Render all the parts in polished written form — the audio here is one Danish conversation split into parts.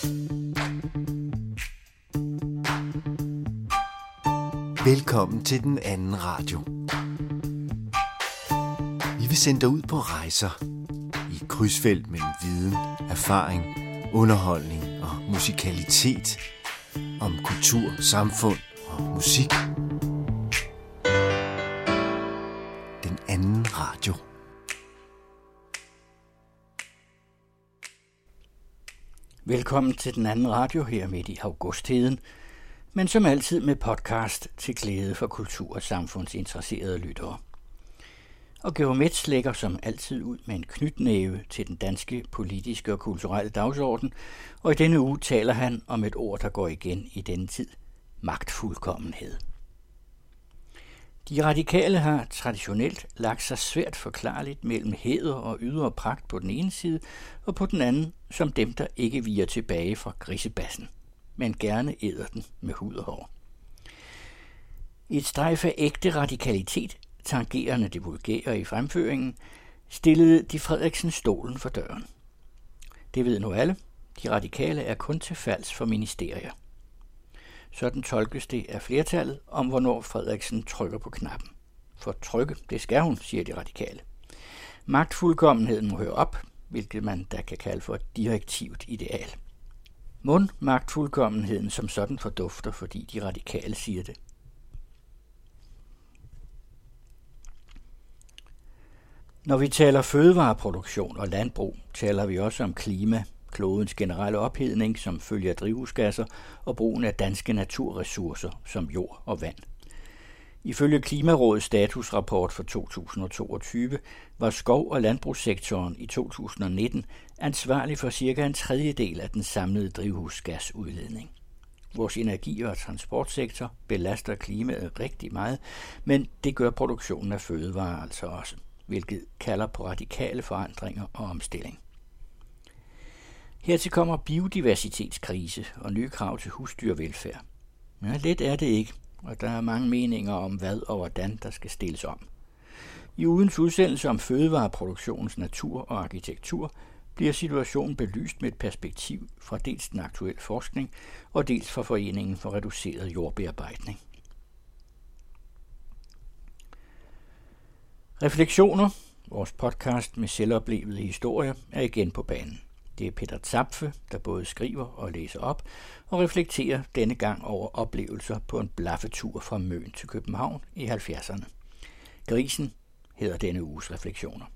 Velkommen til den anden radio. Vi vil sende dig ud på rejser i et krydsfelt mellem viden, erfaring, underholdning og musikalitet, om kultur, samfund og musik. Den anden radio. Velkommen til den anden radio her midt i augustheden, men som altid med podcast til glæde for kultur- og samfundsinteresserede lyttere. Og Georg Metz lægger som altid ud med en knytnæve til den danske politiske og kulturelle dagsorden, og i denne uge taler han om et ord, der går igen i denne tid: magtfuldkommenhed. De radikale har traditionelt lagt sig svært forklarligt mellem hæder og ydre pragt på den ene side, og på den anden som dem, der ikke viger tilbage fra grisebassen, men gerne æder den med hud og hår. I et strejf af ægte radikalitet, tangerende det vulgære i fremføringen, stillede de Frederiksen stolen for døren. Det ved nu alle. De radikale er kun til falds for ministerier. Sådan tolkes det af flertallet om, hvornår Frederiksen trykker på knappen. For trykke, det skal hun, siger de radikale. Magtfuldkommenheden må høre op, hvilket man da kan kalde for et direktivt ideal. Mon magtfuldkommenheden som sådan fordufter, fordi de radikale siger det. Når vi taler fødevareproduktion og landbrug, taler vi også om klima, klodens generelle ophedning som følge af drivhusgasser og brugen af danske naturressourcer som jord og vand. Ifølge Klimarådets statusrapport for 2022 var skov- og landbrugssektoren i 2019 ansvarlig for cirka en tredjedel af den samlede drivhusgasudledning. Vores energi- og transportsektor belaster klimaet rigtig meget, men det gør produktionen af fødevarer altså også, hvilket kalder på radikale forandringer og omstilling. Hertil kommer biodiversitetskrise og nye krav til husdyrvelfærd. Ja, let er det ikke, og der er mange meninger om, hvad og hvordan der skal stilles om. I ugens udsendelse om fødevareproduktionens natur og arkitektur bliver situationen belyst med et perspektiv fra dels den aktuelle forskning og dels fra Foreningen for Reduceret Jordbearbejdning. Refleksioner, vores podcast med selvoplevede historier, er igen på banen. Det er Peter Zapfe, der både skriver og læser op og reflekterer denne gang over oplevelser på en blaffetur fra Møn til København i 70'erne. Grisen hedder denne uges refleksioner.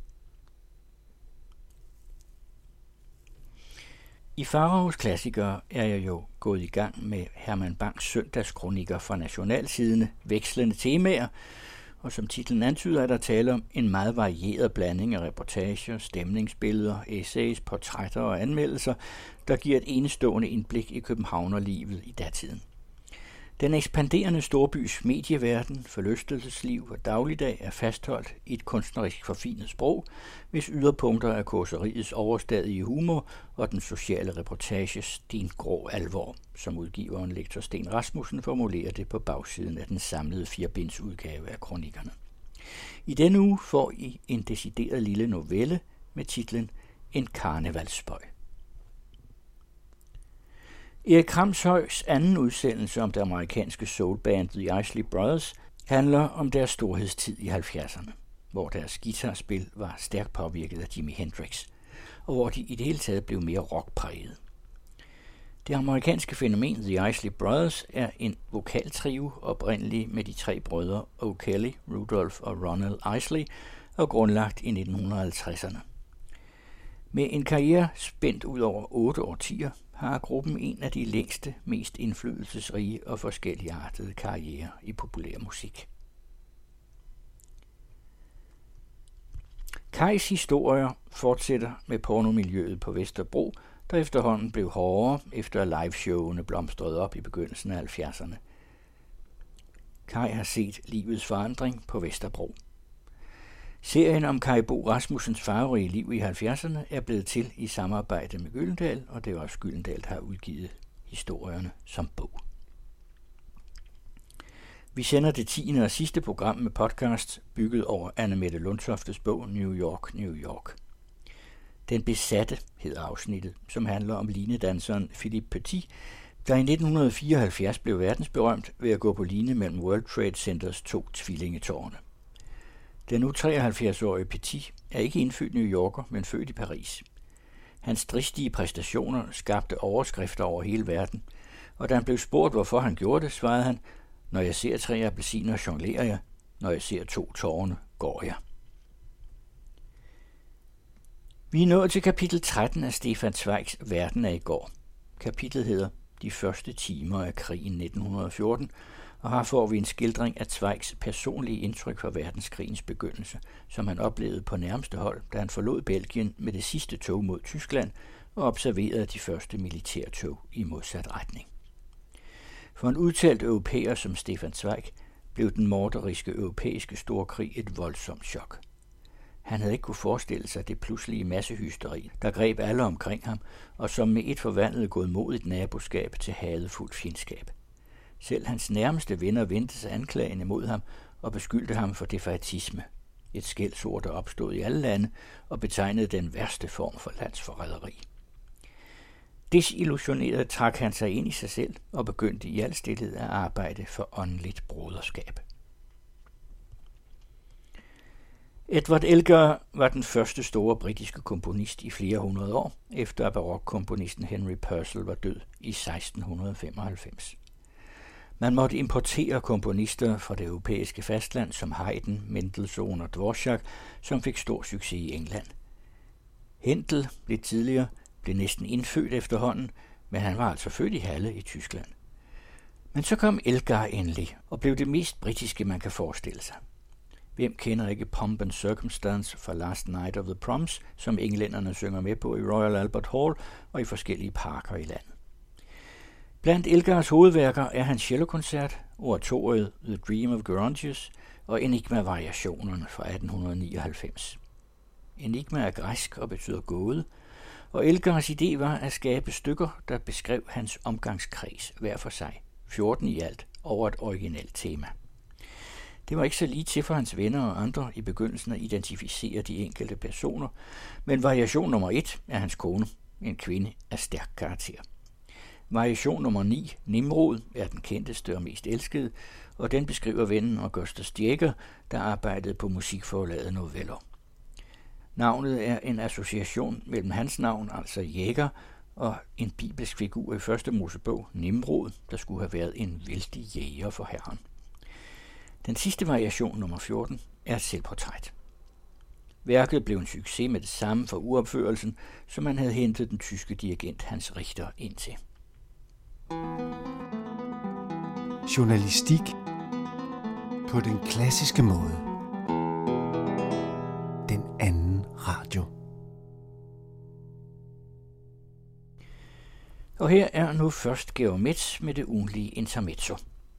I Faraos klassikere er jeg jo gået i gang med Herman Bangs søndagskronikker fra Nationalsidene, vekslende temaer, og som titlen antyder, er der tale om en meget varieret blanding af reportager, stemningsbilleder, essays, portrætter og anmeldelser, der giver et enestående indblik i københavnerlivet i datiden. Den ekspanderende storbys medieverden, forlystelsesliv og dagligdag er fastholdt i et kunstnerisk forfinet sprog, hvis yderpunkter er kåseriets overstadige humor og den sociale reportages stengrå alvor, som udgiveren lektor Sten Rasmussen formulerer det på bagsiden af den samlede 4-binds udgave af kronikkerne. I denne uge får I en decideret lille novelle med titlen En karnevalsspøg. Erik Kramshøjs anden udsendelse om det amerikanske soulband The Isley Brothers handler om deres storhedstid i 70'erne, hvor deres guitarspil var stærkt påvirket af Jimi Hendrix, og hvor de i det hele taget blev mere rockpræget. Det amerikanske fænomen The Isley Brothers er en vokaltrio oprindelig med de 3 brødre O'Kelly, Rudolph og Ronald Isley og grundlagt i 1950'erne. Med en karriere spændt ud over 8 årtier har gruppen en af de længste, mest indflydelsesrige og forskelligartede karrierer i populær musik. Kajs historier fortsætter med pornomiljøet på Vesterbro, der efterhånden blev hårdere efter at liveshowene blomstrede op i begyndelsen af 70'erne. Kaj har set livets forandring på Vesterbro. Serien om Kaj Bo Rasmussens farverige liv i 70'erne er blevet til i samarbejde med Gyldendal, og det er også Gyldendal, der har udgivet historierne som bog. Vi sender det 10. og sidste program med podcast, bygget over Anne-Mette Lundtoftes bog New York, New York. Den besatte hed afsnittet, som handler om linedanseren Philippe Petit, der i 1974 blev verdensberømt ved at gå på line mellem World Trade Centers 2 tvillingetårne. Den nu 73-årige Petit er ikke indfødt New Yorker, men født i Paris. Hans dristige præstationer skabte overskrifter over hele verden, og da han blev spurgt, hvorfor han gjorde det, svarede han: "Når jeg ser 3 appelsiner, jonglerer jeg. Når jeg ser 2 tårne, går jeg." Vi er nået til kapitel 13 af Stefan Zweigs Verden af i går. Kapitlet hedder De første timer af krigen 1914, og her får vi en skildring af Zweigs personlige indtryk fra verdenskrigens begyndelse, som han oplevede på nærmeste hold, da han forlod Belgien med det sidste tog mod Tyskland og observerede de første militærtog i modsat retning. For en udtalt europæer som Stefan Zweig blev den morderiske europæiske storkrig et voldsomt chok. Han havde ikke kunne forestille sig det pludselige massehysteri, der greb alle omkring ham, og som med et forvandlet godmodigt naboskab til hadefuldt fjendskab. Selv hans nærmeste venner vendte sig anklagende mod ham og beskyldte ham for defaitisme, et skældsord, der opstod i alle lande og betegnede den værste form for landsforræderi. Desillusioneret trak han sig ind i sig selv og begyndte i al stilhed at arbejde for åndeligt broderskab. Edward Elgar var den første store britiske komponist i flere hundrede år, efter at barokkomponisten Henry Purcell var død i 1695. Man måtte importere komponister fra det europæiske fastland som Haydn, Mendelssohn og Dvorak, som fik stor succes i England. Händel blev næsten indfødt efterhånden, men han var altså født i Halle i Tyskland. Men så kom Elgar endelig og blev det mest britiske, man kan forestille sig. Hvem kender ikke Pomp and Circumstance fra Last Night of the Proms, som englænderne synger med på i Royal Albert Hall og i forskellige parker i landet. Blandt Elgars hovedværker er hans cellokoncert, oratoriet The Dream of Gerontius og Enigma-variationerne fra 1899. Enigma er græsk og betyder gåde, og Elgars idé var at skabe stykker, der beskrev hans omgangskreds hver for sig, 14 i alt, over et originalt tema. Det var ikke så lige til for hans venner og andre i begyndelsen at identificere de enkelte personer, men variation nummer 1 er hans kone, en kvinde af stærk karakter. Variation nummer 9, Nimrod, er den kendteste og mest elskede, og den beskriver vennen Augustus Jäger, der arbejdede på musikforlaget Novello. Navnet er en association mellem hans navn, altså Jäger, og en bibelsk figur i første Mosebog, Nimrod, der skulle have været en vældig jæger for Herren. Den sidste variation, nummer 14, er et selvportræt. Værket blev en succes med det samme for uropførelsen, som man havde hentet den tyske dirigent Hans Richter ind til. Journalistik på den klassiske måde. Den anden radio. Og her er nu først Georg Metz med det ugentlige intermezzo.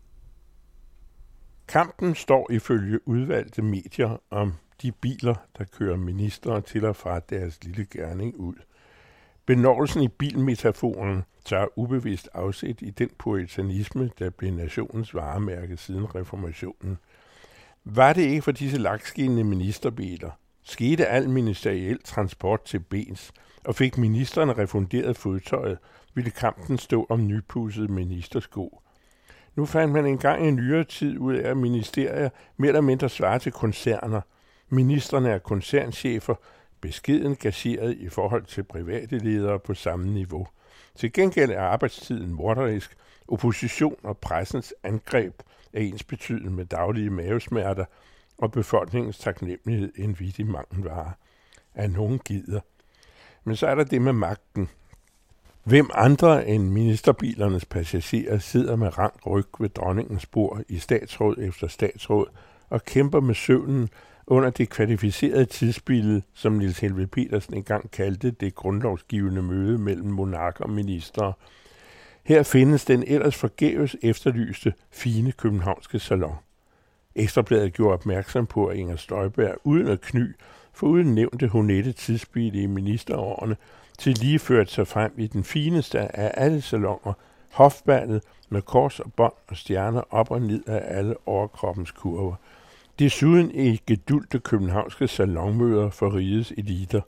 Kampen står ifølge udvalgte medier om de biler, der kører ministre til og fra deres lille gerning ud. Benådelsen i bilmetaforen tager ubevidst afsæt i den puritanisme, der blev nationens varemærke siden reformationen. Var det ikke for disse lakskinnende ministerbiler? Skete al ministeriel transport til bens, og fik ministerne refunderet fodtøjet, ville kampen stå om nypudsede ministersko. Nu fandt man engang i nyere tid ud af, at ministerier mere eller mindre svarer til koncerner. Ministerne er koncernchefer, beskeden gageret i forhold til private ledere på samme niveau. Til gengæld er arbejdstiden morderisk, opposition og pressens angreb er ensbetydende med daglige mavesmerter, og befolkningens taknemmelighed en vittig mangelvare. At nogen gider. Men så er der det med magten. Hvem andre end ministerbilernes passagerer sidder med rank ryg ved dronningens bord i statsråd efter statsråd og kæmper med søvnen under det kvalificerede tidsbillede, som Niels Helveg Petersen engang kaldte det grundlovsgivende møde mellem monarker og ministre. Her findes den ellers forgæves efterlyste fine københavnske salon. Ekstrabladet gjorde opmærksom på, at Inger Støjberg uden at kny, foruden nævnte honette tidsbillede i ministerårene, til lige ført sig frem i den fineste af alle salonger, hofballet med kors og bånd og stjerner op og ned af alle overkroppens kurver. Desuden i gedulte københavnske salonmøder for rigets eliter.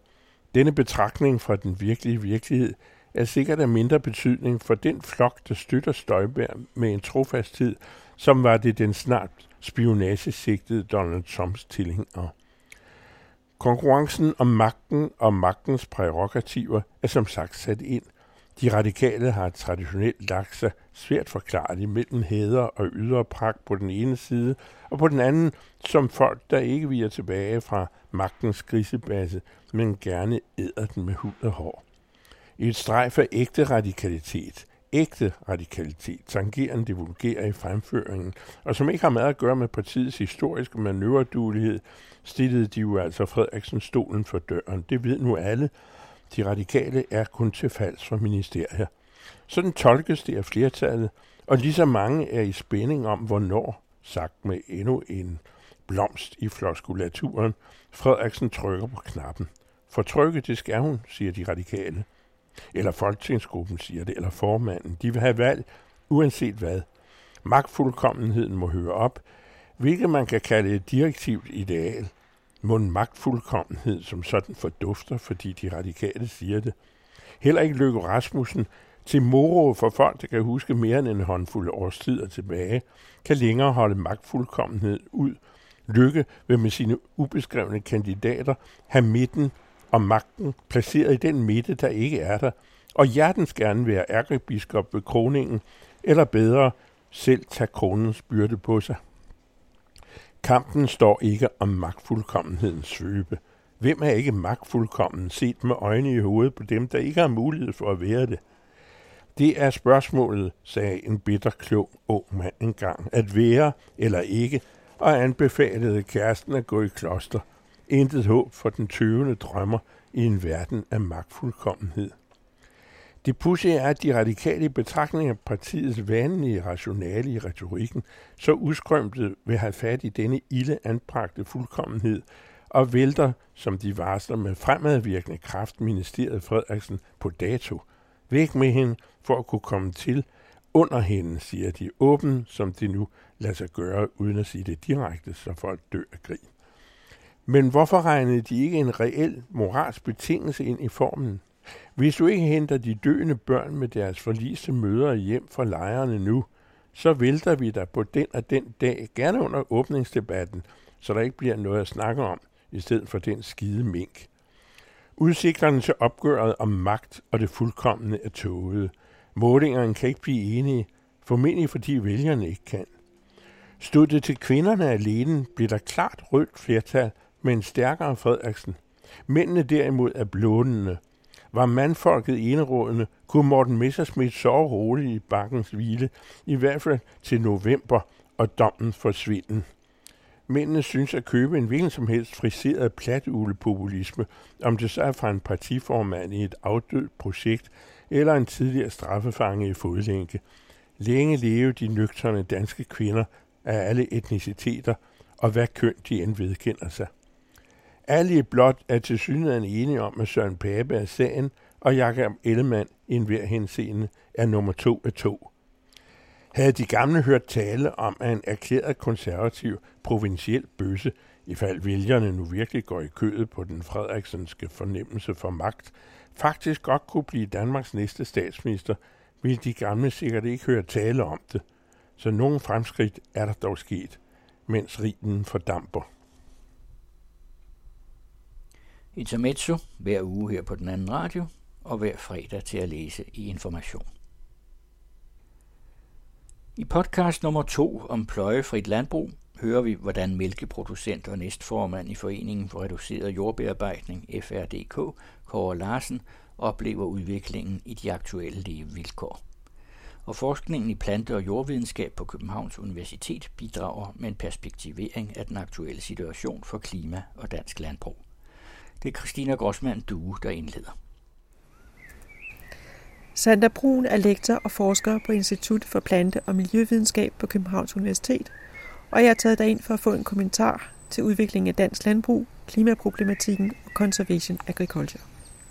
Denne betragtning fra den virkelige virkelighed er sikkert af mindre betydning for den flok, der støtter Støjberg med en trofasthed, som var det den snart spionagesigtede Donald Trumps tilhængere. Konkurrencen om magten og magtens prærogativer er som sagt sat ind. De radikale har traditionelt lagt sig svært forklaret mellem hæder og ydre pragt på den ene side, og på den anden som folk, der ikke viger tilbage fra magtens grisebasse, men gerne æder den med hud og hår. I et strejf af ægte radikalitet, tangerende det vulgære i fremføringen, og som ikke har meget at gøre med partiets historiske manøvreduelighed, stillede de jo altså Frederiksen stolen for døren. Det ved nu alle. De radikale er kun til falds for ministerier. Sådan tolkes det af flertallet, og lige så mange er i spænding om, hvornår, sagt med endnu en blomst i floskulaturen, Frederiksen trykker på knappen. For trykke, det skal hun, siger de radikale. Eller folketingsgruppen siger det, eller formanden. De vil have valg, uanset hvad. Magtfuldkommenheden må høre op, hvilket man kan kalde et direktivt ideal. Må en magtfuldkommenhed som sådan fordufter, fordi de radikale siger det. Heller ikke Løkke Rasmussen, til moro for folk, der kan huske mere end en håndfuld årstider tilbage, kan længere holde magtfuldkommenhed ud. Løkke vil med sine ubeskrevne kandidater have midten og magten placeret i den midte, der ikke er der, og hjertens gerne være ærkebiskop ved kroningen, eller bedre, selv tage kronens byrde på sig. Kampen står ikke om magtfuldkommenhedens svøbe. Hvem er ikke magtfuldkommen set med øjne i hovedet på dem, der ikke har mulighed for at være det? Det er spørgsmålet, sagde en bitter klog ung mand engang, at være eller ikke, og anbefalede kæresten at gå i kloster. Intet håb for den tøvende drømmer i en verden af magtfuldkommenhed. Det pudsige er, at de radikale betragtning af partiets vanlige rationale i retorikken så uskrømtet vil have fat i denne ilde anbragte fuldkommenhed og vælter, som de varsler med fremadvirkende kraft, ministeriet Frederiksen på dato. Væk med hende for at kunne komme til under hende, siger de, åben som de nu lader sig gøre, uden at sige det direkte, så folk dør af grin. Men hvorfor regnede de ikke en reel moralsk betingelse ind i formen? Hvis du ikke henter de døende børn med deres forliste mødre hjem fra lejrene nu, så vælter vi dig på den og den dag, gerne under åbningsdebatten, så der ikke bliver noget at snakke om, i stedet for den skide mink. Udsigterne til opgøret om magt og det fuldkomne er tåget. Målingerne kan ikke blive enige, formentlig fordi vælgerne ikke kan. Stod det til kvinderne alene, blev der klart rødt flertal med en stærkere Frederiksen. Mændene derimod er blånende. Var mandfolket enerådende, kunne Morten Messerschmidt sove roligt i bakkens hvile, i hvert fald til november, og dommen forsvinden. Mændene synes at købe en hvilken som helst friseret platuglepopulisme, om det så er fra en partiformand i et afdødt projekt, eller en tidligere straffefange i fodlænke. Længe leve de nøgterne danske kvinder af alle etniciteter, og hvad køn de end vedkender sig. Alle blot er tilsyneladende enige om, at Søren Pape er sagen, og Jakob Ellemann i enhver henseende er nummer 2 af 2. Havde de gamle hørt tale om, at en erklæret konservativ provinciel bøsse, ifald vælgerne nu virkelig går i kødet på den frederiksenske fornemmelse for magt, faktisk godt kunne blive Danmarks næste statsminister, ville de gamle sikkert ikke høre tale om det. Så nogle fremskridt er der dog sket, mens rigen fordamper. Intermezzo hver uge her på den anden radio, og hver fredag til at læse i Information. I podcast nummer 2 om pløjefrit landbrug hører vi, hvordan mælkeproducent og næstformand i Foreningen for Reduceret Jordbearbejdning, FRDK, Kåre Larsen, oplever udviklingen i de aktuelle levevilkår. Og forskningen i plante- og jordvidenskab på Københavns Universitet bidrager med en perspektivering af den aktuelle situation for klima og dansk landbrug. Det er Christina Grossmann Due, der indleder. Sandra Bruun er lektor og forsker på Institut for Plante- og Miljøvidenskab på Københavns Universitet, og jeg har taget dig ind for at få en kommentar til udviklingen af dansk landbrug, klimaproblematikken og conservation agriculture.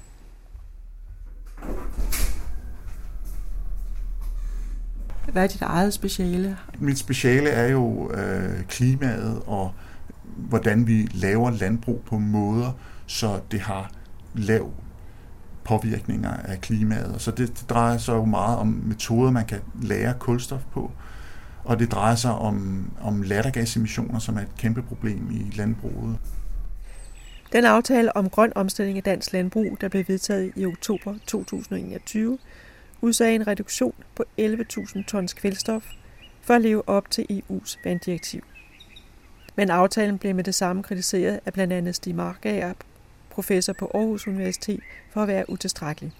Hvad er dit eget speciale? Mit speciale er jo klimaet og hvordan vi laver landbrug på måder, så det har lav påvirkninger af klimaet. Så det drejer sig jo meget om metoder, man kan lagre kulstof på, og det drejer sig om lattergasemissioner, som er et kæmpe problem i landbruget. Den aftale om grøn omstilling af dansk landbrug, der blev vedtaget i oktober 2021, udsagde en reduktion på 11.000 tons kvælstof for at leve op til EU's vanddirektiv. Men aftalen blev med det samme kritiseret af blandt andet Stig Markager, professor på Aarhus Universitet, for at være utilstrækkelig.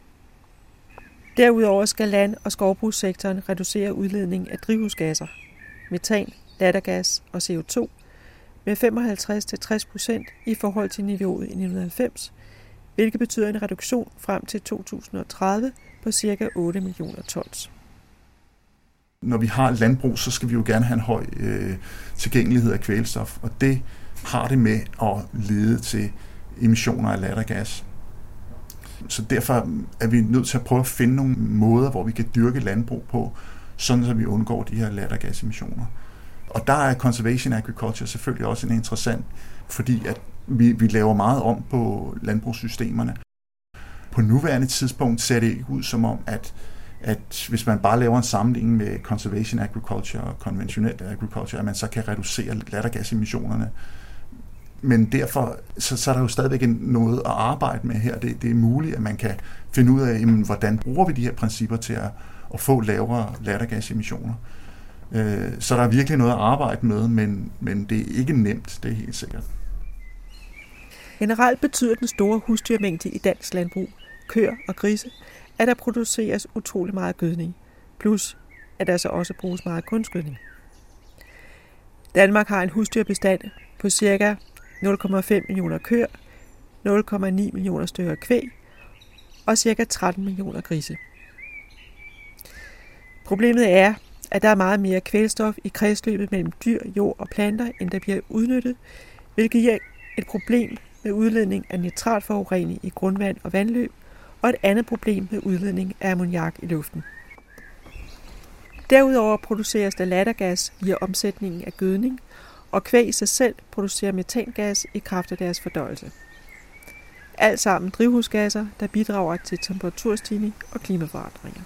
Derudover skal land- og skovbrugssektoren reducere udledning af drivhusgasser, metan, lattergas og CO2 med 55-60% i forhold til niveauet i 1990, hvilket betyder en reduktion frem til 2030 på ca. 8 millioner tons. Når vi har landbrug, så skal vi jo gerne have en høj tilgængelighed af kvælstof, og det har det med at lede til emissioner af lattergas. Så derfor er vi nødt til at prøve at finde nogle måder, hvor vi kan dyrke landbrug på, sådan så vi undgår de her lattergasemissioner. Og der er conservation agriculture selvfølgelig også en interessant, fordi at vi laver meget om på landbrugssystemerne. På nuværende tidspunkt ser det ikke ud som om, at hvis man bare laver en sammenligning med conservation agriculture og konventionel agriculture, at man så kan reducere lattergasemissionerne. Men derfor så er der jo stadigvæk noget at arbejde med her. Det er muligt, at man kan finde ud af, hvordan bruger vi de her principper til at få lavere lattergasemissioner. Så der er virkelig noget at arbejde med, men det er ikke nemt, det er helt sikkert. Generelt betyder den store husdyrmængde i dansk landbrug, køer og grise, at der produceres utrolig meget gødning, plus at der så også bruges meget kunstgødning. Danmark har en husdyrbestand på ca. 0,5 millioner køer, 0,9 millioner stykker kvæg og ca. 13 millioner grise. Problemet er, at der er meget mere kvælstof i kredsløbet mellem dyr, jord og planter, end der bliver udnyttet, hvilket giver et problem med udledning af nitratforurening i grundvand og vandløb, og et andet problem med udledning af ammoniak i luften. Derudover produceres der lattergas via omsætningen af gødning, og kvæg i sig selv producerer metangas i kraft af deres fordøjelse. Alt sammen drivhusgasser, der bidrager til temperaturstigning og klimaforandringer.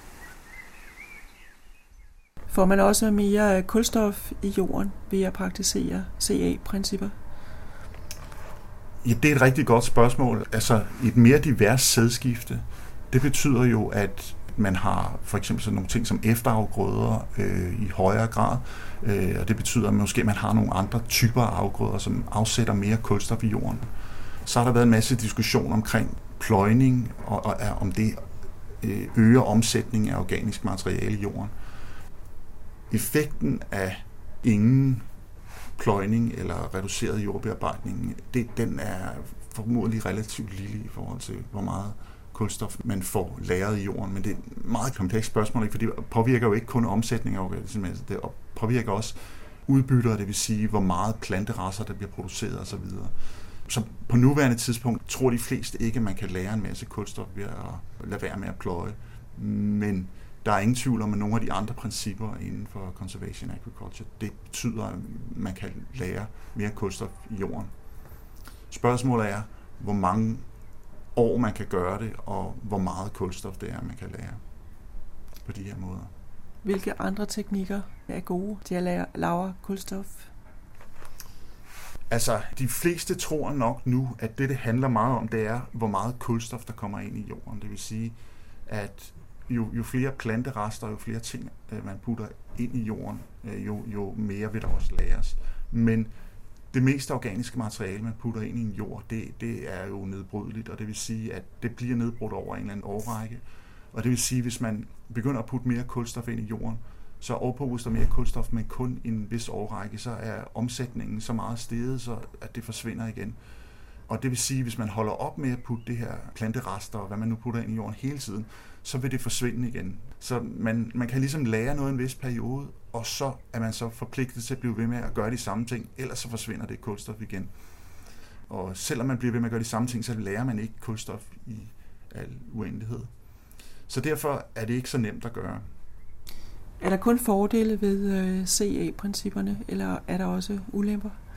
Får man også mere kulstof i jorden ved at praktisere CA-principper? Ja, det er et rigtig godt spørgsmål. Altså et mere divers sædskifte, det betyder jo, at man har for eksempel sådan nogle ting som efterafgrøder i højere grad, og det betyder at måske man har nogle andre typer af afgrøder, som afsætter mere kulstof i jorden. Så har der været en masse diskussion omkring pløjning, og om det øger omsætningen af organisk materiale i jorden. Effekten af ingen pløjning eller reduceret jordbearbejdning, den er formodentlig relativt lille i forhold til, hvor meget kulstof man får lagret i jorden. Men det er et meget komplekst spørgsmål, fordi det påvirker jo ikke kun omsætning af organisk materiale, det påvirker også udbytter, det vil sige, hvor meget planterasser, der bliver produceret osv. Så på nuværende tidspunkt tror de fleste ikke, at man kan lagre en masse kulstof ved at lade være med at pløje. Men der er ingen tvivl om, at nogle af de andre principper inden for conservation agriculture, det betyder, at man kan lagre mere kulstof i jorden. Spørgsmålet er, hvor mange år man kan gøre det, og hvor meget kulstof det er, man kan lagre på de her måder. Hvilke andre teknikker er gode til at lagre kulstof? Altså, de fleste tror nok nu, at det handler meget om, det er, hvor meget kulstof, der kommer ind i jorden. Det vil sige, at jo flere planterester, jo flere ting, man putter ind i jorden, jo mere vil der også lagres. Men det meste organiske materiale, man putter ind i en jord, det er jo nedbrydeligt, og det vil sige, at det bliver nedbrudt over en eller anden årrække. Og det vil sige, at hvis man begynder at putte mere kulstof ind i jorden, så overpås der mere kulstof, men kun en vis årrække, så er omsætningen så meget steget, så at det forsvinder igen. Og det vil sige, at hvis man holder op med at putte det her planterester, og hvad man nu putter ind i jorden hele tiden, så vil det forsvinde igen. Så man kan ligesom lære noget en vis periode, og så er man så forpligtet til at blive ved med at gøre de samme ting, ellers så forsvinder det kulstof igen. Og selvom man bliver ved med at gøre de samme ting, så lærer man ikke kulstof i al uendelighed. Så derfor er det ikke så nemt at gøre. Er der kun fordele ved CA-principperne, eller er der også ulemper?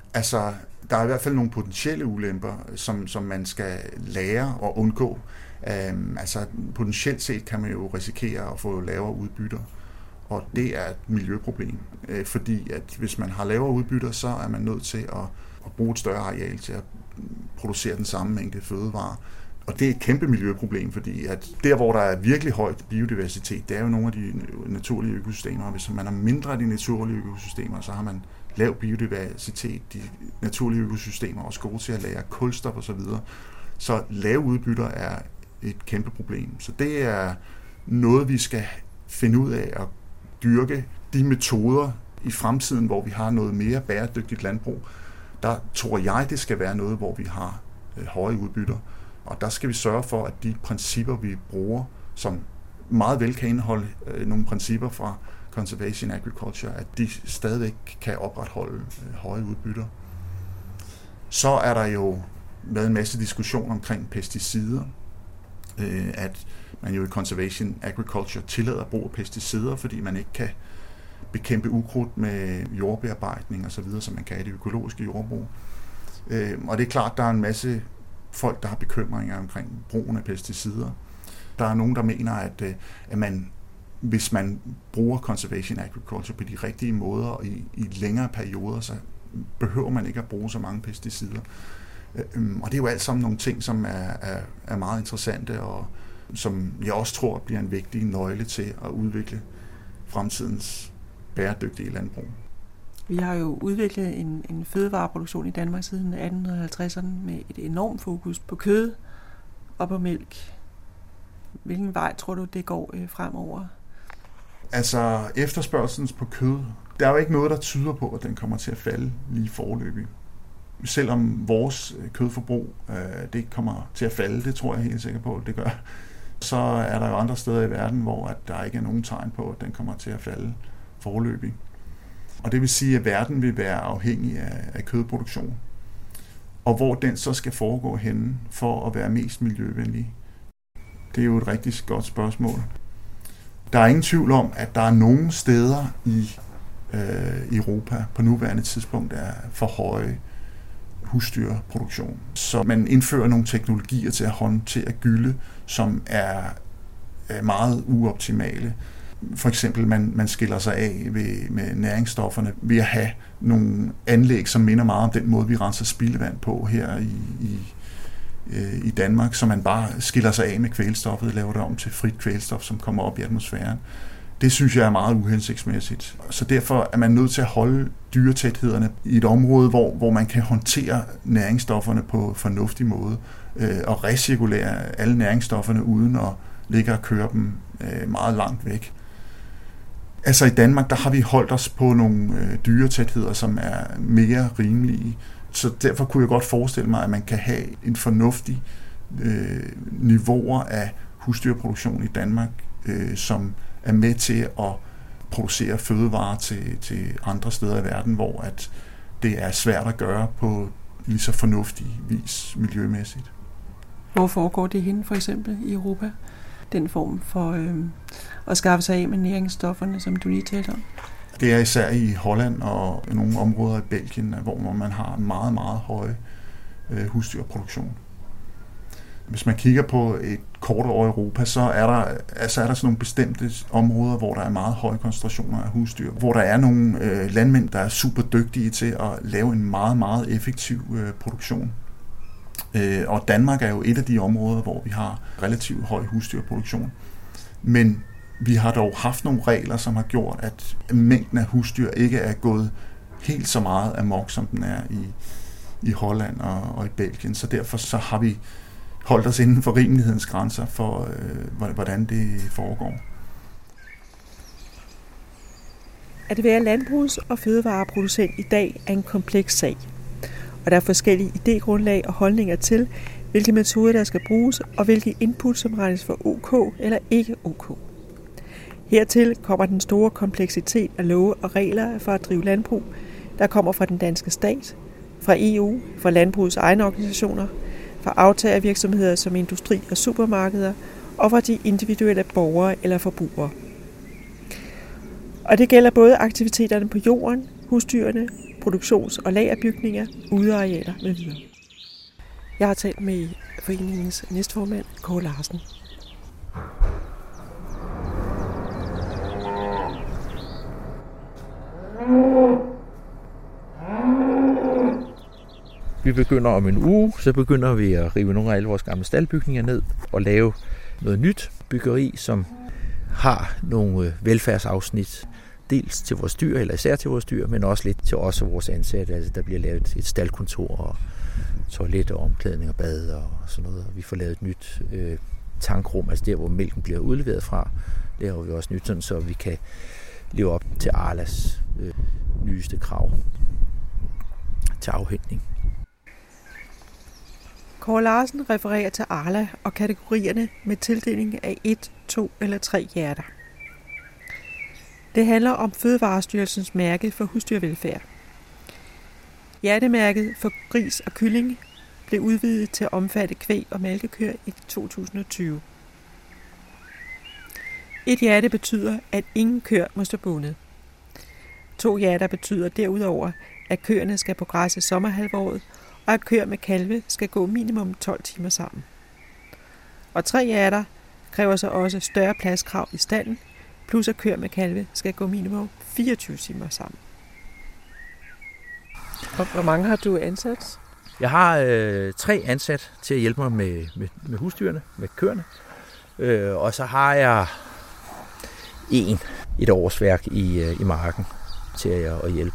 Altså, der er i hvert fald nogle potentielle ulemper, som man skal lære og undgå. Altså, potentielt set kan man jo risikere at få lavere udbytter, og det er et miljøproblem, fordi at hvis man har lavere udbytter, så er man nødt til at bruge et større areal til at producere den samme mængde fødevarer. Og det er et kæmpe miljøproblem, fordi at der, hvor der er virkelig højt biodiversitet, det er jo nogle af de naturlige økosystemer. Hvis man har mindre af de naturlige økosystemer, så har man lav biodiversitet. De naturlige økosystemer er også gode til at lagre kulstof osv. Så lave udbytter er et kæmpe problem. Så det er noget, vi skal finde ud af at dyrke de metoder i fremtiden, hvor vi har noget mere bæredygtigt landbrug. Der tror jeg, det skal være noget, hvor vi har høje udbytter. Og der skal vi sørge for, at de principper, vi bruger, som meget vel kan indeholde nogle principper fra Conservation Agriculture, at de stadigvæk kan opretholde høje udbytter. Så er der jo været en masse diskussion omkring pesticider, at man jo i Conservation Agriculture tillader brug af pesticider, fordi man ikke kan bekæmpe ukrudt med jordbearbejdning osv., som man kan i det økologiske jordbrug. Og det er klart, der er en masse folk, der har bekymringer omkring brugen af pesticider. Der er nogen, der mener, at man, hvis man bruger Conservation Agriculture på de rigtige måder og i længere perioder, så behøver man ikke at bruge så mange pesticider. Og det er jo alt sammen nogle ting, som er meget interessante, og som jeg også tror bliver en vigtig nøgle til at udvikle fremtidens bæredygtige landbrug. Vi har jo udviklet en fødevareproduktion i Danmark siden 1850'erne med et enormt fokus på kød og på mælk. Hvilken vej tror du, det går fremover? Altså efterspørgselen på kød, der er jo ikke noget, der tyder på, at den kommer til at falde lige foreløbig. Selvom vores kødforbrug, det kommer til at falde, det tror jeg helt sikkert på, at det gør, så er der jo andre steder i verden, hvor at der ikke er nogen tegn på, at den kommer til at falde foreløbig. Og det vil sige, at verden vil være afhængig af kødproduktion. Og hvor den så skal foregå henne for at være mest miljøvenlig, det er jo et rigtig godt spørgsmål. Der er ingen tvivl om, at der er nogle steder i Europa på nuværende tidspunkt er for høje husdyrproduktion. Så man indfører nogle teknologier til at håndtere gylde, som er meget uoptimale. For eksempel, man skiller sig af med næringsstofferne ved at have nogle anlæg, som minder meget om den måde, vi renser spildevand på her i Danmark, så man bare skiller sig af med kvælstoffet og laver det om til frit kvælstof, som kommer op i atmosfæren. Det synes jeg er meget uhensigtsmæssigt. Så derfor er man nødt til at holde dyretæthederne i et område, hvor man kan håndtere næringsstofferne på fornuftig måde og recirkulere alle næringsstofferne uden at ligge og køre dem meget langt væk. Altså i Danmark, der har vi holdt os på nogle dyretætheder, som er mere rimelige. Så derfor kunne jeg godt forestille mig, at man kan have en fornuftig niveauer af husdyrproduktion i Danmark, som er med til at producere fødevarer til andre steder i verden, hvor at det er svært at gøre på lige så fornuftig vis miljømæssigt. Hvor foregår det henne for eksempel i Europa? Den form for at skaffe sig af med næringsstofferne, som du lige talte om? Det er især i Holland og nogle områder i Belgien, hvor man har en meget, meget høj husdyrproduktion. Hvis man kigger på et kort over Europa, så er der sådan nogle bestemte områder, hvor der er meget høje koncentrationer af husdyr, hvor der er nogle landmænd, der er super dygtige til at lave en meget, meget effektiv produktion. Og Danmark er jo et af de områder, hvor vi har relativt høj husdyrproduktion. Men vi har dog haft nogle regler, som har gjort, at mængden af husdyr ikke er gået helt så meget amok, som den er i Holland og i Belgien. Så derfor så har vi holdt os inden for rimelighedens grænser for, hvordan det foregår. At være landbrugs- og fødevareproducent i dag er en kompleks sag. Og der er forskellige idégrundlag og holdninger til, hvilke metoder der skal bruges, og hvilke input, som regnes for OK eller ikke OK. Hertil kommer den store kompleksitet af love og regler for at drive landbrug, der kommer fra den danske stat, fra EU, fra landbrugets egne organisationer, fra aftagervirksomheder som industri og supermarkeder, og fra de individuelle borgere eller forbrugere. Og det gælder både aktiviteterne på jorden, husdyrene produktions- og lagerbygninger, udearealer med videre. Jeg har talt med foreningens næstformand, Kåre Larsen. Vi begynder om en uge, så begynder vi at rive nogle af alle vores gamle staldbygninger ned og lave noget nyt byggeri, som har nogle velfærdsafsnit, dels til vores dyr, eller især til vores dyr, men også lidt til os og vores ansatte. Altså, der bliver lavet et staldkontor og toilet og omklædning og bad og sådan noget. Og vi får lavet et nyt tankrum, altså der, hvor mælken bliver udleveret fra. Der har vi også nyt, sådan, så vi kan leve op til Arlas nyeste krav til afhentning. Kåre Larsen refererer til Arla og kategorierne med tildeling af 1, 2 eller 3 hjerter. Det handler om Fødevarestyrelsens mærke for husdyrvelfærd. Hjertemærket for gris og kylling blev udvidet til at omfatte kvæg og malkekøer i 2020. Et hjerte betyder, at ingen køer må stå bundet. 2 hjerter betyder derudover, at køerne skal på græs i sommerhalvåret, og at køer med kalve skal gå minimum 12 timer sammen. Og 3 hjerter kræver så også større pladskrav i stalden, plus at køer med kalve skal gå minimum 24 timer sammen. Hvor mange har du ansat? Jeg har 3 ansat til at hjælpe mig med husdyrene, med køerne. Og så har jeg et årsværk i marken til at hjælpe.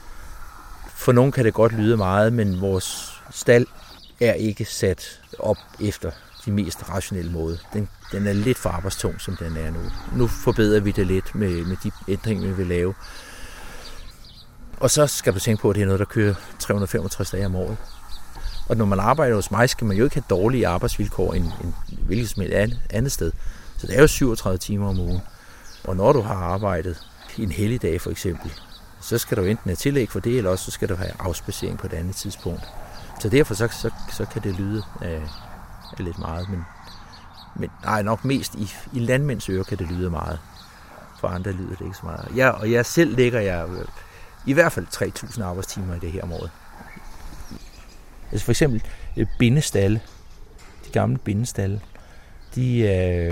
For nogen kan det godt lyde meget, men vores stald er ikke sat op efter de mest rationelle måde. Den er lidt for arbejdstung, som den er nu. Nu forbedrer vi det lidt med de ændringer, vi vil lave. Og så skal du tænke på, at det er noget, der kører 365 dage om året. Og når man arbejder hos mig, skal man jo ikke have dårlige arbejdsvilkår end hvilket som helst andet sted. Så det er jo 37 timer om ugen. Og når du har arbejdet en helligdag for eksempel, så skal du enten have tillæg for det, eller også så skal du have afspacering på et andet tidspunkt. Så derfor så kan det lyde af lidt meget, men nej, nok mest i landmænds øre kan det lyde meget. For andre lyder det ikke så meget. Og jeg selv lægger jeg i hvert fald 3.000 arbejdstimer i det her om året. Altså for eksempel bindestalle, de gamle bindestalle, de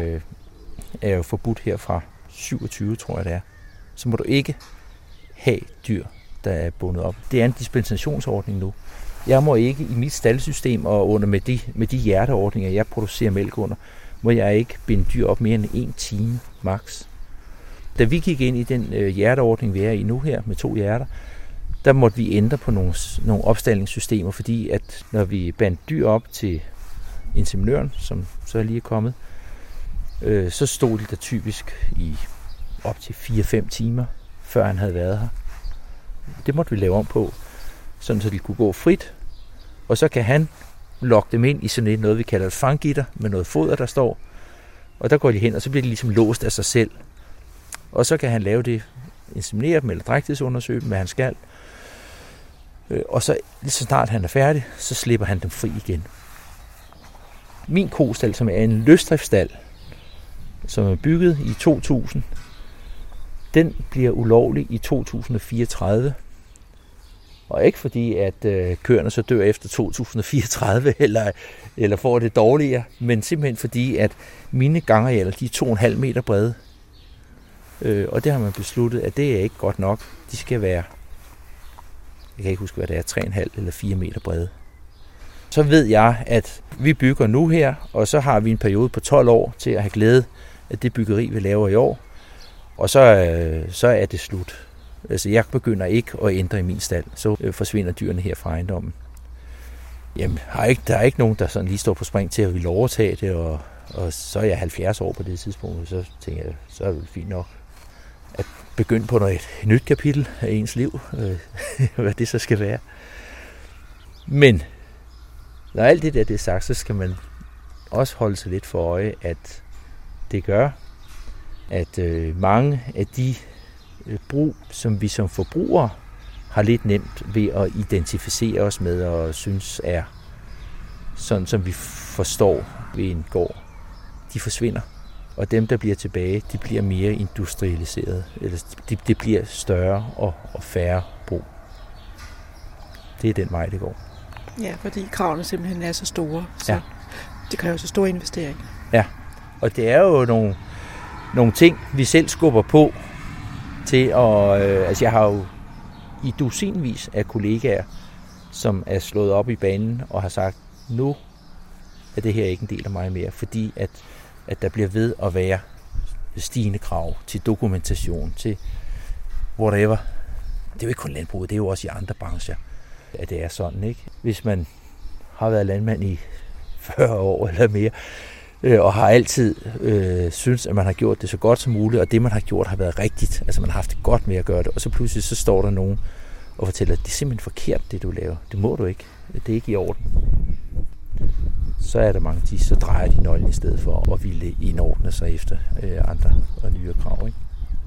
er jo forbudt her fra 27, tror jeg det er. Så må du ikke have dyr, der er bundet op. Det er en dispensationsordning nu. Jeg må ikke i mit staldsystem og under med de hjerteordninger, jeg producerer mælk under, må jeg ikke binde dyr op mere end 1 time max. Da vi gik ind i den hjerteordning, vi er i nu her med 2 hjerter, der måtte vi ændre på nogle opstallingssystemer, fordi at når vi bandt dyr op til inseminøren, som så lige er kommet, så stod de der typisk i op til 4-5 timer, før han havde været her. Det måtte vi lave om på, sådan så de kunne gå frit, og så kan han lokke dem ind i sådan noget, vi kalder et fanggitter, med noget foder, der står, og der går de hen, og så bliver de ligesom låst af sig selv. Og så kan han lave det, inseminere dem eller drægtighedsundersøge dem, hvad han skal. Og så lige så snart han er færdig, så slipper han dem fri igen. Min kostal, som er en løsdriftsstald, som er bygget i 2000, den bliver ulovlig i 2034. Og ikke fordi, at køerne så dør efter 2034, eller får det dårligere, men simpelthen fordi, at mine gangarealer, de er 2,5 meter brede. Og det har man besluttet, at det er ikke godt nok. De skal være, jeg kan ikke huske, hvad det er, 3,5 eller 4 meter brede. Så ved jeg, at vi bygger nu her, og så har vi en periode på 12 år til at have glæde af det byggeri, vi laver i år. Og så er det slut. Altså, jeg begynder ikke at ændre i min stald, så forsvinder dyrene her fra ejendommen. Jamen, der er ikke nogen, der sådan lige står på spring til at ville overtage det, og så er jeg 70 år på det tidspunkt, og så tænker jeg, så er det fint nok at begynde på et nyt kapitel af ens liv, hvad det så skal være. Men når alt det er sagt, så skal man også holde sig lidt for øje, at det gør, at mange af de brug, som vi som forbrugere har lidt nemt ved at identificere os med og synes er sådan, som vi forstår ved en gård, de forsvinder. Og dem, der bliver tilbage, de bliver mere industrialiseret, eller det bliver større og færre brug. Det er den vej, det går. Ja, fordi kravene simpelthen er så store, så det kræver så store investeringer. Ja, og det er jo nogle ting, vi selv skubber på til at... jeg har jo i dusinvis af kollegaer, som er slået op i banen og har sagt, nu er det her ikke en del af mig mere, fordi at der bliver ved at være stigende krav til dokumentation, til whatever. Det er jo ikke kun landbruget, det er jo også i andre brancher, at det er sådan, ikke? Hvis man har været landmand i 40 år eller mere, og har altid synes, at man har gjort det så godt som muligt, og det, man har gjort, har været rigtigt. Altså, man har haft det godt med at gøre det, og så pludselig så står der nogen og fortæller, at det er simpelthen forkert, det du laver. Det må du ikke. Det er ikke i orden. Så er der mange, så drejer de nøglen i stedet for at ville indordne sig efter andre og nye krav, ikke?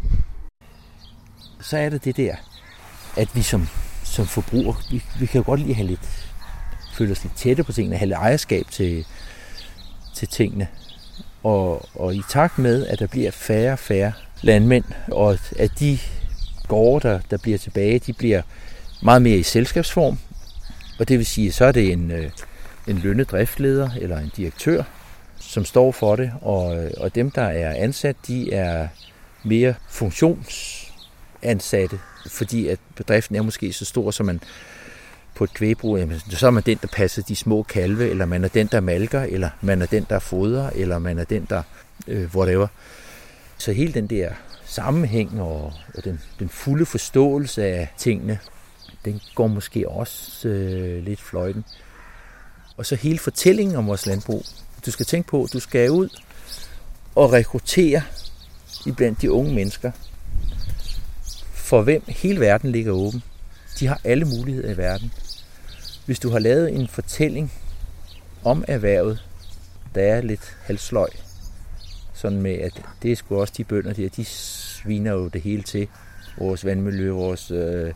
Så er det der, at vi som forbruger, vi kan jo godt lide at føle os lidt tætte på tingene, have lidt ejerskab til tingene. Og i takt med, at der bliver færre landmænd, og at de gårde, der bliver tilbage, de bliver meget mere i selskabsform. Og det vil sige, så er det en lønnet driftleder eller en direktør, som står for det. Og dem, der er ansat, de er mere funktionsansatte, fordi at bedriften er måske så stor, så man på et kvægbrug, så er man den, der passer de små kalve, eller man er den, der malker, eller man er den, der fodrer, eller man er den, der whatever. Så hele den der sammenhæng og den fulde forståelse af tingene, den går måske også lidt fløjten. Og så hele fortællingen om vores landbrug. Du skal tænke på, at du skal ud og rekruttere iblandt de unge mennesker, for hvem hele verden ligger åben. De har alle muligheder i verden. Hvis du har lavet en fortælling om erhvervet, der er lidt halvsløj, sådan med, at det er sgu også de bønder der, de sviner jo det hele til. Vores vandmiljø, vores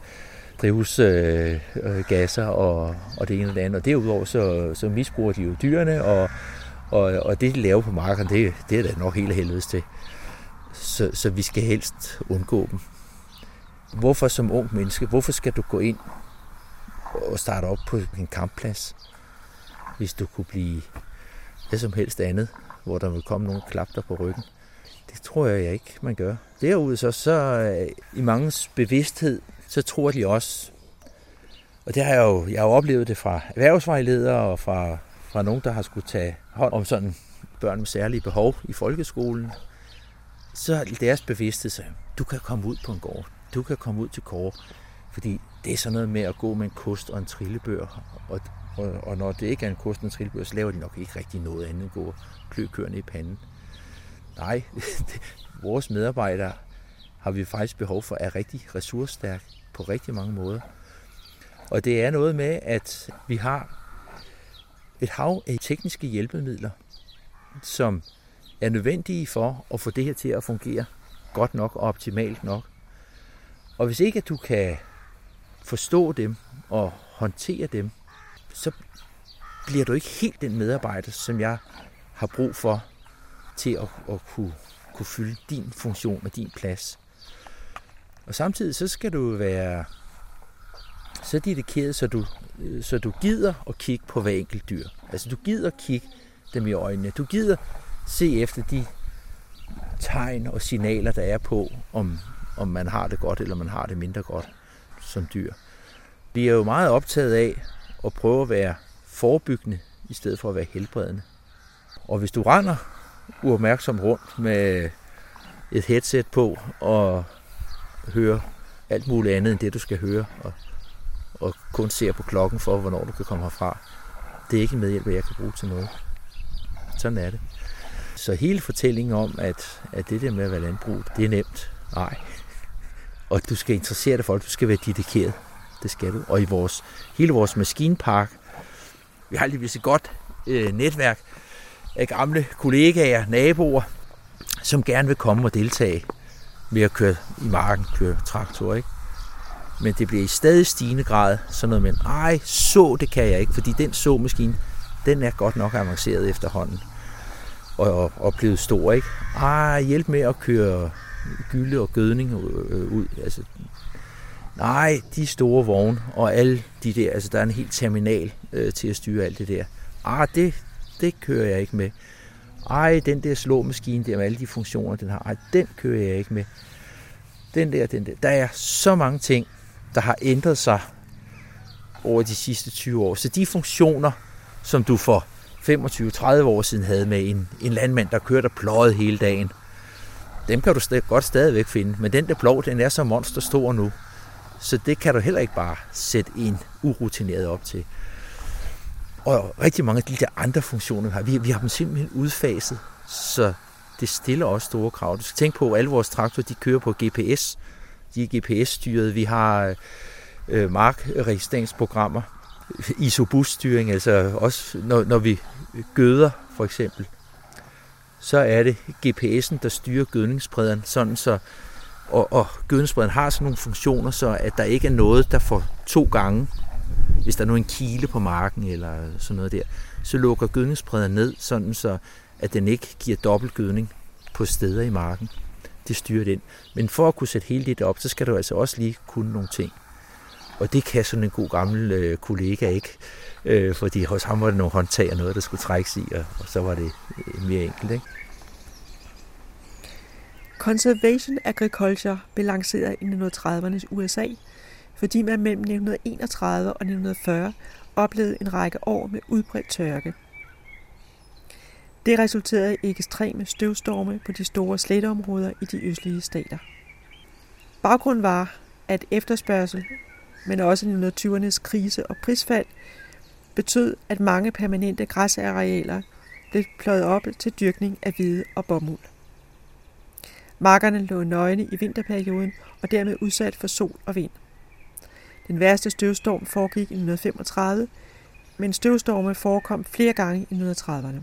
drivhusgasser og det ene og det andet. Og derudover så misbruger de jo dyrene, og det de laver på markerne, det er da nok hele helvedes til. Så vi skal helst undgå dem. Hvorfor som ung menneske, hvorfor skal du gå ind og starte op på en kampplads, hvis du kunne blive hvad som helst andet, hvor der vil komme nogle klapter på ryggen? Det tror jeg ikke, man gør. Derude så i manges bevidsthed, så tror de også, og det har jeg har oplevet det fra erhvervsvejledere og fra nogen, der har skulle tage hånd om sådan børn med særlige behov i folkeskolen, så deres bevidsthed, så du kan komme ud på en gård. Du kan komme ud til Kåre, fordi det er sådan noget med at gå med en kost og en trillebør. Og når det ikke er en kost og en trillebør, så laver de nok ikke rigtig noget andet end gå og klø køerne i panden. Nej, vores medarbejdere har vi faktisk behov for, er rigtig ressourcestærke på rigtig mange måder. Og det er noget med, at vi har et hav af tekniske hjælpemidler, som er nødvendige for at få det her til at fungere godt nok og optimalt nok. Og hvis ikke at du kan forstå dem og håndtere dem, så bliver du ikke helt den medarbejder, som jeg har brug for til at kunne fylde din funktion og din plads. Og samtidig så skal du være så dedikeret, så du gider at kigge på hver enkelt dyr. Altså du gider kigge dem i øjnene. Du gider se efter de tegn og signaler, der er på, om man har det godt, eller man har det mindre godt som dyr. Vi er jo meget optaget af at prøve at være forebyggende, i stedet for at være helbredende. Og hvis du render uopmærksomt rundt med et headset på, og hører alt muligt andet end det, du skal høre, og kun ser på klokken for, hvornår du kan komme herfra, det er ikke en medhjælp, jeg kan bruge til noget. Sådan er det. Så hele fortællingen om, at det der med at være landbrug, det er nemt. Nej. Og du skal interessere dig for det, du skal være dedikeret. Det skal du. Og i hele vores maskinpark, vi har lige et godt netværk af gamle kollegaer, naboer, som gerne vil komme og deltage med at køre i marken, køre traktor, ikke? Men det bliver i stadig stigende grad sådan noget med, så det kan jeg ikke, fordi den såmaskine, den er godt nok avanceret efterhånden og blevet stor, ikke? Hjælp med at køre gylde og gødning ud. Altså, nej, de store vogne og alle de der, altså der er en helt terminal til at styre alt det der. Det kører jeg ikke med. Den der slåmaskine der med alle de funktioner, den har, den kører jeg ikke med. Den der. Der er så mange ting, der har ændret sig over de sidste 20 år. Så de funktioner, som du for 25-30 år siden havde med en landmand, der kørte og pløjede hele dagen, dem kan du godt stadigvæk finde. Men den der plov, den er så monsterstor nu. Så det kan du heller ikke bare sætte en urutineret op til. Og rigtig mange af de der andre funktioner, vi har dem simpelthen udfaset, så det stiller også store krav. Du skal tænke på, at alle vores traktorer, de kører på GPS. De er GPS-styret. Vi har markregistreringsprogrammer, isobusstyring, altså også når vi gøder for eksempel, så er det GPS'en, der styrer gødningssprederen, sådan så, og gødningssprederen har sådan nogle funktioner, så at der ikke er noget, der får 2 gange, hvis der er nu en kile på marken eller sådan noget der, så lukker gødningssprederen ned, sådan så at den ikke giver dobbelt gødning på steder i marken. Det styrer den. Men for at kunne sætte hele det op, så skal du altså også lige kunne nogle ting. Og det kan sådan en god gammel kollega ikke, fordi hos ham var det nogle håndtag og noget, der skulle trækkes i, og så var det mere enkelt, ikke? Conservation Agriculture blev lanceret i 1930'ernes USA, fordi man mellem 1931 og 1940 oplevede en række år med udbredt tørke. Det resulterede i ekstreme støvstorme på de store sletteområder i de østlige stater. Baggrunden var, at efterspørgsel, men også 1920'ernes krise og prisfald, betød, at mange permanente græsarealer blev pløjet op til dyrkning af hvede og bomuld. Markerne lå nøgne i vinterperioden og dermed udsat for sol og vind. Den værste støvstorm foregik i 1935, men støvstorme forekom flere gange i 1930'erne.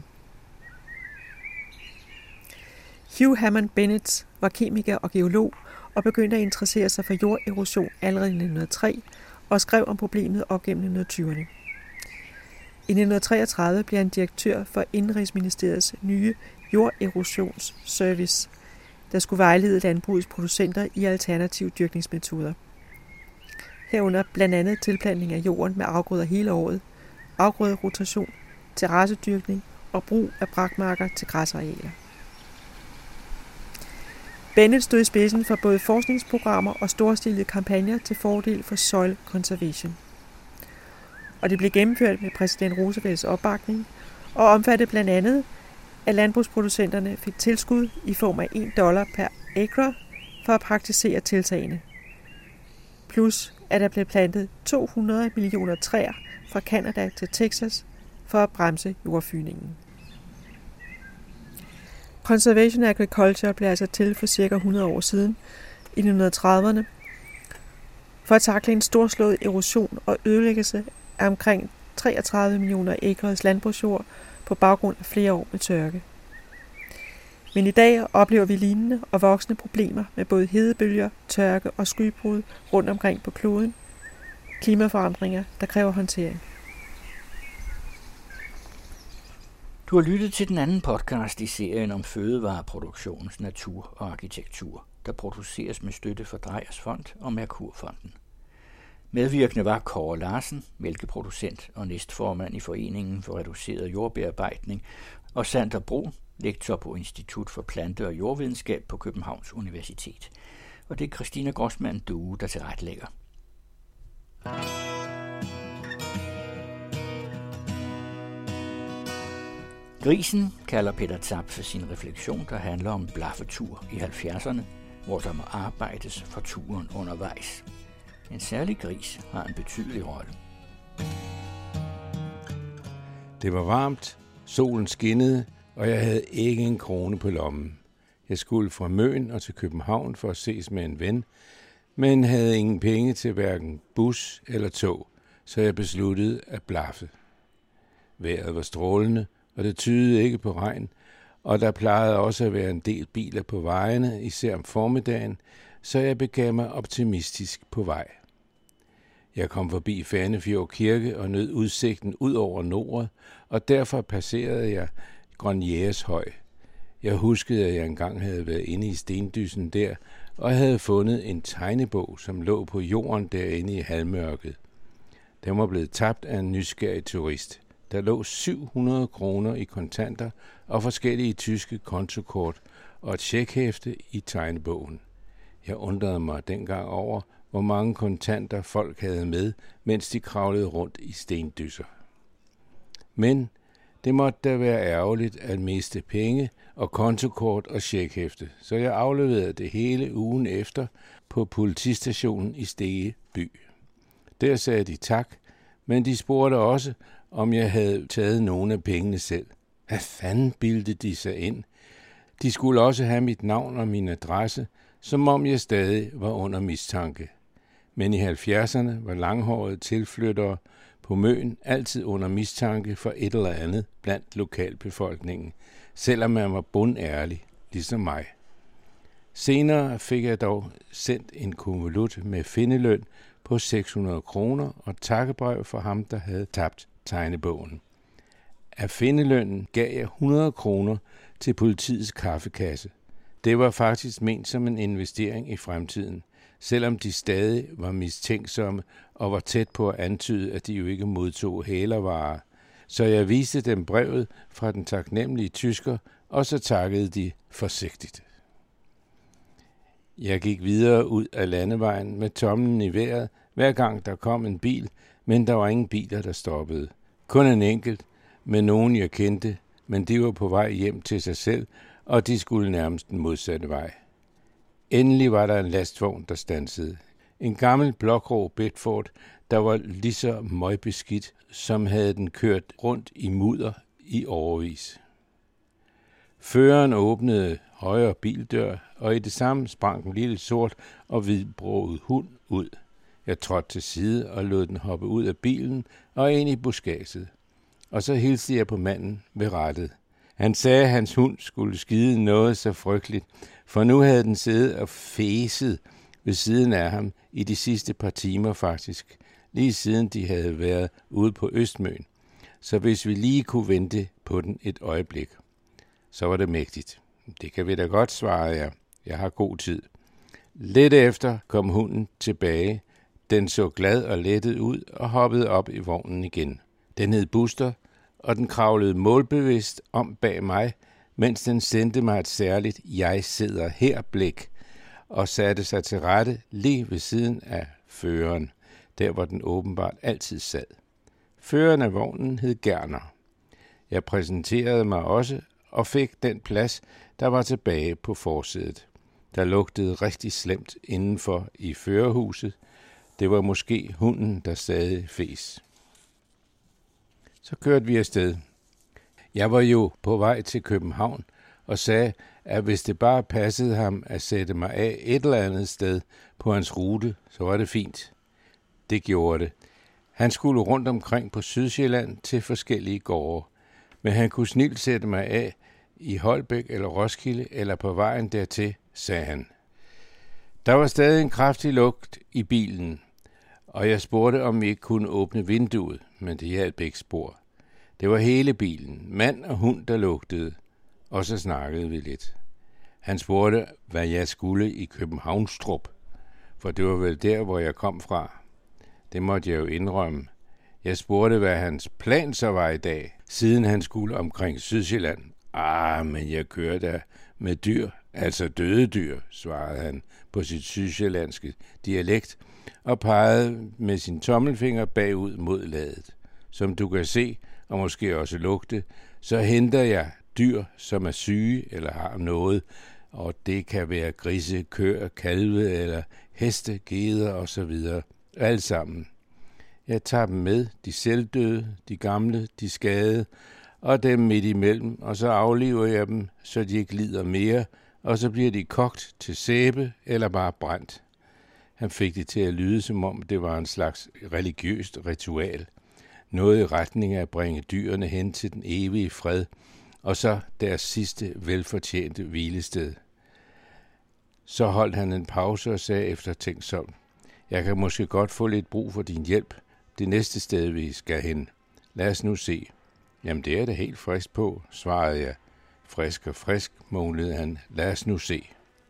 Hugh Hammond Bennett var kemiker og geolog og begyndte at interessere sig for jorderosion allerede i 1903 og skrev om problemet op gennem 1920'erne. I 1933 blev han direktør for Indenrigsministeriets nye jorderosionsservice, der skulle vejlede landbrugets producenter i alternative dyrkningsmetoder. Herunder blandt andet tilplantning af jorden med afgrøder hele året, afgrøderotation, terrassedyrkning og brug af brakmarker til græsarealer. Bennett stod i spidsen for både forskningsprogrammer og storstilede kampagner til fordel for soil conservation. Og det blev gennemført med præsident Roosevelts opbakning og omfattede blandt andet, at landbrugsproducenterne fik tilskud i form af $1 per acre for at praktisere tiltagene. Plus at der blev plantet 200 millioner træer fra Canada til Texas for at bremse jordfyningen. Conservation Agriculture blev altså til for cirka 100 år siden, i 1930'erne, for at takle en storslået erosion og ødelæggelse af omkring 33 millioner acres landbrugsjord på baggrund af flere år med tørke. Men i dag oplever vi lignende og voksende problemer med både hedebølger, tørke og skybrud rundt omkring på kloden. Klimaforandringer, der kræver håndtering. Du har lyttet til den anden podcast i serien om fødevareproduktionens natur og arkitektur, der produceres med støtte fra Dreyers Fond og Merkurfonden. Medvirkende var Kåre Larsen, mælkeproducent og næstformand i Foreningen for Reduceret Jordbearbejdning, og Sander Brun, lektor på Institut for Plante- og Jordvidenskab på Københavns Universitet. Og det er Christina Grossmann Due, der tilrettelægger. Grisen kalder Peter Zapfe sin refleksion, der handler om blaffetur i 70'erne, hvor der må arbejdes for turen undervejs. En særlig gris har en betydelig rolle. Det var varmt, solen skinnede, og jeg havde ikke en krone på lommen. Jeg skulle fra Møn og til København for at ses med en ven, men havde ingen penge til hverken bus eller tog, så jeg besluttede at blaffe. Vejret var strålende, og det tydede ikke på regn, og der plejede også at være en del biler på vejene, især om formiddagen, så jeg begav mig optimistisk på vej. Jeg kom forbi Fanefjord Kirke og nød udsigten ud over Noret, og derfor passerede jeg Grønjæres Høj. Jeg huskede, at jeg engang havde været inde i stendyssen der, og havde fundet en tegnebog, som lå på jorden derinde i halvmørket. Den var blevet tabt af en nysgerrig turist. Der lå 700 kroner i kontanter og forskellige tyske kontokort og et checkhæfte i tegnebogen. Jeg undrede mig dengang over, hvor mange kontanter folk havde med, mens de kravlede rundt i stendysser. Men det måtte da være ærgerligt at miste penge og kontokort og checkhæfte, så jeg afleverede det hele ugen efter på politistationen i Stege by. Der sagde de tak, men de spurgte også, om jeg havde taget nogle af pengene selv. Hvad fanden bildte de sig ind? De skulle også have mit navn og min adresse, som om jeg stadig var under mistanke. Men i 70'erne var langhårede tilflyttere på Møn altid under mistanke for et eller andet blandt lokalbefolkningen, selvom man var bundærlig, ligesom mig. Senere fik jeg dog sendt en konvolut med findeløn på 600 kroner og takkebrev for ham, der havde tabt tegnebogen. Af findelønnen gav jeg 100 kroner til politiets kaffekasse. Det var faktisk ment som en investering i fremtiden, selvom de stadig var mistænksomme og var tæt på at antyde, at de jo ikke modtog hælervarer. Så jeg viste dem brevet fra den taknemmelige tysker, og så takkede de forsigtigt. Jeg gik videre ud af landevejen med tommelen i vejret, hver gang der kom en bil, men der var ingen biler, der stoppede. Kun en enkelt, med nogen jeg kendte, men de var på vej hjem til sig selv, og de skulle nærmest den modsatte vej. Endelig var der en lastvogn, der standsede. En gammel blågrå Bedford, der var lige så møgbeskidt, som havde den kørt rundt i mudder i årevis. Føreren åbnede højre bildør, og i det samme sprang en lille sort og hvidbroget hund ud. Jeg trådte til side og lod den hoppe ud af bilen og ind i buskadset. Og så hilste jeg på manden ved rattet. Han sagde, at hans hund skulle skide noget så frygteligt, for nu havde den siddet og fæset ved siden af ham i de sidste par timer faktisk, lige siden de havde været ude på Østmøn. Så hvis vi lige kunne vente på den et øjeblik, så var det mægtigt. Det kan vi da godt, svarede jeg. Jeg har god tid. Lidt efter kom hunden tilbage. Den så glad og lettet ud og hoppede op i vognen igen. Den hed Buster, og den kravlede målbevidst om bag mig, mens den sendte mig et særligt "jeg sidder her" blik, og satte sig til rette lige ved siden af føreren, der hvor den åbenbart altid sad. Føreren af vognen hed Gerner. Jeg præsenterede mig også og fik den plads, der var tilbage på forsædet. Der lugtede rigtig slemt indenfor i førerhuset. Det var måske hunden, der stadig fes. Så kørte vi afsted. Jeg var jo på vej til København og sagde, at hvis det bare passede ham at sætte mig af et eller andet sted på hans rute, så var det fint. Det gjorde det. Han skulle rundt omkring på Sydsjælland til forskellige gårde, men han kunne snilt sætte mig af i Holbæk eller Roskilde eller på vejen dertil, sagde han. Der var stadig en kraftig lugt i bilen, og jeg spurgte, om vi ikke kunne åbne vinduet, men det hjalp ikke spor. Det var hele bilen, mand og hund, der lugtede, og så snakkede vi lidt. Han spurgte, hvad jeg skulle i Københavnstrup, for det var vel der, hvor jeg kom fra. Det måtte jeg jo indrømme. Jeg spurgte, hvad hans plan så var i dag, siden han skulle omkring Sydsjælland. Men jeg kører da med dyr, altså døde dyr, svarede han på sit sydsjællandske dialekt, og pegede med sin tommelfinger bagud mod ladet. Som du kan se, og måske også lugte, så henter jeg dyr, som er syge eller har noget, og det kan være grise, køer, kalve eller heste, geder osv. Alt sammen. Jeg tager dem med, de selvdøde, de gamle, de skadede, og dem midt imellem, og så afliver jeg dem, så de ikke lider mere, og så bliver de kogt til sæbe eller bare brændt. Han fik det til at lyde, som om det var en slags religiøst ritual. Noget i retning af at bringe dyrene hen til den evige fred, og så deres sidste velfortjente hvilested. Så holdt han en pause og sagde eftertænksomt, jeg kan måske godt få lidt brug for din hjælp, det næste sted vi skal hen. Lad os nu se. Jamen det er det helt frisk på, svarede jeg. Frisk og frisk, mumlede han. Lad os nu se.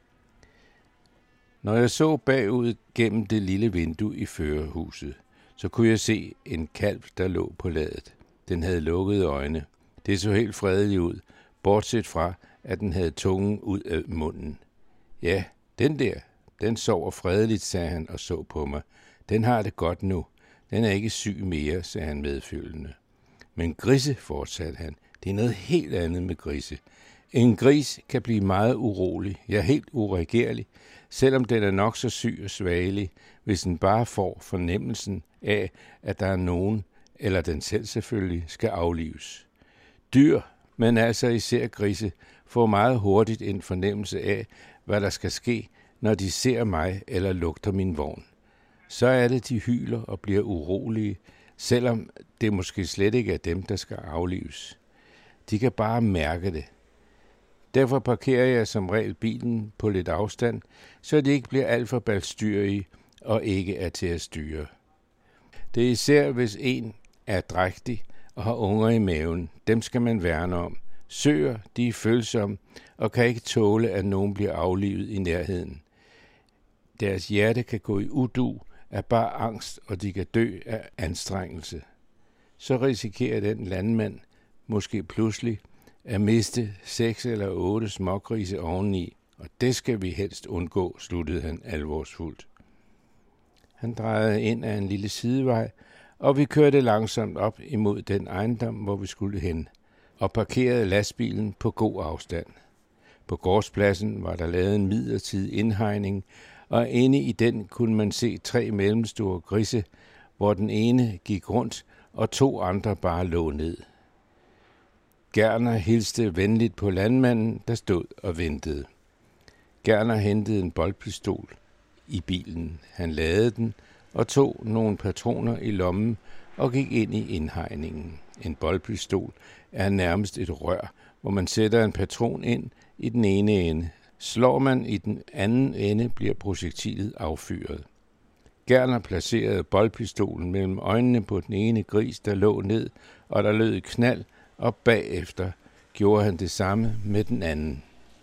Når jeg så bagud gennem det lille vindue i førerhuset, så kunne jeg se en kalv, der lå på ladet. Den havde lukkede øjne. Det så helt fredeligt ud, bortset fra, at den havde tungen ud af munden. Ja, den sover fredeligt, sagde han og så på mig. Den har det godt nu. Den er ikke syg mere, sagde han medfølende. Men grise, fortsatte han, det er noget helt andet med grise. En gris kan blive meget urolig, ja helt uregerlig, selvom den er nok så syg og svagelig, hvis den bare får fornemmelsen af, at der er nogen, eller den selv selvfølgelig, skal aflives. Dyr, men altså især grise, får meget hurtigt en fornemmelse af, hvad der skal ske, når de ser mig eller lugter min vogn. Så er det, de hyler og bliver urolige, selvom det måske slet ikke er dem, der skal aflives. De kan bare mærke det. Derfor parkerer jeg som regel bilen på lidt afstand, så de ikke bliver alt for balstyrige og ikke er til at styre. Det er især, hvis en er drægtig og har unger i maven. Dem skal man værne om. Søer, de er følsomme og kan ikke tåle, at nogen bliver aflivet i nærheden. Deres hjerte kan gå i udu af bare angst, og de kan dø af anstrengelse. Så risikerer den landmand måske pludselig at miste 6 eller 8 smågrise oveni, og det skal vi helst undgå, sluttede han alvorsfuldt. Han drejede ind af en lille sidevej, og vi kørte langsomt op imod den ejendom, hvor vi skulle hen, og parkerede lastbilen på god afstand. På gårdspladsen var der lavet en midlertidig indhegning, og inde i den kunne man se 3 mellemstore grise, hvor den ene gik rundt, og 2 andre bare lå ned. Gerner hilste venligt på landmanden, der stod og ventede. Gerner hentede en boldpistol i bilen. Han ladede den og tog nogle patroner i lommen og gik ind i indhegningen. En boldpistol er nærmest et rør, hvor man sætter en patron ind i den ene ende. Slår man i den anden ende, bliver projektilet affyret. Gerner placerede boldpistolen mellem øjnene på den ene gris, der lå ned, og der lød et knald, og bagefter gjorde han det samme med den anden.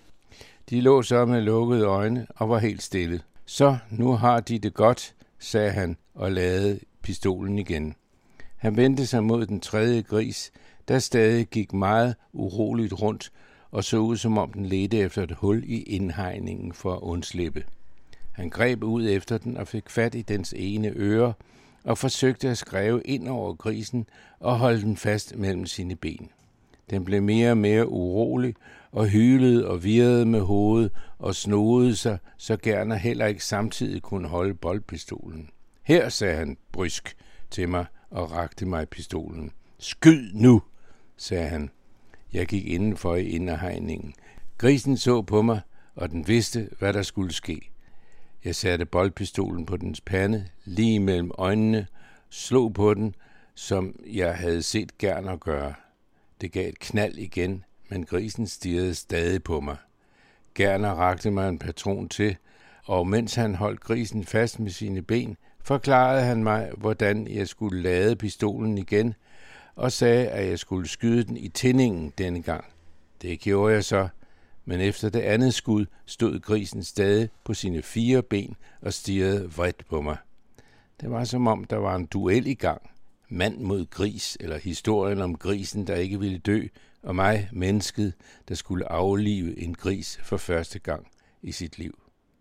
De lå så med lukkede øjne og var helt stille. Så nu har de det godt, sagde han og ladede pistolen igen. Han vendte sig mod den 3. gris, der stadig gik meget uroligt rundt og så ud, som om den ledte efter et hul i indhegningen for at undslippe. Han greb ud efter den og fik fat i dens ene øre og forsøgte at skræve ind over grisen og holde den fast mellem sine ben. Den blev mere og mere urolig og hylede og virrede med hovedet og snodede sig, så Gerner heller ikke samtidig kunne holde boldpistolen. Her, sagde han brysk til mig og rakte mig pistolen. Skyd nu, sagde han. Jeg gik indenfor i inderhegningen. Grisen så på mig, og den vidste, hvad der skulle ske. Jeg satte boldpistolen på dens pande, lige mellem øjnene, slog på den, som jeg havde set Gerner gøre. Det gav et knald igen, men grisen stirrede stadig på mig. Gerner rakte mig en patron til, og mens han holdt grisen fast med sine ben, forklarede han mig, hvordan jeg skulle lade pistolen igen, og sagde, at jeg skulle skyde den i tændingen denne gang. Det gjorde jeg så, men efter det andet skud stod grisen stadig på sine 4 ben og stirrede vredt på mig. Det var som om, der var en duel i gang. Mand mod gris, eller historien om grisen, der ikke ville dø, og mig, mennesket, der skulle aflive en gris for første gang i sit liv.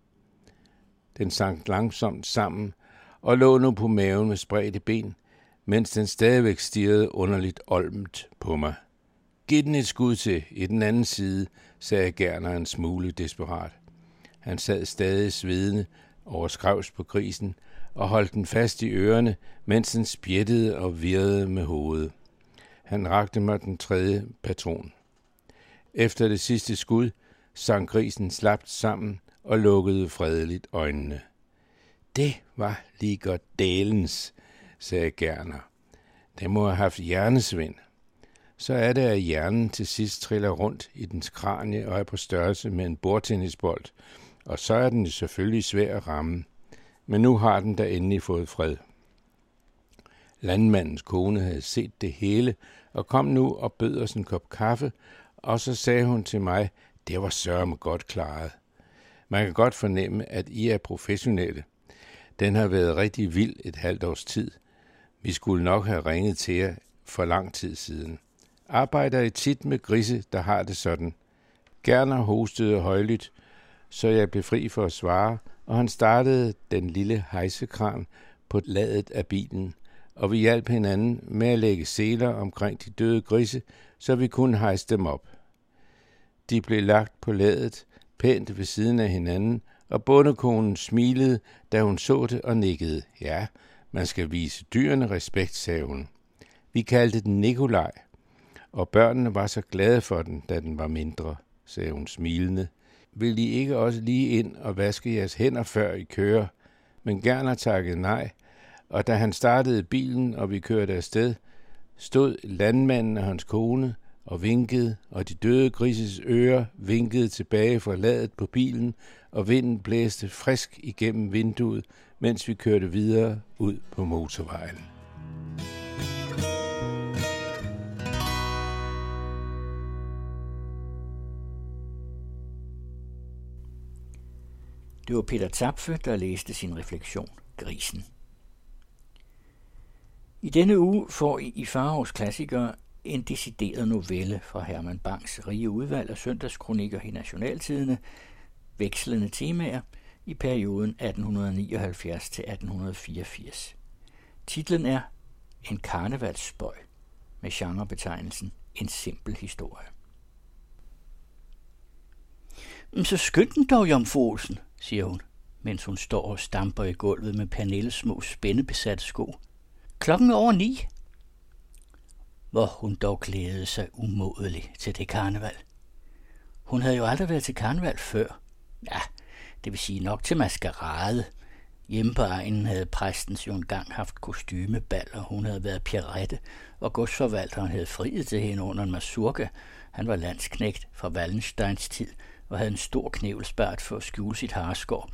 Den sank langsomt sammen og lå nu på maven med spredte ben, mens den stadigvæk stirrede underligt olmt på mig. Giv den et skud til i den anden side, sagde Gerner en smule desperat. Han sad stadig svedende over skrevs på grisen og holdt den fast i ørerne, mens den spjættede og virrede med hovedet. Han rakte mig den 3. patron. Efter det sidste skud sank grisen slapt sammen og lukkede fredeligt øjnene. Det var lige godt dælens, sagde Gerner. Det må have haft hjernesvind. Så er det, at hjernen til sidst triller rundt i dens kranie og er på størrelse med en bordtennisbold, og så er den selvfølgelig svær at ramme. Men nu har den da endelig fået fred. Landmandens kone havde set det hele og kom nu og bød os en kop kaffe Og så sagde hun til mig, det var sørme godt klaret. Man kan godt fornemme, at I er professionelle. Den har været rigtig vild et halvt års tid. Vi skulle nok have ringet til jer for lang tid siden. Arbejder I tit med grise, der har det sådan? Gerner hostede højlydt, så jeg blev fri for at svare, og han startede den lille hejsekran på ladet af bilen, og vi hjalp hinanden med at lægge seler omkring de døde grise, så vi kunne hejse dem op. De blev lagt på ladet, pænt ved siden af hinanden, og bondekonen smilede, da hun så det og nikkede. Ja, man skal vise dyrene respekt, sagde hun. Vi kaldte den Nikolaj, og børnene var så glade for den, da den var mindre, sagde hun smilende. Vil I ikke også lige ind og vaske jeres hænder, før I kører? Men Gerner takkede nej, og da han startede bilen, og vi kørte afsted, stod landmanden og hans kone og vinkede, og de døde grises ører vinkede tilbage fra ladet på bilen, og vinden blæste frisk igennem vinduet, mens vi kørte videre ud på motorvejen. Det var Peter Zapfe, der læste sin refleksion, Grisen. I denne uge får I i Farovs Klassikere en decideret novelle fra Herman Bangs rige udvalg af søndagskronikker i Nationaltidene, vekslende temaer i perioden 1879 til 1884. Titlen er En karnevalsspøg med genrebetegnelsen En simpel historie. Så skynd den dog, Jomfru Olsen, siger hun, mens hun står og stamper i gulvet med Pernilles små spændebesatte sko. 9:00. Hvor hun dog glædede sig umådeligt til det karneval. Hun havde jo aldrig været til karneval før. Ja, det vil sige nok til maskerade. Hjemme på egnen havde præstens jo engang haft kostymebal, og hun havde været Pierrette, og godsforvalteren havde friet til hende under en mazurka. Han var landsknægt fra Wallensteins tid, og havde en stor knævelsbart for at skjule sit harskår.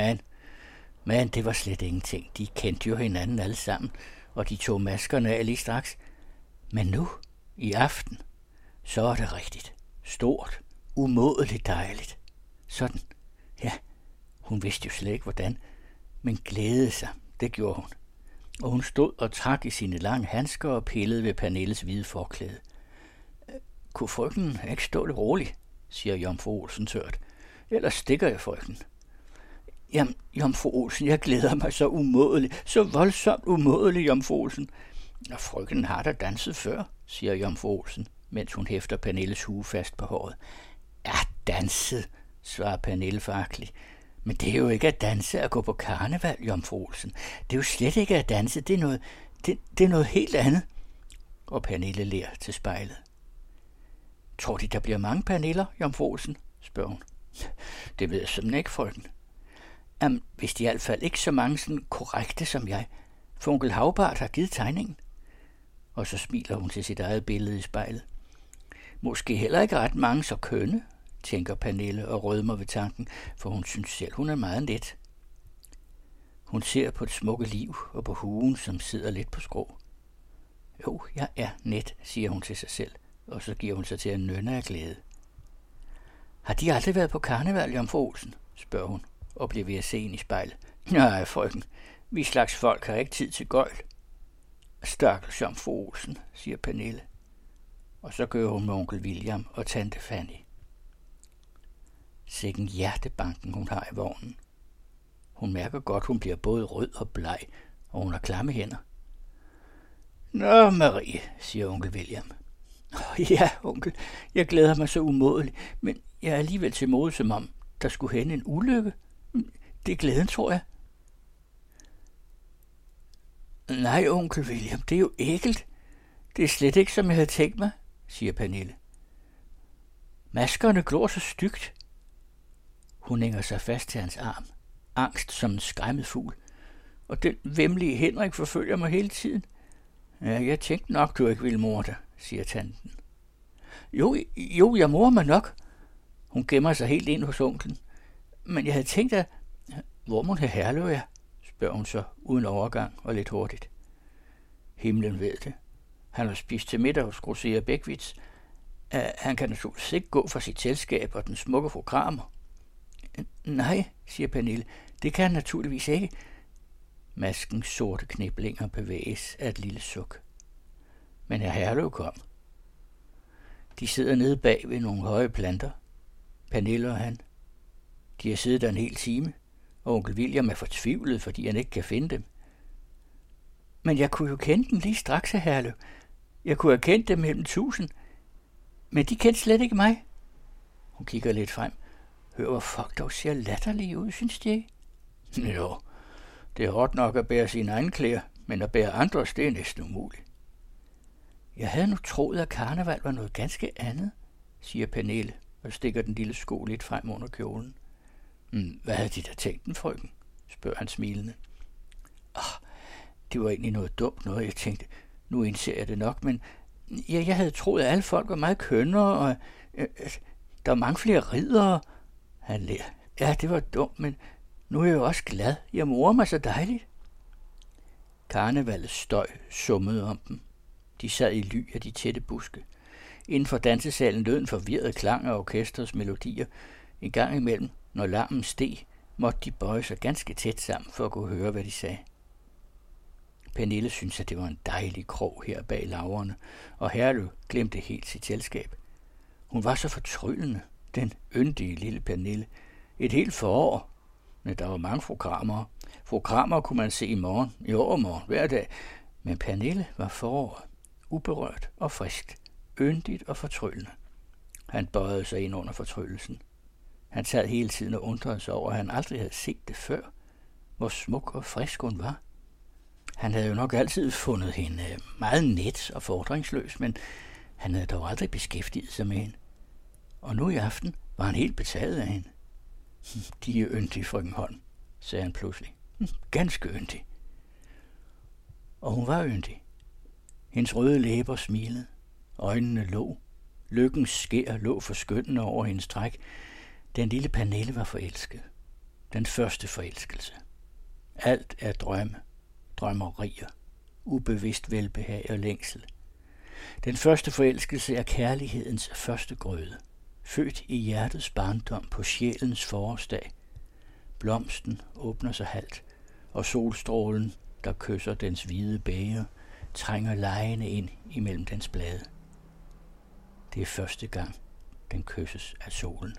Men det var slet ingenting. De kendte jo hinanden alle sammen, og de tog maskerne af lige straks. Men nu, i aften, så er det rigtigt. Stort, umådeligt dejligt. Sådan, ja, hun vidste jo slet ikke hvordan, men glædede sig, det gjorde hun. Og hun stod og trak i sine lange handsker og pillede ved Pernilles hvide forklæde. Kunne frøken ikke stå lidt rolig, siger Jomfru Olsen tørt. Ellers stikker jeg frøken. Jamen, Jomfru Olsen, jeg glæder mig så umådeligt, så voldsomt umådeligt, Jomfru Olsen. Og frøken har da danset før, siger Jomfru Olsen, mens hun hæfter Pernilles hue fast på håret. Ja, danset, svarer Pernille foragteligt. Men det er jo ikke at danse at gå på karneval, Jomfru Olsen. Det er jo slet ikke at danse, det er noget helt andet. Og Pernille ler til spejlet. Tror de, der bliver mange Perniller, Jomfru Olsen, spørger hun. Det ved jeg sådan ikke, frøken. Jamen, hvis de i hvert fald ikke så mange sådan korrekte som jeg, for onkel Havbart har givet tegningen. Og så smiler hun til sit eget billede i spejlet. Måske heller ikke ret mange så kønne, tænker Pernille og rødmer ved tanken, for hun synes selv, hun er meget net. Hun ser på det smukke liv og på huen, som sidder lidt på skrå. Jo, jeg er net, siger hun til sig selv, og så giver hun sig til at nynne af glæde. Har de aldrig været på karneval, Jomfru Olsen, spørger hun, og bliver ved at se ind i spejlet. Nej, frøken, vi slags folk har ikke tid til gøjl. Stakkels Jomfru Olsen, siger Pernille, og så gør hun med onkel William og tante Fanny. Sikken hjertebanken hun har i vognen. Hun mærker godt, hun bliver både rød og bleg, og hun har klamme hænder. Nå, Marie, siger onkel William. Ja, onkel, jeg glæder mig så umådeligt, men jeg er alligevel til mode, som om der skulle hænde en ulykke. Det er glæden, tror jeg. Nej, onkel William, det er jo ægelt. Det er slet ikke, som jeg havde tænkt mig, siger Pernille. Maskerne glor så stygt. Hun hænger sig fast til hans arm, angst som en skræmmet fugl, og den væmmelige Henrik forfølger mig hele tiden. Ja, jeg tænkte nok, du ikke ville morde dig, siger tanten. Jo, jeg morer mig nok. Hun gemmer sig helt ind hos onklen. Men jeg havde tænkt, at hvor mon herr Herlev er, spørger hun så, uden overgang og lidt hurtigt. Himlen ved det. Han har spist til middag hos grosserer Bækvits. Han kan naturligvis ikke gå for sit selskab og den smukke fru Kramer. Nej, siger Pernille, det kan han naturligvis ikke. Maskens sorte kniblinger bevæges af et lille suk. Men hr. Herløv kom. De sidder nede bag ved nogle høje planter. Pernille og han. De har siddet der en hel time, og onkel William er fortvivlet, fordi han ikke kan finde dem. Men jeg kunne jo kende dem lige straks, hr. Herløv. Jeg kunne have kendt dem mellem 1000. Men de kendte slet ikke mig. Hun kigger lidt frem. Hør, hvor folk dog ser latterlige ud, synes de ikke? Jo, det er hårdt nok at bære sine egne klæder, men at bære andres, det er næsten umuligt. Jeg havde nu troet, at karneval var noget ganske andet, siger Pernille og stikker den lille sko lidt frem under kjolen. Hvad havde de da tænkt den, frøken? Spørger han smilende. Det var egentlig noget dumt noget, jeg tænkte. Nu indser jeg det nok, men jeg havde troet, at alle folk var meget kønnere, og der var mange flere riddere. Han ler. Ja, det var dumt, men nu er jeg jo også glad. Jeg morer mig så dejligt. Karnevallets støj summede om dem. De sad i ly af de tætte buske. Inden for dansesalen lød en forvirret klang af orkestrets melodier. En gang imellem, når larmen steg, måtte de bøje sig ganske tæt sammen for at kunne høre, hvad de sagde. Pernille syntes, at det var en dejlig krog her bag laverne, og Herløv glemte helt sit selskab. Hun var så fortryllende, den yndige lille Pernille. Et helt forår. Men der var mange fru Kramer. Fru Kramer kunne man se i morgen, i overmorgen, hver dag. Men Pernille var foråret, uberørt og frisk, yndigt og fortryllende. Han bøjede sig ind under fortryllelsen. Han sad hele tiden og undrede sig over, at han aldrig havde set det før. Hvor smuk og frisk hun var. Han havde jo nok altid fundet hende meget net og fordringsløs, men han havde dog aldrig beskæftiget sig med hende. Og nu i aften var han helt betaget af hende. De er yndige, frøken Holm, sagde han pludselig. Ganske yndig. Og hun var yndig. Hendes røde læber smilede. Øjnene lå. Lykkens skær lå forskyndende over hendes træk. Den lille Pernille var forelsket. Den første forelskelse. Alt er drømme, drømmerier, ubevidst velbehag og længsel. Den første forelskelse er kærlighedens første grøde. Født i hjertets barndom på sjælens forårsdag. Blomsten åbner sig halvt, og solstrålen, der kysser dens hvide bæger, trænger legende ind imellem dens blade. Det er første gang, den kysses af solen.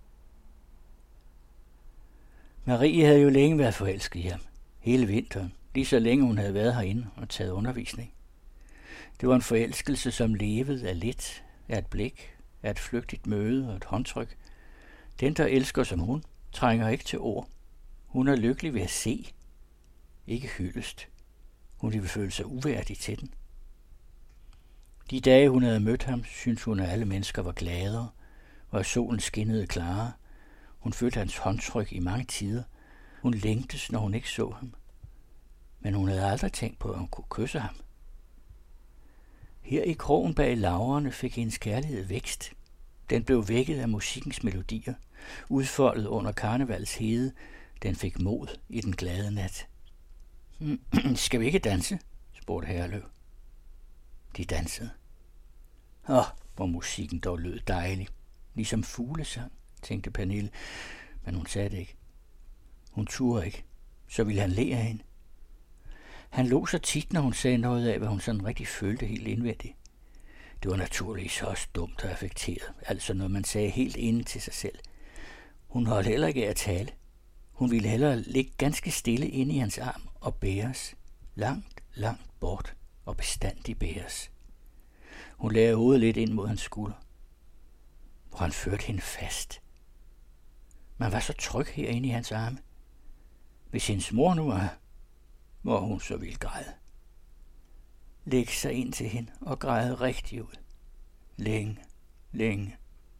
Marie havde jo længe været forelsket i ham, hele vinteren, lige så længe hun havde været herinde og taget undervisning. Det var en forelskelse, som levede af lidt, af et blik, af et flygtigt møde og et håndtryk. Den, der elsker som hun, trænger ikke til ord. Hun er lykkelig ved at se, ikke hyldest. Hun ville føle sig uværdig til den. De dage, hun havde mødt ham, syntes hun, at alle mennesker var gladere, og at solen skinnede klarere. Hun følte hans håndtryk i mange tider. Hun længtes, når hun ikke så ham. Men hun havde aldrig tænkt på, at hun kunne kysse ham. Her i krogen bag laverne fik hendes kærlighed vækst. Den blev vækket af musikkens melodier, udfoldet under karnevals hede. Den fik mod i den glade nat. Skal vi ikke danse? Spurgte Herløv. De dansede. Hvor musikken dog lød dejlig. Ligesom fuglesang, tænkte Pernille, men hun sagde det ikke. Hun turde ikke. Så ville han le af hende. Han lå så tit, når hun sagde noget af, hvad hun sådan rigtig følte helt indvendigt. Det var naturligvis også dumt og affekteret, altså noget man sagde helt inde til sig selv. Hun holdt heller ikke af at tale. Hun ville hellere ligge ganske stille inde i hans arm og bæres. Langt, langt bort og bestandigt bæres. Hun lagde hovedet lidt ind mod hans skulder, hvor han førte hende fast. Man var så tryg herinde i hans arme. Hvis hendes mor nu var, hvor hun så ville græde. Lægge sig ind til hende og græde rigtig ud. Længe, længe.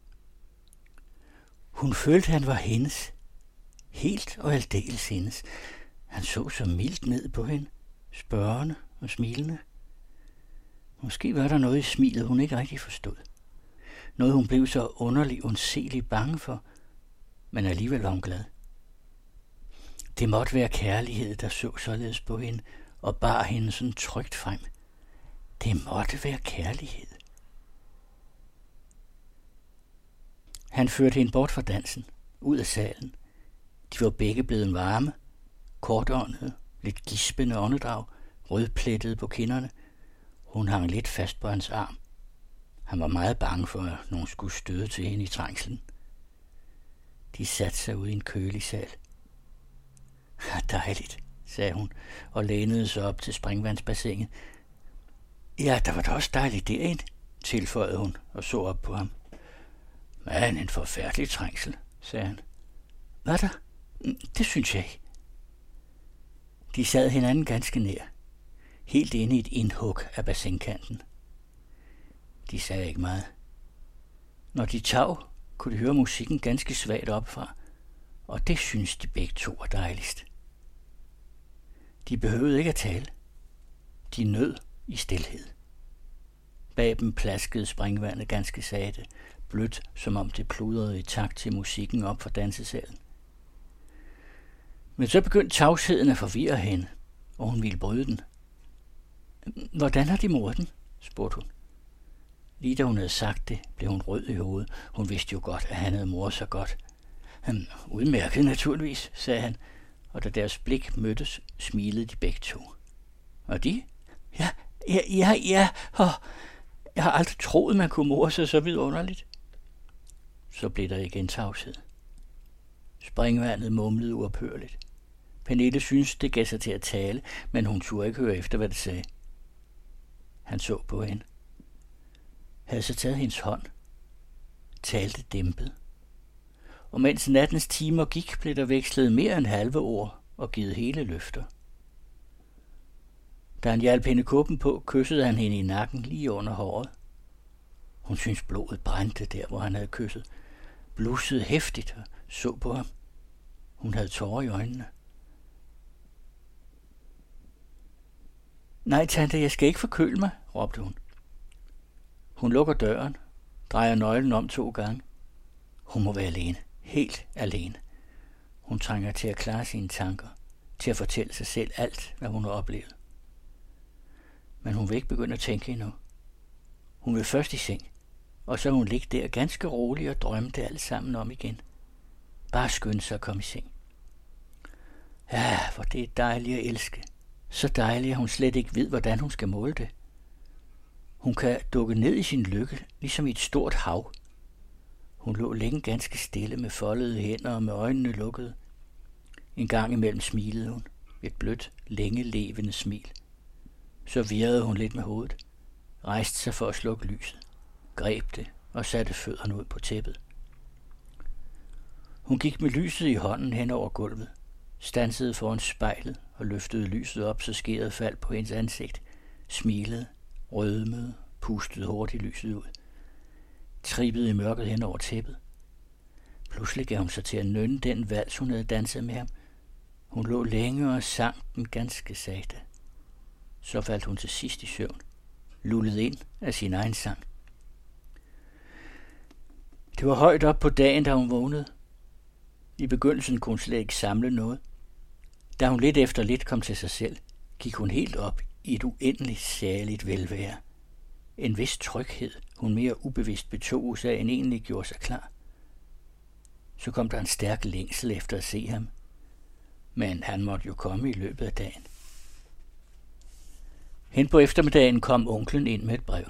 Hun følte, han var hendes. Helt og aldeles hendes. Han så så mildt ned på hende, spørgende og smilende. Måske var der noget i smilet, hun ikke rigtig forstod. Noget, hun blev så underligt undseligt bange for, men alligevel var hun glad. Det måtte være kærlighed, der så således på hende og bar hende sådan trygt frem. Det måtte være kærlighed. Han førte hende bort fra dansen, ud af salen. De var begge blevet varme, kortåndede, lidt gispende åndedrag, rødplettede på kinderne. Hun hang lidt fast på hans arm. Han var meget bange for, at nogen skulle støde til hende i trængslen. De satte sig ud i en kølig sal. Dejligt, sagde hun, og lænede sig op til springvandsbassinet. Ja, der var da også dejligt derinde, tilføjede hun og så op på ham. Men en forfærdelig trængsel, sagde han. Hvad der? Det synes jeg ikke. De sad hinanden ganske nær, helt inde i et indhug af bassinkanten. De sagde ikke meget. Når de tav, kunne de høre musikken ganske svagt opfra, og det synes de begge to var dejligst. De behøvede ikke at tale. De nød i stilhed. Bag dem plaskede springvandet ganske sagte, blødt, som om det pludrede i takt til musikken op fra dansesalen. Men så begyndte tavsheden at forvirre hende, og hun ville bryde den. Hvordan har de mordet den? Spurgte hun. Lige da hun havde sagt det, blev hun rød i hovedet. Hun vidste jo godt, at han havde mordet sig godt. Udmærket naturligvis, sagde han, og da deres blik mødtes, smilede de begge to. Og de? Ja. Jeg har aldrig troet, man kunne morde sig så vidunderligt. Så blev der igen tavshed. Springvandet mumlede uophørligt. Pernille syntes, det gav sig til at tale, men hun turde ikke høre efter, hvad det sagde. Han så på hende. Havde så taget hendes hånd. Talte dæmpet. Og mens nattens timer gik, blev der vekslet mere end halve ord og givet hele løfter. Da han hjalp hende kuppen på, kyssede han hende i nakken lige under håret. Hun syntes blodet brændte der, hvor han havde kysset. Blussede hæftigt og så på ham. Hun havde tårer i øjnene. Nej, tante, jeg skal ikke forkøle mig, råbte hun. Hun lukker døren, drejer nøglen om 2 gange. Hun må være alene, helt alene. Hun trænger til at klare sine tanker, til at fortælle sig selv alt, hvad hun har oplevet. Men hun vil ikke begynde at tænke endnu. Hun vil først i seng, og så vil hun ligge der ganske rolig og drømme det alt sammen om igen. Bare skynde sig at komme i seng. Ja, hvor det er dejligt at elske. Så dejligt, at hun slet ikke ved, hvordan hun skal måle det. Hun kan dukke ned i sin lykke, ligesom i et stort hav. Hun lå længe ganske stille med foldede hænder og med øjnene lukkede. En gang imellem smilede hun, et blødt, længe levende smil. Så virrede hun lidt med hovedet, rejste sig for at slukke lyset, greb det og satte fødderne ud på tæppet. Hun gik med lyset i hånden hen over gulvet, stansede foran spejlet og løftede lyset op, så skæret faldt på hendes ansigt, smilede, rødmede, pustede hurtigt lyset ud, trippede i mørket hen over tæppet. Pludselig gav hun sig til at nynne den vals, hun havde danset med ham. Hun lå længe og sang den ganske sagte. Så faldt hun til sidst i søvn, lullet ind af sin egen sang. Det var højt op på dagen, da hun vågnede. I begyndelsen kunne hun slet ikke samle noget. Da hun lidt efter lidt kom til sig selv, gik hun helt op i et uendeligt særligt velvære. En vis tryghed, hun mere ubevidst betog sig, end egentlig gjorde sig klar. Så kom der en stærk længsel efter at se ham. Men han måtte jo komme i løbet af dagen. Hen på eftermiddagen kom onklen ind med et brev.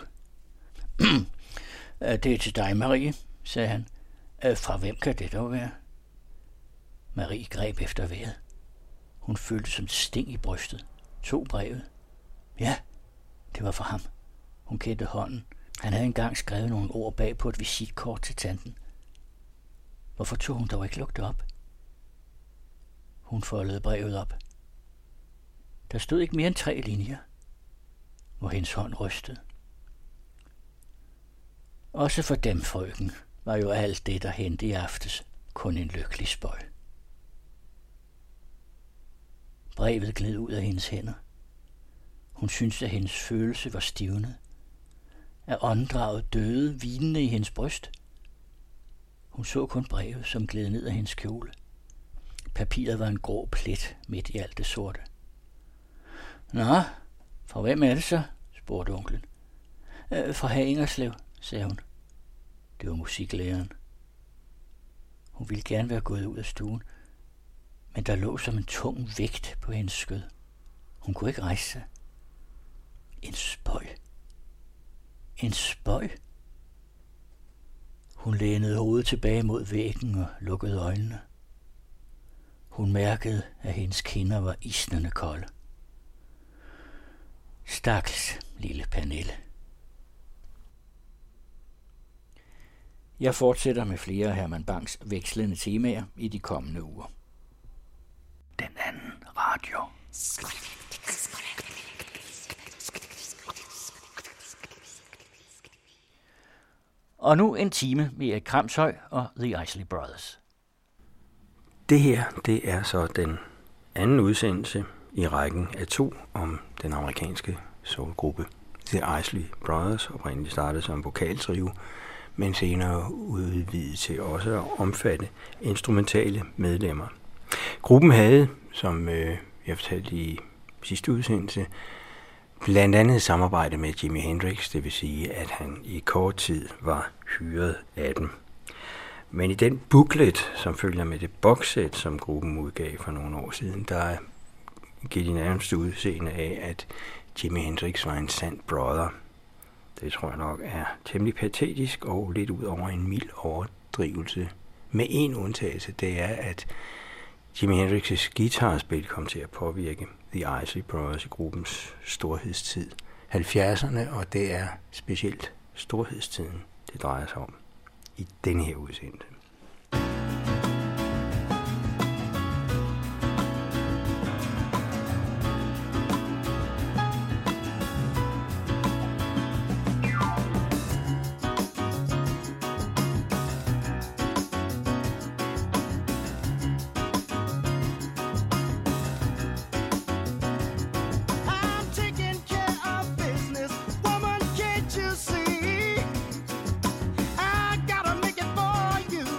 Det er til dig, Marie, sagde han. Fra hvem kan det dog være? Marie greb efter vejret. Hun følte som sting i brystet. Tog brevet. Ja, det var fra ham. Hun kendte hånden. Han havde engang skrevet nogle ord bag på et visitkort til tanten. Hvorfor tog hun dog ikke lugte op? Hun foldede brevet op. Der stod ikke mere end 3 linjer, hvor hendes hånd rystede. Også for dem, frøken, var jo alt det, der hentede i aftes, kun en lykkelig spøg. Brevet gled ud af hendes hænder. Hun syntes, at hendes følelse var stivnet. At åndedraget døde, hvinende i hendes bryst. Hun så kun brevet, som gled ned af hendes kjole. Papiret var en grå plet midt i alt det sorte. Nå, fra hvem er det så? Spurgte onklen. Fra herr Ingerslev, sagde hun. Det var musiklæreren. Hun ville gerne være gået ud af stuen, men der lå som en tung vægt på hendes skød. Hun kunne ikke rejse sig. En spøg. En spøg. Hun lænede hovedet tilbage mod væggen og lukkede øjnene. Hun mærkede, at hendes kinder var isnende kolde. Stakkels lille Pernille. Jeg fortsætter med flere af Herman Bangs vekslende temaer i de kommende uger. Den anden radio. Og nu en time med Erik Kramshøj og The Isley Brothers. Det her, det er så den anden udsendelse i rækken af 2 om den amerikanske soulgruppe The Isley Brothers, oprindeligt startede som vokaltrio, men senere udvidet til også at omfatte instrumentale medlemmer. Gruppen havde, som jeg fortalte i sidste udsendelse, blandt andet samarbejde med Jimi Hendrix, det vil sige, at han i kort tid var hyret af dem. Men i den booklet, som følger med det boxset, som gruppen udgav for nogle år siden, der giver de nærmest udseende af, at Jimi Hendrix var en sand brother. Det tror jeg nok er temmelig patetisk og lidt ud over en mild overdrivelse. Med en undtagelse, det er, at Jimi Hendrix' guitarspil kom til at påvirke The Isley Brothers i gruppens storhedstid. 70'erne, og det er specielt storhedstiden, det drejer sig om i denne her udsendelse. I gotta make it for you.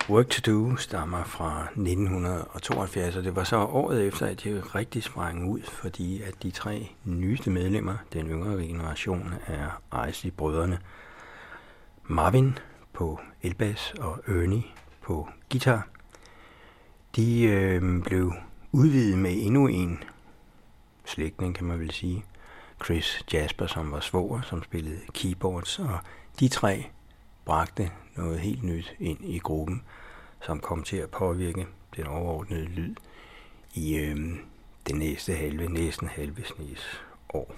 Work to Do stammer fra 1972, og det var så året efter, at jeg rigtig sprang ud, fordi at de 3 nyeste medlemmer, den yngre generation, er Isley-brødrene. Marvin på elbas og Ernie på guitar. De blev udvidet med endnu en slægtning, kan man vel sige. Chris Jasper, som var svoger, som spillede keyboards, og de 3 bragte noget helt nyt ind i gruppen, som kom til at påvirke den overordnede lyd i det næsten halve snes år.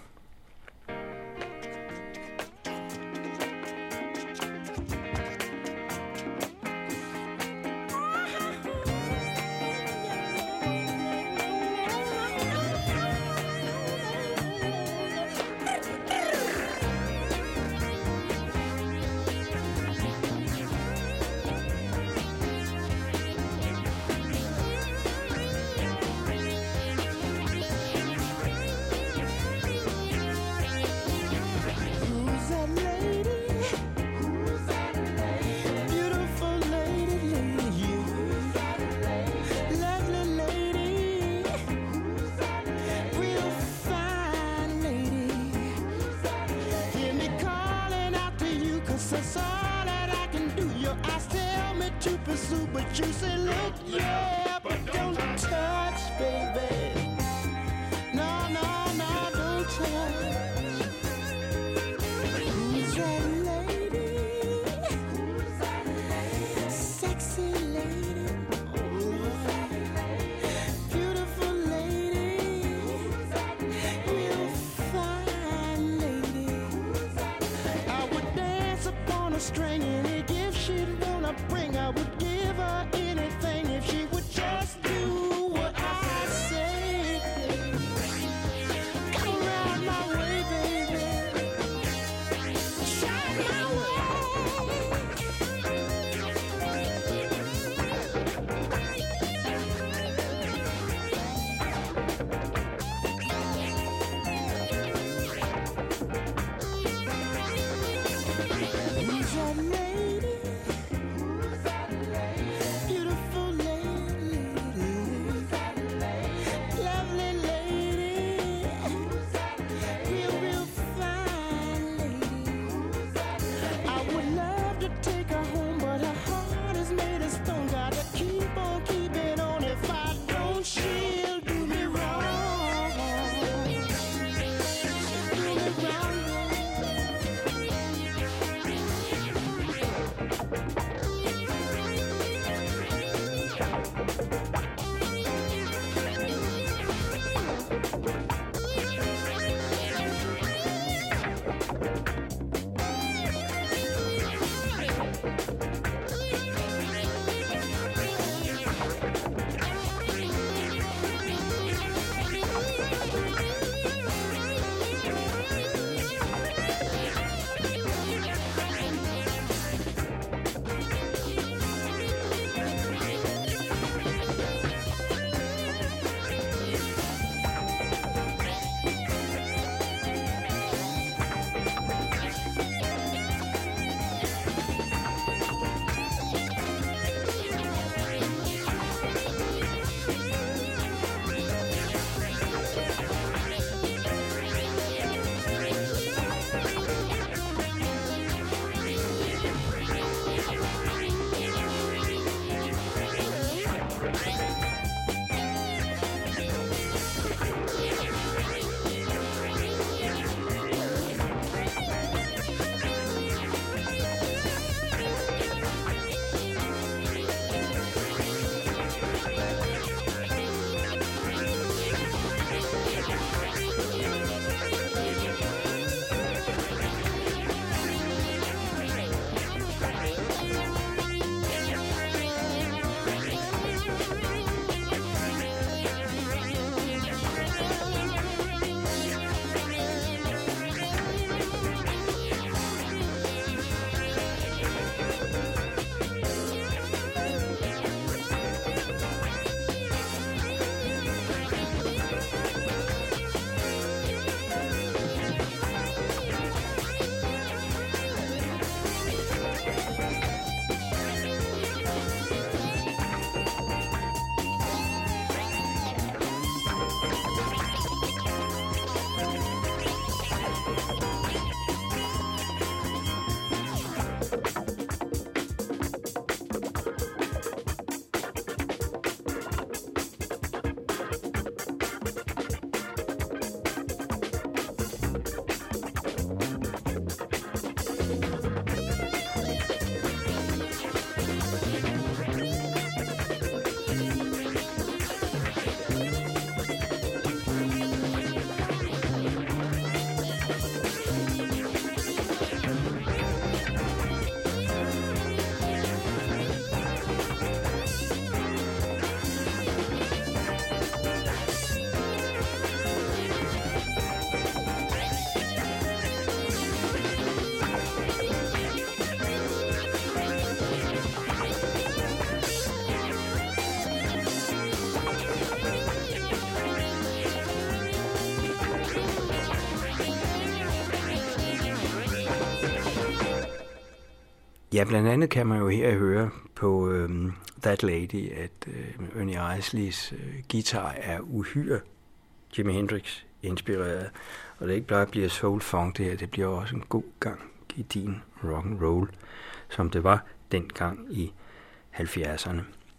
Ja, blandt andet kan man jo her høre på That Lady, at Ernie Isleys guitar er uhyre Jimi Hendrix inspireret. Og det ikke bare bliver soul funk det her, det bliver også en god gang i din rock and roll, som det var dengang i 70'erne.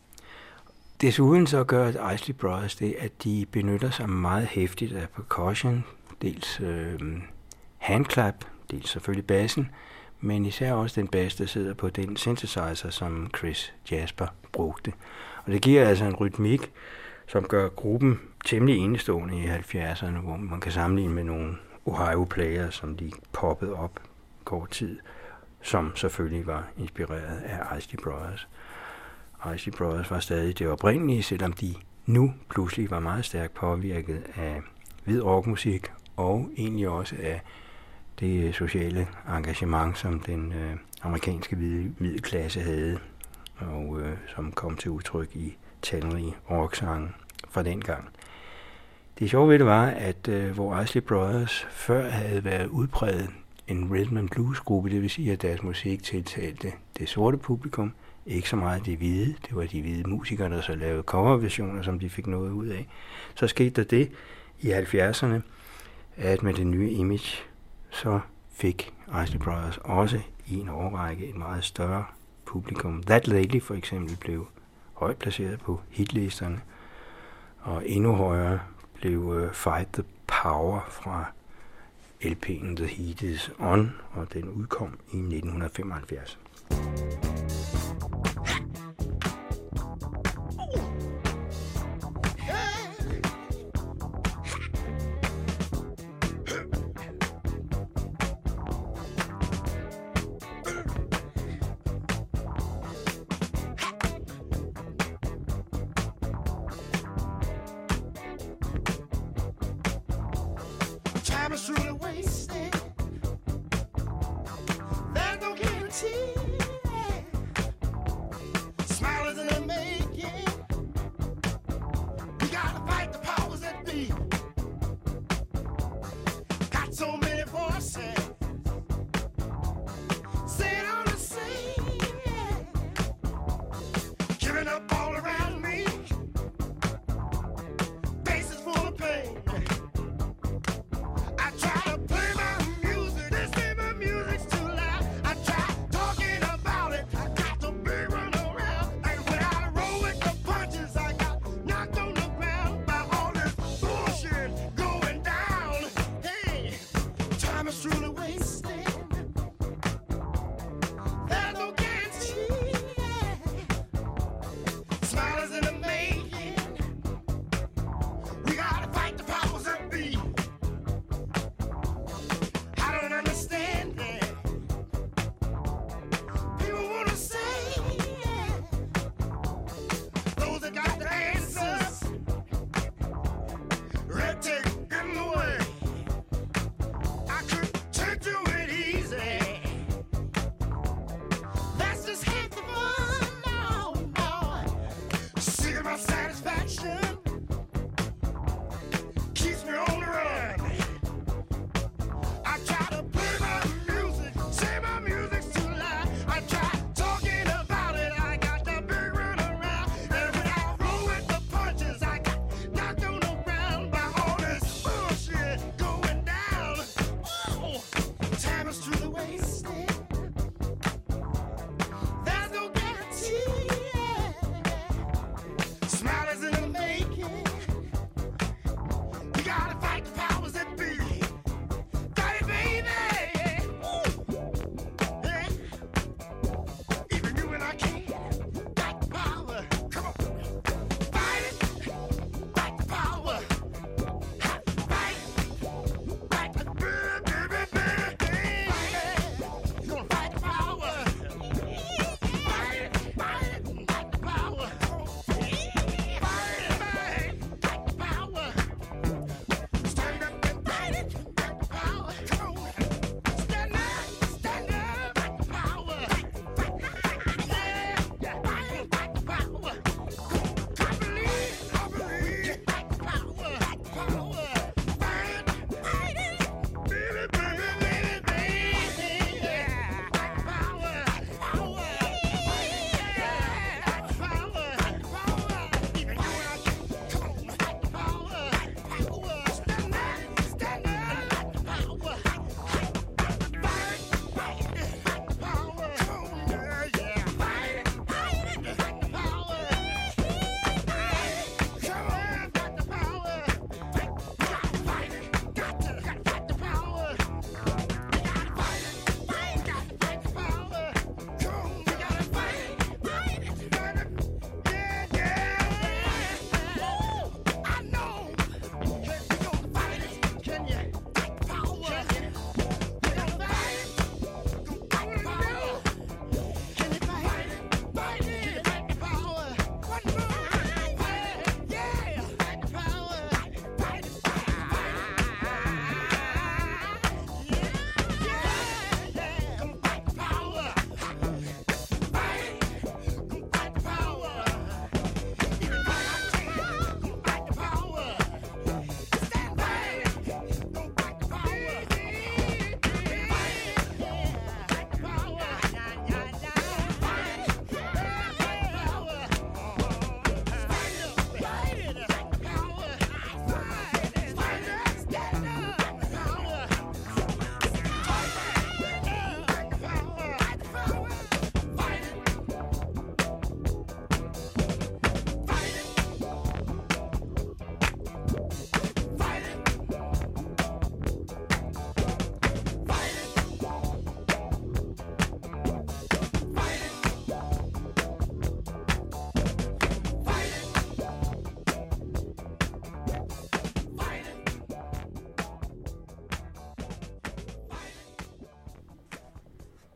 Desuden så gør Isley Brothers det, at de benytter sig meget hæftigt af percussion, dels handclap, dels selvfølgelig bassen, men især også den bass, der sidder på den synthesizer, som Chris Jasper brugte. Og det giver altså en rytmik, som gør gruppen temmelig enestående i 70'erne, hvor man kan sammenligne med nogle Ohio-player, som de poppede op kort tid, som selvfølgelig var inspireret af Isley Brothers. Isley Brothers var stadig det oprindelige, selvom de nu pludselig var meget stærkt påvirket af hvid rockmusik og egentlig også af det sociale engagement, som den amerikanske hvide klasse havde, og som kom til udtryk i talrige rocksange fra den gang. Det sjove ved det var, at hvor Isley Brothers før havde været udpræget en rhythm and blues gruppe, det vil sige, at deres musik tiltalte det sorte publikum, ikke så meget det hvide. Det var de hvide musikere, der så lavede coverversioner, som de fik noget ud af. Så skete der det i 70'erne, at med det nye image, så fik Isley Brothers også i en årrække et meget større publikum. That Lady for eksempel blev højt placeret på hitlisterne, og endnu højere blev Fight the Power fra LP'en The Heat Is On, og den udkom i 1975. There's no guarantee.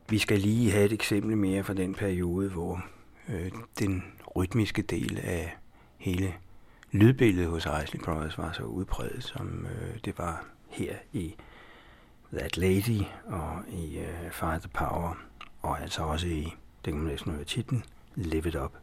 Vi skal lige have et eksempel mere fra den periode, hvor den rytmiske del af hele lydbilledet hos Isley Brothers var så udbredt, som det var her i That Lady og i Fight the Power, og altså også i, det kan man næsten høre titlen, Live It Up.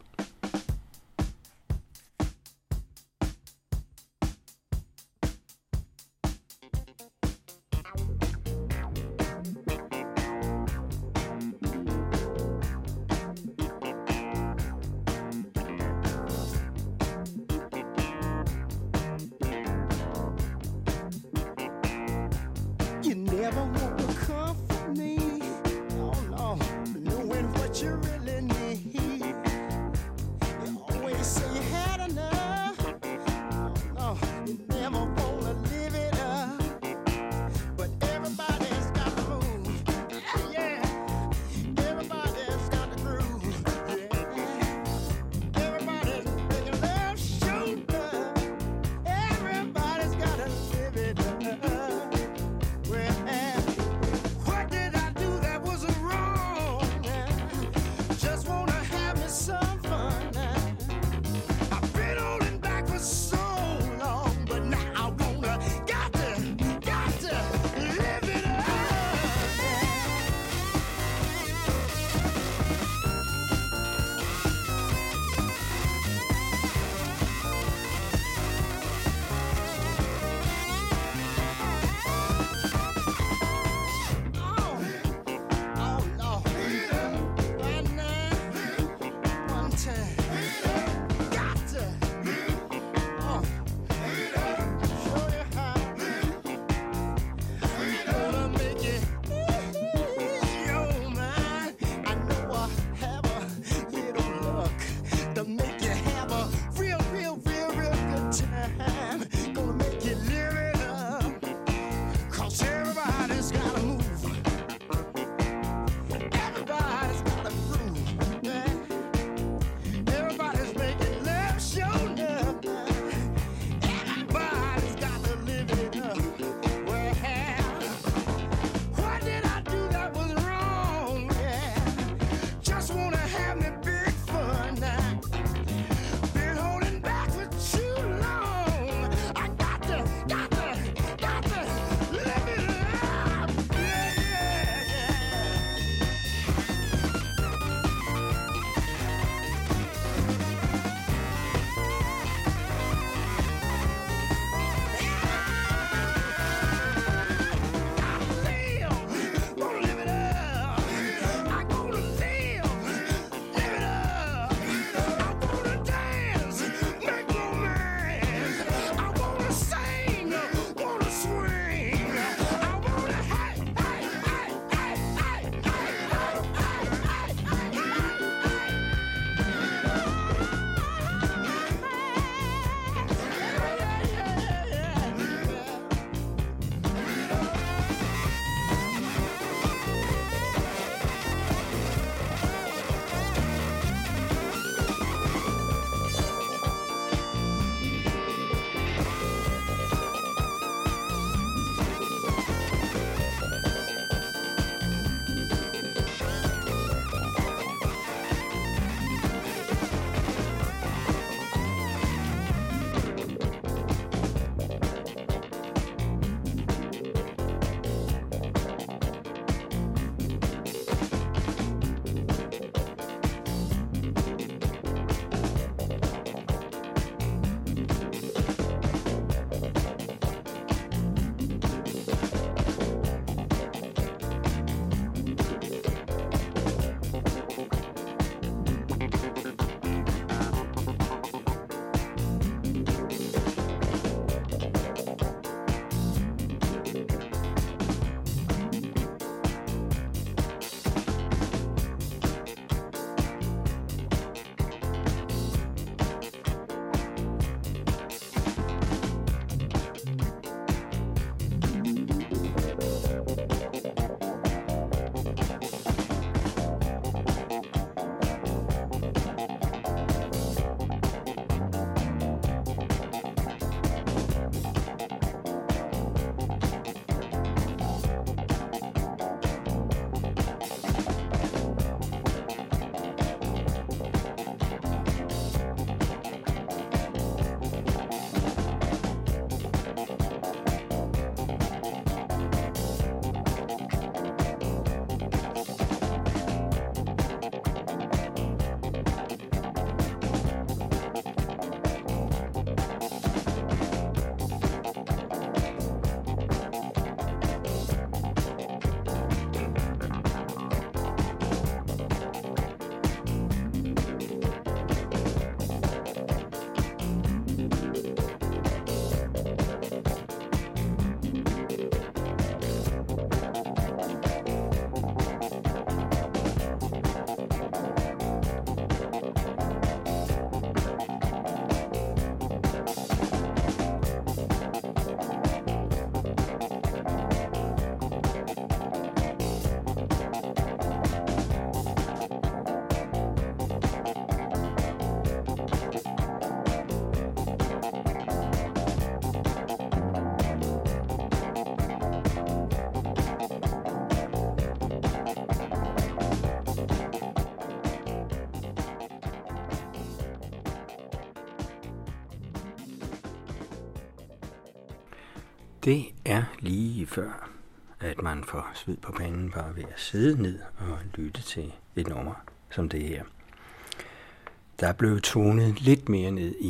Det er lige før, at man får sved på panden bare ved at sidde ned og lytte til et nummer som det her. Der blev tonet lidt mere ned i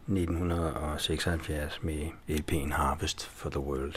1976 med LP'en Harvest for the World.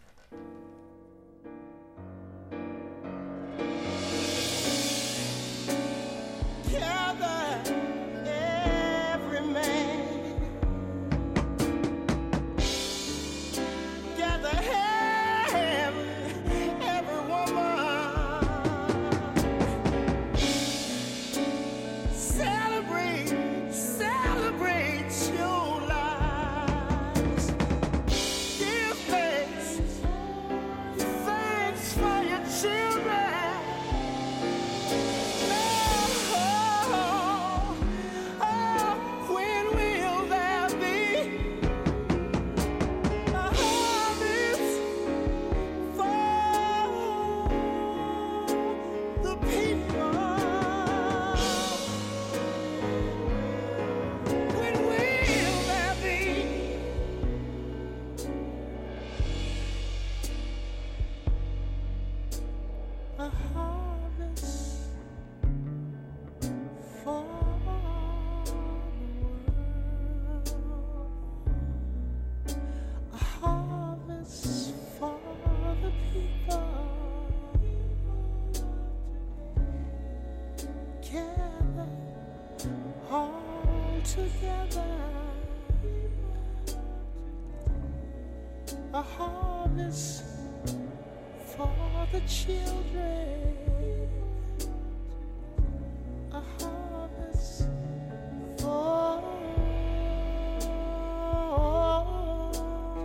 A harvest for the children, a harvest for the world.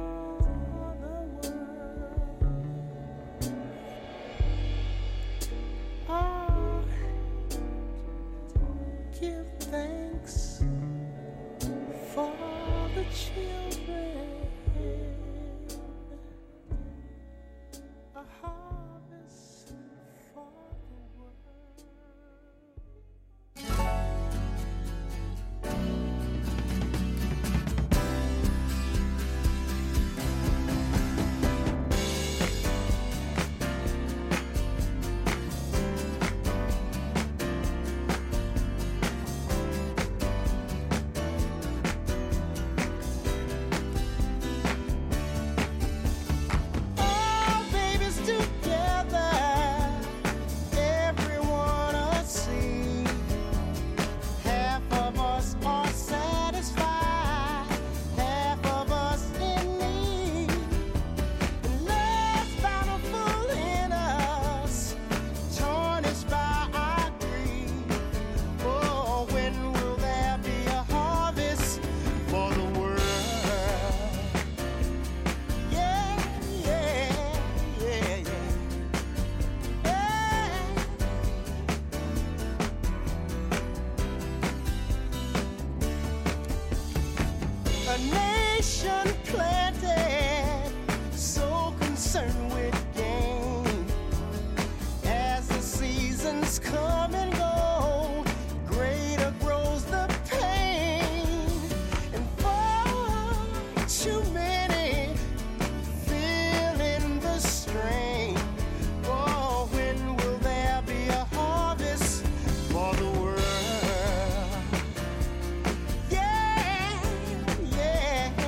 Oh, give thanks for the children. A harvest for the world. A nation planted, so concerned with gain. As the seasons come and go, greater grows the pain. And far too many feeling the strain. Oh, when will there be a harvest for the world? Yeah, yeah.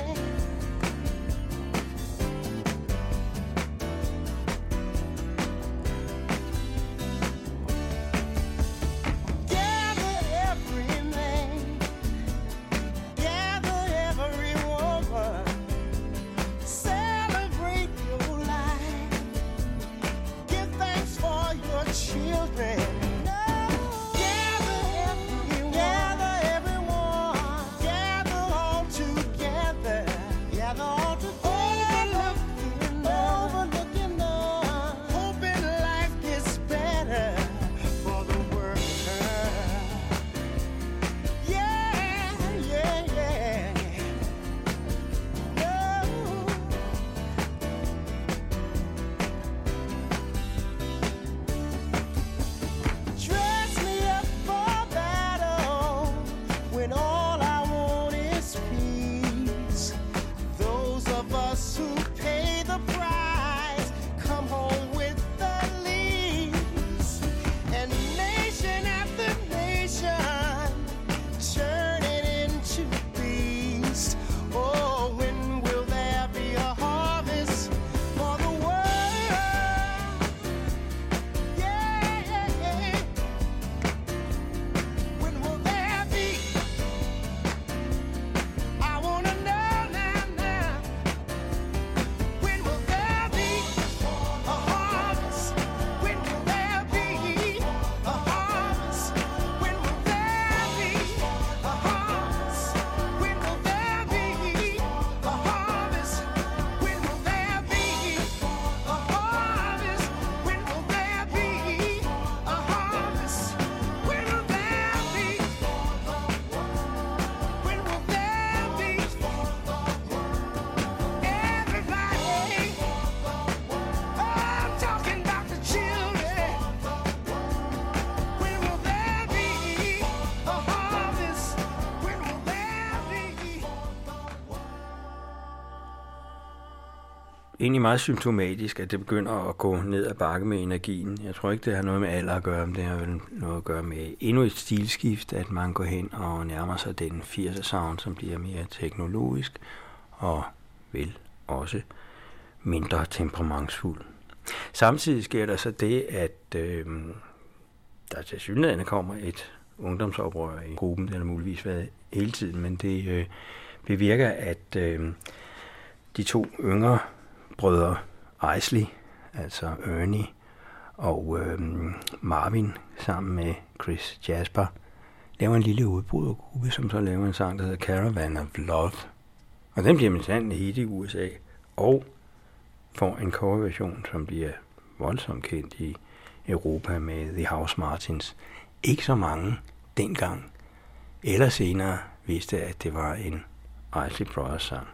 egentlig meget symptomatisk, at det begynder at gå ned ad bakke med energien. Jeg tror ikke, det har noget med alder at gøre, men det har vel noget at gøre med endnu et stilskift, at man går hen og nærmer sig den 80'er sound, som bliver mere teknologisk og vel også mindre temperamentsfuld. Samtidig sker der så det, at der tilsyneladende kommer et ungdomsoprør i gruppen. Det har muligvis været hele tiden, men det bevirker, at de to yngre brødre Isley, altså Ernie og Marvin, sammen med Chris Jasper, laver en lille udbrydergruppe, som så laver en sang, der hedder Caravan of Love. Og den bliver mindstant hit i USA, og får en coverversion, som bliver voldsomt kendt i Europa med The House Martins. Ikke så mange dengang eller senere vidste, at det var en Isley Brothers sang.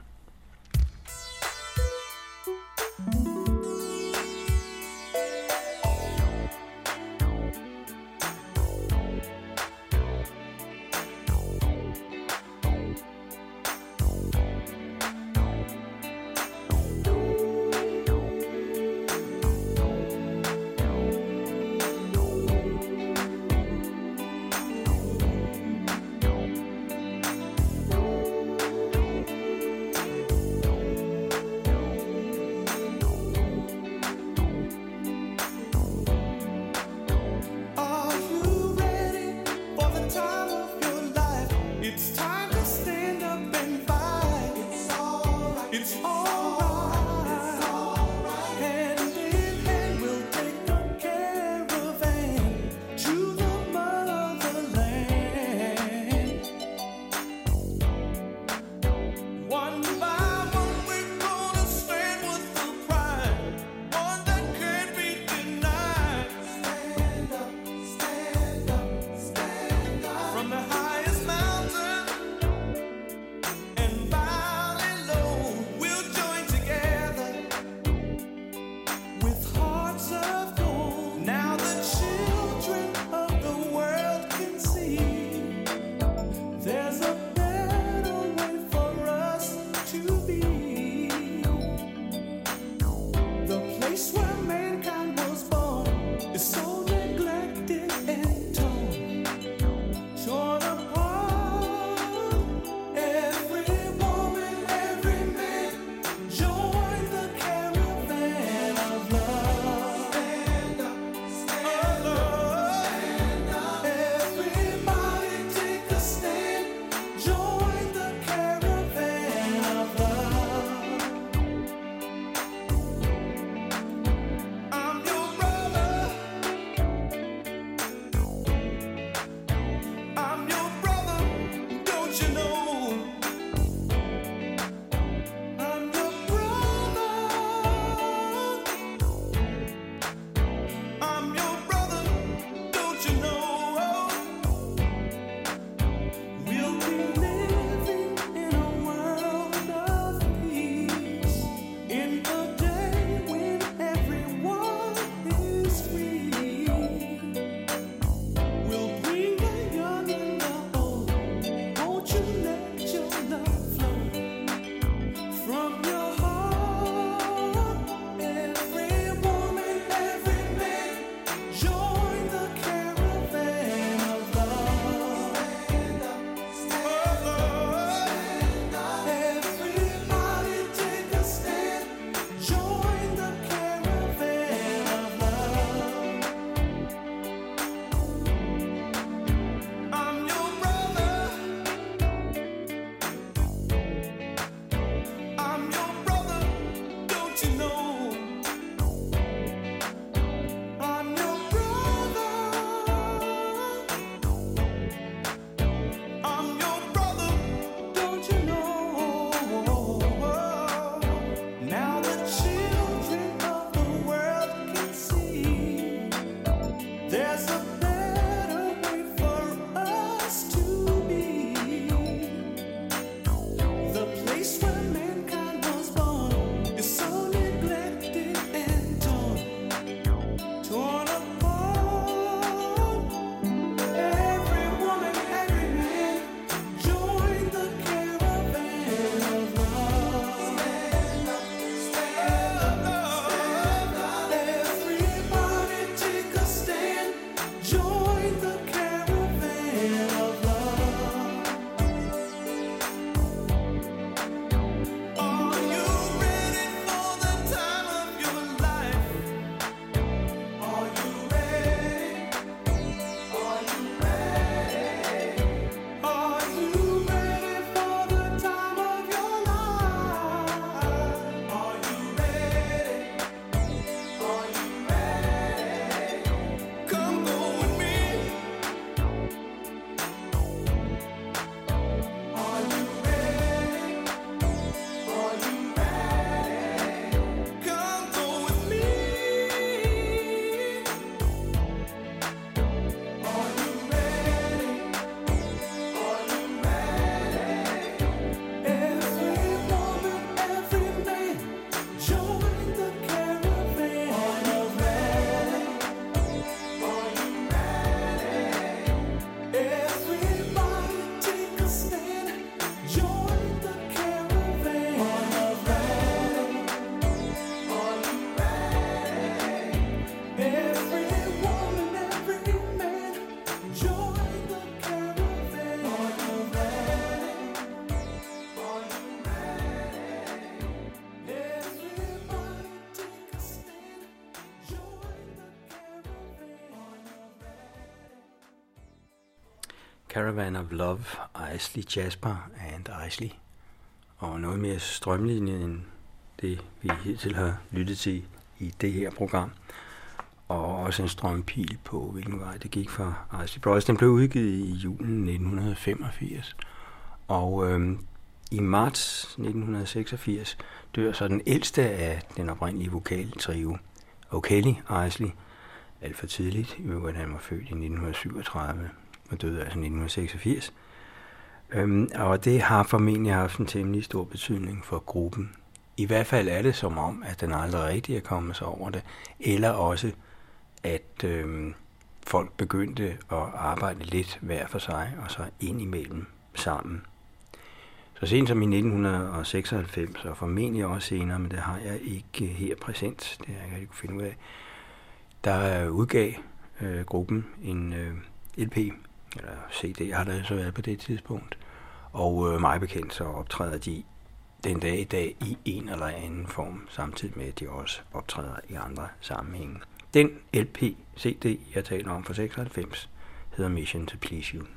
Caravan of Love, Isley Jasper and Isley. Og noget mere strømlinjet end det, vi hidtil har lyttet til i det her program. Og også en strømpil på, hvilken vej det gik for Isley Brothers. Den blev udgivet i julen 1985. Og i marts 1986 dør så den ældste af den oprindelige vokaltrio, O'Kelly Isley, alt for tidligt, i øvrigt han var født i 1937 og døde altså 1986. Og det har formentlig haft en temmelig stor betydning for gruppen. I hvert fald er det som om, at den aldrig rigtig er kommet sig over det, eller også, at folk begyndte at arbejde lidt hver for sig, og så indimellem sammen. Så sent som i 1996, og formentlig også senere, men det har jeg ikke her præsent, det har jeg ikke kunne finde ud af, der udgav gruppen en LP, eller CD har der så været på det tidspunkt, og mig bekendt så optræder de den dag i dag i en eller anden form, samtidig med at de også optræder i andre sammenhænge. Den LP-CD, jeg taler om fra 96, hedder Mission to Please You.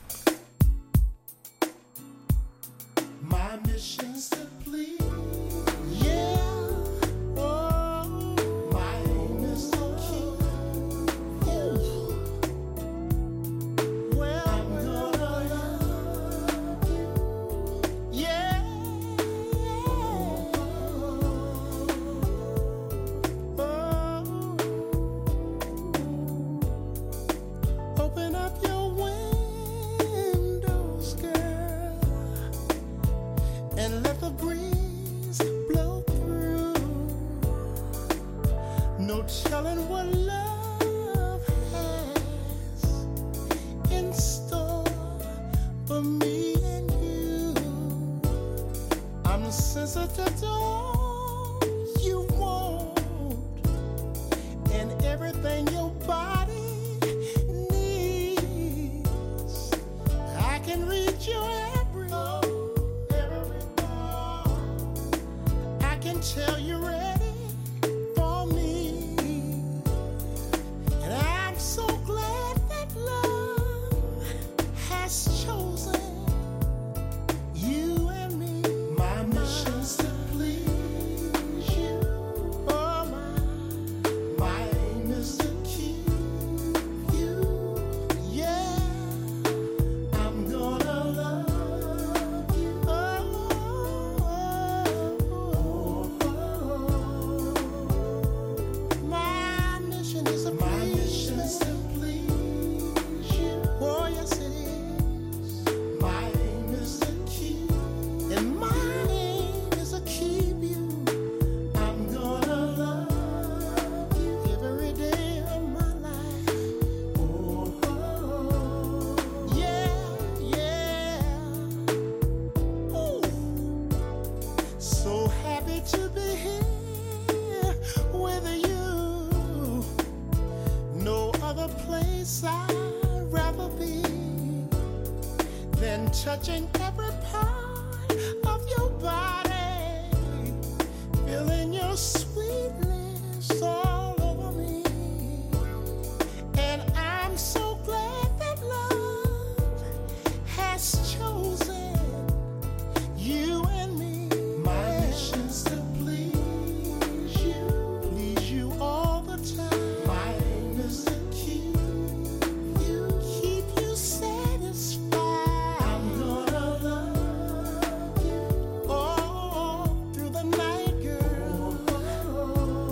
My mission's to please, yeah. Oh, my aim is to keep you. Well, I'm gonna love you, yeah. Oh, open up your windows, girl, and let the breeze blow through. No telling what love has in store for me and you. I'm sensitive to all you want and everything your body needs. I can read your every I can tell you're ready for me, and I'm so glad that love has chosen you and me. My mission's to please you. Oh, my aim is to keep you. Yeah, I'm gonna love you. My mission is to please you. Oh, yes it is. My aim is to keep, and my aim is to keep you. I'm gonna love you every day of my life. Oh, yeah, yeah. Ooh. So happy to be here with you. No other place I'd rather be than touching every part of your body, feeling your sweetness all over me. And I'm so glad that love has chosen you and me. My mission's to please you all the time. My aim is to keep you satisfied. I'm gonna love you all through the night, girl.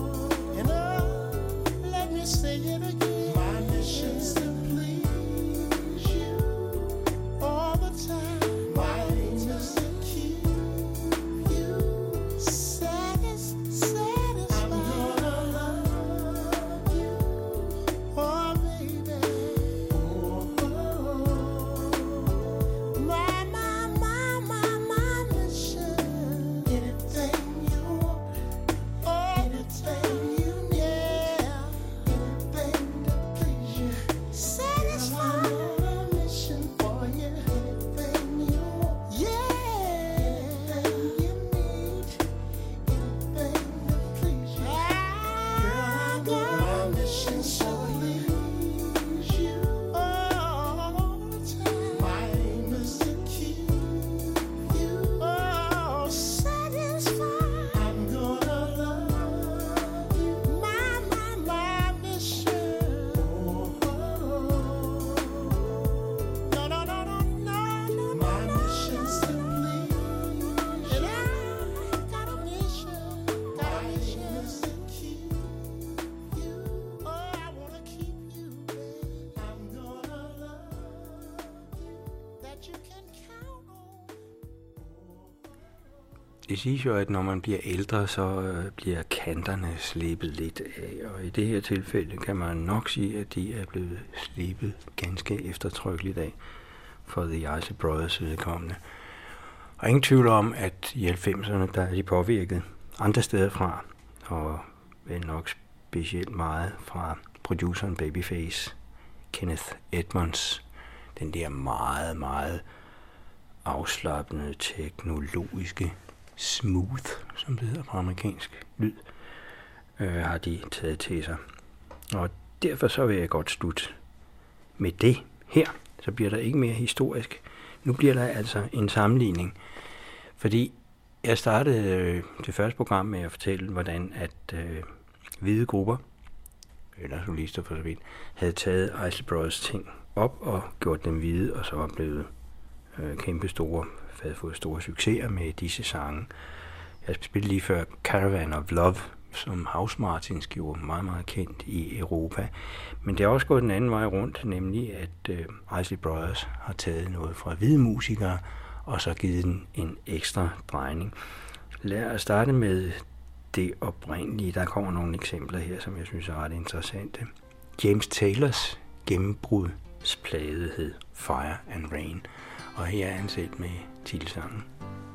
Det siges jo, at når man bliver ældre, så bliver kanterne slebet lidt af, og i det her tilfælde kan man nok sige, at de er blevet slebet ganske eftertrykkeligt af for The Isley Brothers vedkommende. Og ingen tvivl om, at i 90'erne, der er de påvirket andre steder fra, og vel nok specielt meget fra produceren Babyface, Kenneth Edmonds, den der meget, meget afslappende, teknologiske smooth, som det hedder på amerikansk lyd, har de taget til sig. Og derfor så vil jeg godt slutte med det her. Så bliver der ikke mere historisk. Nu bliver der altså en sammenligning. Fordi jeg startede det første program med at fortælle, hvordan at hvide grupper, eller solister for så vidt, havde taget Isley Brothers ting op og gjort dem hvide, og så var blevet kæmpe store, havde fået store succeser med disse sange. Jeg spillede lige før Caravan of Love, som House Martins gjorde meget, meget kendt i Europa. Men det er også gået den anden vej rundt, nemlig at Isley Brothers har taget noget fra hvide musikere, og så givet den en ekstra drejning. Lad os starte med det oprindelige. Der kommer nogle eksempler her, som jeg synes er ret interessante. James Taylors gennembrudsplade hed Fire and Rain, og her er han selv med titelsangen.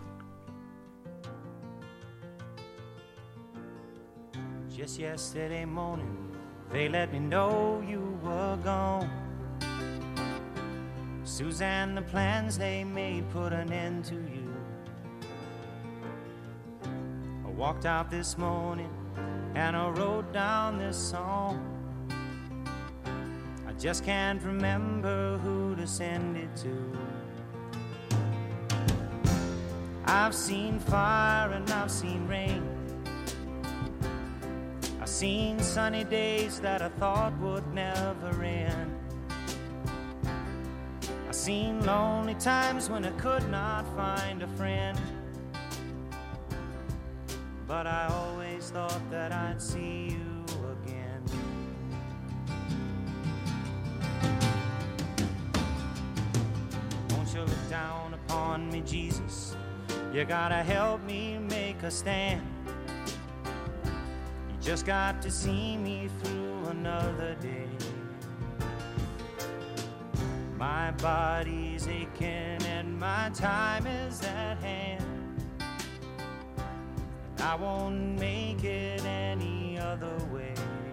Just yesterday morning, they let me know you were gone. Suzanne, the plans they made put an end to you. I walked out this morning and I wrote down this song. I just can't remember who to send it to. I've seen fire and I've seen rain. I've seen sunny days that I thought would never end. I've seen lonely times when I could not find a friend. But I always thought that I'd see you again. Won't you look down upon me, Jesus? You gotta help me make a stand. You just got to see me through another day. My body's aching and my time is at hand. And I won't make it any other way.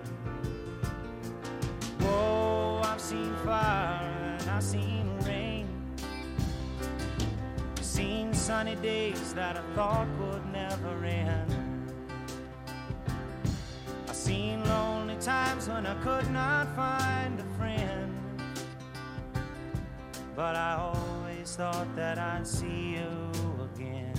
Whoa, I've seen fire and I've seen rain. I've seen sunny days that I thought would never end. I've seen lonely times when I could not find a friend. But I always thought that I'd see you again.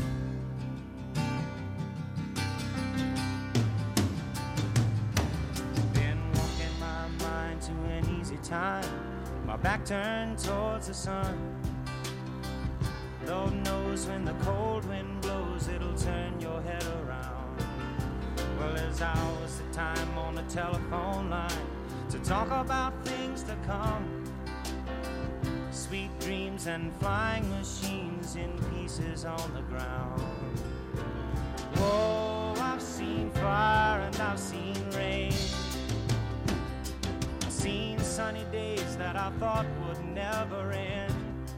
Been walking my mind to an easy time, my back turned towards the sun. Lord knows when the cold wind blows, it'll turn your head around. Well, there's hours of time on the telephone line to talk about things to come. Sweet dreams and flying machines in pieces on the ground. Whoa, I've seen fire and I've seen rain. I've seen sunny days that I thought would never end.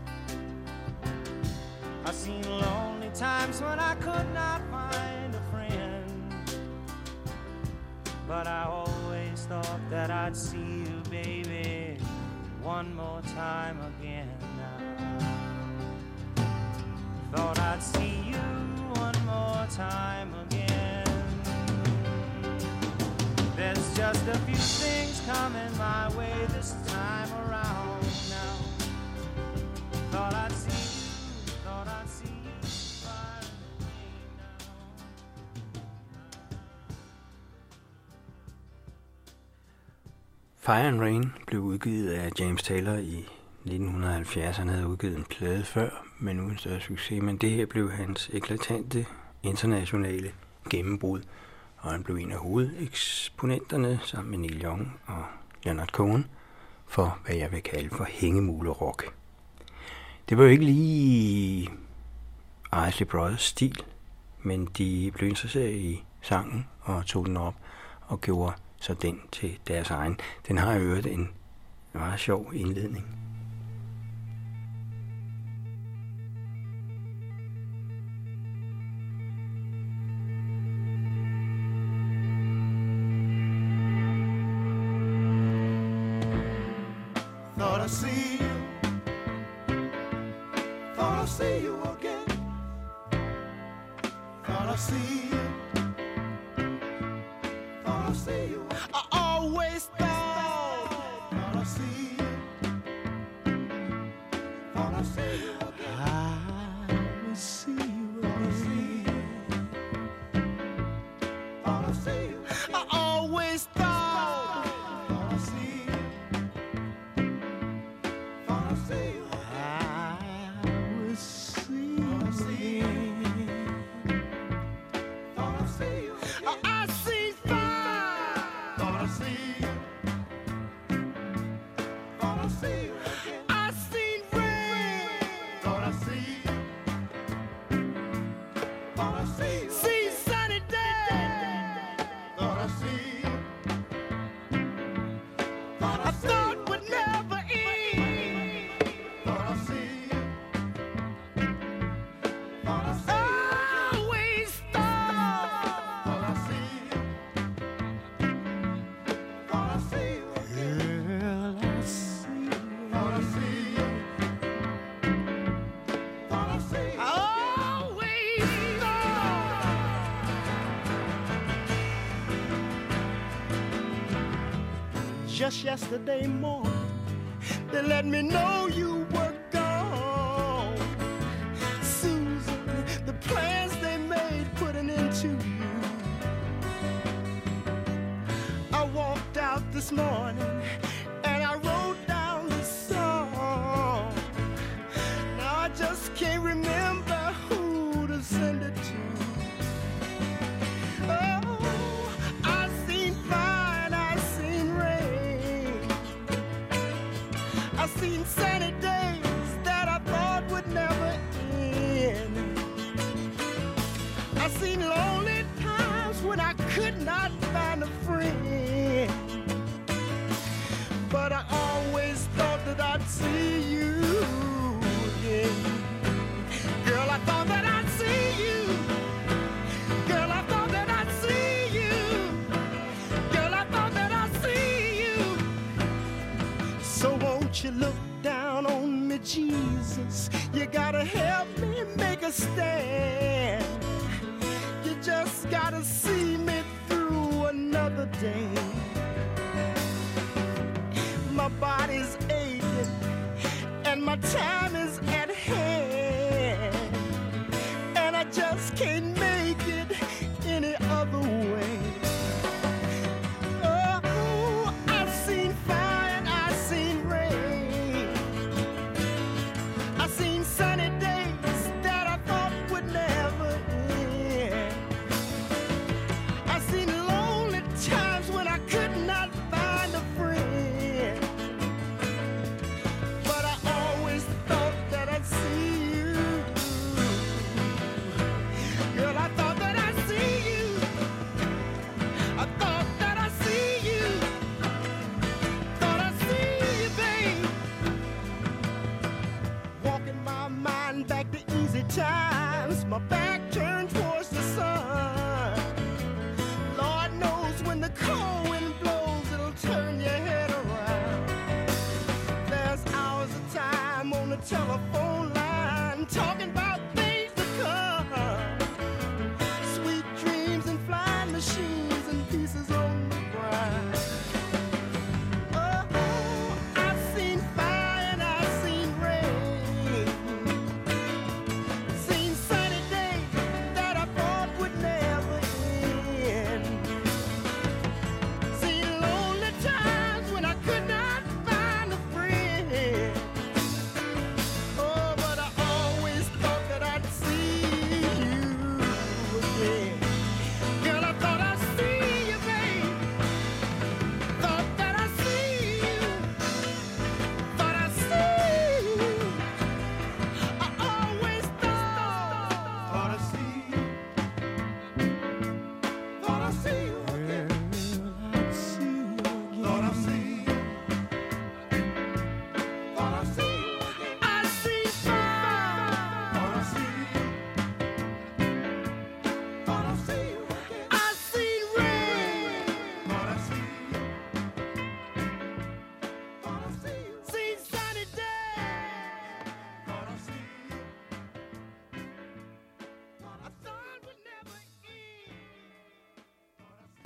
I've seen lonely times when I could not find a friend. But I always thought that I'd see you, baby, one more time again now. Thought I'd see you one more time again. There's just a few things coming my way this time around now. Thought I'd see you, thought I'd see you far away now. Fire and Rain blev udgivet af James Taylor i 1970. Han havde udgivet en plade før, men uden større succes. Men det her blev hans eklatante internationale gennembrud, og han blev en af hovedeksponenterne sammen med Neil Young og Leonard Cohen for, hvad jeg vil kalde for hængemulerrock. Det var jo ikke lige Isley Brothers stil, men de blev interesseret i sangen og tog den op og gjorde så den til deres egen. Den har i øvrigt en meget sjov indledning. Thought I'd see you, thought I'd see you again. Thought I'd see you, thought I'd see you. I always thought I'd see you, thought I'd see you again. I would see you again. Thought I'd see you. I always thought I'd see you. Just yesterday morning, they let me know you were gone. Susan, the plans they made put an end to you. I walked out this morning and I wrote down this song. Now I just can't remember who to send it to. I've seen sunny days that I thought would never end. I've seen lonely times when I could not find a friend. But I always thought that I'd see you again. Girl, I thought that I'd see you. Girl, I thought that I'd see you. Girl, I thought that I'd see you. So won't you look down on me, Jesus? You gotta help me make a stand. You just gotta see me through another day. My body's aching and my time is at hand, and I just can't make it any other way. Times my back turned towards the sun. Lord knows when the cold wind blows, it'll turn your head around. There's hours of time on the telephone line talking about things to come. Sweet dreams and flying machines and pieces on the ground. I've seen fire and I've seen rain. Oh,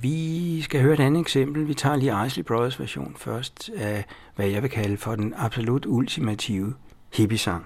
Vi skal høre et andet eksempel. Vi tager lige Isley Brothers version først af, hvad jeg vil kalde for den absolut ultimative hippiesang.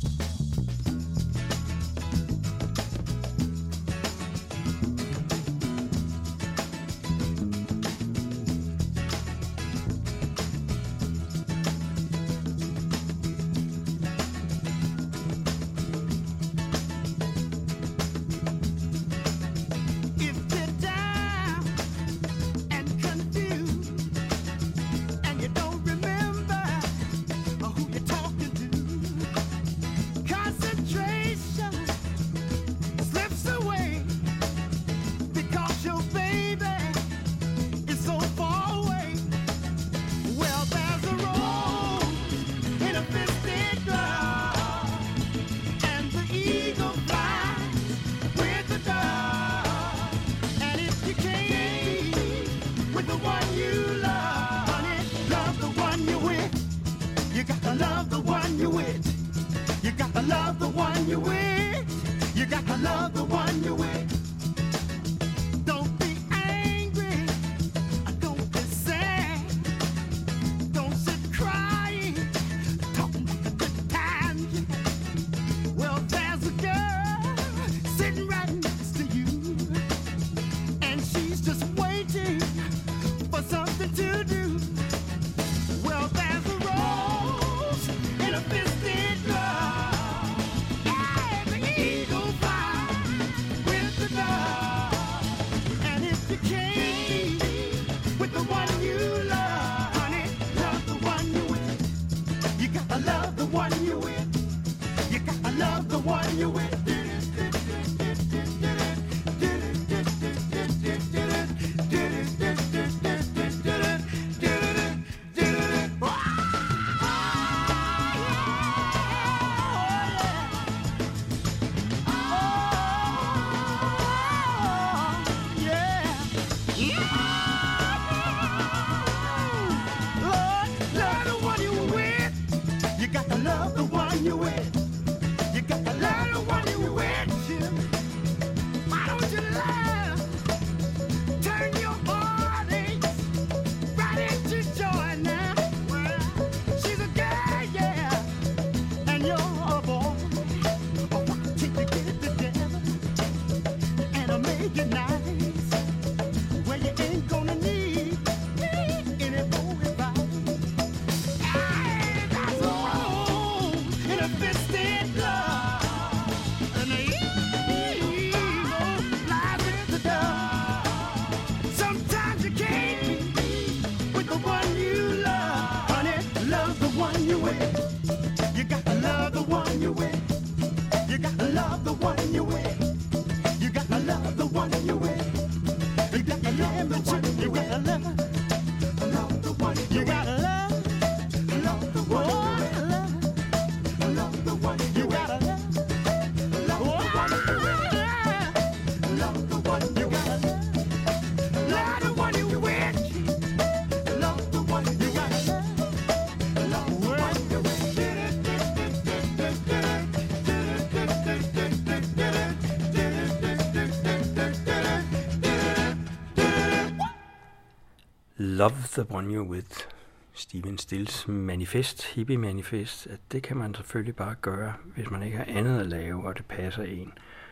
Love the One You're With, Stephen Stills manifest, hippie-manifest, at det kan man selvfølgelig bare gøre, hvis man ikke har andet at lave, og det passer en.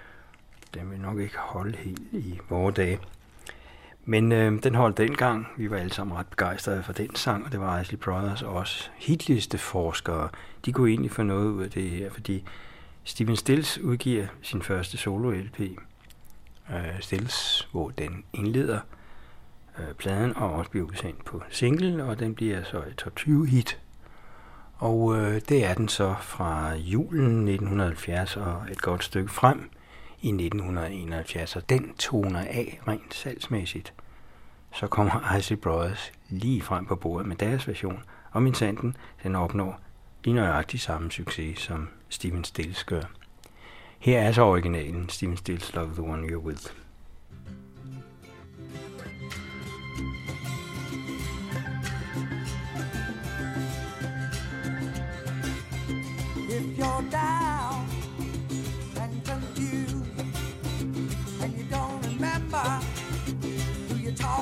Den vil nok ikke holde helt i vore dage. Men den holdt dengang. Vi var alle sammen ret begejstrede for den sang, og det var Isley Brothers også. Hitlisteforskere, de kunne egentlig få noget ud af det her, fordi Stephen Stills udgiver sin første solo-LP, Stills, hvor den indleder pladen og også bliver udsendt på single, og den bliver så et top 20 hit. Og det er den så fra julen 1970 og et godt stykke frem i 1971, og den toner af rent salgsmæssigt. Så kommer Isley Brothers lige frem på bordet med deres version, og min sanden, den opnår lige nøjagtigt samme succes, som Stephen Stills gør. Her er så originalen, Stephen Stills Love the One You're With. If you're down and confused and you don't remember who you're talking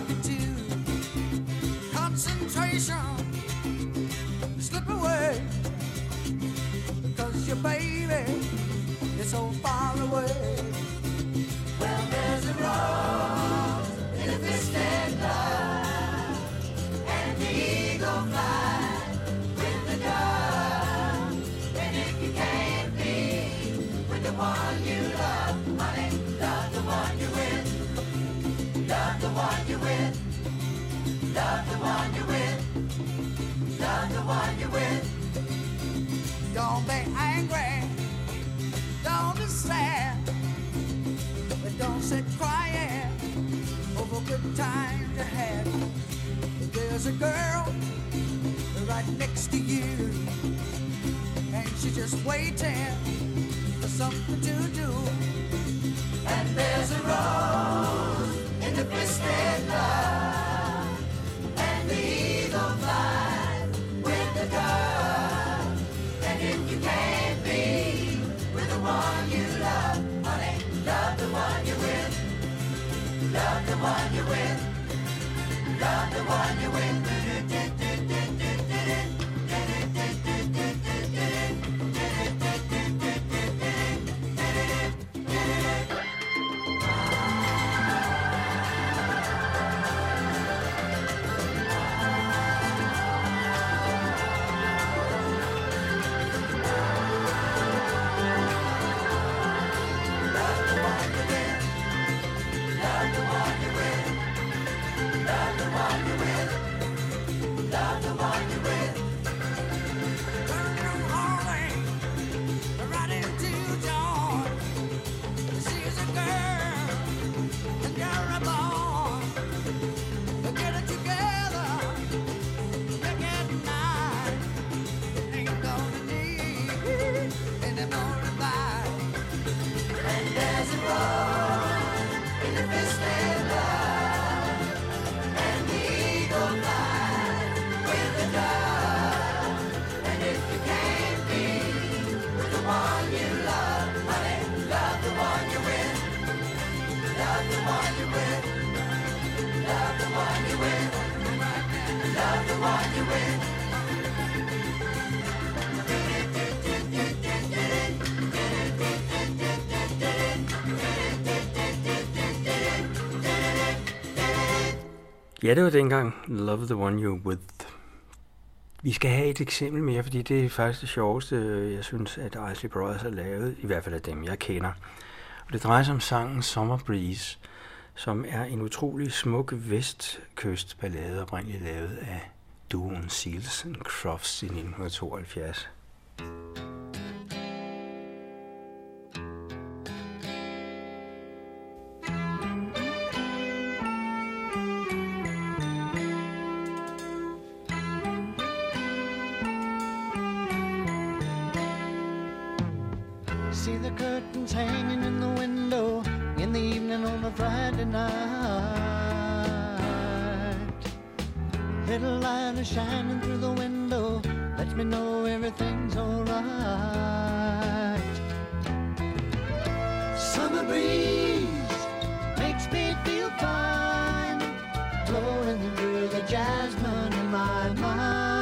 you, baby, it's so far away. Well, there's a rose in a twisted love, and the eagle flies with the dove. And if you can't be with the one you love, honey, love the one you're with. Love the one you're with. Love the one you're with. Love the one you're with. Don't be angry. Don't be sad. But don't sit crying over good times you had. There's a girl right next to you, and she's just waiting for something to do. And there's a rose in the twisted love, and the eagle flies with the dove. And if you can't be with the one you love, honey, love the one you're with. Love the one you're with. Love the one you're with. Ja, det var dengang Love the One You're With. Vi skal have et eksempel mere, fordi det er faktisk det sjoveste, jeg synes, at Isley Brothers har lavet, i hvert fald af dem, jeg kender. Og det drejer sig om sangen Summer Breeze, som er en utrolig smuk vestkystballade, oprindeligt lavet af duoen Seals and Crofts i 1972. See the curtains hanging in the window in the evening on a Friday night. Little light is shining through the window, lets me know everything's alright. Summer breeze makes me feel fine, blowing through the jasmine in my mind.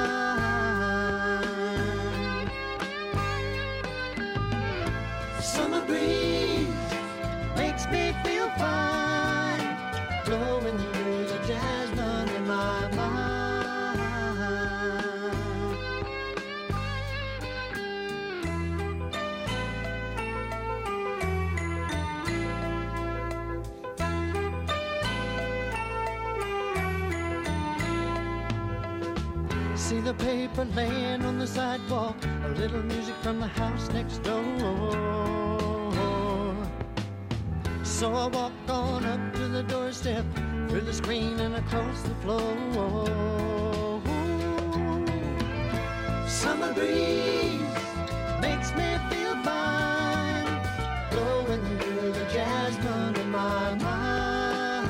Summer breeze makes me feel fine, blowing through the jasmine in my mind. See the paper laying on the sidewalk, a little music from the house next door. So I walk on up to the doorstep, through the screen and across the floor. Summer breeze makes me feel fine, blowing through the jasmine in my mind.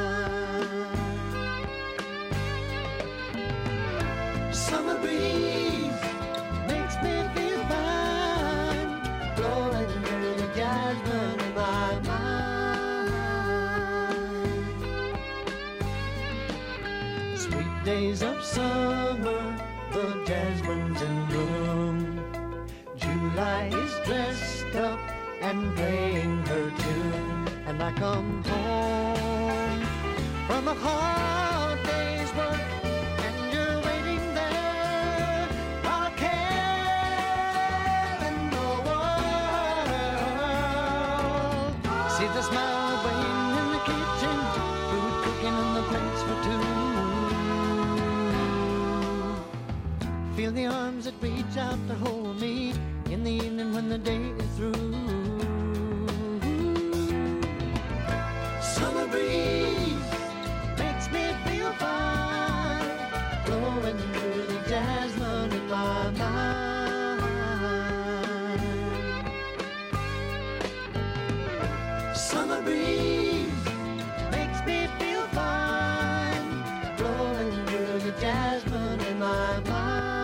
Summer breeze makes me feel fine, blowing through the jasmine in my mind. Sweet days of summer, the jasmine's in bloom. July dressed up and playing her tune. And I come home from a hard day's work, and you're waiting there while caring the world. See the smile waiting in the kitchen, food cooking and the plates for two. Feel the arms that reach out to hold me in the evening when the day is through. Summer breeze makes me feel fine, blowing through the jasmine in my mind. Summer breeze makes me feel fine, blowing through the jasmine in my mind.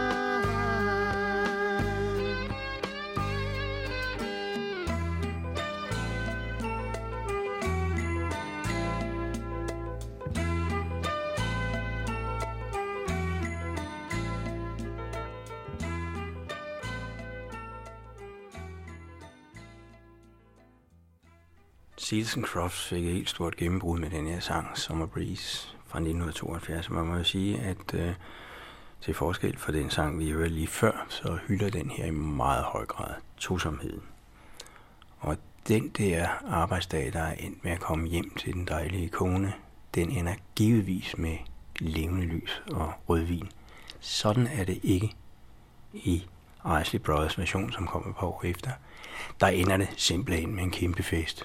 Seals and Crofts fik et helt stort gennembrud med den her sang, Summer Breeze fra 1972. Man må jo sige, at til forskel fra den sang, vi hørte lige før, så hylder den her i meget høj grad tosomheden. Og den der arbejdsdag, der er endt med at komme hjem til den dejlige kone, den ender givetvis med levende lys og rødvin. Sådan er det ikke i Isley Brothers version, som kommer på år efter. Der ender det simpelthen med en kæmpe fest.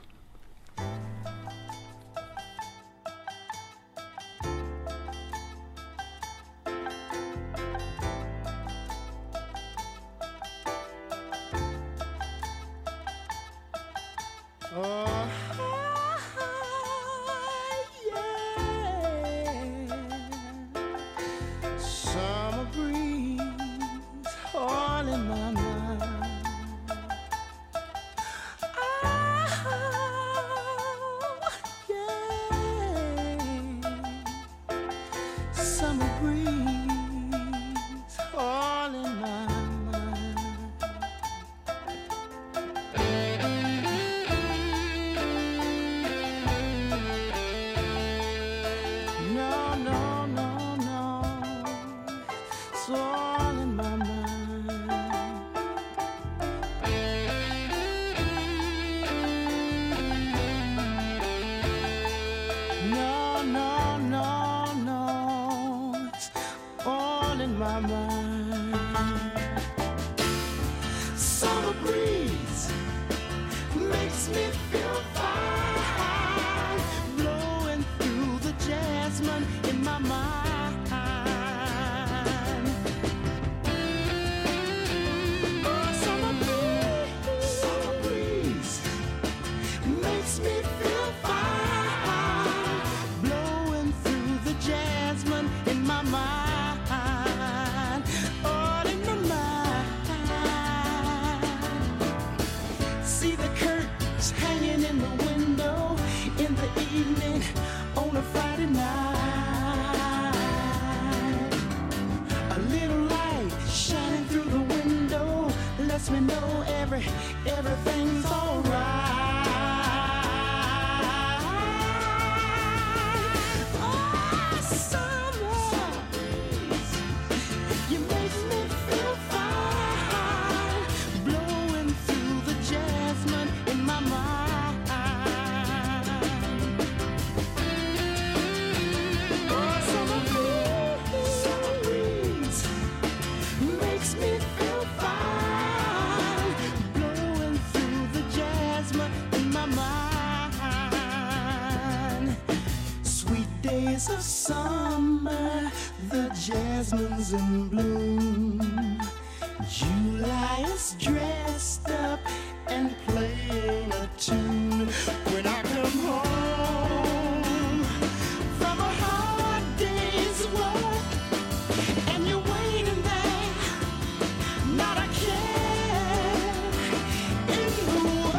Summer breeze all in my mind. Summer breeze all in my mind. No, no, no, no, it's all in my mind. No, no, no, no, it's all in my mind. Summer breeze makes me feel fine, blowing through the jasmine in my mind. Oh, summer breeze makes me feel fine, blowing through the jasmine in my mind. All in my mind. See the curtains hanging in the window in the evening on a Friday night. A little light shining through the window lets me know everything's alright. Oh, summer, you make me feel fine, blowing through the jasmine in my mind. Oh, summer breeze makes me feel fine, blowing through the jasmine in my mind. Sweet days of summer, the jasmine's in bloom. July is dressed up and playing a tune. When I come home from a hard day's work, and you're waiting there, not a care in the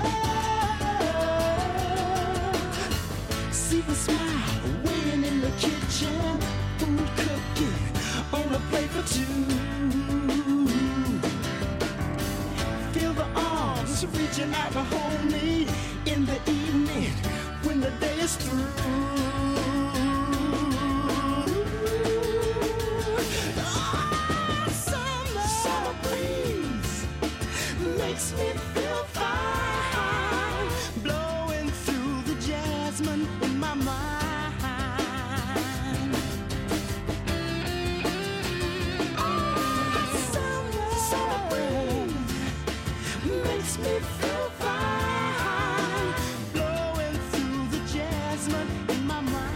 world. See the smile waiting in the kitchen, food cooking on a plate for two. Feel the arms arms reaching out to hold me in the evening when the day is through. Oh, summer breeze makes me feel fine, blowing through the jasmine in my mind. Makes me feel fine, blowing through the jasmine in my mind.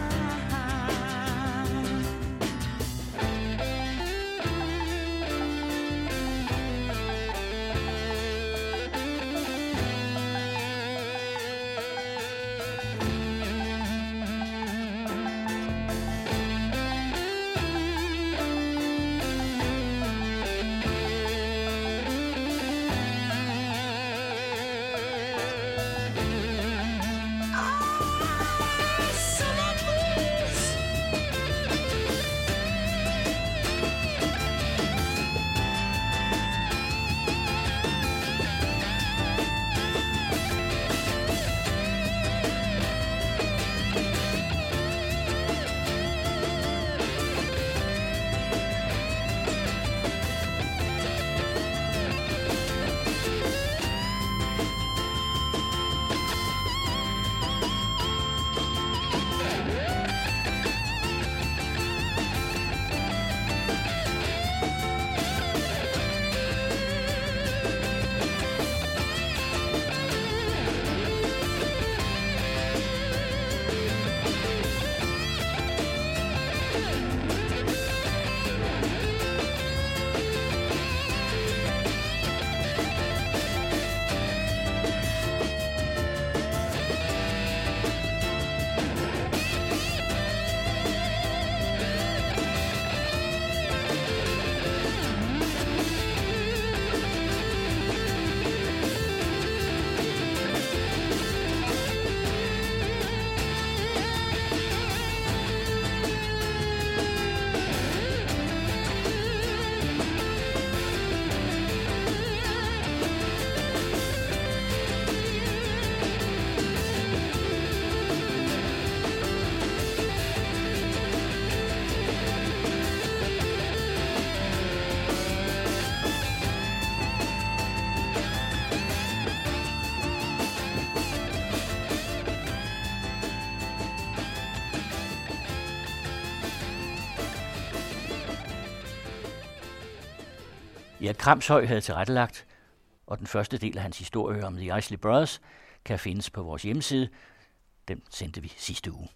Ja, Kramshøj havde tilrettelagt, og den første del af hans historie om The Isley Brothers kan findes på vores hjemmeside. Den sendte vi sidste uge.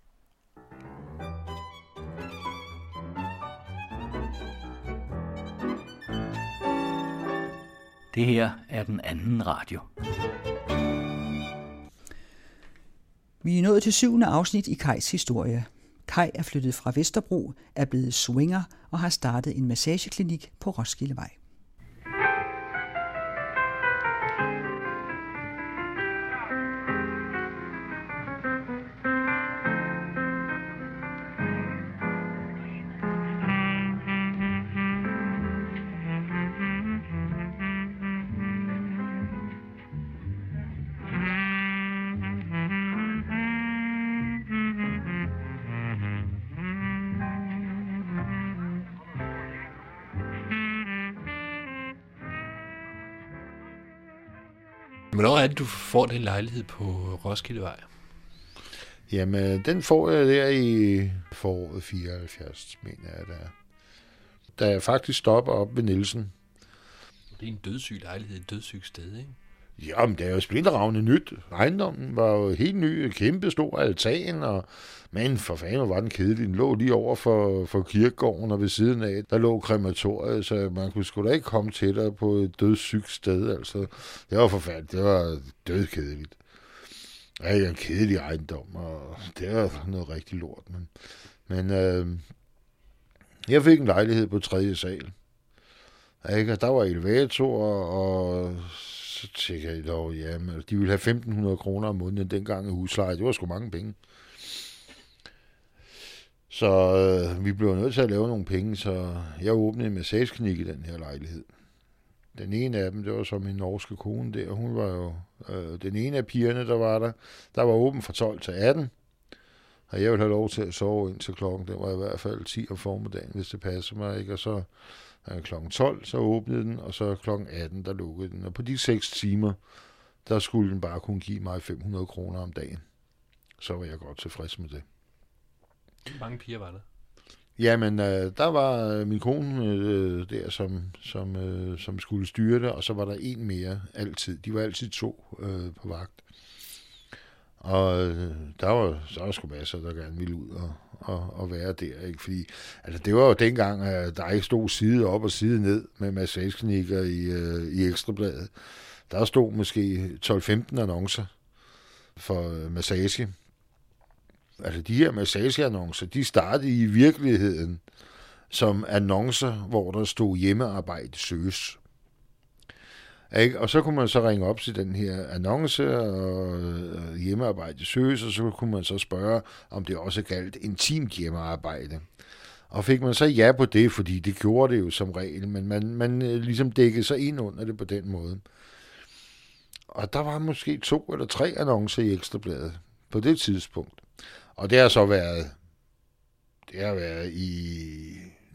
Det her er den anden radio. Vi er nået til 7. afsnit i Kajs historie. Kaj er flyttet fra Vesterbro, er blevet swinger og har startet en massageklinik på Roskildevej. Hvornår er det, du får den lejlighed på Roskildevej? Jamen, den får jeg der i foråret 74, mener jeg, da jeg faktisk stopper op ved Nielsen. Det er en dødssyg lejlighed, et dødssygt sted, ikke? Jamen, det er jo splinterravne nyt. Ejendommen var jo helt ny, kæmpe stor altan, men for fanden var den kedelig. Den lå lige over for kirkegården, og ved siden af, der lå krematoriet, så man kunne sgu da ikke komme tættere på et dødssygt sted. Altså, det var forfærdeligt. Det var dødkedeligt. Ja, en kedelig ejendom, og det var noget rigtig lort. Men jeg fik en lejlighed på 3. sal. Ikke? Der var elevatorer, og så tænkte jeg dog, jamen, de ville have 1.500 kroner om måneden dengang i husleje. Det var sgu mange penge. Så vi blev nødt til at lave nogle penge, så jeg åbnede en massageklinik i den her lejlighed. Den ene af dem, det var så min norske kone der. Hun var jo den ene af pigerne, der var der. Der var åben fra 12 til 18. Og jeg ville have lov til at sove indtil klokken. Det var i hvert fald 10 om formiddagen, hvis det passer mig. Ikke? Og så klokken 12, så åbnede den, og så klokken 18, der lukkede den. Og på de 6 timer, der skulle den bare kunne give mig 500 kroner om dagen. Så var jeg godt tilfreds med det. Hvor mange piger var der? Jamen, der var min kone der, som skulle styre det, og så var der en mere altid. De var altid 2 på vagt. Og der var sgu masser, der gerne ville ud og være der, ikke? Fordi altså, det var jo dengang, at der ikke stod side op og side ned med massageklinikker i Ekstrabladet. Der stod måske 12-15 annoncer for massage. Altså de her massageannoncer, de startede i virkeligheden som annoncer, hvor der stod hjemmearbejde søges. Ikke? Og så kunne man så ringe op til den her annonce, og hjemmearbejde søges, og så kunne man så spørge, om det også galt intimt hjemmearbejde. Og fik man så ja på det, fordi det gjorde det jo som regel, men man ligesom dækkede sig ind under det på den måde. Og der var måske 2 eller 3 annoncer i Ekstrabladet på det tidspunkt. Og det har så været i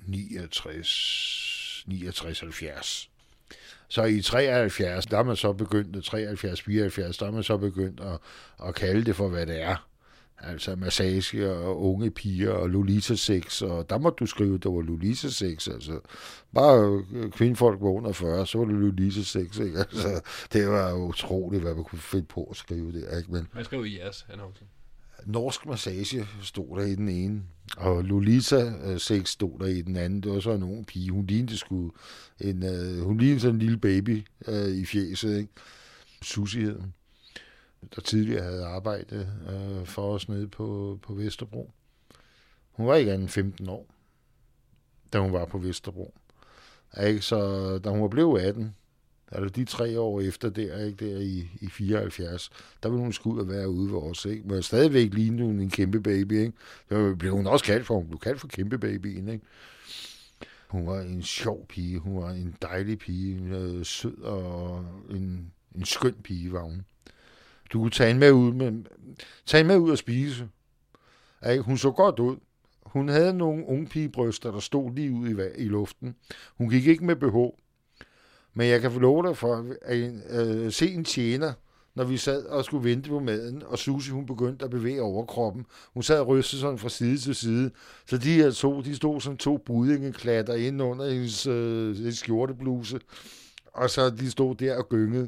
69-70. Så i 73, der er man så begyndt, 73-74, der er man så begyndt at kalde det for, hvad det er. Altså massage og unge piger og Lolita-sex, og der må du skrive, at det var Lolita-sex, altså bare kvindfolk var under 40, så var det Lolita-sex, ikke? Altså, det var utroligt, hvad man kunne finde på at skrive det, ikke? Men hvad skrev I jeres annonce? Norsk massage stod der i den ene, og Lolita-sex stod der i den anden. Det var så en ung pige. Hun lignede sådan en lille baby i fjeset, ikke? Susie hed hun, der tidligere havde arbejdet for os nede på Vesterbro. Hun var ikke anden 15 år, da hun var på Vesterbro. Ikke? Så da hun var blevet 18, altså de 3 år efter der, ikke, der i 74, der ville hun skulle ud og være ude ved os, ikke? Men stadigvæk lignede hun en kæmpe baby, ikke? Det blev hun også kaldt for, hun blev kaldt for kæmpe babyen, ikke? Hun var en sjov pige, hun var en dejlig pige, en sød og en skøn pige var hun. Du kunne tage hende med ud og spise. Ikke? Hun så godt ud. Hun havde nogle ungpigebryster, der stod lige ud i luften. Hun gik ikke med BH. Men jeg kan få lov dig for at se en tjener, når vi sad og skulle vente på maden, og Susie, hun begyndte at bevæge overkroppen. Hun sad og rystede sådan fra side til side. Så de her 2, de stod som 2 buddingeklatter inde under hendes skjortebluse. Og så de stod der og gyngede.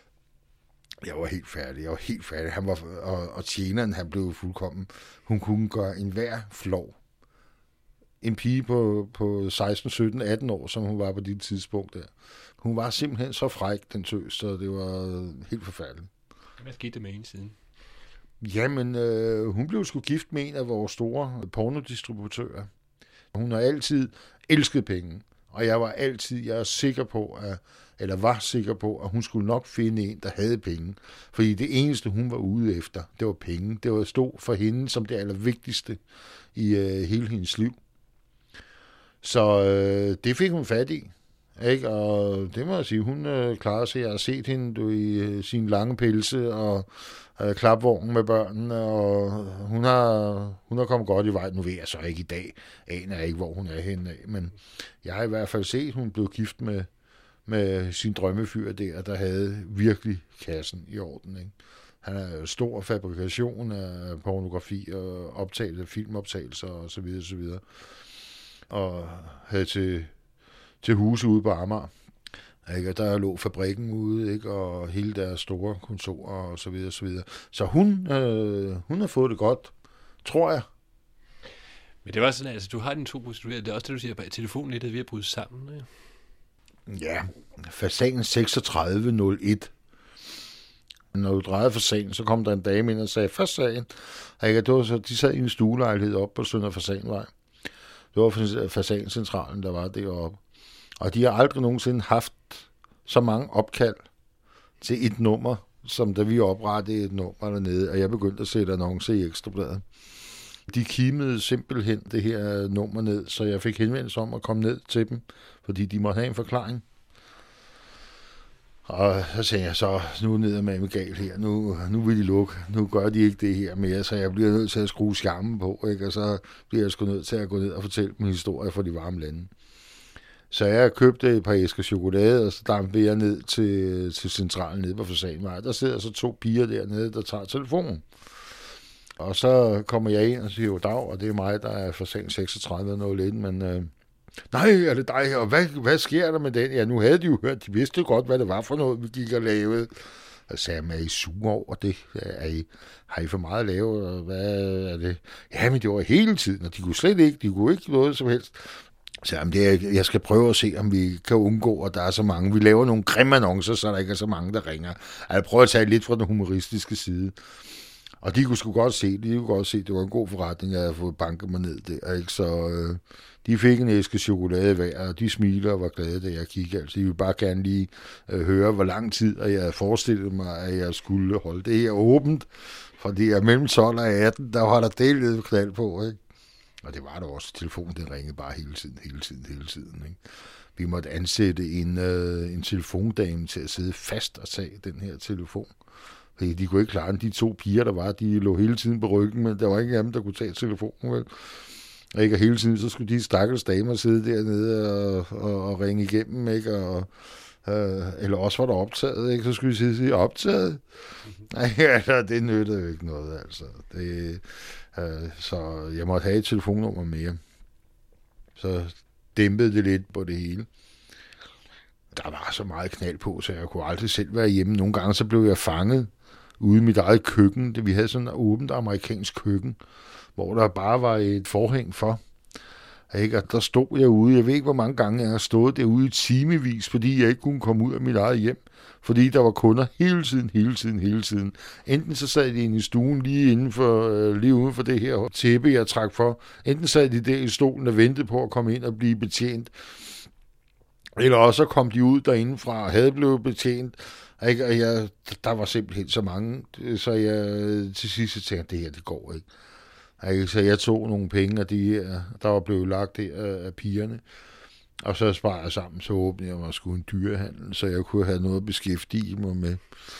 Jeg var helt færdig. Han var, og tjeneren, han blev fuldkommen. Hun kunne gøre enhver flov. En pige på 16, 17, 18 år, som hun var på det tidspunkt der. Hun var simpelthen så fræk, den tøs, så det var helt forfærdeligt. Hvad skete det med hende siden? Jamen, hun blev sgu gift med en af vores store pornodistributører. Hun har altid elsket penge, og jeg var sikker på, at hun skulle nok finde en, der havde penge. Fordi det eneste, hun var ude efter, det var penge. Det var stå for hende som det allervigtigste i hele hendes liv. Så det fik hun fat i. Ikke? Og det må jeg sige, hun klarede sig. Jeg har set hende i sin lange pelse og klapvognen med børnene, og hun har kommet godt i vej. Nu ved jeg så ikke i dag, aner jeg ikke, hvor hun er henne af, men jeg har i hvert fald set, hun blev gift med sin drømmefyr der havde virkelig kassen i orden. Ikke? Han er stor fabrikation af pornografi og filmoptagelser og så videre, og havde til huse ude på Amager. Ikke? Og der lå fabrikken ude, ikke? Og hele deres store kontorer og så videre, så videre. Så hun har fået det godt, tror jeg. Men det var sådan, altså du har dine 2 prostituerede, det er også det, du siger, at telefonen lidt er ved at bryde sammen, ikke? Ja, fasanen 3601. Når du drejede fasanen, så kom der en dame ind og sagde, fasanen. Det var så, de sad i en stuelejlighed oppe på Sønder Fasanvej. Det var fasancentralen, der var deroppe. Og de har aldrig nogensinde haft så mange opkald til et nummer, som da vi oprettede et nummer dernede, og jeg begyndte at sætte annoncer i Ekstrabladet. De kimede simpelthen det her nummer ned, så jeg fik henvendelse om at komme ned til dem, fordi de måtte have en forklaring. Og så tænkte jeg så, nu ned med galt her, nu vil de lukke, nu gør de ikke det her mere, så jeg bliver nødt til at skrue skærmen på, ikke? Og så bliver jeg sgu nødt til at gå ned og fortælle dem historier fra de varme lande. Så jeg købte et par æsker chokolade, og så dampede jeg ned til centralen nede på Fasanvej. Der sidder så 2 piger dernede, der tager telefonen. Og så kommer jeg ind og siger, jo dag, og det er mig, der er Fasan 3601, men nej, er det dig? Og hvad sker der med den? Ja, nu havde de jo hørt, de vidste jo godt, hvad det var for noget, vi gik og lavede. Og så sagde jeg, er I sure over det? Har I for meget at lave? Og hvad er det? Jamen, det var hele tiden, og de kunne ikke noget som helst. Så jeg skal prøve at se, om vi kan undgå, at der er så mange. Vi laver nogle grimme annoncer, så der ikke er så mange, der ringer. Jeg prøver at tage lidt fra den humoristiske side. Og de kunne sgu godt se det. Det var en god forretning, at jeg havde fået banket mig ned der. Ikke? Så de fik en æske chokolade hver, og de smiler og var glade, da jeg kiggede. Altså, de ville bare gerne lige høre, hvor lang tid, at jeg forestillede mig, at jeg skulle holde det her åbent. Fordi jeg mellem 12 og 18, der var der delt knald på, ikke? Og det var der også. Telefonen, den ringede bare hele tiden. Ikke? Vi måtte ansætte en telefondame til at sidde fast og tage den her telefon. Fordi de kunne ikke klare den. De 2 piger, der var, de lå hele tiden på ryggen, men der var ingen af dem, der kunne tage telefonen, vel? Og hele tiden, så skulle de stakkels damer sidde dernede og ringe igennem, ikke? Og, eller også var der optaget, ikke? Så skulle de sidde og sige, optaget? Nej, det nyttede jo ikke noget, altså. Så jeg måtte have et telefonnummer mere. Så dæmpede det lidt på det hele. Der var så meget knald på, så jeg kunne aldrig selv være hjemme. Nogle gange så blev jeg fanget ude i mit eget køkken. Vi havde sådan et åbent amerikansk køkken, hvor der bare var et forhæng for. Ikke? Og der stod jeg ude. Jeg ved ikke, hvor mange gange jeg har stået derude i timevis, fordi jeg ikke kunne komme ud af mit eget hjem. Fordi der var kunder hele tiden. Enten så sad de inde i stuen lige uden for det her tæppe, jeg trak for. Enten sad de der i stolen og ventede på at komme ind og blive betjent. Eller også så kom de ud derindefra og havde blevet betjent. Ikke? Og der var simpelthen så mange, så jeg til sidst tænkte, at det her, det går ikke. Så jeg tog nogle penge af de her, der var blevet lagt af pigerne. Og så sparede jeg sammen, så åbnede jeg mig sgu en dyrehandel, så jeg kunne have noget at beskæftige mig med.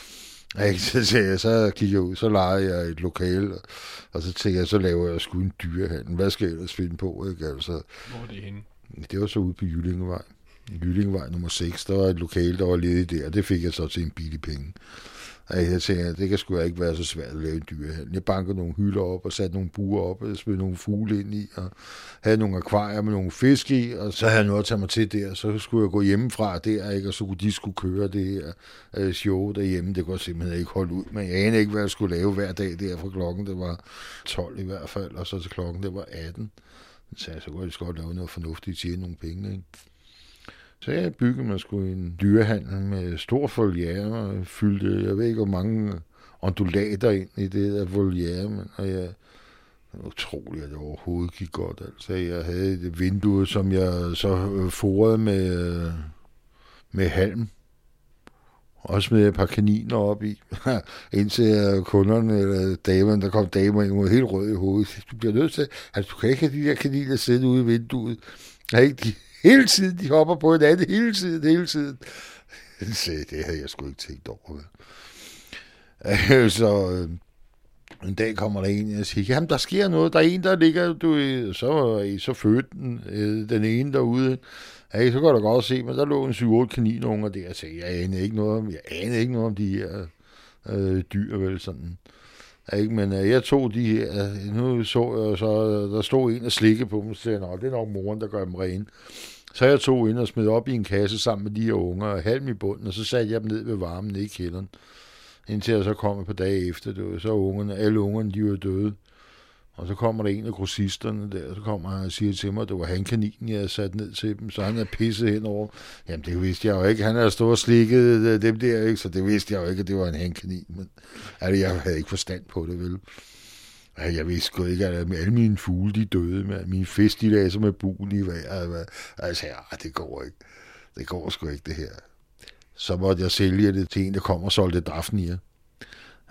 Så kiggede jeg ud, så lejede jeg et lokale, og så tænkte jeg, så laver jeg sgu en dyrehandel. Hvad skal jeg ellers finde på? Ikke? Altså, hvor er det henne? Det var så ude på Jyllingevej nummer 6, der var et lokale, der var ledigt der, og det fik jeg så til en billig penge. Jeg tænkte, det kan sgu ikke være så svært at lave en dyrehandel. Jeg bankede nogle hylder op og satte nogle buer op og smed nogle fugle ind i og havde nogle akvarier med nogle fisk i, og så havde jeg noget at tage mig til der. Så skulle jeg gå hjemmefra der, ikke? Og så kunne de køre det her show derhjemme. Det kunne jeg simpelthen ikke holde ud. Men jeg anede ikke, hvad jeg skulle lave hver dag der fra klokken. Det var 12 i hvert fald, og så til klokken det var 18. Så kunne jeg godt lave noget fornuftigt, tjene nogle penge, ikke? Så jeg byggede mig sgu en dyrehandel med stor foliere og fyldte, jeg ved ikke, hvor mange ondulater ind i det der foliere, men det var utroligt, at det overhovedet gik godt. Altså, jeg havde et vindue, som jeg så forede med halm. Også med et par kaniner op i, indtil kunderne eller damerne, der kom damer ind, var helt rød i hovedet. Du bliver nødt til, altså du kan ikke have de der kaniner sidde ude i vinduet. Hele tiden, de hopper på hinanden, hele tiden. Så det havde jeg sgu ikke tænkt over. Så en dag kommer der en, og siger, jamen der sker noget, der er en, der ligger, så fødte den ene derude. Ja, så kan du godt se, men der lå en 7-8 kaninunger der, så jeg anede ikke noget om de her dyr, vel sådan. Ikke, men jeg tog de her, nu så jeg så, der stod en og slikkede på dem, så sagde jeg, det er nok moren, der gør dem rene. Så jeg tog ind og smed op i en kasse sammen med de her unger, og halm i bunden, og så satte jeg dem ned ved varmen nede i kælderen. Indtil jeg så kom et par dage efter, så alle ungerne, de var døde. Og så kommer der en af grossisterne der, så kommer han og siger til mig, at det var hankaninen, jeg havde sat ned til dem, så han er pisset henover. Jamen, det vidste jeg jo ikke. Han havde stået og slikket dem der, ikke? Så det vidste jeg jo ikke, at det var en hankanin. Men altså, jeg havde ikke forstand på det, vel? Jeg vidste sgu ikke, at alle mine fugle, de døde med. Mine fisk, de lagde sig med buen i vejret. Altså, det går ikke. Det går sgu ikke, det her. Så måtte jeg sælge det til en, der kom og solgte Daphnia.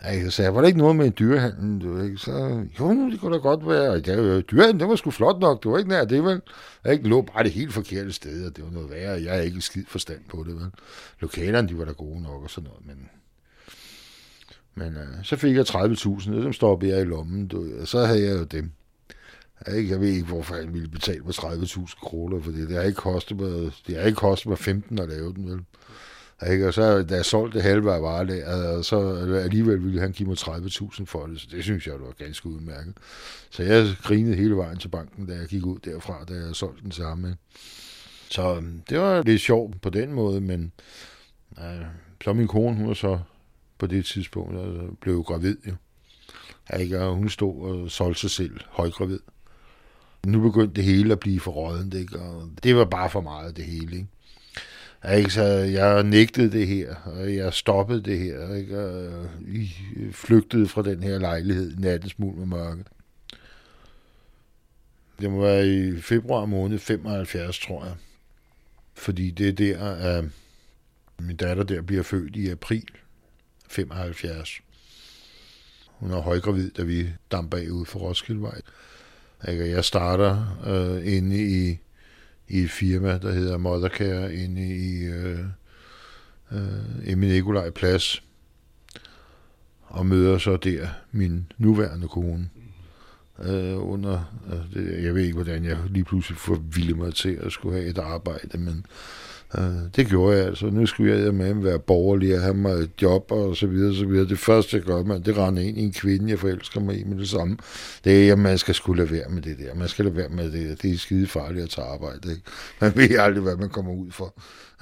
Jeg sagde, var der ikke noget med en dyrehandel? Du, ikke? Så, jo, det kunne da godt være. Dyrehandel, det var sgu flot nok. Du var ikke nær det, vel? Det lå bare det helt forkerte sted, og det var noget værre. Jeg har ikke skid forstand på det, vel? Lokalerne, de var da gode nok og sådan noget, men så fik jeg 30.000, og dem stoppede jeg i lommen, og så havde jeg jo dem. Jeg ved ikke, hvorfor jeg ville betale mig 30.000 kroner, for det har ikke kostet mig 15 at lave den, vel? Og så da jeg solgte det halve af varer, så alligevel ville han give mig 30.000 for det, så det synes jeg var ganske udmærket. Så jeg grinede hele vejen til banken, da jeg gik ud derfra, da jeg solgte den samme. Så det var lidt sjovt på den måde, men så min kone, hun var så på det tidspunkt blev gravid jo. Og hun stod og solgte sig selv højgravid. Nu begyndte det hele at blive for råddent, ikke? Og det var bare for meget det hele, ikke? Så jeg nægtede det her, og jeg stoppede det her, ikke? Og flygtede fra den her lejlighed i nattens mulm og mørke. Det må være i februar måned 75, tror jeg. Fordi det er der, at min datter der bliver født i april 75. Hun er højgravid, da vi damper af ude for Roskildevej. Jeg starter inde i et firma, der hedder Mothercare, inde i Emil Nikolaj Plads, og møder så der min nuværende kone. Jeg ved ikke, hvordan jeg lige pludselig forvilde mig til at skulle have et arbejde, men det gjorde jeg altså. Nu skulle jeg med at være borgerlig og have mig et job og så videre, så videre. Det første, jeg gør, det render ind i en kvinde, jeg forelsker mig i med det samme. Det er, at man skal sgu lade være med det der. Man skal lade være med det der. Det er skide farligt at tage arbejde, ikke? Man ved aldrig, hvad man kommer ud for.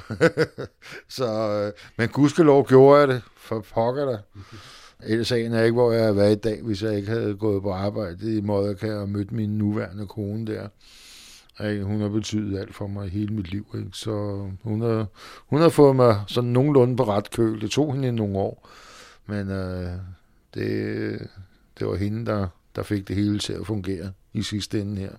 Men gudskelov gjorde jeg det. For pokker der. Ellers sagen er ikke, hvor jeg havde været i dag, hvis jeg ikke havde gået på arbejde i Mothercare og mødt min nuværende kone der. Hun har betydet alt for mig i hele mit liv, ikke? Så hun har fået mig sådan nogenlunde på ret køl. Det tog hende nogle år, men det var hende, der fik det hele til at fungere i sidste ende her.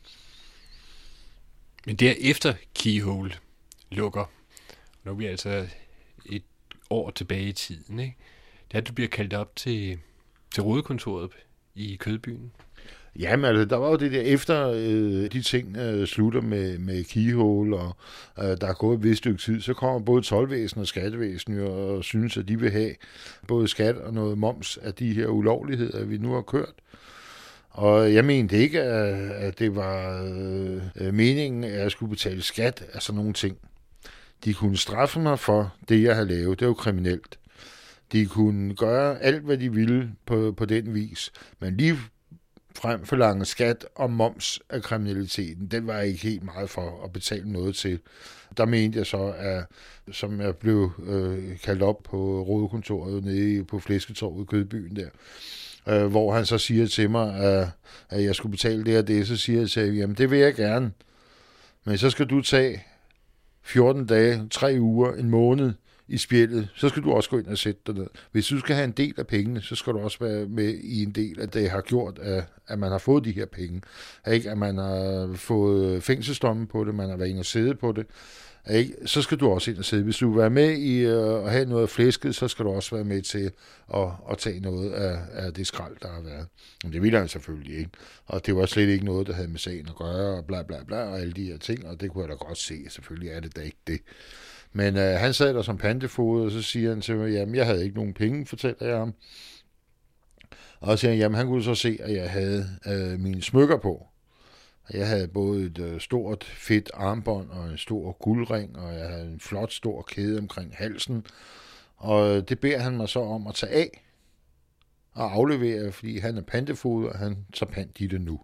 Men derefter Keyhole lukker, nu er vi altså et år tilbage i tiden, ikke? Da du bliver kaldt op til rådekontoret i Kødbyen. Jamen altså, der var jo det der, efter de ting slutter med Keyhole, og der er gået et vist stykke tid, så kommer både toldvæsen og skattevæsen og synes, at de vil have både skat og noget moms af de her ulovligheder, vi nu har kørt. Og jeg mente ikke, at det var meningen, at jeg skulle betale skat af sådan nogle ting. De kunne straffe mig for det, jeg havde lavet. Det var jo kriminelt. De kunne gøre alt, hvad de ville på den vis, men lige frem forlange skat og moms af kriminaliteten, den var jeg ikke helt meget for at betale noget til. Der mente jeg så, at som jeg blev kaldt op på rådekontoret nede på Flæsketorvet i Kødbyen der, hvor han så siger til mig, at jeg skulle betale det og det, så siger jeg til ham, jamen det vil jeg gerne, men så skal du tage 14 dage, 3 uger, en måned i spjældet, så skal du også gå ind og sætte dig ned. Hvis du skal have en del af pengene, så skal du også være med i en del af det, har gjort, at man har fået de her penge. Ikke? At man har fået fængselsdomme på det, man har været inde og sidde på det. Ikke? Så skal du også ind og sidde. Hvis du vil være med i at have noget af flæsket, så skal du også være med til at tage noget af det skrald, der har været. Men det ville han selvfølgelig ikke. Og det var slet ikke noget, der havde med sagen at gøre, og bla bla bla, og alle de her ting, og det kunne jeg da godt se. Selvfølgelig er det da ikke det. Men han sad der som pantefod, og så siger han til mig, jamen jeg havde ikke nogen penge, fortæller jeg ham. Og så siger han, jamen han kunne så se, at jeg havde mine smykker på. Jeg havde både et stort fedt armbånd og en stor guldring, og jeg havde en flot stor kæde omkring halsen. Og det beder han mig så om at tage af og aflevere, fordi han er pantefod, og han tager pant i det nu.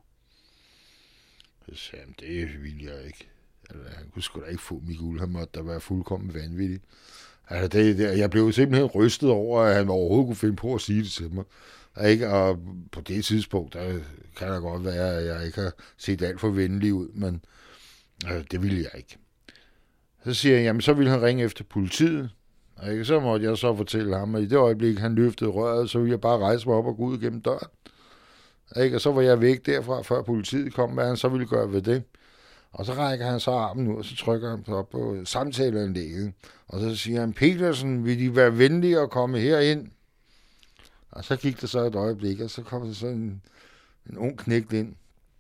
Så sagde han, det vil jeg ikke. Han kunne sgu da ikke få mit guld, han måtte da være fuldkommen vanvittig. Altså jeg blev simpelthen rystet over, at han overhovedet kunne finde på at sige det til mig. Ikke? Og på det tidspunkt, der kan det godt være, at jeg ikke har set alt for venlig ud, men det ville jeg ikke. Så siger jeg, jamen så ville han ringe efter politiet. Ikke? Så måtte jeg så fortælle ham, at i det øjeblik, han løftede røret, så ville jeg bare rejse mig op og gå ud gennem døren. Ikke? Og så var jeg væk derfra, før politiet kom, hvad han så ville gøre ved det. Og så rækker han så armen ud, og så trykker han op på samtaleanlægget. Og så siger han, Petersen, vil de være venlige at komme herind? Og så gik der så et øjeblik, og så kom der sådan en ung knægt ind,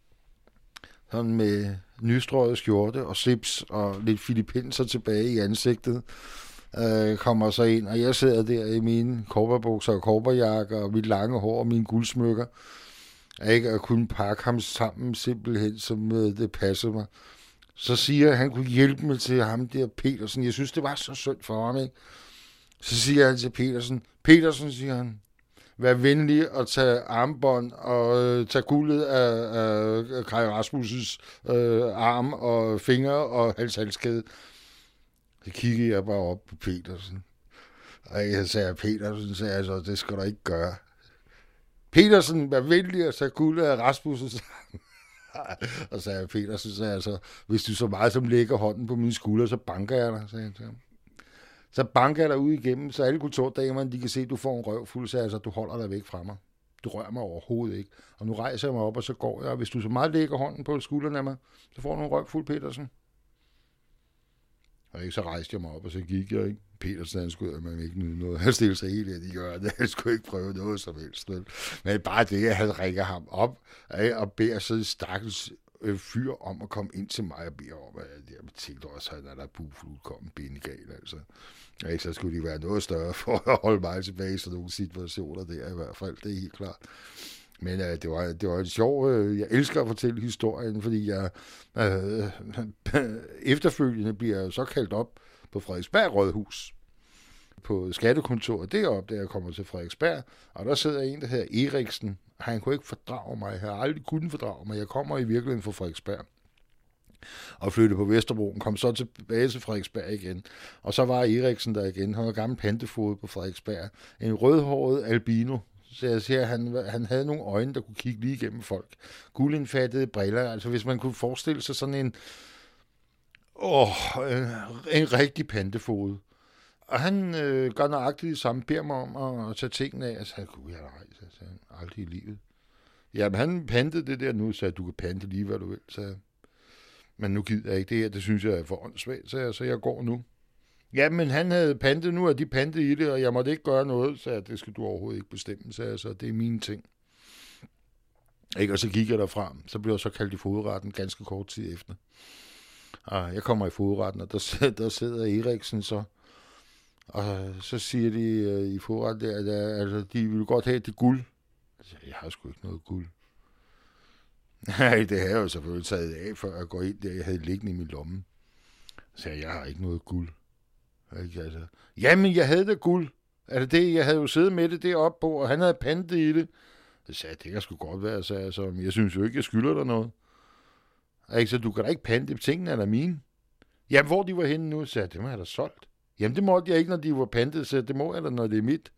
sådan med nystrøget skjorte og slips og lidt filipinser tilbage i ansigtet, kommer så ind, og jeg sidder der i mine cowboybukser og cowboyjakker og mit lange hår og mine guldsmykker, og ikke at kunne pakke ham sammen simpelthen, som det passede mig. Så siger jeg, at han kunne hjælpe mig til ham der Petersen. Jeg synes, det var så synd for ham, ikke? Så siger han til Petersen, siger han, vær venlig at tage armbånd og tage guldet af Kaj Rasmussens arm og fingre og halskæde. Så kiggede jeg bare op på Petersen. Og jeg sagde, Petersen sagde altså, det skal du ikke gøre. Petersen, vær venlig at tage guldet af Rasmussens arm. Og sagde Petersen, sagde altså, hvis du så meget som lægger hånden på mine skuldre, så banker jeg dig, sagde han til ham. Så banker jeg dig ud igennem, så alle kontordamerne, de kan se, at du får en røvfuld, så altså, du holder dig væk fra mig. Du rører mig overhovedet ikke. Og nu rejser jeg mig op, og så går jeg, og hvis du så meget lægger hånden på skuldrene af mig, så får du en røvfuld, Petersen. Og ikke, så rejste jeg mig op, og så gik jeg, ikke? Petersen, han skulle man ikke nyde noget. Han stillede sig helt ind i hjørnet. Han skulle ikke prøve noget som helst. Men bare det, at han ringer ham op, og beder sådan en stakkels fyr om at komme ind til mig og beder om, at jeg tænkte også, at han er fuldkommen bindegal, altså. Ikke, så skulle de være noget større for at holde mig tilbage i sådan nogle situationer der i hvert fald, det er helt klart. Men det var en sjov, jeg elsker at fortælle historien, fordi jeg efterfølgende bliver så kaldt op på Frederiksberg Rådhus, på skattekontoret deroppe, da jeg kommer til Frederiksberg, og der sidder en, der hedder Eriksen, og han kunne ikke fordrage mig, jeg har aldrig kunnet fordrage mig, jeg kommer i virkeligheden fra Frederiksberg, og flyttede på Vesterbroen, kom så tilbage til Frederiksberg igen, og så var Eriksen der igen, han var gammel pantefod på Frederiksberg, en rødhåret albino, så jeg siger, han havde nogle øjne, der kunne kigge lige igennem folk, guldindfattede briller, altså hvis man kunne forestille sig sådan en rigtig pantefod. Og han gør nøjagtigt det samme, beder mig om at tage tingene af. Jeg sagde, gud, jeg sagde, aldrig i livet. Jamen, han pantede det der nu, sagde, du kan pante lige, hvad du vil, sagde. Men nu gider jeg ikke det her, det synes jeg er for åndssvagt, sagde jeg, så jeg går nu. Jamen, han havde pantet nu, og de pantede i det, og jeg måtte ikke gøre noget, sagde jeg, det skal du overhovedet ikke bestemme, sagde jeg, så det er mine ting. Ikke? Og så gik jeg derfra, så blev jeg så kaldt i fogedretten ganske kort tid efter. Og jeg kommer i fogedretten, og der sidder Eriksen så, og så siger de i fogedretten der, altså, de ville godt have det guld. Jeg har sgu ikke noget guld. Nej, det havde jeg jo selvfølgelig taget af, for at gå ind der. Jeg havde liggende i min lomme. Så sagde jeg har ikke noget guld. Ikke, altså. Jamen, jeg havde det guld. Altså det, jeg havde jo siddet med det deroppe på, og han havde pantet i det. Så sagde jeg, det kan sgu godt være, sagde jeg så. Men jeg synes jo ikke, jeg skylder dig noget. Ikke, så du kan da ikke pante, tingene er der mine. Jamen, hvor de var henne nu, sagde jeg, det må jeg da solgt. Jamen, det måtte jeg ikke, når de var pantet, så det må jeg da, når det er mit.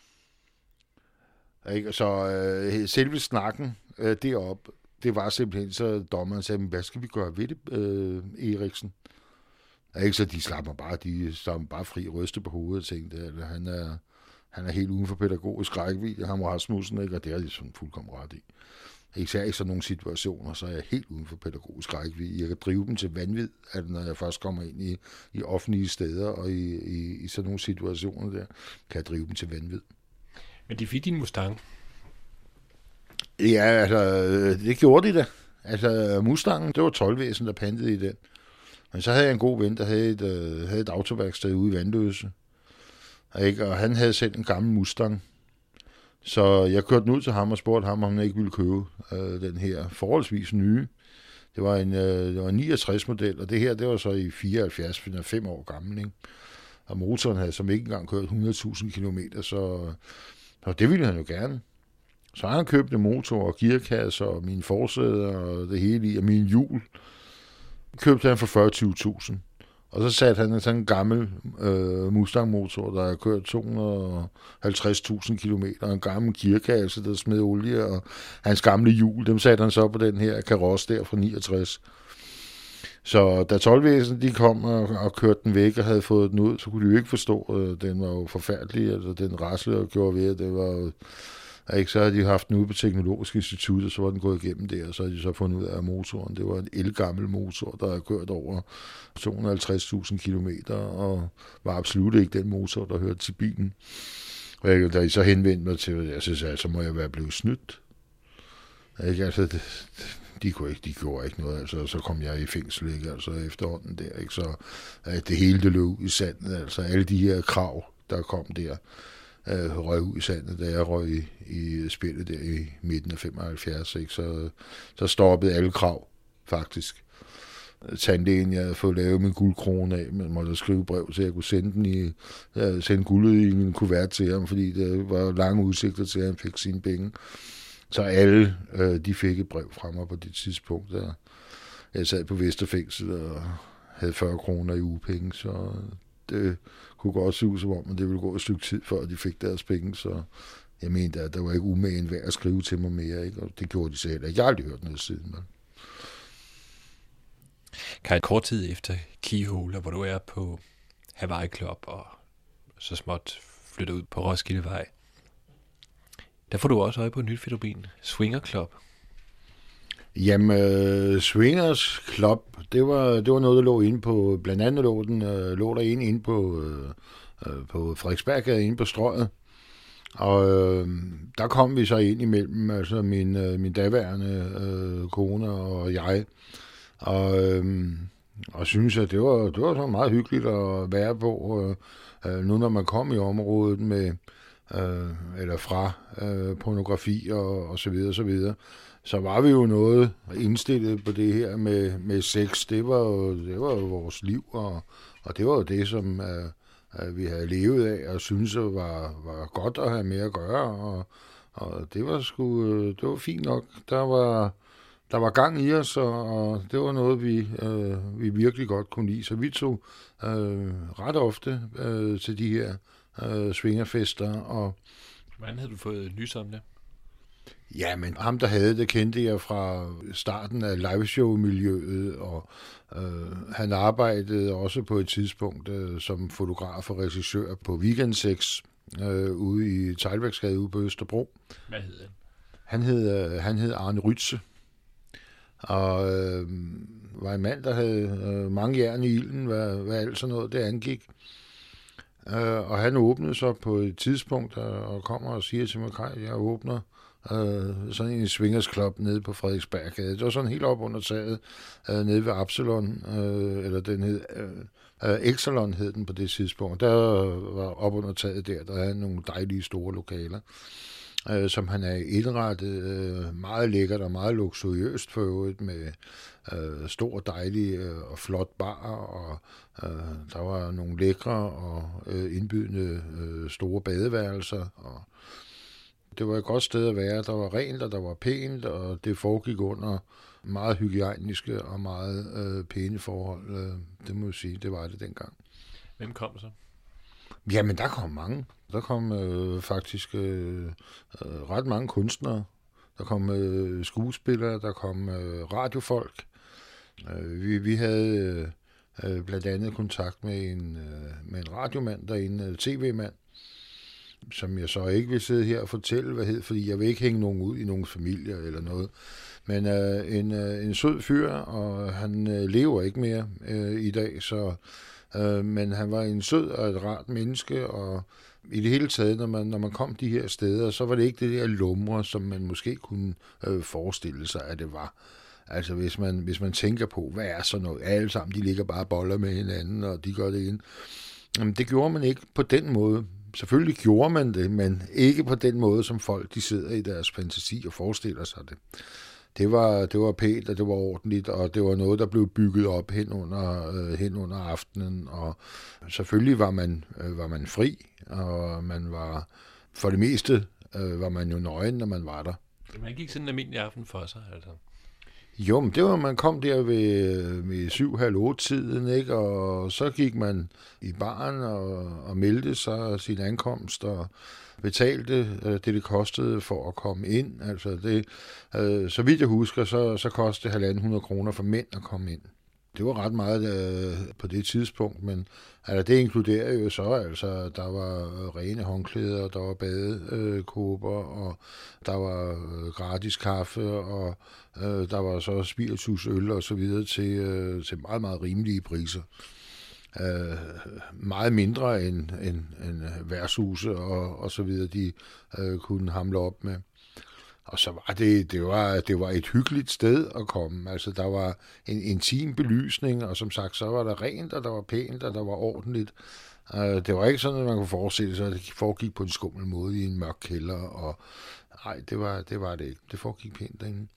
Ikke, så selve snakken deroppe, det var simpelthen, så dommeren sagde, hvad skal vi gøre ved det, Eriksen? Ikke, så de slapper bare fri ryste på hovedet og tænkte, at han er helt uden for pædagogisk rækkevidde, ham Rasmussen, ikke? Og det er de sådan fuldkommen ret i. Især i sådan nogle situationer, så er jeg helt uden for pædagogisk rækkevidde. Jeg kan drive dem til vanvid, at når jeg først kommer ind i offentlige steder og i sådan nogle situationer der, kan jeg drive dem til vanvid. Men de fik din Mustang? Ja, altså, det gjorde de da. Altså, Mustangen, det var toldvæsen, der pantede i den. Men så havde jeg en god ven, der havde et autoværksted ude i Vandløse. Og han havde selv en gammel Mustang. Så jeg kørte den ud til ham og spurgte ham, om han ikke ville købe den her forholdsvis nye. Det var en 69-model, og det her, det var så i 74, for den er 5 år gammel, ikke? Og motoren havde som ikke engang kørt 100.000 kilometer, så det ville han jo gerne. Så han købte motor og gearkasse og mine forsæder og det hele i, og mine hjul. Købte han for 40.000. Og så satte han sådan en gammel Mustang-motor, der har kørt 250.000 kilometer, og en gammel gearkasse, der smed olie, og hans gamle hjul, dem satte han så på den her karos der fra 69. Så da toldvæsenet de kom og kørte den væk og havde fået den ud, så kunne de jo ikke forstå, at den var jo forfærdelig, altså den raslede og gjorde ved, at det var ikke, så havde de haft den ude på Teknologisk Institut, og så var den gået igennem der, og så havde de så fundet ud af motoren. Det var en elgammel motor, der havde kørt over 250.000 kilometer, og var absolut ikke den motor, der hørte til bilen. Da I så henvendte mig til, jeg synes, så må jeg være blevet snydt. Ikke? Altså, de gjorde ikke noget, altså, så kom jeg i fængsel, ikke? Altså, efterhånden der, ikke? Så det hele det løb i sandet, altså alle de her krav, der kom der, røg ud i sandet, da jeg røg i spillet der i midten af 75, ikke? Så stoppede alle krav, faktisk. Tandlægen, jeg havde fået lavet min guldkrone af, men måtte skrive brev til, at jeg kunne sende guldet i en kuvert til ham, fordi det var lange udsigter til, at han fik sine penge. Så alle, de fik et brev fra mig på det tidspunkt, der jeg sad på Vesterfængsel og havde 40 kroner i ugepenge, så det kunne godt se ud som om, at det ville gå et stykke tid, før de fik deres penge, så jeg mente, at der var ikke umagen værd at skrive til mig mere, ikke? Og det gjorde de så heller. Jeg har aldrig hørt noget siden. Men. Kaj, kort tid efter Keyhole, hvor du er på Hawaii Club og så småt flytter ud på Roskildevej, der får du også øje på et nyt fænomen, Swinger Club. Jamen, Swingers Club, det var noget, der lå inde på, blandt andet lå der inde på Frederiksberggade, inde på Strøget. Og der kom vi så ind imellem, altså min daværende kone og jeg, og synes, at det var så meget hyggeligt at være på, nu når man kom i området med eller fra pornografi og så videre, så videre. Så var vi jo noget indstillet på det her med sex. Det var jo vores liv, og det var jo det, som vi havde levet af, og syntes var godt at have med at gøre, og det var fint nok. Der var gang i os, og det var noget, vi virkelig godt kunne lide. Så vi tog ret ofte til de her swingerfester. Og hvordan havde du fået nys om det? Ja, men ham, der havde det, kendte jeg fra starten af liveshow-miljøet, og han arbejdede også på et tidspunkt som fotograf og regissør på Weekendsex ude i Teglværksgade ude på Østerbro. Hvad hed han? Han hed Arne Rytze, og var en mand, der havde mange jern i ilden, hvad alt sådan noget det angik. Og han åbnede så på et tidspunkt og kommer og siger til mig, Kaj, jeg åbner sådan en swingers club nede på Frederiksberggade. Det var sådan helt op under taget nede ved Absalon, eller den hed Exelon hed den på det tidspunkt. Der var op under taget der havde nogle dejlige store lokaler, som han havde indrettet meget lækkert og meget luksuriøst for øvrigt, med stor, dejlig og flot bar, og der var nogle lækre og indbydende store badeværelser, og det var et godt sted at være. Der var rent, og der var pænt, og det foregik under meget hygiejniske og meget pæne forhold. Det må jeg sige, det var det dengang. Hvem kom så? Jamen, der kom mange. Der kom faktisk ret mange kunstnere. Der kom skuespillere, der kom radiofolk. Vi havde blandt andet kontakt med en radiomand derinde, tv-mand, som jeg så ikke vil sidde her og fortælle, hvad hed, fordi jeg vil ikke hænge nogen ud i nogen familier eller noget. Men en sød fyr, og han lever ikke mere i dag, så men han var en sød og et rart menneske, og i det hele taget, når man kom de her steder, så var det ikke det der lumre, som man måske kunne forestille sig, at det var. Altså hvis man tænker på, hvad er så noget? Alle sammen, de ligger bare og boller med hinanden, og de gør det ind. Det gjorde man ikke på den måde. Selvfølgelig gjorde man det, men ikke på den måde, som folk de sidder i deres fantasi og forestiller sig det. Det var pænt, og det var ordentligt, og det var noget, der blev bygget op hen under aftenen, og selvfølgelig var man fri, og man var, for det meste var man jo nøgen, når man var der. Man gik sådan en almindelig aften for sig, altså? Jo, men det var, man kom der ved 7-8-tiden, ikke? Og så gik man i baren og meldte sig sin ankomst og betalte det kostede for at komme ind. Altså det, så vidt jeg husker, så kostede det 1.500 kroner for mænd at komme ind. Det var ret meget på det tidspunkt, men altså, det inkluderer jo så, altså der var rene håndklæder, der var badekåber, og der var gratis kaffe, og der var så spiritus, øl og så videre til meget, meget rimelige priser. meget mindre end værtshuse og så videre, de kunne hamle op med. Og så var det var et hyggeligt sted at komme. Altså, der var en intim belysning, og som sagt, så var der rent, og der var pænt, og der var ordentligt. Det var ikke sådan, at man kunne forestille sig, at det foregik på en skummel måde i en mørk kælder, og nej, det var det ikke. Det foregik pænt derinde.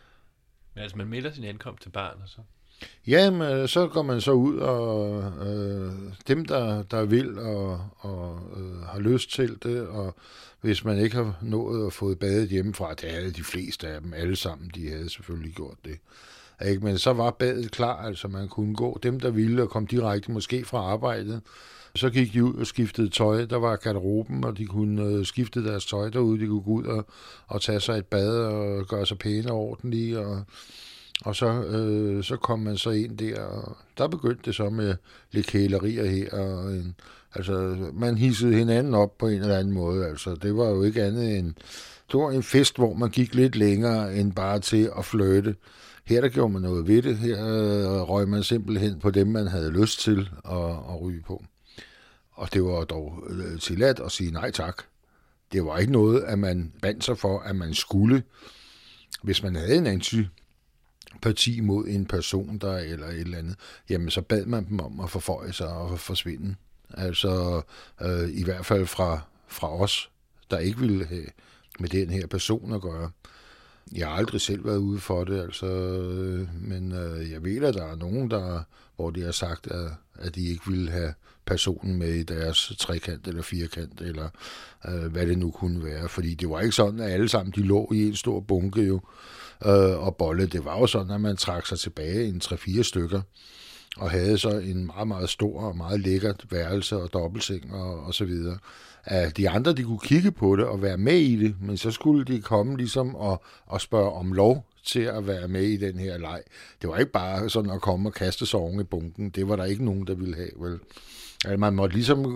Men altså, man melder sin ankomst til barn, og så? Ja, men så går man så ud, og dem, der vil og har lyst til det, og hvis man ikke har nået at få badet hjemmefra, det havde de fleste af dem, alle sammen, de havde selvfølgelig gjort det. Ikke? Men så var badet klar, altså man kunne gå. Dem, der ville og kom direkte måske fra arbejdet, så gik de ud og skiftede tøj. Der var garderoben, og de kunne skifte deres tøj derude. De kunne gå ud og tage sig et bad og gøre sig pæne og ordentlige, og så kom man så ind der, og der begyndte det så med lidt kælerier her, og altså man hissede hinanden op på en eller anden måde, altså det var jo ikke andet end, det var en fest, hvor man gik lidt længere end bare til at flirte. Her der gjorde man noget ved det, her røg man simpelthen på dem, man havde lyst til at ryge på. Og det var dog tilladt at sige nej tak. Det var ikke noget, at man bandt sig for, at man skulle, hvis man havde en antiparti mod en person der eller et eller andet, jamen så bad man dem om at forføje sig og forsvinde. Altså i hvert fald fra os, der ikke ville have med den her person at gøre. Jeg har aldrig selv været ude for det, altså, men jeg ved, at der er nogen, hvor de har sagt, at de ikke ville have personen med i deres trekant eller firkant, eller hvad det nu kunne være. Fordi det var ikke sådan, at alle sammen de lå i en stor bunke jo, og bolle. Det var jo sådan, at man trak sig tilbage en 3-4 stykker, og havde så en meget, meget stor og meget lækkert værelse og dobbeltseng og så videre. De andre, de kunne kigge på det og være med i det, men så skulle de komme ligesom og spørge om lov til at være med i den her leg. Det var ikke bare sådan at komme og kaste sig oven i bunken. Det var der ikke nogen, der ville have, vel? Altså, man måtte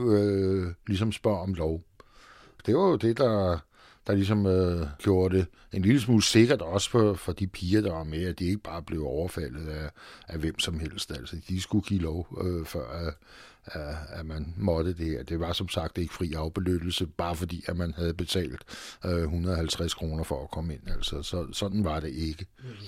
ligesom spørge om lov. Det var jo det, der ligesom gjorde det en lille smule sikkert også for de piger, der var med, at de ikke bare blev overfaldet af hvem som helst. Altså, de skulle give lov, før at man måtte det her. Det var som sagt ikke fri afbenyttelse, bare fordi at man havde betalt 150 kroner for at komme ind. Altså, sådan var det ikke.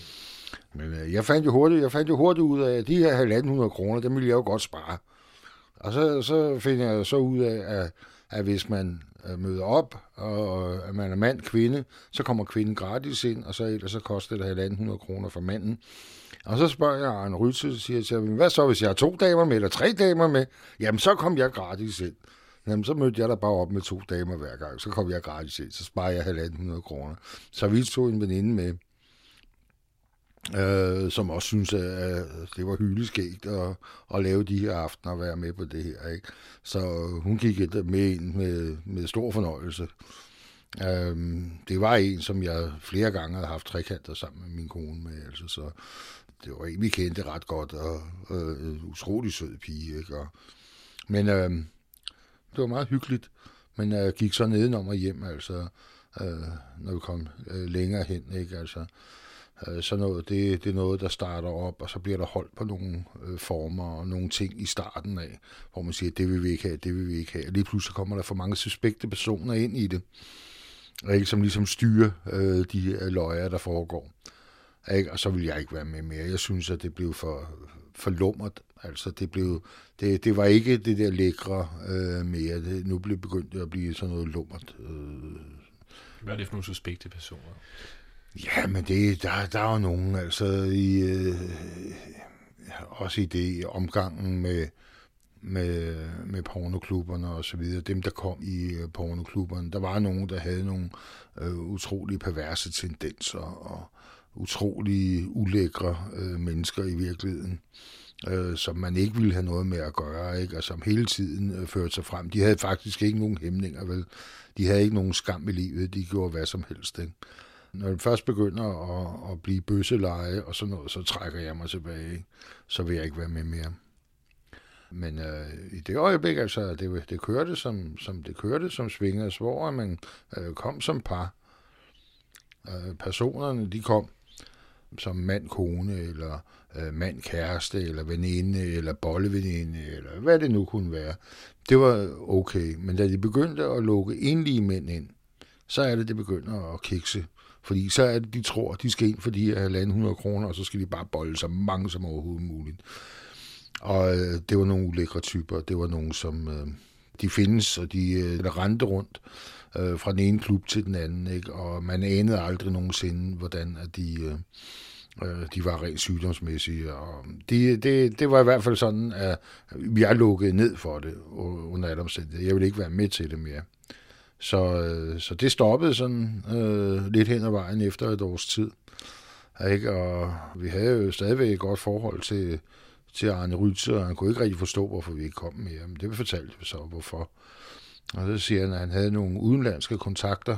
Men jeg fandt jo hurtigt ud af, at de her 1.500 kroner, dem ville jeg jo godt spare. Og så finder jeg så ud af, at hvis man møder op, og at man er mand, kvinde, så kommer kvinden gratis ind, og så koster det 1.500 kroner for manden. Og så spørger jeg Arne Rytze, siger til ham, hvad så hvis jeg har 2 damer med, eller 3 damer med? Jamen så kom jeg gratis ind. Jamen så mødte jeg der bare op med 2 damer hver gang, så kom jeg gratis ind, så sparer jeg 1.500 kroner. Så vi tog en veninde med, som også synes, at det var hyldeskægt at lave de her aftener og være med på det her, ikke? Så hun gik med ind med stor fornøjelse. Det var en, som jeg flere gange havde haft trekanter sammen med min kone med, altså, så det var en, vi kendte ret godt, og en utrolig sød pige, ikke? Men det var meget hyggeligt, men gik så nedenom og hjem, altså, når vi kom længere hen, ikke? Altså, så noget, det er noget, der starter op, og så bliver der holdt på nogle former og nogle ting i starten af, hvor man siger, det vil vi ikke have, det vil vi ikke have. Og lige pludselig kommer der for mange suspekte personer ind i det, ikke, som ligesom styrer de løjer, der foregår. Ikke? Og så vil jeg ikke være med mere. Jeg synes, at det blev for lummert. Altså, det var ikke det der lækre mere. Nu blev begyndt at blive sådan noget lummert. Hvad er det for nogle suspekte personer? Ja, men der er jo nogen, altså også i det omgangen med pornoklubberne og så videre. Dem, der kom i pornoklubberne, der var nogen, der havde nogle utrolige perverse tendenser og utrolige ulækre mennesker i virkeligheden, som man ikke ville have noget med at gøre, ikke? Og som hele tiden førte sig frem. De havde faktisk ikke nogen hæmninger, vel? De havde ikke nogen skam i livet. De gjorde hvad som helst, ikke? Når det først begynder at blive bøsseleje og sådan noget, så trækker jeg mig tilbage, ikke? Så vil jeg ikke være med mere. Men i det øjeblik, altså, det kørte som det kørte som swingers, hvor man kom som par. Personerne, de kom som mand-kone, eller mand-kæreste, eller veninde, eller bolleveninde, eller hvad det nu kunne være. Det var okay, men da de begyndte at lukke enlige mænd ind, så er det begynder at kikse. Fordi så er det, de tror, de skal ind for de her 100 kroner, og så skal de bare bolle så mange som overhovedet muligt. Og det var nogle ulækre typer. Det var nogle, som de findes, og de rendte rundt fra den ene klub til den anden. Ikke? Og man anede aldrig nogensinde, hvordan at de var rent sygdomsmæssige. Og det var i hvert fald sådan, at jeg lukkede ned for det under alle omstændigheder. Jeg ville ikke være med til det mere. Så det stoppede sådan lidt hen ad vejen efter et års tid. Ikke? Og vi havde jo stadigvæk et godt forhold til Arne Rytze, og han kunne ikke rigtig forstå, hvorfor vi ikke kom mere. Men det fortalte vi så, hvorfor. Og så siger han, at han havde nogle udenlandske kontakter,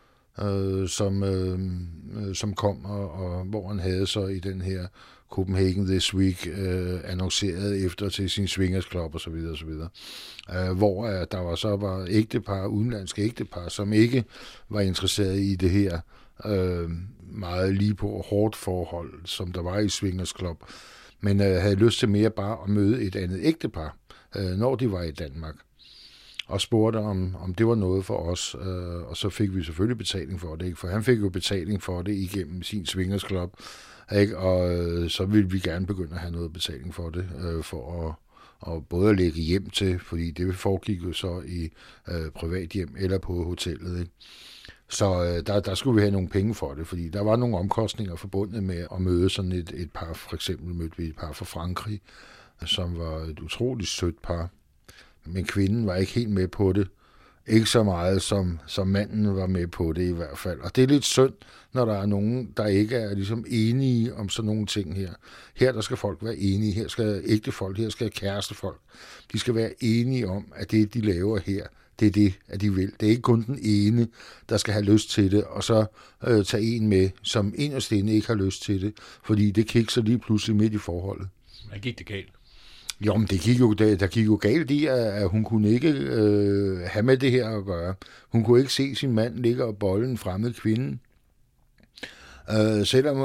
som kom, og hvor han havde så i den her Copenhagen This Week annonceret efter til sin swingersklub og så videre og så videre. Hvor der var udenlandske ægtepar, som ikke var interesseret i det her meget lige på og hårdt forhold, som der var i swingersklub, men havde lyst til mere bare at møde et andet ægtepar, når de var i Danmark. Og spurgte, om det var noget for os, og så fik vi selvfølgelig betaling for det, ikke? For han fik jo betaling for det igennem sin swingersklub, ikke? Og så ville vi gerne begynde at have noget betaling for det, for at både at lægge hjem til, fordi det foregik jo så i privat hjem eller på hotellet, ikke? Så der skulle vi have nogle penge for det, fordi der var nogle omkostninger forbundet med at møde sådan et par. For eksempel mødte vi et par fra Frankrig, som var et utroligt sødt par. Men kvinden var ikke helt med på det. Ikke så meget, som manden var med på det i hvert fald. Og det er lidt synd, når der er nogen, der ikke er ligesom enige om sådan nogle ting her. Her der skal folk være enige. Her skal ægtefolk, her skal kærestefolk. De skal være enige om, at det, de laver her, det er det, at de vil. Det er ikke kun den ene, der skal have lyst til det, og så tage en med, som inderst inde ikke har lyst til det. Fordi det kikser lige pludselig midt i forholdet. Hvad gik det galt? Jo, men der gik jo galt i, at hun kunne ikke have med det her at gøre. Hun kunne ikke se sin mand ligge og bolle en fremmed kvinde. Selvom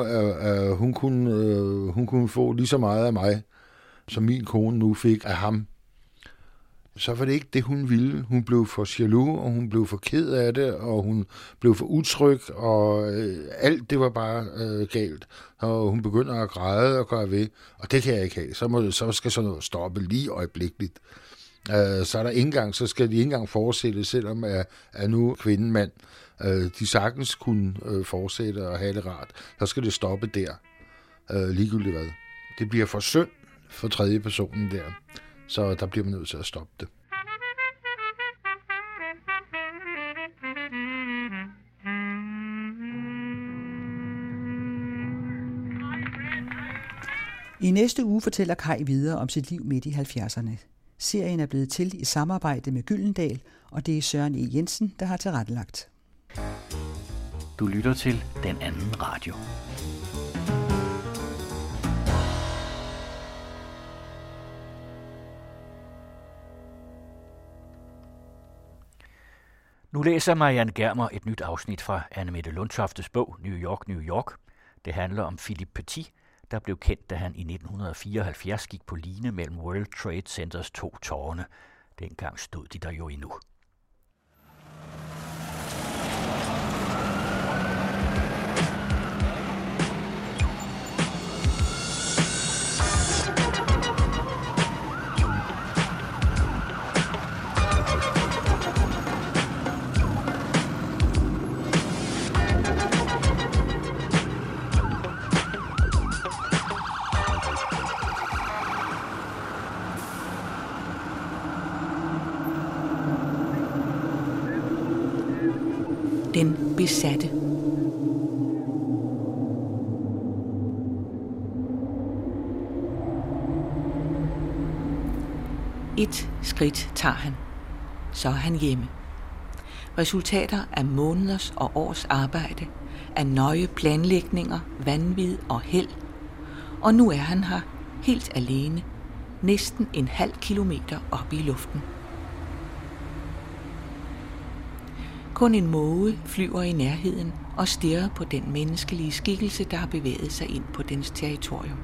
hun kunne få lige så meget af mig, som min kone nu fik af ham, så var det ikke det, hun ville. Hun blev for jaloux, og hun blev for ked af det, og hun blev for utryg, og alt det var bare galt. Og hun begynder at græde og gøre ved, og det kan jeg ikke have. Så skal sådan noget stoppe lige øjeblikkeligt. Så er der ikke engang, så skal de ikke engang fortsætte, selvom at nu kvinden mand, de sagtens kunne fortsætte og have det rart. Så skal det stoppe der, ligegyldigt hvad. Det bliver for synd for tredje personen der. Så der bliver man nødt til at stoppe det. I næste uge fortæller Kai videre om sit liv midt i 70'erne. Serien er blevet til i samarbejde med Gyldendal, og det er Søren E. Jensen, der har tilrettelagt. Du lytter til Den Anden Radio. Nu læser Marianne Germer et nyt afsnit fra Anne-Mette Lundtoftes bog New York, New York. Det handler om Philippe Petit, der blev kendt, da han i 1974 gik på line mellem World Trade Centers 2 tårne. Dengang stod de der jo endnu. Den besatte. Et skridt tager han. Så er han hjemme. Resultater af måneders og års arbejde, af nøje planlægninger, vanvid og held. Og nu er han her, helt alene, næsten en halv kilometer op i luften. Kun en måge flyver i nærheden og stirrer på den menneskelige skikkelse, der har bevæget sig ind på dens territorium.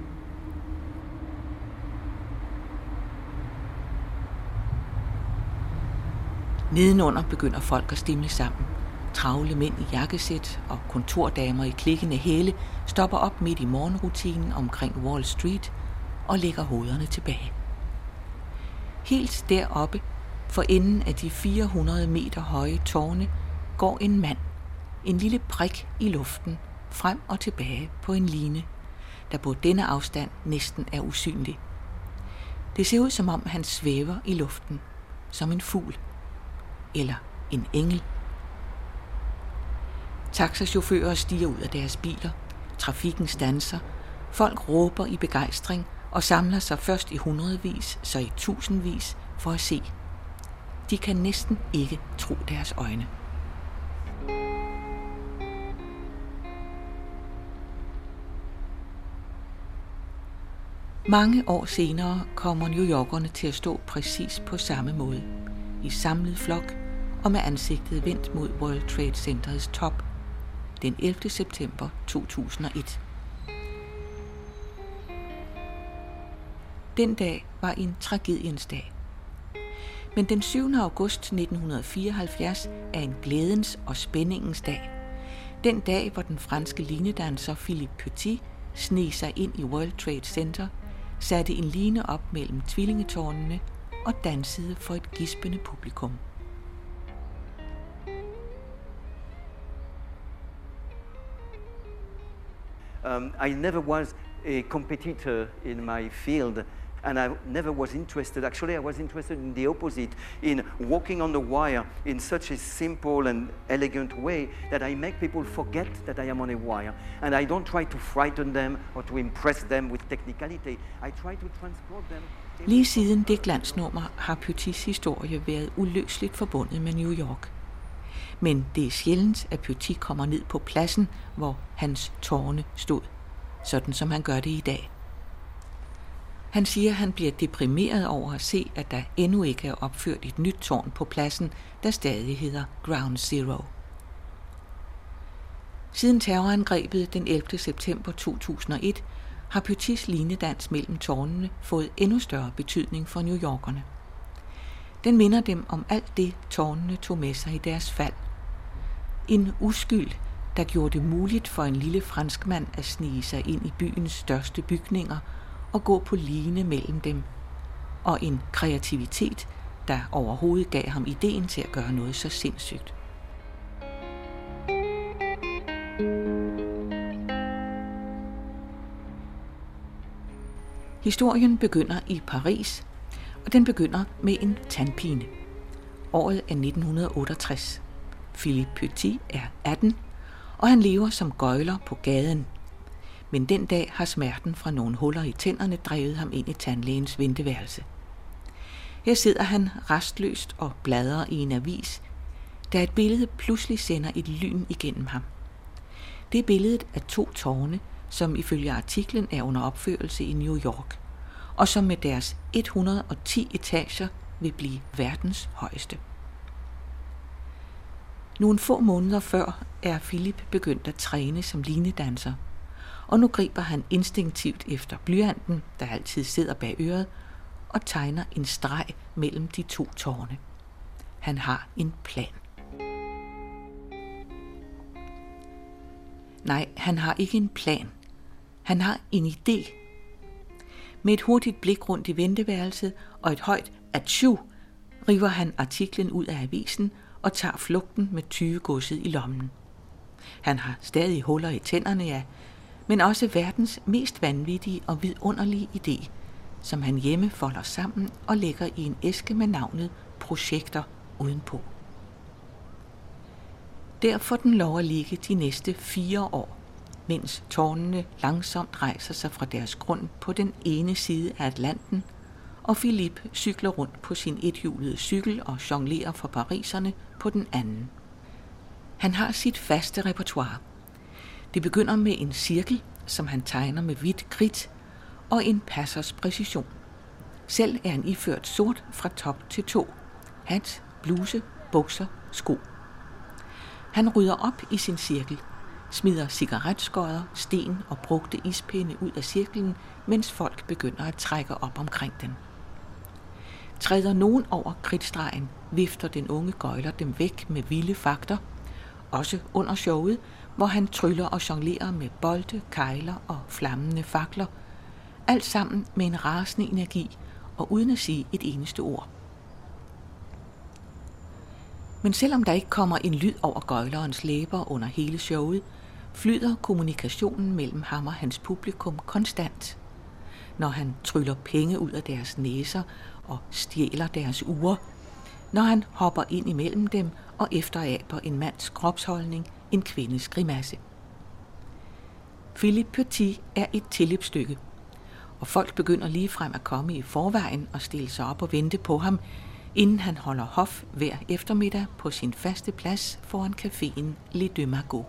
Nedenunder begynder folk at stimle sammen. Travle mænd i jakkesæt og kontordamer i klikkende hæle stopper op midt i morgenrutinen omkring Wall Street og lægger hovederne tilbage. Helt deroppe, for enden af de 400 meter høje tårne, går en mand, en lille prik i luften, frem og tilbage på en line, der på denne afstand næsten er usynlig. Det ser ud som om han svæver i luften, som en fugl eller en engel. Taxachauffører stiger ud af deres biler, trafikken standser, folk råber i begejstring og samler sig først i hundredvis, så i tusindvis for at se. De kan næsten ikke tro deres øjne. Mange år senere kommer New Yorkerne til at stå præcis på samme måde, i samlet flok og med ansigtet vendt mod World Trade Centerets top, den 11. september 2001. Den dag var en tragediens dag. Men den 7. august 1974 er en glædens og spændingens dag. Den dag, hvor den franske linedanser Philippe Petit sneg sig ind i World Trade Center, satte en line op mellem tvillingetårnene og dansede for et gispende publikum. I never was a competitor in my field, and I never was interested. Actually, I was interested in the opposite, in walking on the wire in such a simple and elegant way that I make people forget that I am on a wire. And I don't try to frighten them or to impress them with technicality. I try to transport them. Lige siden det glansnummer har Petits historie været uløseligt forbundet med New York. Men det er sjældent, at Petit kommer ned på pladsen, hvor hans tårne stod, sådan som han gør det i dag. Han siger, at han bliver deprimeret over at se, at der endnu ikke er opført et nyt tårn på pladsen, der stadig hedder Ground Zero. Siden terrorangrebet den 11. september 2001 har Petits linedans mellem tårnene fået endnu større betydning for New Yorkerne. Den minder dem om alt det, tårnene tog med sig i deres fald. En uskyld, der gjorde det muligt for en lille franskmand at snige sig ind i byens største bygninger og gå på line mellem dem. Og en kreativitet, der overhovedet gav ham ideen til at gøre noget så sindssygt. Historien begynder i Paris, og den begynder med en tandpine. Året er 1968. Philippe Petit er 18, og han lever som gøgler på gaden. Men den dag har smerten fra nogle huller i tænderne drevet ham ind i tandlægens venteværelse. Her sidder han rastløst og bladrer i en avis, da et billede pludselig sender et lyn igennem ham. Det er billedet af 2 tårne, som ifølge artiklen er under opførelse i New York, og som med deres 110 etager vil blive verdens højeste. Nogle få måneder før er Philippe begyndt at træne som linedanser, og nu griber han instinktivt efter blyanten, der altid sidder bag øret, og tegner en streg mellem de 2 tårne. Han har en plan. Nej, han har ikke en plan. Han har en idé. Med et hurtigt blik rundt i venteværelset og et højt atsju, river han artiklen ud af avisen og tager flugten med tyvegodset i lommen. Han har stadig huller i tænderne, ja, men også verdens mest vanvittige og vidunderlige idé, som han hjemme folder sammen og lægger i en æske med navnet Projekter udenpå. Der får den lov at ligge de næste 4 år, mens tårnene langsomt rejser sig fra deres grund på den ene side af Atlanten, og Philippe cykler rundt på sin ethjulede cykel og jonglerer for pariserne på den anden. Han har sit faste repertoire. Det begynder med en cirkel, som han tegner med hvidt kridt, og en passers præcision. Selv er han iført sort fra top til tå. Hat, bluse, bukser, sko. Han rydder op i sin cirkel, smider cigaretskodder, sten og brugte ispinde ud af cirklen, mens folk begynder at trække op omkring den. Træder nogen over kridtstregen, vifter den unge gøjler dem væk med vilde fagter, også under showet, hvor han tryller og jonglerer med bolde, kegler og flammende fakler, alt sammen med en rasende energi og uden at sige et eneste ord. Men selvom der ikke kommer en lyd over gøjlerens læber under hele showet, flyder kommunikationen mellem ham og hans publikum konstant. Når han tryller penge ud af deres næser og stjæler deres ure, når han hopper ind imellem dem og efteraber en mands kropsholdning, en kvindes grimasse. Philippe Petit er et tilløbsstykke, og folk begynder ligefrem at komme i forvejen og stille sig op og vente på ham, inden han holder hof hver eftermiddag på sin faste plads foran caféen Les Deux Magots.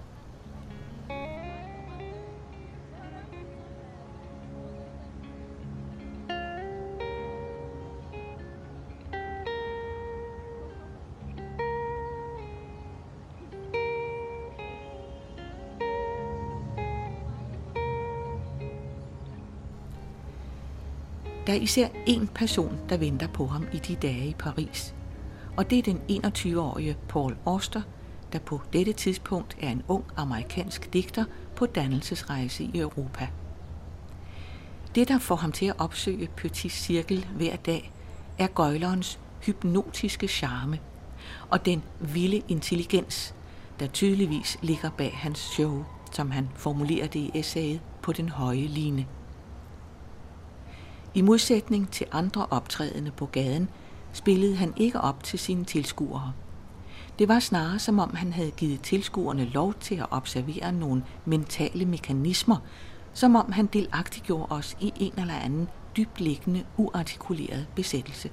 Der er især én person, der venter på ham i de dage i Paris, og det er den 21-årige Paul Auster, der på dette tidspunkt er en ung amerikansk digter på dannelsesrejse i Europa. Det, der får ham til at opsøge Petits cirkel hver dag, er gøjlerens hypnotiske charme og den vilde intelligens, der tydeligvis ligger bag hans show, som han formulerer det i essayet På den høje line. I modsætning til andre optrædende på gaden, spillede han ikke op til sine tilskuere. Det var snarere som om han havde givet tilskuerne lov til at observere nogle mentale mekanismer, som om han delagtiggjorde os i en eller anden dybtliggende, uartikuleret besættelse.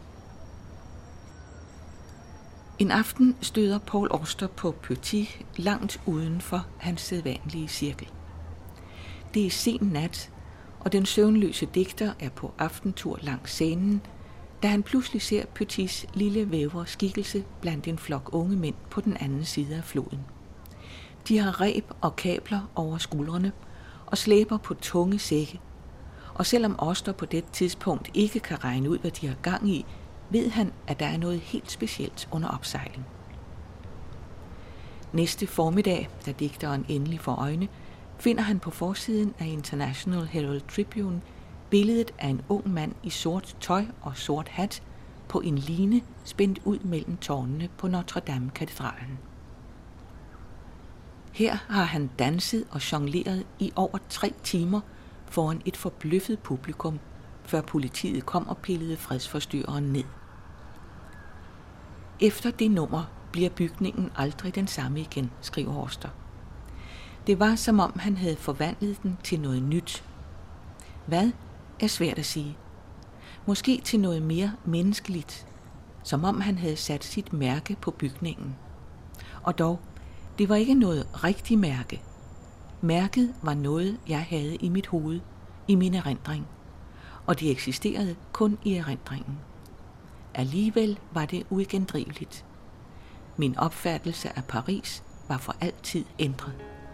En aften støder Paul Auster på Petit langt uden for hans sædvanlige cirkel. Det er sen nat, og den søvnløse digter er på aftentur langs scenen, da han pludselig ser Petits lille vævre skikkelse blandt en flok unge mænd på den anden side af floden. De har reb og kabler over skuldrene og slæber på tunge sække, og selvom Auster på det tidspunkt ikke kan regne ud, hvad de har gang i, ved han, at der er noget helt specielt under opsejling. Næste formiddag, da digteren endelig får øjne, finder han på forsiden af International Herald Tribune billedet af en ung mand i sort tøj og sort hat på en line spændt ud mellem tårnene på Notre Dame-katedralen. Her har han danset og jongleret i over 3 timer foran et forbløffet publikum, før politiet kom og pillede fredsforstyrreren ned. Efter det nummer bliver bygningen aldrig den samme igen, skriver Auster. Det var som om han havde forvandlet den til noget nyt. Hvad er svært at sige. Måske til noget mere menneskeligt, som om han havde sat sit mærke på bygningen. Og dog, det var ikke noget rigtigt mærke. Mærket var noget, jeg havde i mit hoved, i min erindring, og det eksisterede kun i erindringen. Alligevel var det uigendriveligt. Min opfattelse af Paris var for altid ændret.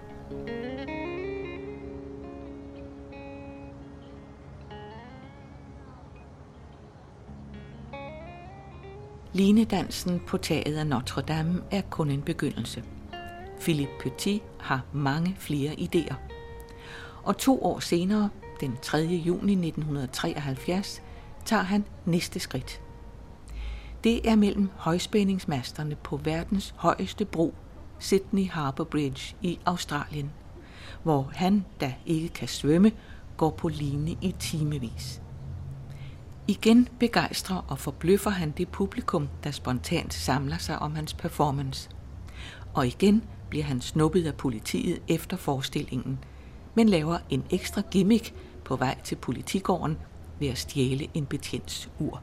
Linedansen på taget af Notre Dame er kun en begyndelse. Philippe Petit har mange flere idéer. Og 2 år senere, den 3. juni 1973, tager han næste skridt. Det er mellem højspændingsmasterne på verdens højeste bro, Sydney Harbour Bridge i Australien, hvor han, der ikke kan svømme, går på line i timevis. Igen begejstrer og forbløffer han det publikum, der spontant samler sig om hans performance. Og igen bliver han snuppet af politiet efter forestillingen, men laver en ekstra gimmick på vej til politigården ved at stjæle en betjents ur.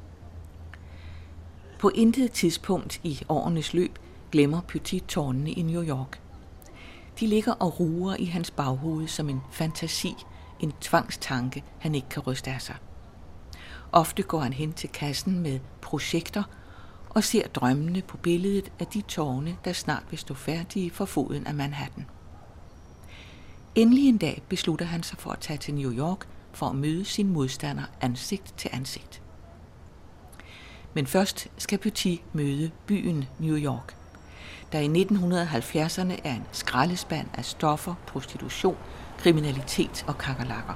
På intet tidspunkt i årenes løb glemmer Petit tårnene i New York. De ligger og ruger i hans baghoved som en fantasi, en tvangstanke, han ikke kan ryste af sig. Ofte går han hen til kassen med projekter og ser drømmende på billedet af de tårne, der snart vil stå færdige for foden af Manhattan. Endelig en dag beslutter han sig for at tage til New York for at møde sin modstander ansigt til ansigt. Men først skal Petit møde byen New York, der i 1970'erne er en skraldespand af stoffer, prostitution, kriminalitet og kakerlakker.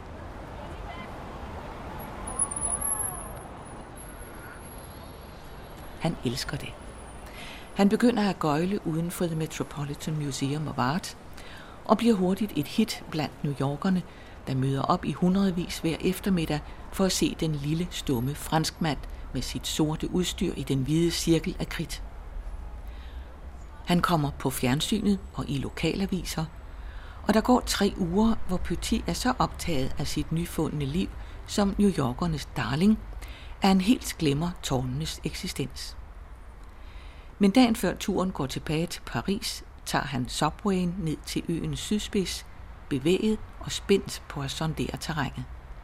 Han elsker det. Han begynder at gøjle uden for The Metropolitan Museum of Art og bliver hurtigt et hit blandt New Yorkerne, der møder op i hundredvis hver eftermiddag for at se den lille, stumme franskmand med sit sorte udstyr i den hvide cirkel af kridt. Han kommer på fjernsynet og i lokalaviser, og der går 3 uger, hvor Petit er så optaget af sit nyfundne liv som New Yorkernes darling, at han helt glemmer tårnenes eksistens. Men dagen før turen går tilbage til Paris, tager han subwayen ned til øens sydspids, bevæget og spændt på at sondere terrænet.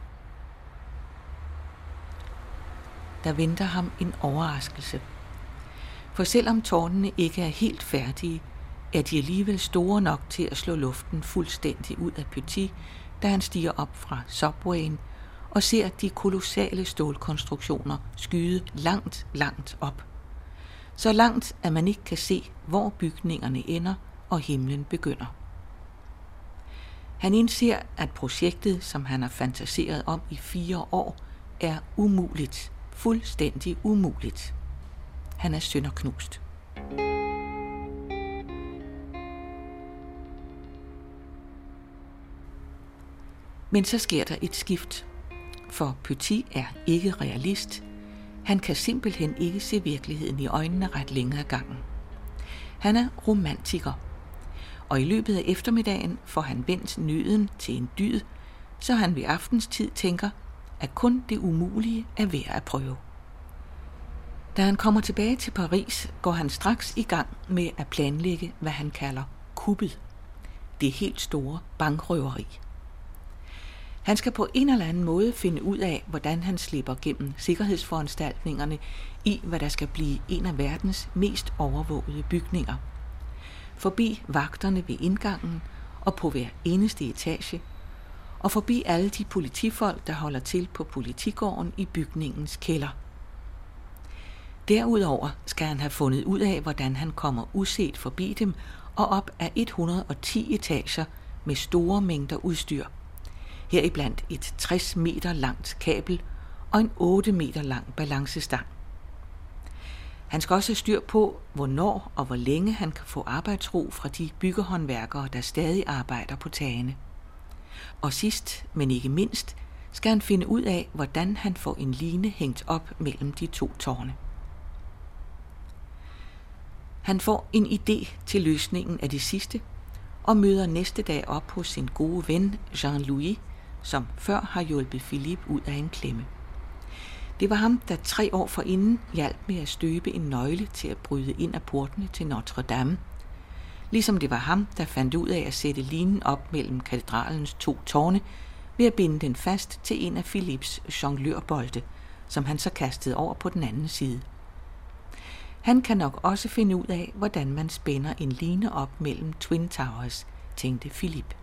Der venter ham en overraskelse. For selvom tårnene ikke er helt færdige, er de alligevel store nok til at slå luften fuldstændig ud af Petit, da han stiger op fra subwayen og ser de kolossale stålkonstruktioner skyde langt, langt op. Så langt, at man ikke kan se, hvor bygningerne ender og himlen begynder. Han indser, at projektet, som han har fantaseret om i 4 år, er umuligt. Fuldstændig umuligt. Han er sønderknust. Men så sker der et skift. For Petit er ikke realist. Han kan simpelthen ikke se virkeligheden i øjnene ret længe ad gangen. Han er romantiker. Og i løbet af eftermiddagen får han vendt nyden til en dyd, så han ved aftenstid tænker, at kun det umulige er værd at prøve. Da han kommer tilbage til Paris, går han straks i gang med at planlægge, hvad han kalder kuppet. Det helt store bankrøveri. Han skal på en eller anden måde finde ud af, hvordan han slipper gennem sikkerhedsforanstaltningerne i, hvad der skal blive en af verdens mest overvågede bygninger. Forbi vagterne ved indgangen og på hver eneste etage, og forbi alle de politifolk, der holder til på politigården i bygningens kælder. Derudover skal han have fundet ud af, hvordan han kommer uset forbi dem og op af 110 etager med store mængder udstyr. Heriblandt et 60 meter langt kabel og en 8 meter lang balancestang. Han skal også have styr på, hvornår og hvor længe han kan få arbejdsro fra de byggehåndværkere, der stadig arbejder på tagene. Og sidst, men ikke mindst, skal han finde ud af, hvordan han får en line hængt op mellem de 2 tårne. Han får en idé til løsningen af det sidste, og møder næste dag op hos sin gode ven Jean-Louis, som før har hjulpet Philippe ud af en klemme. Det var ham, der 3 år forinden hjalp med at støbe en nøgle til at bryde ind af portene til Notre Dame, ligesom det var ham, der fandt ud af at sætte linen op mellem katedralens 2 tårne ved at binde den fast til en af Philippes jonglørbolde, som han så kastede over på den anden side. Han kan nok også finde ud af, hvordan man spænder en line op mellem Twin Towers, tænkte Philippe.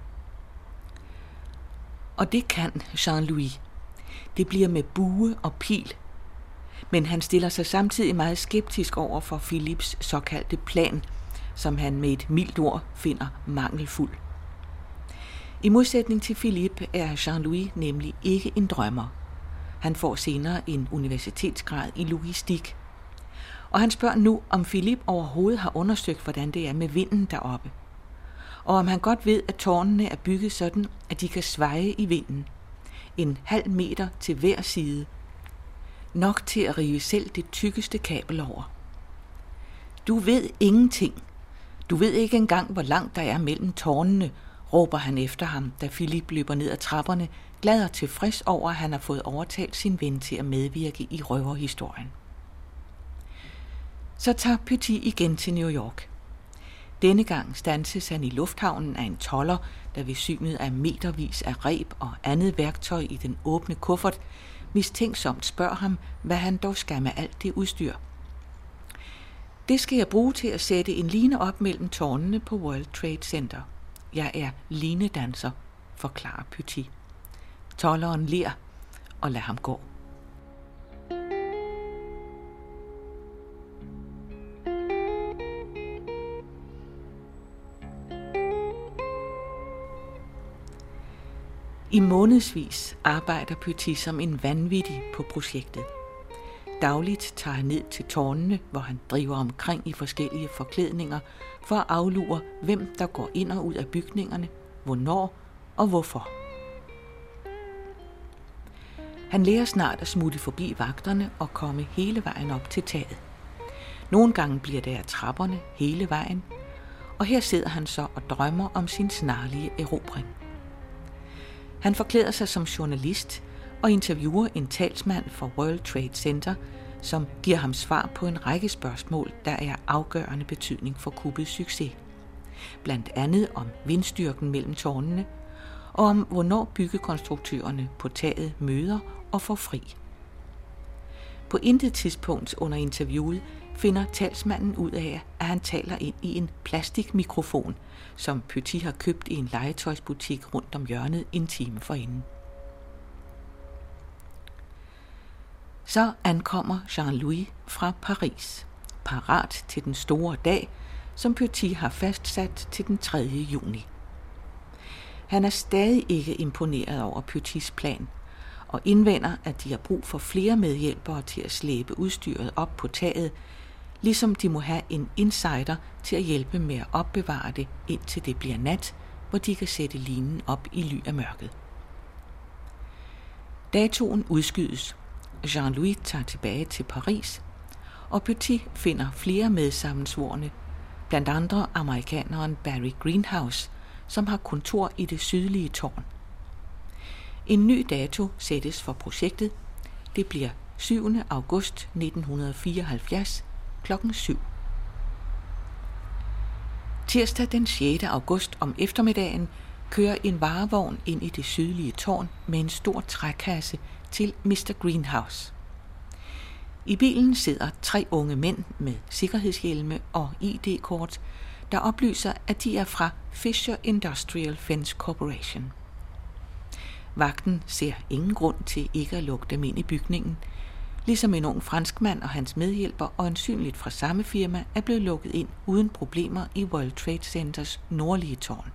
Og det kan Jean-Louis. Det bliver med bue og pil. Men han stiller sig samtidig meget skeptisk over for Philippes såkaldte plan, som han med et mildt ord finder mangelfuld. I modsætning til Philippe er Jean-Louis nemlig ikke en drømmer. Han får senere en universitetsgrad i logistik. Og han spørger nu, om Philippe overhovedet har undersøgt, hvordan det er med vinden deroppe. Og om han godt ved, at tårnene er bygget sådan, at de kan svaje i vinden. 0,5 meter til hver side. Nok til at rive selv det tykkeste kabel over. Du ved ingenting. Du ved ikke engang, hvor langt der er mellem tårnene, råber han efter ham, da Philippe løber ned ad trapperne, glad og tilfreds over, at han har fået overtalt sin ven til at medvirke i røverhistorien. Så tager Petit igen til New York. Denne gang standses han i lufthavnen af en toller, der ved synet af metervis af reb og andet værktøj i den åbne kuffert, mistænksomt spørger ham, hvad han dog skal med alt det udstyr. Det skal jeg bruge til at sætte en line op mellem tårnene på World Trade Center. Jeg er linedanser, forklarer Petit. Tolderen ler og lader ham gå. I månedsvis arbejder Petit som en vanvittig på projektet. Dagligt tager han ned til tårnene, hvor han driver omkring i forskellige forklædninger for at aflure, hvem der går ind og ud af bygningerne, hvornår og hvorfor. Han lærer snart at smutte forbi vagterne og komme hele vejen op til taget. Nogle gange bliver det af trapperne hele vejen, og her sidder han så og drømmer om sin snarlige erobring. Han forklæder sig som journalist og interviewer en talsmand for World Trade Center, som giver ham svar på en række spørgsmål, der er afgørende betydning for kuppets succes. Blandt andet om vindstyrken mellem tårnene, og om hvornår byggekonstruktørerne på taget møder og får fri. På intet tidspunkt under interviewet finder talsmanden ud af, at han taler ind i en plastikmikrofon, som Petit har købt i en legetøjsbutik rundt om hjørnet en time forinden. Så ankommer Jean-Louis fra Paris, parat til den store dag, som Petit har fastsat til den 3. juni. Han er stadig ikke imponeret over Petits plan, og indvender, at de har brug for flere medhjælpere til at slæbe udstyret op på taget, ligesom de må have en insider til at hjælpe med at opbevare det, indtil det bliver nat, hvor de kan sætte linen op i ly af mørket. Datoen udskydes. Jean-Louis tager tilbage til Paris, og Petit finder flere medsammensvorne, blandt andre amerikaneren Barry Greenhouse, som har kontor i det sydlige tårn. En ny dato sættes for projektet. Det bliver 7. august 1974 klokken 7. Tirsdag den 6. august om eftermiddagen kører en varevogn ind i det sydlige tårn med en stor trækasse til Mr. Greenhouse. I bilen sidder 3 unge mænd med sikkerhedshjelme og ID-kort, der oplyser, at de er fra Fisher Industrial Fence Corporation. Vagten ser ingen grund til ikke at lukke dem ind i bygningen, ligesom en ung franskmand og hans medhjælper øjensynligt fra samme firma er blevet lukket ind uden problemer i World Trade Centers nordlige tårn.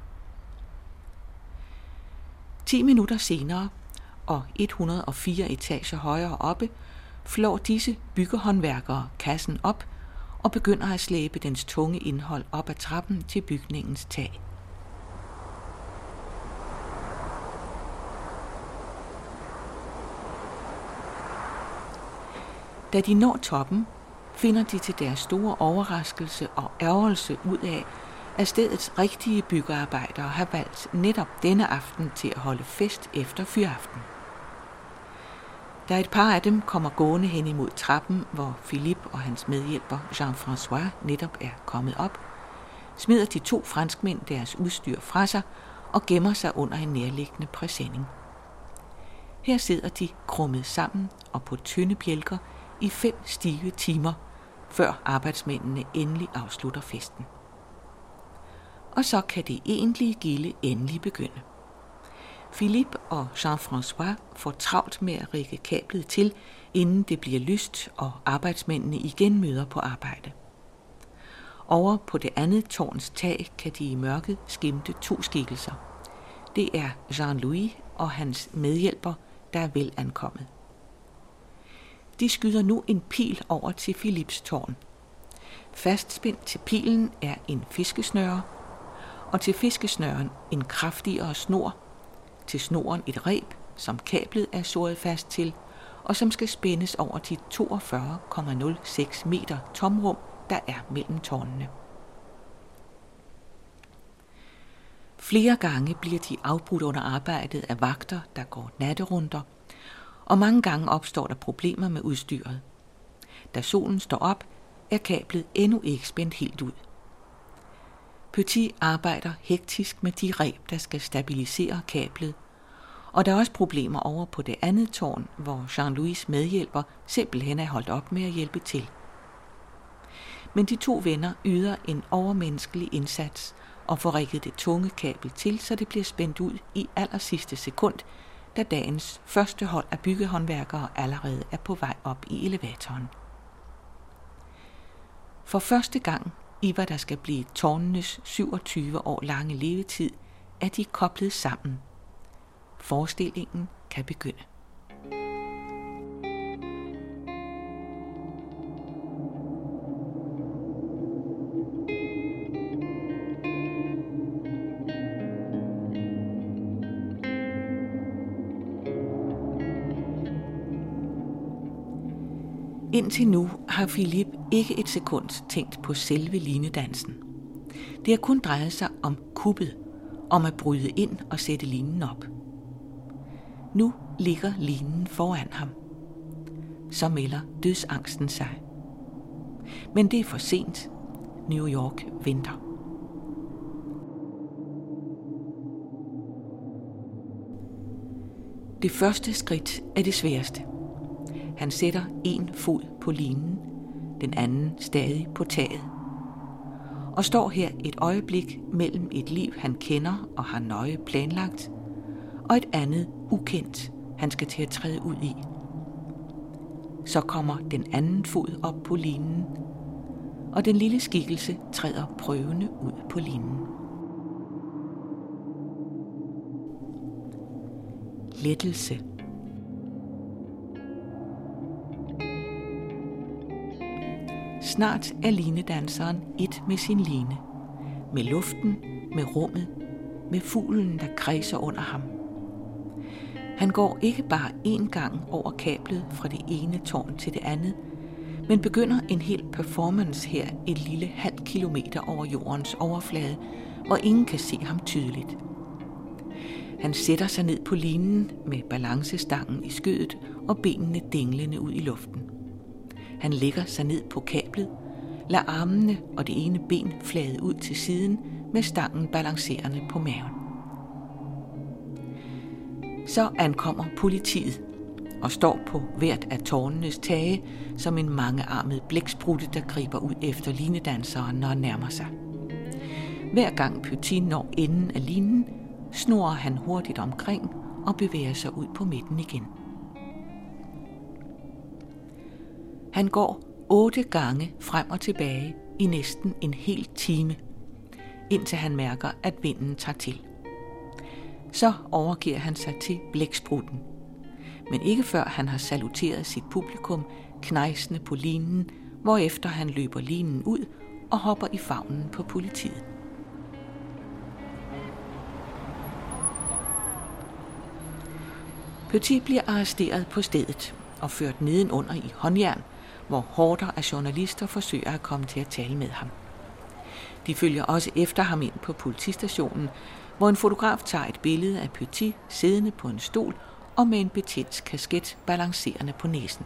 10 minutter senere, og 104 etager højere oppe, flår disse byggehåndværkere kassen op og begynder at slæbe dens tunge indhold op ad trappen til bygningens tag. Da de når toppen, finder de til deres store overraskelse og ærgelse ud af, at stedets rigtige byggearbejdere har valgt netop denne aften til at holde fest efter fyraften. Da et par af dem kommer gående hen imod trappen, hvor Philippe og hans medhjælper Jean-François netop er kommet op, smider de 2 franskmænd deres udstyr fra sig og gemmer sig under en nærliggende præsending. Her sidder de krummet sammen og på tynde bjælker i 5 stive timer, før arbejdsmændene endelig afslutter festen. Og så kan det egentlige gilde endelig begynde. Philippe og Jean-François får travlt med at rikke kablet til, inden det bliver lyst, og arbejdsmændene igen møder på arbejde. Over på det andet tårns tag kan de i mørket skimte 2 skikkelser. Det er Jean-Louis og hans medhjælper, der er vel ankommet. De skyder nu en pil over til Philips tårn. Fastspændt til pilen er en fiskesnøre, og til fiskesnøren en kraftigere snor, til snoren et reb, som kablet er såret fast til, og som skal spændes over de 42,06 meter tomrum, der er mellem tårnene. Flere gange bliver de afbrudt under arbejdet af vagter, der går natterunder, og mange gange opstår der problemer med udstyret. Da solen står op, er kablet endnu ikke spændt helt ud. Petit arbejder hektisk med de reb, der skal stabilisere kablet, og der er også problemer over på det andet tårn, hvor Jean-Louis medhjælper simpelthen er holdt op med at hjælpe til. Men de to venner yder en overmenneskelig indsats og får rigget det tunge kabel til, så det bliver spændt ud i allersidste sekund, da dagens første hold af byggehåndværkere allerede er på vej op i elevatoren. For første gang i hvad der skal blive tårnenes 27 år lange levetid, er de koblet sammen. Forestillingen kan begynde. Indtil nu har Philip ikke et sekund tænkt på selve linedansen. Det har kun drejet sig om kuppet, om at bryde ind og sætte linen op. Nu ligger linen foran ham. Så melder dødsangsten sig. Men det er for sent. New York venter. Det første skridt er det sværeste. Han sætter en fod på linen, den anden stadig på taget. Og står her et øjeblik mellem et liv, han kender og har nøje planlagt, og et andet ukendt, han skal til at træde ud i. Så kommer den anden fod op på linen, og den lille skikkelse træder prøvende ud på linen. Lettelse. Snart er linedanseren et med sin line, med luften, med rummet, med fuglen, der kredser under ham. Han går ikke bare én gang over kablet fra det ene tårn til det andet, men begynder en hel performance her et lille halvt kilometer over jordens overflade, hvor ingen kan se ham tydeligt. Han sætter sig ned på linen med balancestangen i skødet og benene dinglende ud i luften. Han lægger sig ned på kablet, lader armene og det ene ben flade ud til siden med stangen balancerende på maven. Så ankommer politiet og står på hvert af tårnenes tage som en mangearmet blæksprutte, der griber ud efter linedanseren, når han nærmer sig. Hver gang Petit når enden af linen, snurrer han hurtigt omkring og bevæger sig ud på midten igen. Han går 8 gange frem og tilbage i næsten en hel time, indtil han mærker, at vinden tager til. Så overgiver han sig til blæksprutten, men ikke før han har saluteret sit publikum knejsende på linen, hvorefter han løber linen ud og hopper i favnen på politiet. Petit bliver arresteret på stedet og ført nedenunder i håndjern, hvor horder af journalister forsøger at komme til at tale med ham. De følger også efter ham ind på politistationen, hvor en fotograf tager et billede af Petit siddende på en stol og med en betjents kasket balancerende på næsen.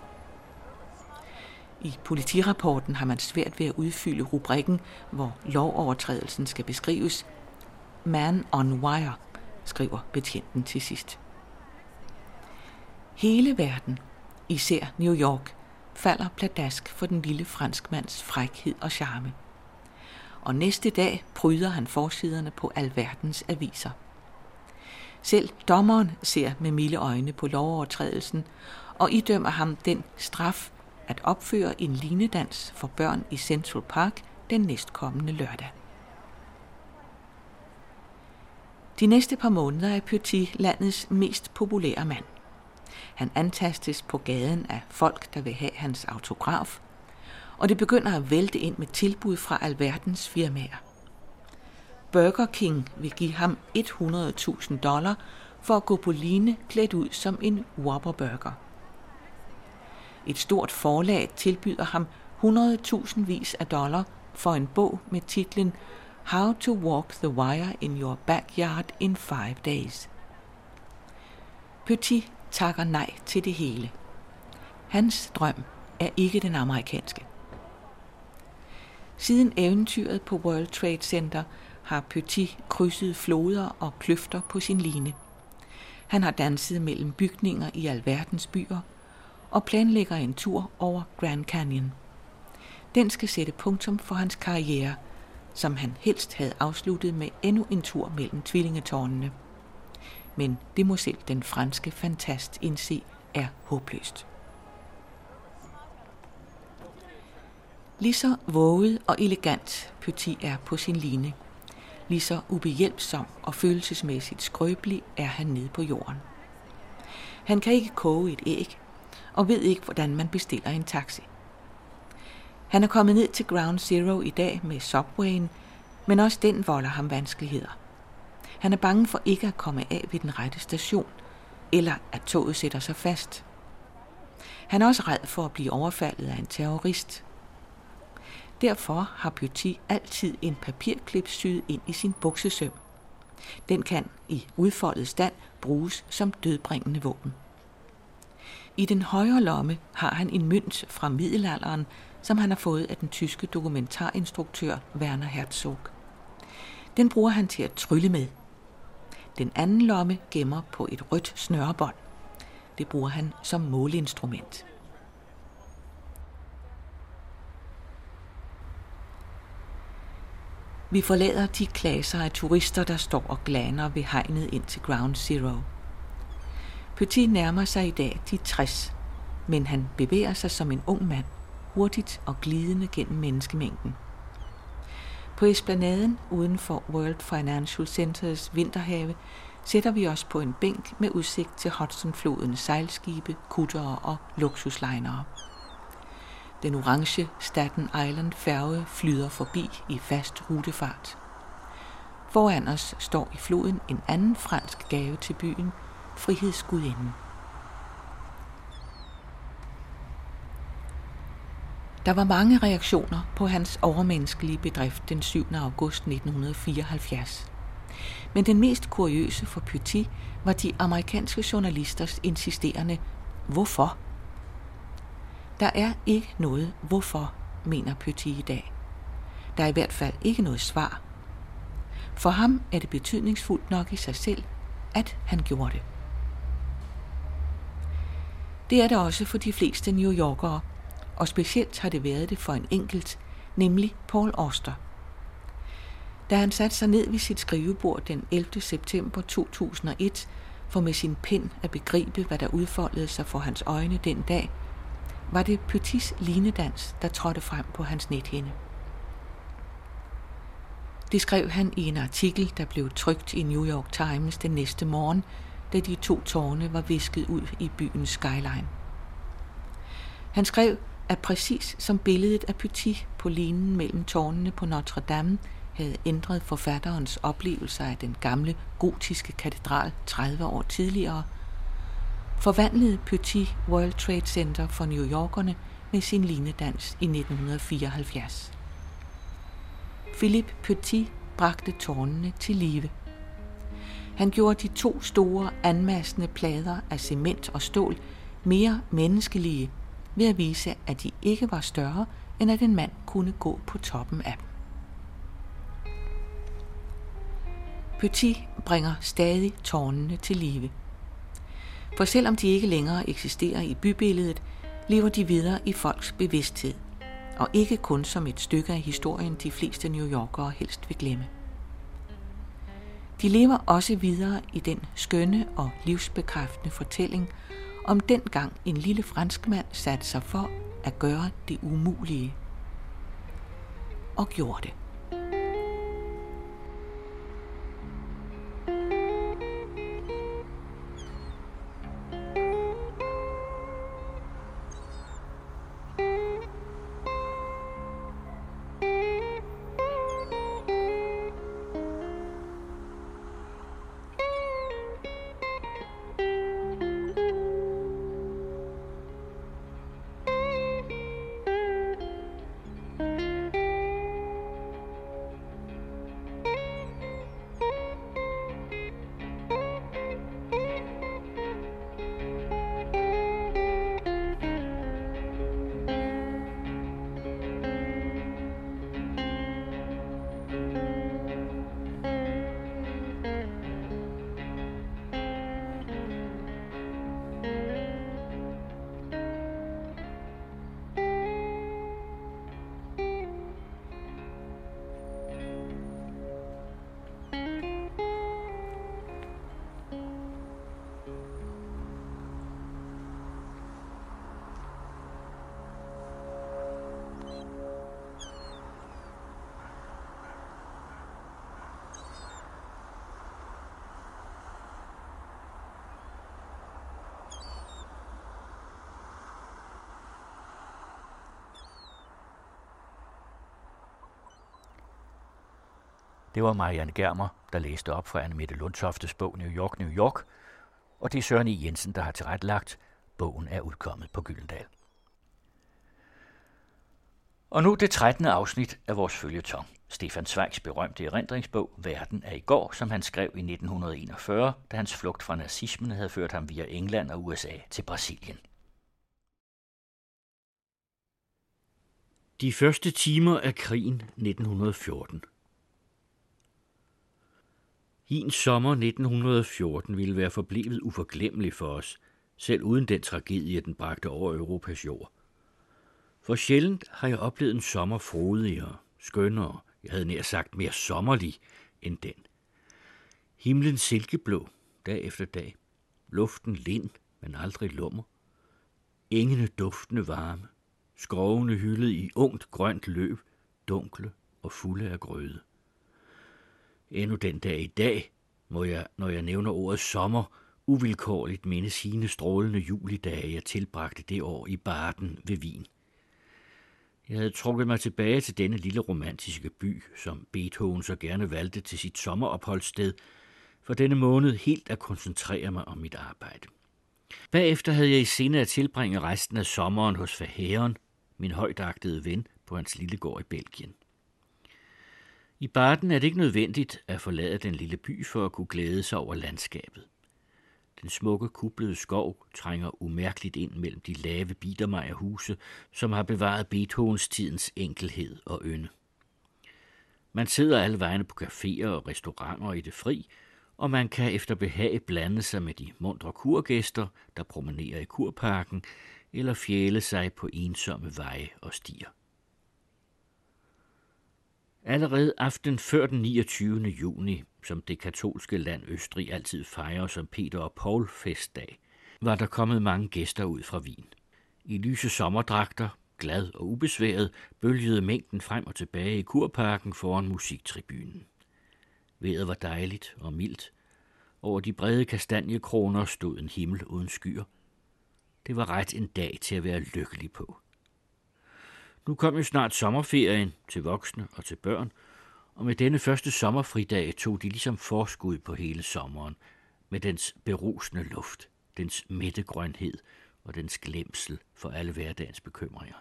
I politirapporten har man svært ved at udfylde rubrikken, hvor lovovertrædelsen skal beskrives. Man on wire, skriver betjenten til sidst. Hele verden, især New York, falder pladask for den lille franskmands frækhed og charme. Og næste dag pryder han forsiderne på alverdens aviser. Selv dommeren ser med milde øjne på lovovertrædelsen og idømmer ham den straf at opføre en linedans for børn i Central Park den næstkommende lørdag. De næste par måneder er Petit landets mest populære mand. Han antastes på gaden af folk, der vil have hans autograf, og det begynder at vælte ind med tilbud fra alverdens firmaer. Burger King vil give ham $100,000 for at gå på line klædt ud som en Whopper Burger. Et stort forlag tilbyder ham $100,000 for en bog med titlen How to Walk the Wire in Your Backyard in 5 Days. Petit takker nej til det hele. Hans drøm er ikke den amerikanske. Siden eventyret på World Trade Center har Petit krydset floder og kløfter på sin line. Han har danset mellem bygninger i alverdens byer og planlægger en tur over Grand Canyon. Den skal sætte punktum for hans karriere, som han helst havde afsluttet med endnu en tur mellem tvillingetårnene. Men det må selv den franske fantast indse er håbløst. Lige så våget og elegant Petit er på sin line, lige så ubehjælpsom og følelsesmæssigt skrøbelig er han nede på jorden. Han kan ikke koge et æg, og ved ikke, hvordan man bestiller en taxi. Han er kommet ned til Ground Zero i dag med Subwayen, men også den volder ham vanskeligheder. Han er bange for ikke at komme af ved den rette station, eller at toget sætter sig fast. Han er også ræd for at blive overfaldet af en terrorist. Derfor har Petit altid en papirklip syet ind i sin buksesøm. Den kan i udfoldet stand bruges som dødbringende våben. I den højre lomme har han en mønt fra middelalderen, som han har fået af den tyske dokumentarinstruktør Werner Herzog. Den bruger han til at trylle med. Den anden lomme gemmer på et rødt snørebånd. Det bruger han som måleinstrument. Vi forlader de klasser af turister, der står og glaner ved hegnet ind til Ground Zero. Petit nærmer sig i dag de 60, men han bevæger sig som en ung mand, hurtigt og glidende gennem menneskemængden. På esplanaden uden for World Financial Centers vinterhave sætter vi os på en bænk med udsigt til Hudsonflodens sejlskibe, kuttere og luksuslinere. Den orange Staten Island færge flyder forbi i fast rutefart. Foran os står i floden en anden fransk gave til byen, Frihedsgudinden. Der var mange reaktioner på hans overmenneskelige bedrift den 7. august 1974. Men den mest kuriøse for Petit var de amerikanske journalisters insisterende "Hvorfor?" Der er ikke noget "hvorfor", mener Petit i dag. Der er i hvert fald ikke noget svar. For ham er det betydningsfuldt nok i sig selv, at han gjorde det. Det er det også for de fleste New Yorkere, og specielt har det været det for en enkelt, nemlig Paul Auster. Da han satte sig ned ved sit skrivebord den 11. september 2001 for med sin pen at begribe, hvad der udfoldede sig for hans øjne den dag, var det Petits linedans, der trådte frem på hans nethinde. Det skrev han i en artikel, der blev trykt i New York Times den næste morgen, da de 2 tårne var visket ud i byens skyline. Han skrev, at præcis som billedet af Petit på linen mellem tårnene på Notre Dame havde ændret forfatterens oplevelser af den gamle gotiske katedral 30 år tidligere, forvandlede Petit World Trade Center for New Yorkerne med sin linedans i 1974. Philippe Petit bragte tårnene til live. Han gjorde de 2 store anmassende plader af cement og stål mere menneskelige ved at vise, at de ikke var større, end at en mand kunne gå på toppen af dem. Petit bringer stadig tårnene til live. For selvom de ikke længere eksisterer i bybilledet, lever de videre i folks bevidsthed, og ikke kun som et stykke af historien, de fleste New Yorkere helst vil glemme. De lever også videre i den skønne og livsbekræftende fortælling om dengang en lille franskmand satte sig for at gøre det umulige. Og gjorde det. Det var Marianne Germer, der læste op fra Anne-Mette Lundtoftes bog New York, New York, og det er Søren E. Jensen, der har tilrettelagt. Bogen er udkommet på Gyldendal. Og nu det 13. afsnit af vores føljeton. Stefan Zweigs berømte erindringsbog Verden af i går, som han skrev i 1941, da hans flugt fra nazismen havde ført ham via England og USA til Brasilien. De første timer af krigen 1914. Hin sommer 1914 ville være forblevet uforglemmelig for os, selv uden den tragedie, den bragte over Europas jord. For sjældent har jeg oplevet en sommer frodigere, skønnere, jeg havde nær sagt mere sommerlig end den. Himlen silkeblå, dag efter dag. Luften lind, men aldrig lummer. Engene duftende varme. Skrovene hyldet i ungt grønt løv, dunkle og fulde af grøde. Endnu den dag i dag må jeg, når jeg nævner ordet sommer, uvilkårligt mindes hine strålende julidage, jeg tilbragte det år i Baden ved Wien. Jeg havde trukket mig tilbage til denne lille romantiske by, som Beethoven så gerne valgte til sit sommeropholdssted, for denne måned helt at koncentrere mig om mit arbejde. Bagefter havde jeg i sinde at tilbringe resten af sommeren hos Verheeren, min højtagtede ven på hans lille gård i Belgien. I Baden er det ikke nødvendigt at forlade den lille by for at kunne glæde sig over landskabet. Den smukke kuplede skov trænger umærkeligt ind mellem de lave biedermeierhuse, som har bevaret Beethovens tidens enkelhed og ynde. Man sidder alle vegne på caféer og restauranter i det fri, og man kan efter behag blande sig med de muntre kurgæster, der promenerer i kurparken, eller fjæle sig på ensomme veje og stier. Allerede aften før den 29. juni, som det katolske land Østrig altid fejrer som Peter og Paul festdag, var der kommet mange gæster ud fra Wien. I lyse sommerdragter, glad og ubesværet, bølgede mængden frem og tilbage i kurparken foran musiktribunen. Vejret var dejligt og mildt. Over de brede kastanjekroner stod en himmel uden skyer. Det var ret en dag til at være lykkelig på. Nu kom jo snart sommerferien til voksne og til børn, og med denne første sommerfridag tog de ligesom forskud på hele sommeren, med dens berusende luft, dens mættegrønhed og dens glemsel for alle hverdagens bekymringer.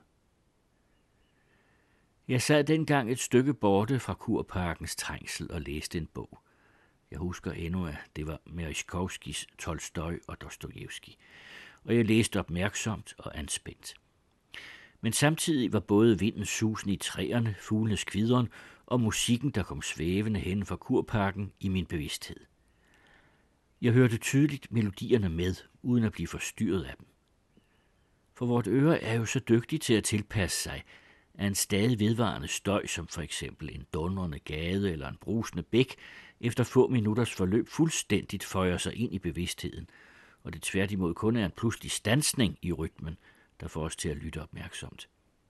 Jeg sad dengang et stykke borte fra kurparkens trængsel og læste en bog. Jeg husker endnu, at det var Merezhkovskis Tolstoj og Dostojevskij, og jeg læste opmærksomt og anspændt. Men samtidig var både vinden susen i træerne, fuglenes kvidren og musikken, der kom svævende hen fra kurparken, i min bevidsthed. Jeg hørte tydeligt melodierne med, uden at blive forstyrret af dem. For vort øre er jo så dygtigt til at tilpasse sig, at en stadig vedvarende støj, som for eksempel en dundrende gade eller en brusende bæk, efter få minutters forløb fuldstændigt føjer sig ind i bevidstheden, og det tværtimod kun er en pludselig standsning i rytmen, der får os til at lytte opmærksomt.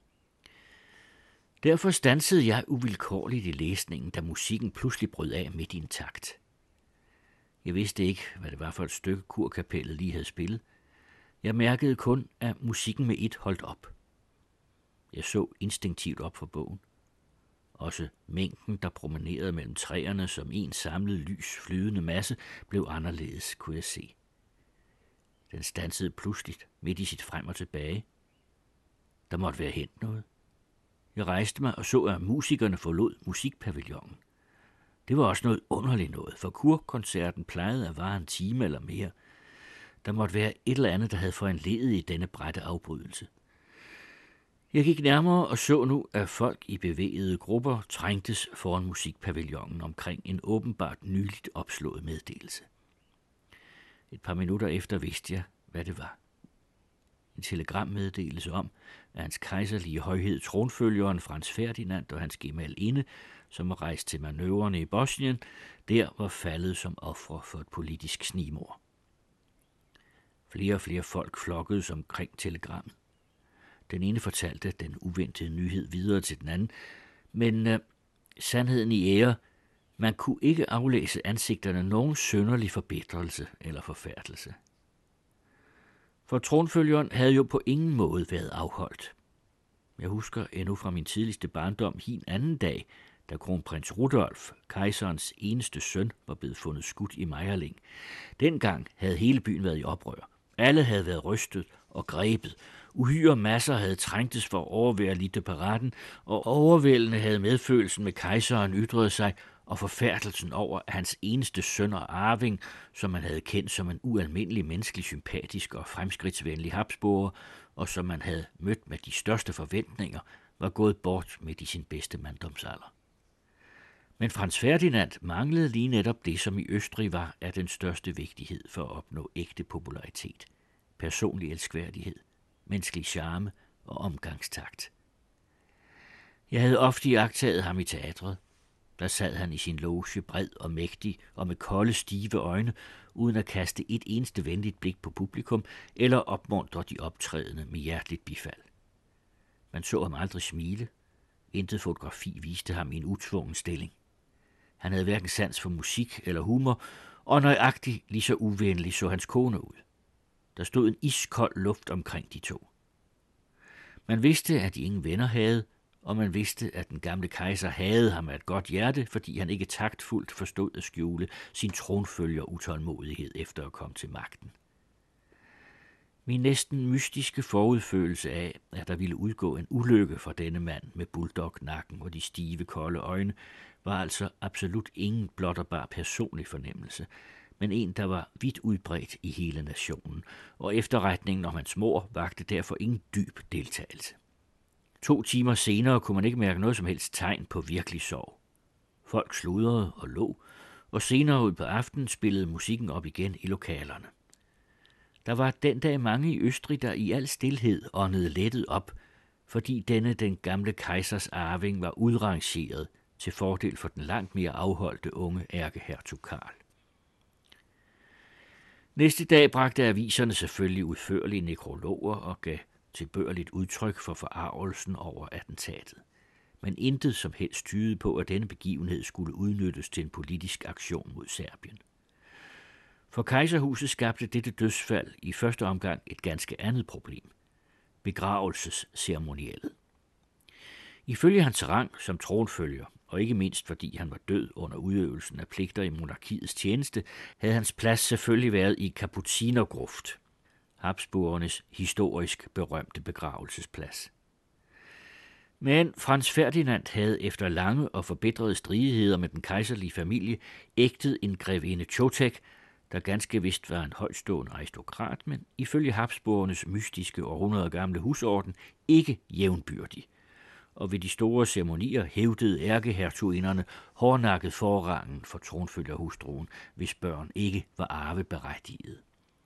Derfor stansede jeg uvilkårligt i læsningen, da musikken pludselig brød af midt i en takt. Jeg vidste ikke, hvad det var for et stykke kurkapellet lige havde spillet. Jeg mærkede kun, at musikken med et holdt op. Jeg så instinktivt op for bogen. Også mængden, der promenerede mellem træerne som en samlet lys flydende masse, blev anderledes, kunne jeg se. Den stansede pludseligt midt i sit frem og tilbage. Der måtte være hent noget. Jeg rejste mig og så, at musikerne forlod musikpavillonen. Det var også noget underligt noget, for kurkoncerten plejede at vare en time eller mere. Der måtte være et eller andet, der havde foranlediget i denne brætte afbrydelse. Jeg gik nærmere og så nu, at folk i bevægede grupper trængtes foran musikpavillonen omkring en åbenbart nyligt opslået meddelelse. Et par minutter efter vidste jeg, hvad det var. En telegrammeddelelse om, at hans kejserlige højhed tronfølgeren Frans Ferdinand og hans gemalinde, som var rejst til manøvrerne i Bosnien, der var faldet som ofre for et politisk snigmord. Flere og flere folk flokkedes omkring telegrammet. Den ene fortalte den uventede nyhed videre til den anden, men sandheden i ære, man kunne ikke aflæse ansigterne nogen synderlig forbedrelse eller forfærdelse. For tronfølgeren havde jo på ingen måde været afholdt. Jeg husker endnu fra min tidligste barndom hin anden dag, da kronprins Rudolf, kejserens eneste søn, var blevet fundet skudt i Meierling. Dengang havde hele byen været i oprør. Alle havde været rystet og grebet. Uhyre masser havde trængtes for at overvære Litteparaden, og overvældende havde medfølelsen med kejseren ytret sig, og forfærdelsen over, at hans eneste søn og arving, som man havde kendt som en ualmindelig menneskelig sympatisk og fremskridtsvenlig Habsburger, og som man havde mødt med de største forventninger, var gået bort midt i sin bedste manddomsalder. Men Frans Ferdinand manglede lige netop det, som i Østrig var af den største vigtighed for at opnå ægte popularitet. Personlig elskværdighed, menneskelig charme og omgangstakt. Jeg havde ofte iagttaget ham i teatret. Der sad han i sin loge, bred og mægtig, og med kolde, stive øjne, uden at kaste et eneste venligt blik på publikum, eller opmuntre de optrædende med hjerteligt bifald. Man så ham aldrig smile. Intet fotografi viste ham i en utvungen stilling. Han havde hverken sans for musik eller humor, og nøjagtigt lige så uvenlig så hans kone ud. Der stod en iskold luft omkring de to. Man vidste, at de ingen venner havde, og man vidste, at den gamle kejser havde ham af et godt hjerte, fordi han ikke taktfuldt forstod at skjule sin tronfølger utålmodighed efter at komme til magten. Min næsten mystiske forudfølelse af, at der ville udgå en ulykke for denne mand med bulldog-nakken og de stive, kolde øjne, var altså absolut ingen blot og bare personlig fornemmelse, men en, der var vidt udbredt i hele nationen, og efterretningen om hans mor vagte derfor ingen dyb deltagelse. 2 timer senere kunne man ikke mærke noget som helst tegn på virkelig sorg. Folk sludrede og lå, og senere ud på aftenen spillede musikken op igen i lokalerne. Der var den dag mange i Østrig, der i al stilhed åndede lettet op, fordi denne den gamle kejsers arving var udrangeret til fordel for den langt mere afholdte unge ærkehertug Karl. Næste dag bragte aviserne selvfølgelig udførlige nekrologer og gav tilbørligt udtryk for forargelsen over attentatet. Men intet som helst tydede på, at denne begivenhed skulle udnyttes til en politisk aktion mod Serbien. For kejserhuset skabte dette dødsfald i første omgang et ganske andet problem: begravelsesceremoniellet. Ifølge hans rang som tronfølger, og ikke mindst fordi han var død under udøvelsen af pligter i monarkiets tjeneste, havde hans plads selvfølgelig været i Kapuzinergruft, Habsburgernes historisk berømte begravelsesplads. Men Frans Ferdinand havde efter lange og forbedrede stridigheder med den kejserlige familie ægtet en grevinde Chotek, der ganske vist var en højtstående aristokrat, men ifølge Habsburgernes mystiske århundreder gamle husorden ikke jævnbyrdig. Og ved de store ceremonier hævdede ærkehertuginderne hårdnakket forrangen for tronfølgerhustruen, hvis børn ikke var arveberettigede.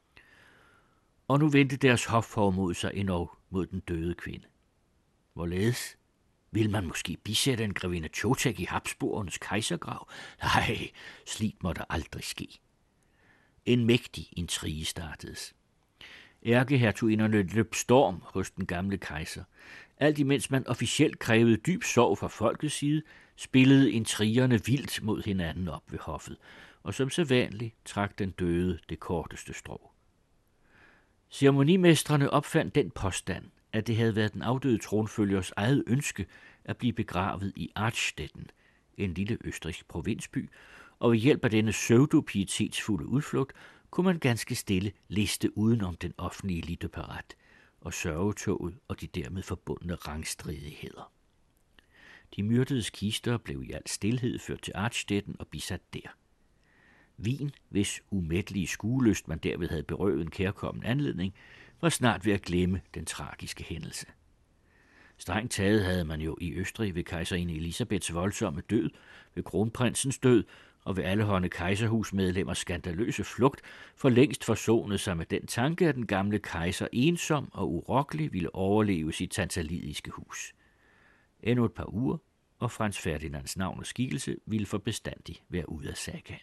Og nu vendte deres hoffor mod sig endnu mod den døde kvinde. Hvorledes? Vil man måske bisætte en grevinde Chotek i Habsburgernes kejsergrav? Nej, slikt må der aldrig ske. En mægtig intrige startedes. Ærkehertuginderne løb storm hos den gamle kejser. Alt imens man officielt krævede dyb sorg fra folkets side, spillede intrigerne vildt mod hinanden op ved hoffet, og som sædvanligt trak den døde det korteste strå. Ceremonimestrene opfandt den påstand, at det havde været den afdøde tronfølgers eget ønske at blive begravet i Artstetten, en lille østrigsk provinsby, og ved hjælp af denne pseudo-pietetsfulde udflugt kunne man ganske stille liste udenom den offentlige Litteparade og sørgetoget og de dermed forbundne rangstridigheder. De myrdedes kister blev i al stilhed ført til Artstetten og bisat der. Wien, hvis umættelige skuelyst man derved havde berøvet en kærkommen anledning, var snart ved at glemme den tragiske hændelse. Strengt taget havde man jo i Østrig ved kejserinde Elisabeths voldsomme død, ved kronprinsens død og ved allehånde kejserhusmedlemmers skandaløse flugt for længst forsonet sig med den tanke, at den gamle kejser ensom og urokkelig ville overleve sit tantalidiske hus. Endnu et par uger, og Frans Ferdinands navn og skikkelse ville for bestandig være ude af sagaen.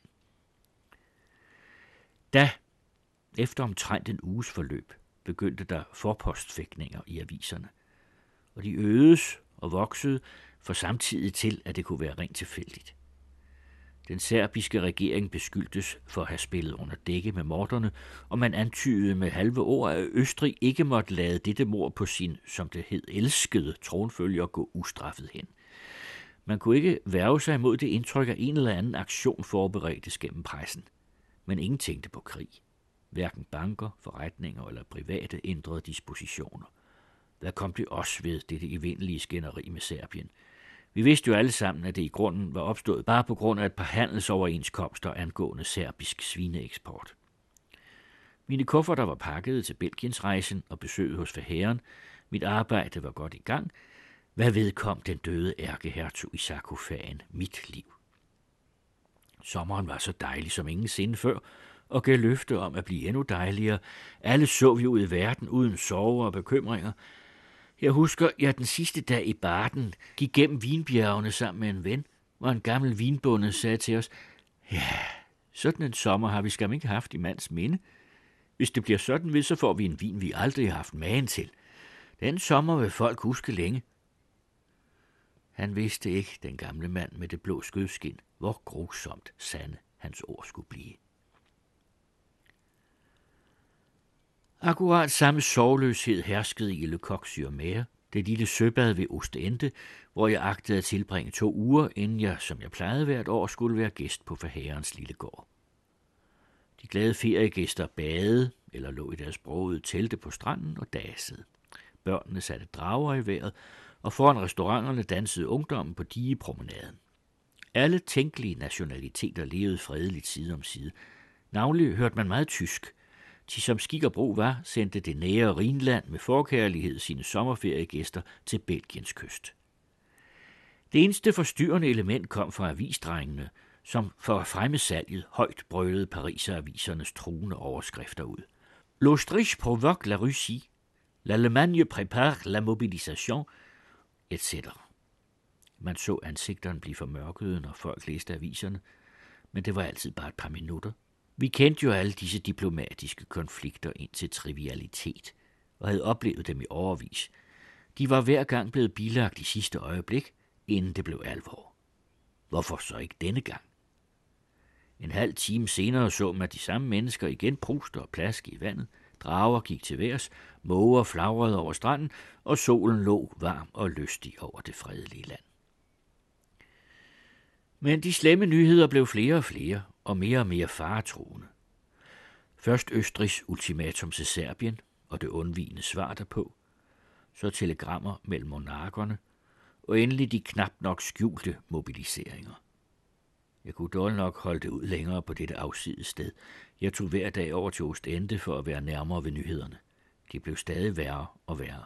Da, efter omtrent en uges forløb, begyndte der forpostfægtninger i aviserne, og de øgedes og voksede for samtidig til, at det kunne være rent tilfældigt. Den serbiske regering beskyldtes for at have spillet under dække med morderne, og man antydede med halve ord, at Østrig ikke måtte lade dette mord på sin, som det hed, elskede tronfølger gå ustraffet hen. Man kunne ikke værge sig imod det indtryk, at en eller anden aktion forberedtes gennem pressen. Men ingen tænkte på krig. Hverken banker, forretninger eller private ændrede dispositioner. Hvad kom det også ved dette evindelige skænderi med Serbien? Vi vidste jo alle sammen, at det i grunden var opstået bare på grund af et par handelsoverenskomster angående serbisk svineeksport. Mine kufferter var pakket til Belgiensrejsen og besøget hos forherren. Mit arbejde var godt i gang. Hvad vedkom den døde ærkehertug i sarkofagen mit liv? Sommeren var så dejlig som ingen sinde før, og gav løfte om at blive endnu dejligere. Alle så vi ud i verden uden sorger og bekymringer. Jeg husker, jeg den sidste dag i Baden gik gennem vinbjergene sammen med en ven, hvor en gammel vinbonde sagde til os, ja, sådan en sommer har vi skam ikke haft i mands minde. Hvis det bliver sådan ved, så får vi en vin, vi aldrig har haft magen til. Den sommer vil folk huske længe. Han vidste ikke, den gamle mand med det blå skødskin, hvor grusomt sande hans ord skulle blive. Akkurat samme sorgløshed herskede i Le Coq-sur-Mer, det lille søbad ved Ostende, hvor jeg agtede at tilbringe 2 uger, inden jeg, som jeg plejede hvert år, skulle være gæst på forherrens lille gård. De glade feriegæster badede eller lå i deres brogede telte på stranden og dasede. Børnene satte drager i vejret, og foran restauranterne dansede ungdommen på digepromenaden. Alle tænkelige nationaliteter levede fredeligt side om side. Navnlig hørte man meget tysk. De som skik og brug var, sendte det nære Rhinland med forkærlighed sine sommerferiegæster til Belgiens kyst. Det eneste forstyrrende element kom fra avisdrengene, som for at fremme salget højt brølede Pariser-avisernes truende overskrifter ud. L'Autriche provoque la Russie, l'Allemagne prépare la mobilisation, etc. Man så ansigterne blive formørkede, når folk læste aviserne, men det var altid bare et par minutter. Vi kendte jo alle disse diplomatiske konflikter ind til trivialitet, og havde oplevet dem i årevis. De var hver gang blevet bilagt i sidste øjeblik, inden det blev alvor. Hvorfor så ikke denne gang? En halv time senere så man de samme mennesker igen pruste og plaske i vandet, drager gik til værs, måger flagrede over stranden, og solen lå varm og lystig over det fredelige land. Men de slemme nyheder blev flere og flere, og mere faretruende. Først Østrigs ultimatum til Serbien, og det undvigende svar derpå, så telegrammer mellem monarkerne, og endelig de knap nok skjulte mobiliseringer. Jeg kunne dårligt nok holde det ud længere på dette afsides sted. Jeg tog hver dag over til Ostende for at være nærmere ved nyhederne. De blev stadig værre og værre.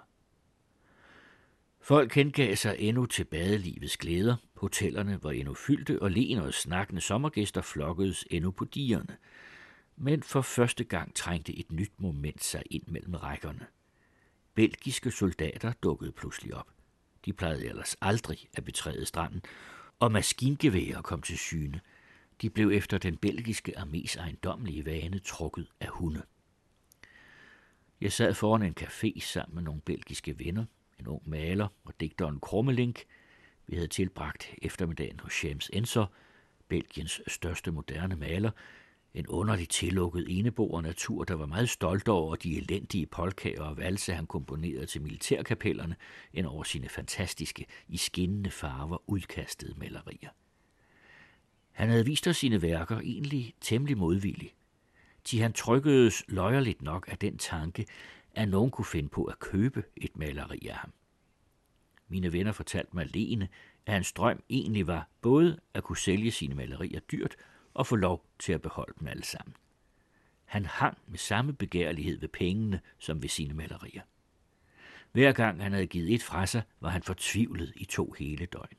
Folk hengav sig endnu til badelivets glæder. Hotellerne var endnu fyldte, og len og snakkende sommergæster flokkedes endnu på digerne. Men for første gang trængte et nyt moment sig ind mellem rækkerne. Belgiske soldater dukkede pludselig op. De plejede ellers aldrig at betræde stranden, og maskingeværer kom til syne. De blev efter den belgiske armés ejendommelige vane trukket af hunde. Jeg sad foran en café sammen med nogle belgiske venner, en ung maler og digteren Krummelink. Vi havde tilbragt eftermiddagen hos James Ensor, Belgiens største moderne maler, en underligt tillukket eneboer natur, der var meget stolt over de elendige polkaer og valse, han komponerede til militærkapellerne, end over sine fantastiske, i skinnende farver udkastede malerier. Han havde vist os sine værker egentlig temmelig modvilligt. Han trykkedes løjerligt nok af den tanke, at nogen kunne finde på at købe et maleri af ham. Mine venner fortalte mig alene, at hans drøm egentlig var både at kunne sælge sine malerier dyrt og få lov til at beholde dem alle sammen. Han hang med samme begærlighed ved pengene som ved sine malerier. Hver gang han havde givet et fra sig, var han fortvivlet i 2 hele døgn.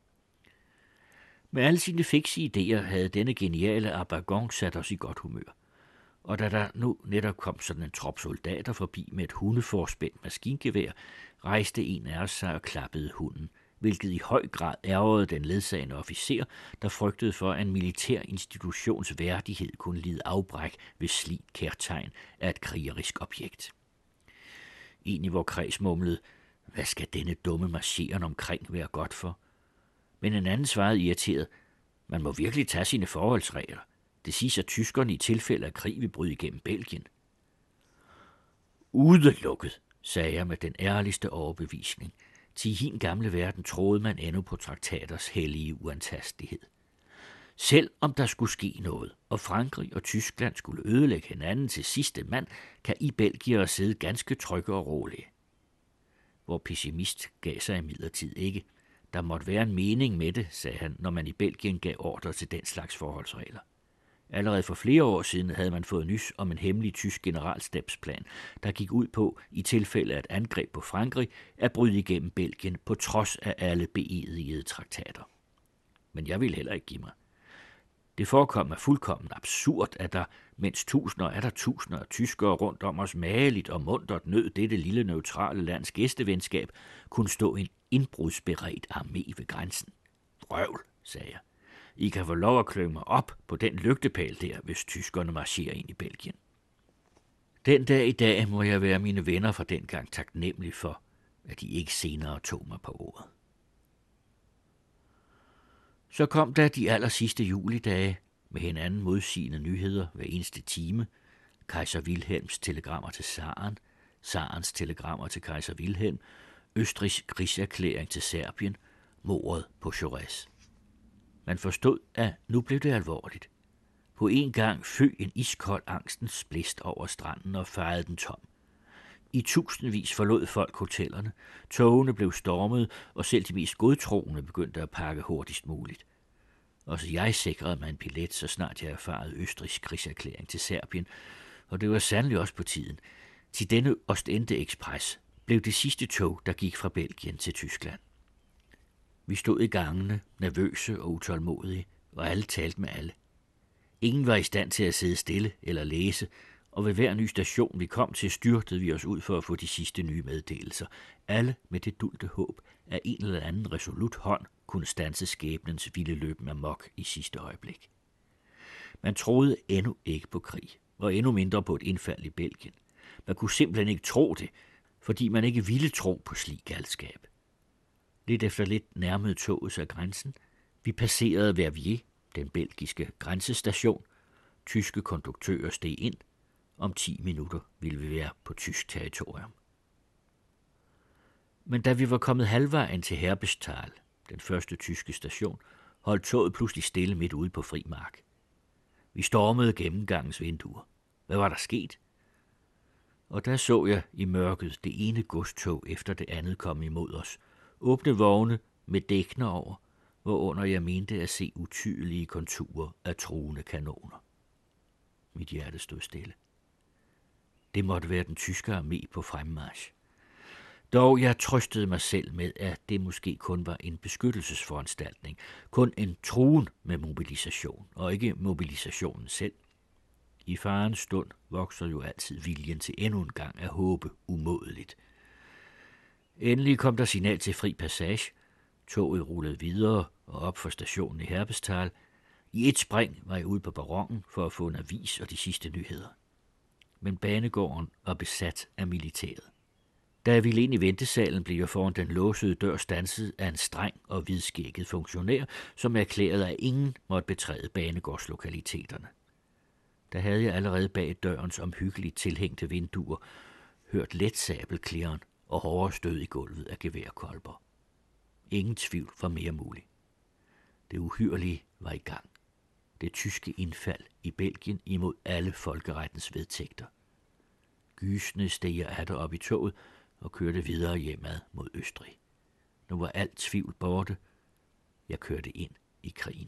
Med alle sine fikse idéer havde denne geniale Aragon sat os i godt humør. Og da der nu netop kom sådan en trop soldater forbi med et hundeforspændt maskingevær, rejste en af os sig og klappede hunden, hvilket i høj grad ærgerede den ledsagende officer, der frygtede for, at en militær institutions værdighed kunne lide afbræk ved slidt kærtegn af et krigerisk objekt. En i vor kreds mumlede, hvad skal denne dumme marcheren omkring være godt for? Men en anden svarede irriteret, man må virkelig tage sine forholdsregler. Det siges, at tyskerne i tilfælde af krig vil bryde igennem Belgien. Udelukket, sagde jeg med den ærligste overbevisning. Til hin gamle verden troede man endnu på traktaters hellige uantastelighed. Selv om der skulle ske noget, og Frankrig og Tyskland skulle ødelægge hinanden til sidste mand, kan I belgiere sidde ganske trygge og rolige. Hvor pessimist gav sig imidlertid ikke. Der måtte være en mening med det, sagde han, når man i Belgien gav ordre til den slags forholdsregler. Allerede for flere år siden havde man fået nys om en hemmelig tysk generalstabsplan, der gik ud på, i tilfælde af et angreb på Frankrig, at bryde igennem Belgien på trods af alle beedigede traktater. Men jeg ville heller ikke give mig. Det forekom mig fuldkommen absurd, at der, mens tusinder af tyskere rundt om os mageligt og muntert nød dette lille neutrale lands gæstevenskab, kunne stå en indbrudsberedt armé ved grænsen. Røvl, sagde jeg. I kan få lov at klø mig op på den lygtepæl der, hvis tyskerne marcherer ind i Belgien. Den dag i dag må jeg være mine venner fra dengang taknemmelig for, at de ikke senere tog mig på ordet. Så kom der de aller sidste julidage med hinanden modsigende nyheder hver eneste time. Kejser Wilhelms telegrammer til zaren, zarens telegrammer til kejser Wilhelm, Østrigs krigserklæring til Serbien, mordet på Jaurès. Man forstod, at nu blev det alvorligt. På en gang føg en iskold angstens blæst over stranden og fejede den tom. I tusindvis forlod folk hotellerne, togene blev stormet, og selv de mest godtroende begyndte at pakke hurtigst muligt. Også jeg sikrede mig en billet, så snart jeg erfarede Østrigs krigserklæring til Serbien, og det var sandelig også på tiden. Til denne Ostende Express blev det sidste tog, der gik fra Belgien til Tyskland. Vi stod i gangene, nervøse og utålmodige, og alle talte med alle. Ingen var i stand til at sidde stille eller læse, og ved hver ny station, vi kom til, styrtede vi os ud for at få de sidste nye meddelelser. Alle med det dulte håb, at en eller anden resolut hånd kunne standse skæbnens vilde løben amok i sidste øjeblik. Man troede endnu ikke på krig, og endnu mindre på et indfald i Belgien. Man kunne simpelthen ikke tro det, fordi man ikke ville tro på slik galskab. Lidt efter lidt nærmede toget sig grænsen. Vi passerede Verviers, den belgiske grænsestation. Tyske konduktører steg ind. Om 10 minutter ville vi være på tysk territorium. Men da vi var kommet halvvejen til Herbestal, den første tyske station, holdt toget pludselig stille midt ude på fri mark. Vi stormede gennemgangens vinduer. Hvad var der sket? Og der så jeg i mørket det ene godstog efter det andet komme imod os. Åbne vogne med dækner over, hvorunder jeg mente at se utydelige konturer af truende kanoner. Mit hjerte stod stille. Det måtte være den tyske armé på fremmarch. Dog jeg trøstede mig selv med, at det måske kun var en beskyttelsesforanstaltning, kun en truen med mobilisation, og ikke mobilisationen selv. I farens stund vokser jo altid viljen til endnu en gang at håbe umådeligt. Endelig kom der signal til fri passage. Toget rullede videre og op for stationen i Herbestal. I et spring var jeg ude på perronen for at få en avis og de sidste nyheder. Men banegården var besat af militæret. Da jeg ville ind i ventesalen, blev jeg foran den låsede dør standset af en streng og hvidskægget funktionær, som erklærede, at ingen måtte betræde banegårdslokaliteterne. Der havde jeg allerede bag dørens omhyggeligt tilhængte vinduer hørt let sabelklirren og hårdere stød i gulvet af geværkolber. Ingen tvivl var mere mulig. Det uhyrlige var i gang. Det tyske indfald i Belgien imod alle folkerettens vedtægter. Gysende steg jeg atter op i toget og kørte videre hjemad mod Østrig. Nu var alt tvivl borte. Jeg kørte ind i krigen.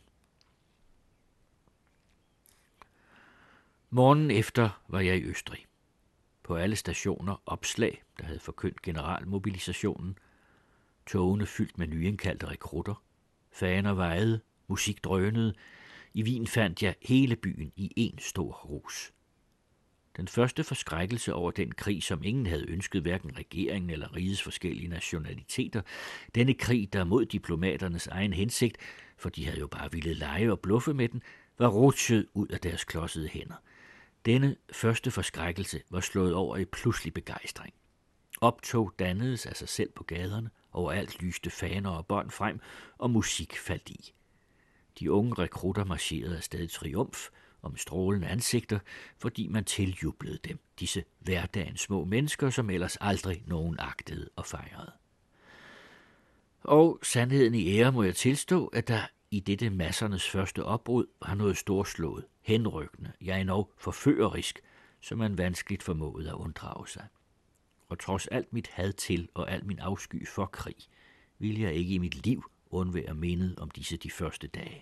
Morgen efter var jeg i Østrig. På alle stationer opslag, der havde forkyndt generalmobilisationen. Togene fyldt med nyindkaldte rekrutter. Faner vejede, musik drønede. I Wien fandt jeg hele byen i en stor rus. Den første forskrækkelse over den krig, som ingen havde ønsket, hverken regeringen eller rigets forskellige nationaliteter, denne krig, der mod diplomaternes egen hensigt, for de havde jo bare ville lege og bluffe med den, var rutsjet ud af deres klodsede hænder. Denne første forskrækkelse var slået over i pludselig begejstring. Optog dannedes af sig selv på gaderne, overalt lyste faner og bånd frem, og musik faldt i. De unge rekrutter marcherede afsted i triumf og med strålende ansigter, fordi man tiljublede dem, disse hverdagens små mennesker, som ellers aldrig nogen agtede og fejrede. Og sandheden i ære må jeg tilstå, at der i dette massernes første opbrud var noget storslået, henrykkende, ja endog forførerisk, som man vanskeligt formåede at unddrage sig. Og trods alt mit had til og al min afsky for krig, ville jeg ikke i mit liv undvære mindet om disse de første dage.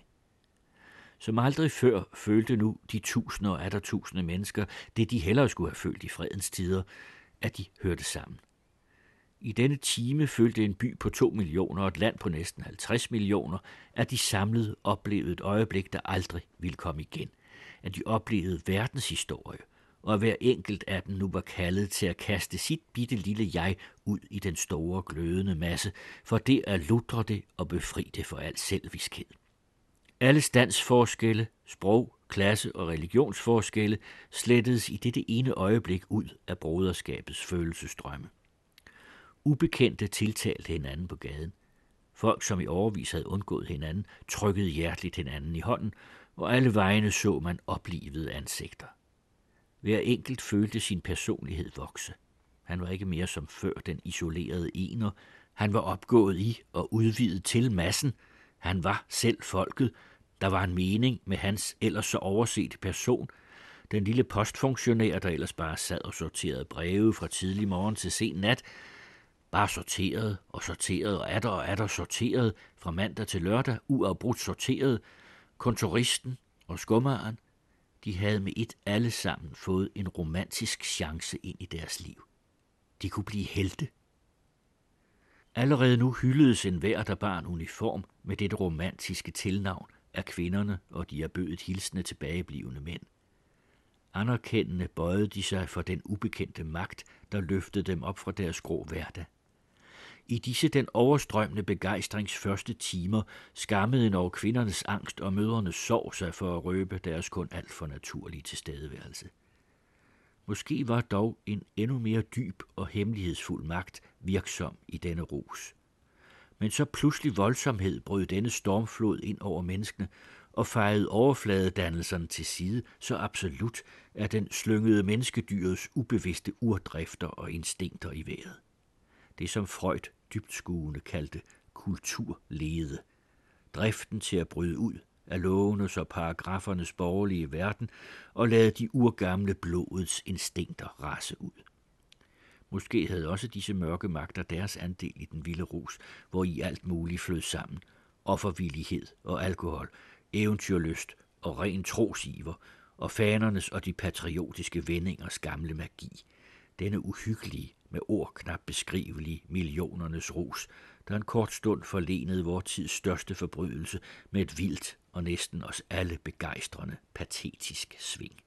Som aldrig før følte nu de tusinder og atter tusinde mennesker, det de hellere skulle have følt i fredens tider, at de hørte sammen. I denne time følte en by på 2 millioner og et land på næsten 50 millioner, at de samlet oplevede et øjeblik, der aldrig ville komme igen. At de oplevede verdenshistorie, og at hver enkelt af dem nu var kaldet til at kaste sit bitte lille jeg ud i den store glødende masse, for det at lutre det og befri det for al selviskhed. Alle standsforskelle, sprog, klasse og religionsforskelle slettedes i dette ene øjeblik ud af broderskabets følelsesstrømme. Ubekendte tiltalte hinanden på gaden. Folk, som i årevis havde undgået hinanden, trykkede hjerteligt hinanden i hånden, og alle vejene så man oplivede ansigter. Hver enkelt følte sin personlighed vokse. Han var ikke mere som før den isolerede ener. Han var opgået i og udvidet til massen. Han var selv folket. Der var en mening med hans ellers så oversete person. Den lille postfunktionær, der ellers bare sad og sorterede breve fra tidlig morgen til sen nat, bare sorteret og atter sorteret, fra mandag til lørdag, uafbrudt sorteret. Kontoristen og skummeren, de havde med et alle sammen fået en romantisk chance ind i deres liv. De kunne blive helte. Allerede nu hyldedes enhver, der bar en uniform med dette romantiske tilnavn af kvinderne og de erbødigt hilsende tilbageblivende mænd. Anerkendende bøjede de sig for den ubekendte magt, der løftede dem op fra deres grå hverdag. I disse den overstrømmende begejstrings første timer skammede endog kvindernes angst og mødrenes sorg sig for at røbe deres kun alt for naturlige tilstedeværelse. Måske var dog en endnu mere dyb og hemmelighedsfuld magt virksom i denne rus. Men så pludselig voldsomhed brød denne stormflod ind over menneskene og fejede overfladedannelserne til side så absolut, at den slyngede menneskedyrets ubevidste urdrifter og instinkter i vejret. Det som Freud dybtskuende kaldte kulturlede. Driften til at bryde ud af lovenes og paragrafernes borgerlige verden og lade de urgamle blodets instinkter rase ud. Måske havde også disse mørke magter deres andel i den vilde rus, hvor i alt muligt flød sammen. Offervillighed og alkohol, eventyrlyst og ren trosiver, og fanernes og de patriotiske vendingers gamle magi. Denne uhyggelige, med ord knap beskrivelige millionernes rus, der en kort stund forlenede vor tids største forbrydelse med et vildt og næsten os alle begejstrende, patetisk sving.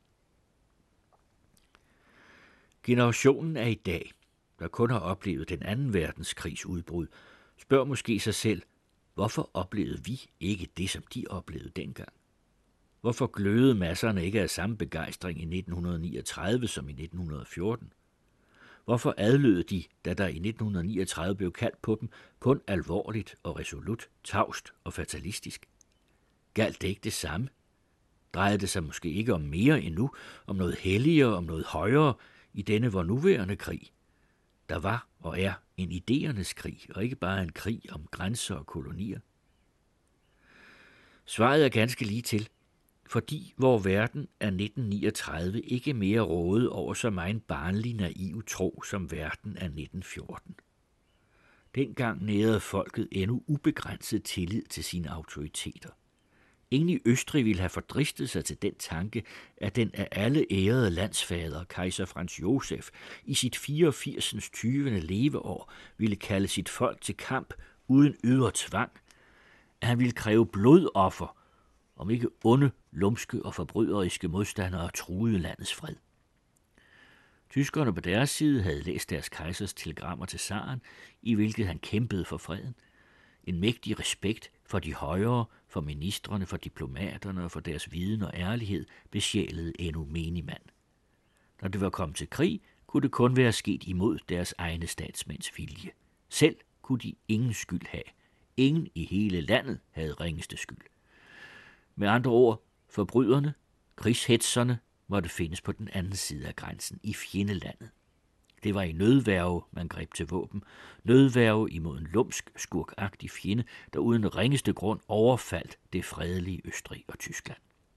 Generationen af i dag, der kun har oplevet den anden verdenskrigs udbrud, spørger måske sig selv, hvorfor oplevede vi ikke det, som de oplevede dengang? Hvorfor glødede masserne ikke af samme begejstring i 1939 som i 1914? Hvorfor adlød de, da der i 1939 blev kaldt på dem, kun alvorligt og resolut, tavst og fatalistisk? Galt det ikke det samme? Drejede det sig måske ikke om mere endnu, om noget helligere, om noget højere i denne vor nuværende krig? Der var og er en idéernes krig, og ikke bare en krig om grænser og kolonier. Svaret er ganske lige til, fordi vor verden af 1939 ikke mere rådede over så meget en barnlig naiv tro som verden af 1914. Dengang nærede folket endnu ubegrænset tillid til sine autoriteter. Ingen i Østrig ville have fordristet sig til den tanke, at den af alle ærede landsfader, kejser Franz Josef, i sit 84. 20. leveår ville kalde sit folk til kamp uden ydre tvang, at han ville kræve blodoffer, om ikke onde, lumske og forbryderiske modstandere truede landets fred. Tyskerne på deres side havde læst deres kejsers telegrammer til zaren, i hvilket han kæmpede for freden. En mægtig respekt for de højere, for ministrene, for diplomaterne og for deres viden og ærlighed besjælede endnu menigmand. Når det var kommet til krig, kunne det kun være sket imod deres egne statsmænds vilje. Selv kunne de ingen skyld have. Ingen i hele landet havde ringeste skyld. Med andre ord, forbryderne, krigshetserne, måtte findes på den anden side af grænsen i fjendelandet. Det var i nødværge, man greb til våben. Nødværge imod en lumsk, skurkagtig fjende, der uden ringeste grund overfaldt det fredelige Østrig og Tyskland.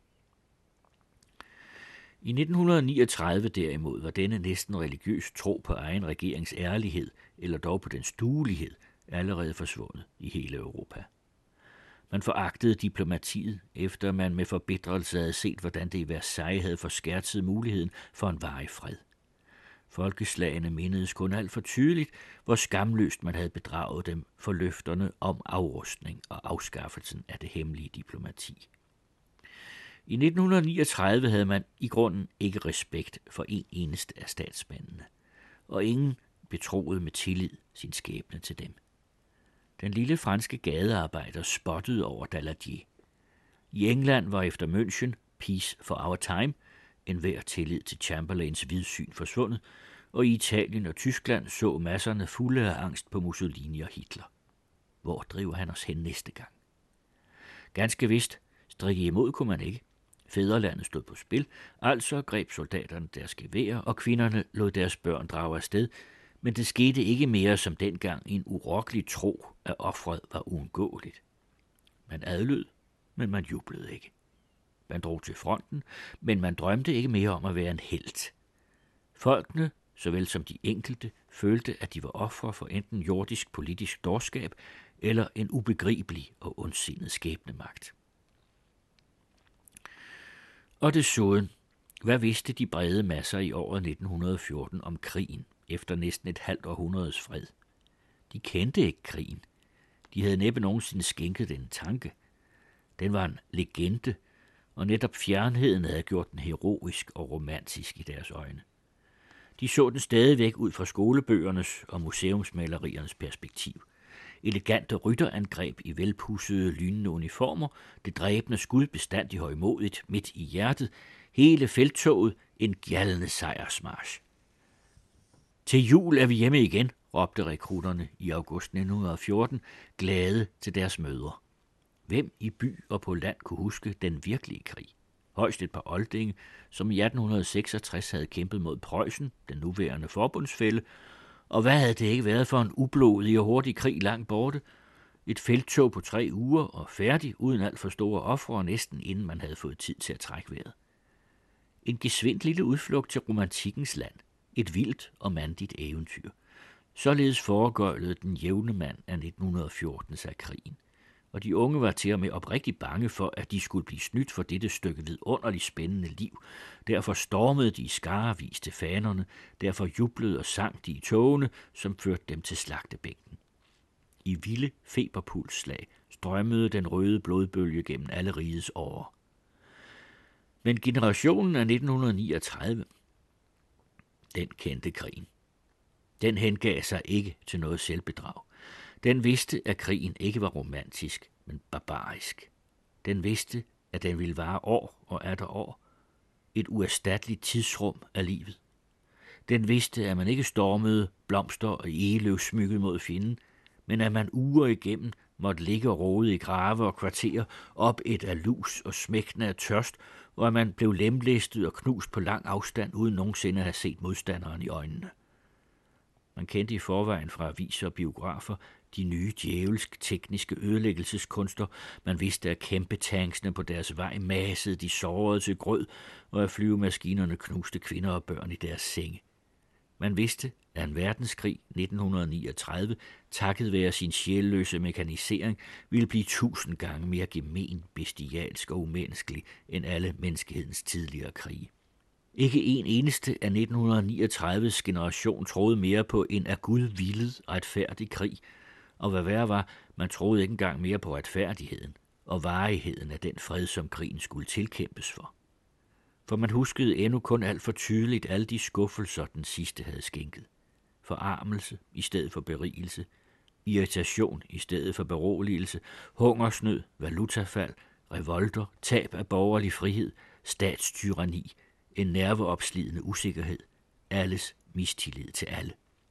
I 1939 derimod var denne næsten religiøs tro på egen regerings ærlighed, eller dog på dens duelighed, allerede forsvundet i hele Europa. Man foragtede diplomatiet, efter man med forbitrelse havde set, hvordan det i Versailles havde forskærtet muligheden for en varig fred. Folkeslagene mindedes kun alt for tydeligt, hvor skamløst man havde bedraget dem for løfterne om afrustning og afskaffelsen af det hemmelige diplomati. I 1939 havde man i grunden ikke respekt for en eneste af statsmændene, og ingen betroede med tillid sin skæbne til dem. Den lille franske gadearbejder spottede over Daladier. I England var efter München, Peace for our time, enhver tillid til Chamberlains vidsyn forsvundet, og i Italien og Tyskland så masserne fulde af angst på Mussolini og Hitler. Hvor driver han os hen næste gang? Ganske vist, strikke imod kunne man ikke. Fædrelandet stod på spil, altså greb soldaterne deres geværer, og kvinderne lod deres børn drage afsted, men det skete ikke mere som dengang en urokkelig tro, at offret var uundgåeligt. Man adlød, men man jublede ikke. Man drog til fronten, men man drømte ikke mere om at være en helt. Folkene, såvel som de enkelte, følte, at de var ofre for enten jordisk politisk dårskab eller en ubegribelig og ondsindet skæbnemagt. Og desuden, hvad vidste de brede masser i året 1914 om krigen efter næsten et halvt århundredes fred? De kendte ikke krigen. De havde næppe nogensinde skænket den tanke. Den var en legende, og netop fjernheden havde gjort den heroisk og romantisk i deres øjne. De så den stadigvæk ud fra skolebøgernes og museumsmaleriernes perspektiv. Elegante rytterangreb i velpudsede, lynende uniformer, det dræbende skud bestandig højmodigt midt i hjertet, hele felttoget en gjaldende sejrsmarch. Til jul er vi hjemme igen, råbte rekrutterne i august 1914, glade til deres mødre. Hvem i by og på land kunne huske den virkelige krig? Højst et par oldinge, som i 1866 havde kæmpet mod Preussen, den nuværende forbundsfælle, og hvad havde det ikke været for en ublodig og hurtig krig langt borte? Et felttog på 3 uger og færdig, uden alt for store ofre, næsten inden man havde fået tid til at trække vejret. En gesvindt lille udflugt til romantikkens land. Et vildt og mandigt eventyr. Således foregøjlede den jævne mand af 1914 sig krigen. Og de unge var til og med oprigtigt bange for, at de skulle blive snydt for dette stykke vidunderligt spændende liv. Derfor stormede de i skarevis til fanerne, derfor jublede og sang de i togene, som førte dem til slagtebænken. I vilde feberpulsslag strømmede den røde blodbølge gennem alle rigets årer. Men generationen af 1939, den kendte krigen. Den hengav sig ikke til noget selvbedrag. Den vidste, at krigen ikke var romantisk, men barbarisk. Den vidste, at den ville vare år og atter år. Et uerstatteligt tidsrum af livet. Den vidste, at man ikke stormede blomster og egeløv smykket mod fjenden, men at man uger igennem måtte ligge og rode i grave og kvarterer op et af lus og smægtende af tørst, og at man blev lemlæstet og knust på lang afstand, uden nogensinde at have set modstanderen i øjnene. Man kendte i forvejen fra aviser og biografer de nye djævelsk tekniske ødelæggelseskunster. Man vidste, at kæmpetanksene på deres vej masede de sårede til grød, og at flyvemaskinerne knuste kvinder og børn i deres senge. Man vidste, at en verdenskrig 1939, takket være sin sjælløse mekanisering, ville blive 1000 gange mere gemen, bestialsk og umenneskelig end alle menneskehedens tidligere krige. Ikke en eneste af 1939's generation troede mere på en af Gud villet og retfærdig krig, og hvad værre var, man troede ikke engang mere på retfærdigheden og varigheden af den fred, som krigen skulle tilkæmpes for. For man huskede endnu kun alt for tydeligt alle de skuffelser, den sidste havde skænket. Forarmelse i stedet for berigelse, irritation i stedet for beroligelse, hungersnød, valutafald, revolter, tab af borgerlig frihed, statstyranni, en nerveopslidende usikkerhed, alles mistillid til alle.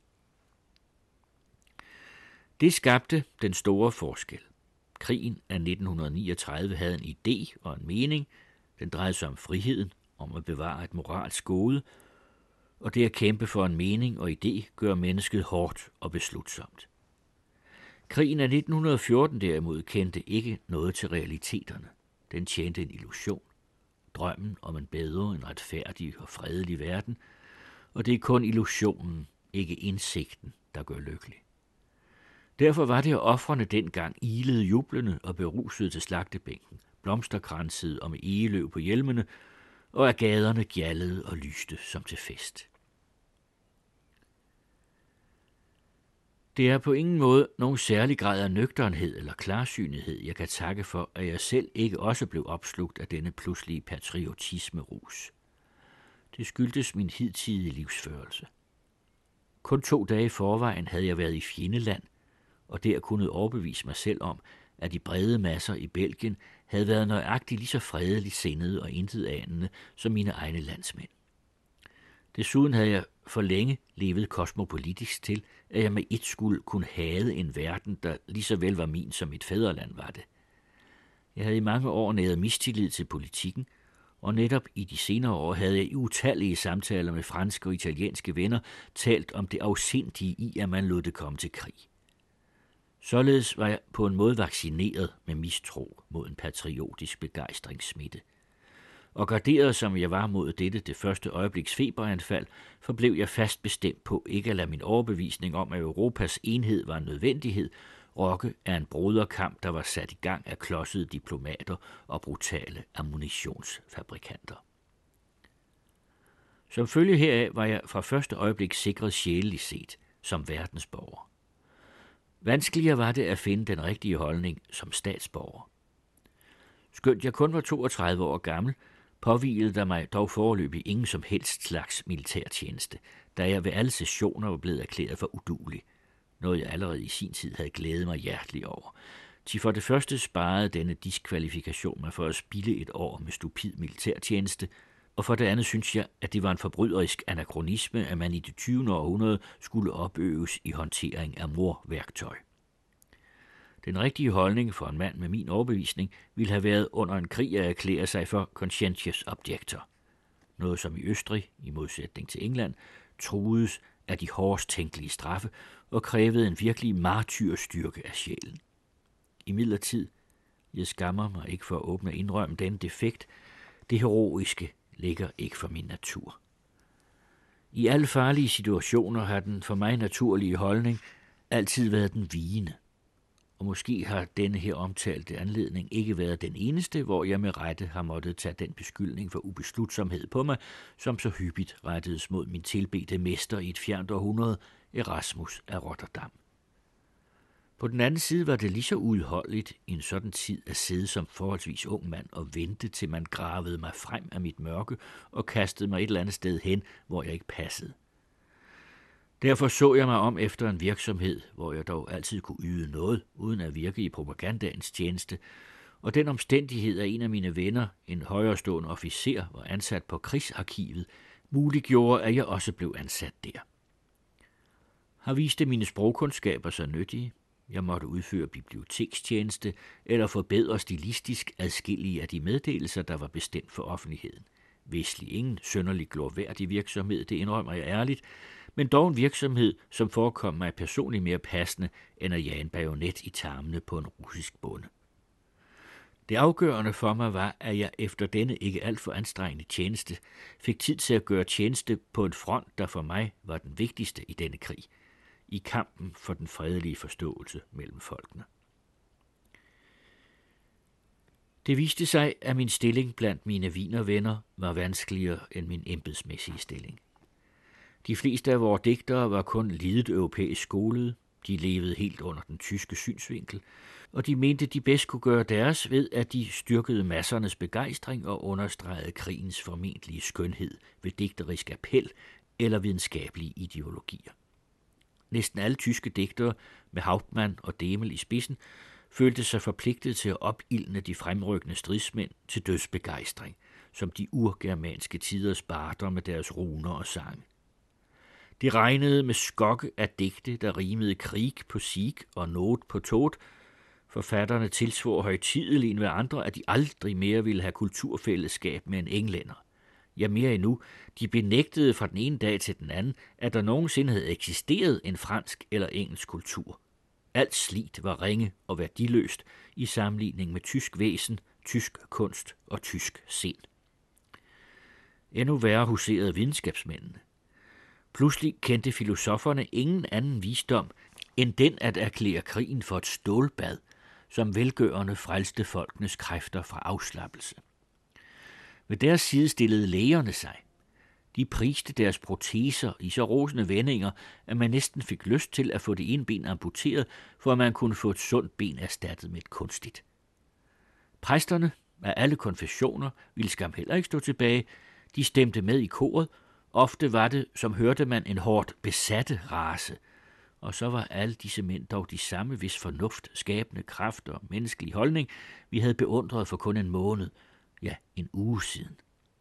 Det skabte den store forskel. Krigen af 1939 havde en idé og en mening. Den drejede sig om friheden, om at bevare et moralsk gode, og det at kæmpe for en mening og idé gør mennesket hårdt og beslutsomt. Krigen af 1914 derimod kendte ikke noget til realiteterne. Den tjente en illusion, drømmen om en bedre, en retfærdig og fredelig verden, og det er kun illusionen, ikke indsigten, der gør lykkelig. Derfor var det, at ofrene dengang ilede jublende og berusede til slagtebænken, blomsterkransede og med egeløv på hjelmene, og at gaderne gjaldede og lyste som til fest. Det er på ingen måde nogen særlig grad af nøgternhed eller klarsynighed, jeg kan takke for, at jeg selv ikke også blev opslugt af denne pludselige patriotisme-rus. Det skyldtes min hidtidige livsførelse. Kun 2 dage i forvejen havde jeg været i fjendeland, og der kunne overbevise mig selv om, at de brede masser i Belgien havde været nøjagtigt lige så fredeligt sindede og intetanende som mine egne landsmænd. Desuden havde jeg for længe levet kosmopolitisk til, at jeg med et skuld kunne hade en verden, der lige så vel var min som mit fædreland var det. Jeg havde i mange år næret mistillid til politikken, og netop i de senere år havde jeg i utallige samtaler med franske og italienske venner talt om det afsindige i, at man lod det komme til krig. Således var jeg på en måde vaccineret med mistro mod en patriotisk begejstringssmitte. Og garderet som jeg var mod det første øjebliks feberanfald, forblev jeg fast bestemt på ikke at lade min overbevisning om, at Europas enhed var en nødvendighed, rokke af en broderkamp, der var sat i gang af klodsede diplomater og brutale ammunitionsfabrikanter. Som følge heraf var jeg fra første øjeblik sikret sjæleligt set som verdensborger. Vanskeligere var det at finde den rigtige holdning som statsborger. Skønt jeg kun var 32 år gammel, påhvilede der mig dog foreløbig ingen som helst slags militærtjeneste, da jeg ved alle sessioner var blevet erklæret for uduelig, noget jeg allerede i sin tid havde glædet mig hjerteligt over. Til for det første sparede denne diskvalifikation mig for at spilde et år med stupid militærtjeneste, og for det andet synes jeg, at det var en forbryderisk anakronisme, at man i det 20. århundrede skulle opøves i håndtering af mordværktøj. Den rigtige holdning for en mand med min overbevisning ville have været under en krig at erklære sig for conscientious objector. Noget som i Østrig, i modsætning til England, truedes af de hårdest tænkelige straffe og krævede en virkelig martyrstyrke af sjælen. Imidlertid, jeg skammer mig ikke for at åbne og indrømme denne defekt, det heroiske ligger ikke for min natur. I alle farlige situationer har den for mig naturlige holdning altid været den vigende. Og måske har denne her omtalte anledning ikke været den eneste, hvor jeg med rette har måttet tage den beskyldning for ubeslutsomhed på mig, som så hyppigt rettedes mod min tilbedte mester i et fjernt århundrede, Erasmus af Rotterdam. På den anden side var det lige så udholdeligt i en sådan tid at sidde som forholdsvis ung mand og vente, til man gravede mig frem af mit mørke og kastede mig et eller andet sted hen, hvor jeg ikke passede. Derfor så jeg mig om efter en virksomhed, hvor jeg dog altid kunne yde noget, uden at virke i propagandaens tjeneste, og den omstændighed, at en af mine venner, en højerestående officer, var ansat på krigsarkivet, muliggjorde, at jeg også blev ansat der. Har viste mine sprogkundskaber så nyttige? Jeg måtte udføre bibliotekstjeneste eller forbedre stilistisk adskillige af de meddelelser, der var bestemt for offentligheden. Vistlig ingen synderlig glorværdig virksomhed, det indrømmer jeg ærligt, men dog en virksomhed, som forekom mig personligt mere passende, end at jage en bajonet i tarmene på en russisk bonde. Det afgørende for mig var, at jeg efter denne ikke alt for anstrengende tjeneste fik tid til at gøre tjeneste på en front, der for mig var den vigtigste i denne krig, i kampen for den fredelige forståelse mellem folkene. Det viste sig, at min stilling blandt mine wienervenner var vanskeligere end min embedsmæssige stilling. De fleste af vores digtere var kun lidet europæisk skolede, de levede helt under den tyske synsvinkel, og de mente, de bedst kunne gøre deres ved, at de styrkede massernes begejstring og understregede krigens formentlige skønhed ved digterisk appel eller videnskabelige ideologier. Næsten alle tyske digtere med Hauptmann og Demel i spidsen følte sig forpligtet til at opildne de fremrykkende stridsmænd til dødsbegejstring, som de urgermanske tiders barder med deres runer og sange. De regnede med skokke af digte, der rimede krig på sig og not på tot. Forfatterne tilsvor højtideligt ved andre, at de aldrig mere ville have kulturfællesskab med en englænder. Ja, mere endnu, de benægtede fra den ene dag til den anden, at der nogensinde havde eksisteret en fransk eller engelsk kultur. Alt slidt var ringe og værdiløst i sammenligning med tysk væsen, tysk kunst og tysk sind. Endnu værre huserede videnskabsmændene. Pludselig kendte filosoferne ingen anden visdom end den at erklære krigen for et stålbad, som velgørende frelste folkenes kræfter fra afslappelse. Ved deres side stillede lægerne sig. De priste deres proteser i så rosende vendinger, at man næsten fik lyst til at få det ene ben amputeret, for at man kunne få et sundt ben erstattet med et kunstigt. Præsterne af alle konfessioner ville skam heller ikke stå tilbage. De stemte med i koret. Ofte var det, som hørte man, en hårdt besatte race. Og så var alle disse mænd dog de samme, hvis fornuft, skabende kraft og menneskelig holdning, vi havde beundret for kun en måned, ja, en uge siden.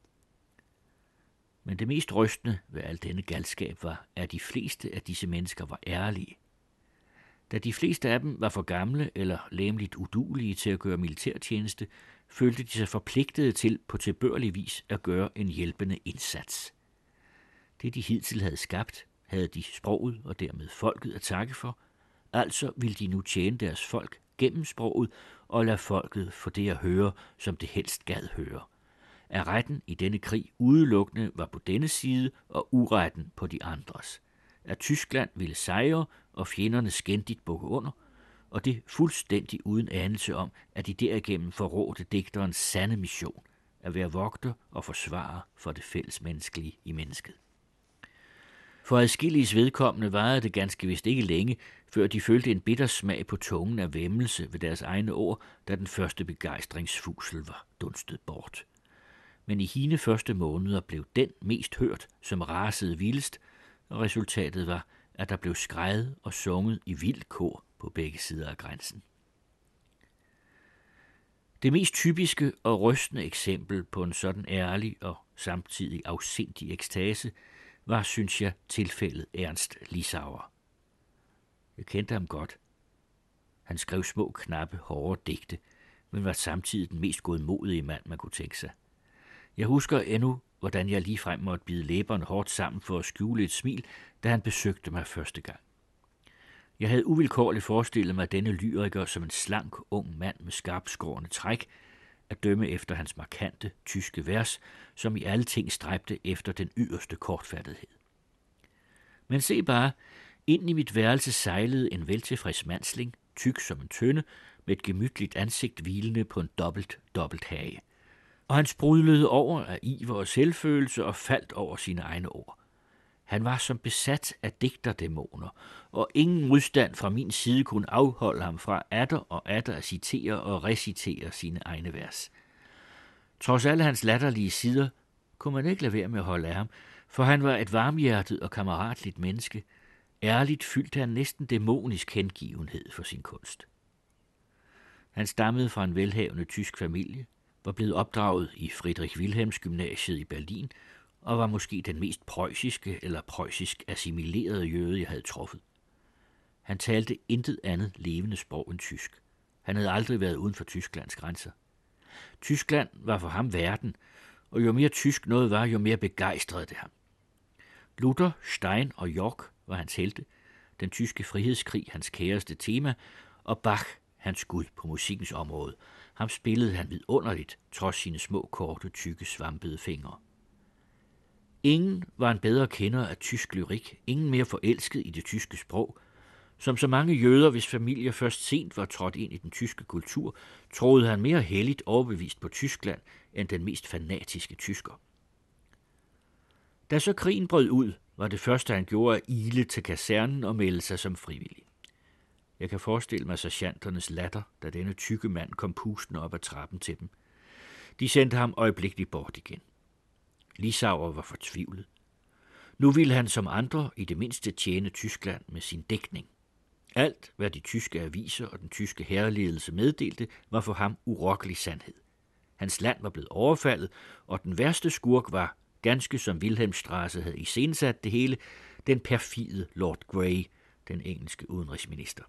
Men det mest rystende ved al denne galskab var, at de fleste af disse mennesker var ærlige. Da de fleste af dem var for gamle eller læmeligt uduelige til at gøre militærtjeneste, følte de sig forpligtede til på tilbørlig vis at gøre en hjælpende indsats. Det de hidtil havde skabt, havde de sproget og dermed folket at takke for, altså ville de nu tjene deres folk gennem sproget og lade folket få det at høre, som det helst gad høre. At retten i denne krig udelukkende var på denne side og uretten på de andres. At Tyskland ville sejre og fjenderne skændigt bukke under, og det fuldstændig uden anelse om, at de derigennem forrådte digterens sande mission, at være vogter og forsvarer for det fællesmenneskelige i mennesket. For adskilliges vedkommende varede det ganske vist ikke længe, før de følte en bitter smag på tungen af væmmelse ved deres egne ord, da den første begejstringsfusel var dunstet bort. Men i hine første måneder blev den mest hørt, som rasede vildest, og resultatet var, at der blev skreget og sunget i vild kor på begge sider af grænsen. Det mest typiske og rystende eksempel på en sådan ærlig og samtidig afsindig ekstase var, synes jeg, tilfældet Ernst Lissauer. Jeg kendte ham godt. Han skrev små, knappe, hårde digte, men var samtidig den mest godmodige mand, man kunne tænke sig. Jeg husker endnu, hvordan jeg ligefrem måtte bide læberne hårdt sammen for at skjule et smil, da han besøgte mig første gang. Jeg havde uvilkårligt forestillet mig denne lyriker som en slank, ung mand med skarpskårende træk, at dømme efter hans markante, tyske vers, som i alle ting stræbte efter den yderste kortfattethed. Men se bare, ind i mit værelse sejlede en veltilfreds mandsling, tyk som en tønde, med et gemytligt ansigt hvilende på en dobbelt hage. Og han sprudlede over af iver og selvfølelse og faldt over sine egne ord. Han var som besat af digterdæmoner, og ingen modstand fra min side kunne afholde ham fra atter at citere og recitere sine egne vers. Trods alle hans latterlige sider kunne man ikke lade være med at holde af ham, for han var et varmhjertet og kammeratligt menneske. Ærligt fyldte han næsten dæmonisk hengivenhed for sin kunst. Han stammede fra en velhavende tysk familie, var blevet opdraget i Friedrich Wilhelms gymnasiet i Berlin og var måske den mest preussiske eller preussisk assimilerede jøde, jeg havde truffet. Han talte intet andet levende sprog end tysk. Han havde aldrig været uden for Tysklands grænser. Tyskland var for ham verden, og jo mere tysk noget var, jo mere begejstrede det ham. Luther, Stein og York var hans helte, den tyske frihedskrig hans kæreste tema, og Bach hans gud på musikkens område. Ham spillede han vidunderligt, trods sine små, korte, tykke, svampede fingre. Ingen var en bedre kender af tysk lyrik, ingen mere forelsket i det tyske sprog. Som så mange jøder, hvis familier først sent var trådt ind i den tyske kultur, troede han mere helligt overbevist på Tyskland end den mest fanatiske tysker. Da så krigen brød ud, var det første han gjorde at ile til kasernen og melde sig som frivillig. Jeg kan forestille mig sergeanternes latter, da denne tykke mand kom pustende op ad trappen til dem. De sendte ham øjeblikkeligt bort igen. Lissauer var fortvivlet. Nu ville han som andre i det mindste tjene Tyskland med sin dækning. Alt, hvad de tyske aviser og den tyske hærledelse meddelte, var for ham urokkelig sandhed. Hans land var blevet overfaldet, og den værste skurk var, ganske som Wilhelmstrasse havde iscenesat det hele, den perfide Lord Grey, den engelske udenrigsminister.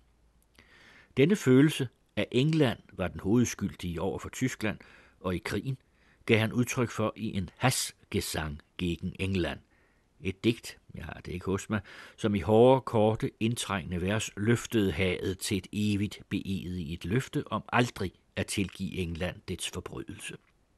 Denne følelse af England var den hovedskyldige over for Tyskland, og i krigen, gav han udtryk for i en Hassgesang gegen England. Et digt, jeg har det ikke hos mig, som i hårde, korte, indtrængende vers løftede hadet til et evigt beeget i et løfte om aldrig at tilgive England dets forbrydelse.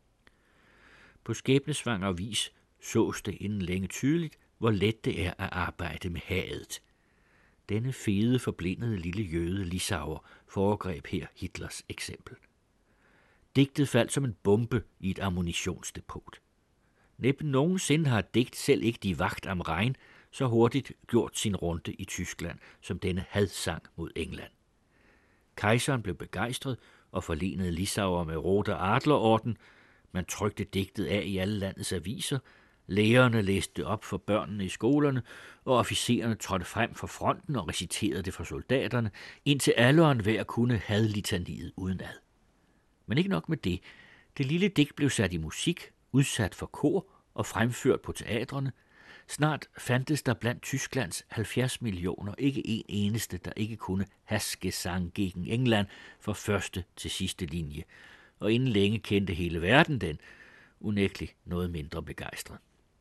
På skæbnesvanger vis sås det inden længe tydeligt, hvor let det er at arbejde med hadet. Denne fede, forblindede lille jøde Lissauer foregreb her Hitlers eksempel. Digtet faldt som en bombe i et ammunitionsdepot. Næppe nogensinde har et digt, selv ikke Die Wacht am Rhein, så hurtigt gjort sin runde i Tyskland, som denne hadsang mod England. Kejseren blev begejstret og forlenede Lissauer med Rote Adlerorden. Man trykte digtet af i alle landets aviser, lærerne læste det op for børnene i skolerne, og officererne trådte frem for fronten og reciterede det for soldaterne, indtil alle og enhver kunne hadlitaniet udenad. Men ikke nok med det. Det lille digt blev sat i musik, udsat for kor og fremført på teatrene. Snart fandtes der blandt Tysklands 70 millioner ikke en eneste, der ikke kunne Hassgesang gegen England fra første til sidste linje, og inden længe kendte hele verden den, unægtelig noget mindre begejstret.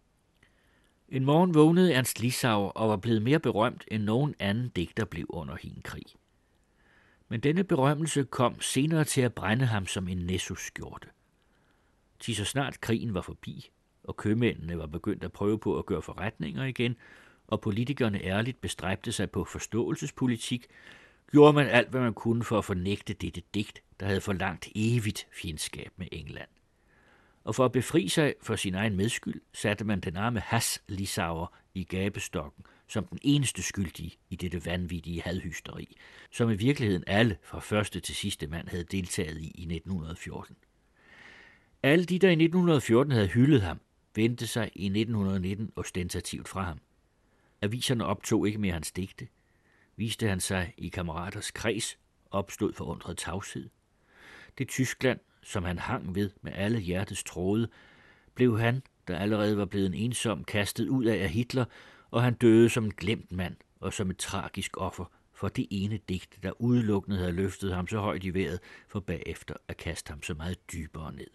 En morgen vågnede Ernst Lissauer og var blevet mere berømt, end nogen anden digter blev under hin krig. Men denne berømmelse kom senere til at brænde ham som en Nessus-skjorte. Til så snart krigen var forbi, og købmændene var begyndt at prøve på at gøre forretninger igen, og politikerne ærligt bestræbte sig på forståelsespolitik, gjorde man alt, hvad man kunne for at fornægte dette digt, der havde forlangt evigt fjendskab med England. Og for at befri sig for sin egen medskyld, satte man den arme Hass-Lissauer i gabestokken som den eneste skyldige i dette vanvittige hadhysteri, som i virkeligheden alle fra første til sidste mand havde deltaget i 1914. Alle de, der i 1914 havde hyldet ham, vendte sig i 1919 ostentativt fra ham. Aviserne optog ikke mere hans digte. Viste han sig i kammeraters kreds, opstod forundret tavshed. Det Tyskland, som han hang ved med alle hjertets tråde, blev han, der allerede var blevet en ensom, kastet ud af Hitler, og han døde som en glemt mand og som et tragisk offer for det ene digt, der udelukkende havde løftet ham så højt i vejret, for bagefter at kaste ham så meget dybere ned.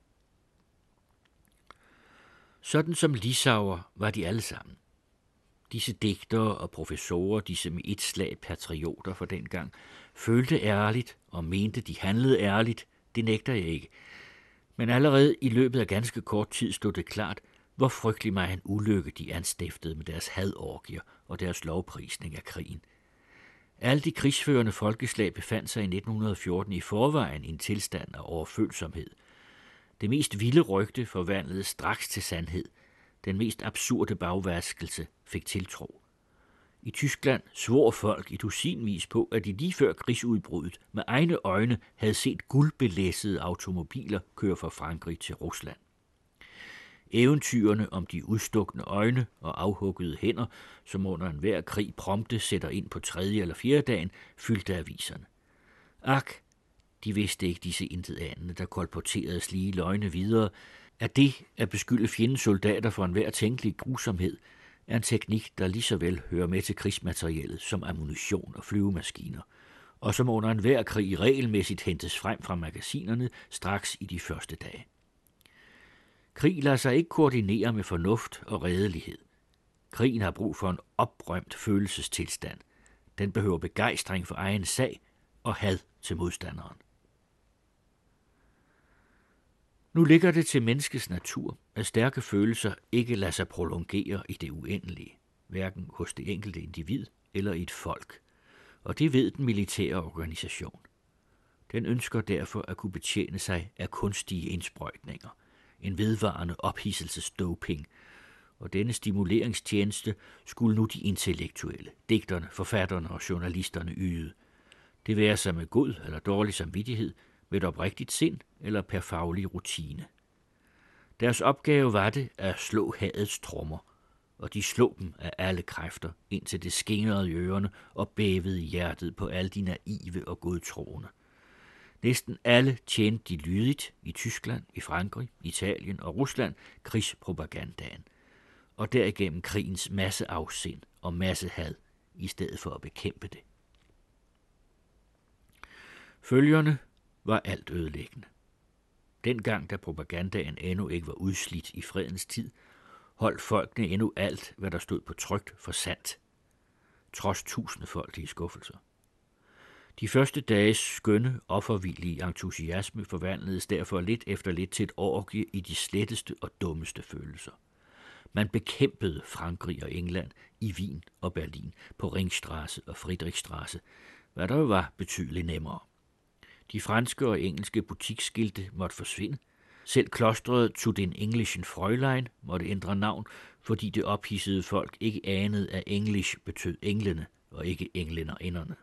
Sådan som Lissauer var de alle sammen. Disse digtere og professorer, disse med et slag patrioter for dengang, følte ærligt og mente, de handlede ærligt, det nægter jeg ikke. Men allerede i løbet af ganske kort tid stod det klart, hvor frygtelig mig en ulykke de anstiftede med deres hadorgier og deres lovprisning af krigen. Alle de krigsførende folkeslag befandt sig i 1914 i forvejen i en tilstand af overfølsomhed. Det mest vilde rygte forvandlede straks til sandhed. Den mest absurde bagvaskelse fik tiltro. I Tyskland svor folk i dusinvis på, at de lige før krigsudbruddet med egne øjne havde set guldbelæssede automobiler køre fra Frankrig til Rusland. Eventyrene om de udstukne øjne og afhuggede hænder, som under enhver krig prompte sætter ind på 3. eller 4. dagen, fyldte aviserne. Ak, de vidste ikke disse intetanende, der kolporterede slige løgne videre, at det at beskylde fjendens soldater for enhver tænkelig grusomhed er en teknik, der lige så vel hører med til krigsmateriellet som ammunition og flyvemaskiner, og som under enhver krig regelmæssigt hentes frem fra magasinerne straks i de første dage. Krig lader sig ikke koordinere med fornuft og redelighed. Krigen har brug for en oprømt følelsestilstand. Den behøver begejstring for egen sag og had til modstanderen. Nu ligger det til menneskets natur, at stærke følelser ikke lader sig prolongere i det uendelige, hverken hos det enkelte individ eller i et folk, og det ved den militære organisation. Den ønsker derfor at kunne betjene sig af kunstige indsprøjtninger, en vedvarende ophidselsesdoping, og denne stimuleringstjeneste skulle nu de intellektuelle, digterne, forfatterne og journalisterne yde. Det være sig med god eller dårlig samvittighed, med et oprigtigt sind eller per faglig rutine. Deres opgave var det at slå hadets trommer, og de slog dem af alle kræfter, indtil det skingrede i ørerne og bævede i hjertet på alle de naive og godtroende. Næsten alle tjente de lydigt i Tyskland, i Frankrig, Italien og Rusland krigspropagandaen, og derigennem krigens masseafsind og massehad, i stedet for at bekæmpe det. Følgerne var alt ødelæggende. dengang, da propagandaen endnu ikke var udslidt i fredens tid, holdt folkene endnu alt, hvad der stod på tryk, for sandt, trods tusindfoldige skuffelser. De første dages skønne, offervillige entusiasme forvandledes derfor lidt efter lidt til et orgie i de sletteste og dummeste følelser. Man bekæmpede Frankrig og England i Wien og Berlin, på Ringstraße og Friedrichstraße, hvad der var betydeligt nemmere. De franske og engelske butiksskilte måtte forsvinde. Selv klostret zu den englischen Fräulein måtte ændre navn, fordi det ophidsede folk ikke anede, at English betød englene og ikke englænderinderne.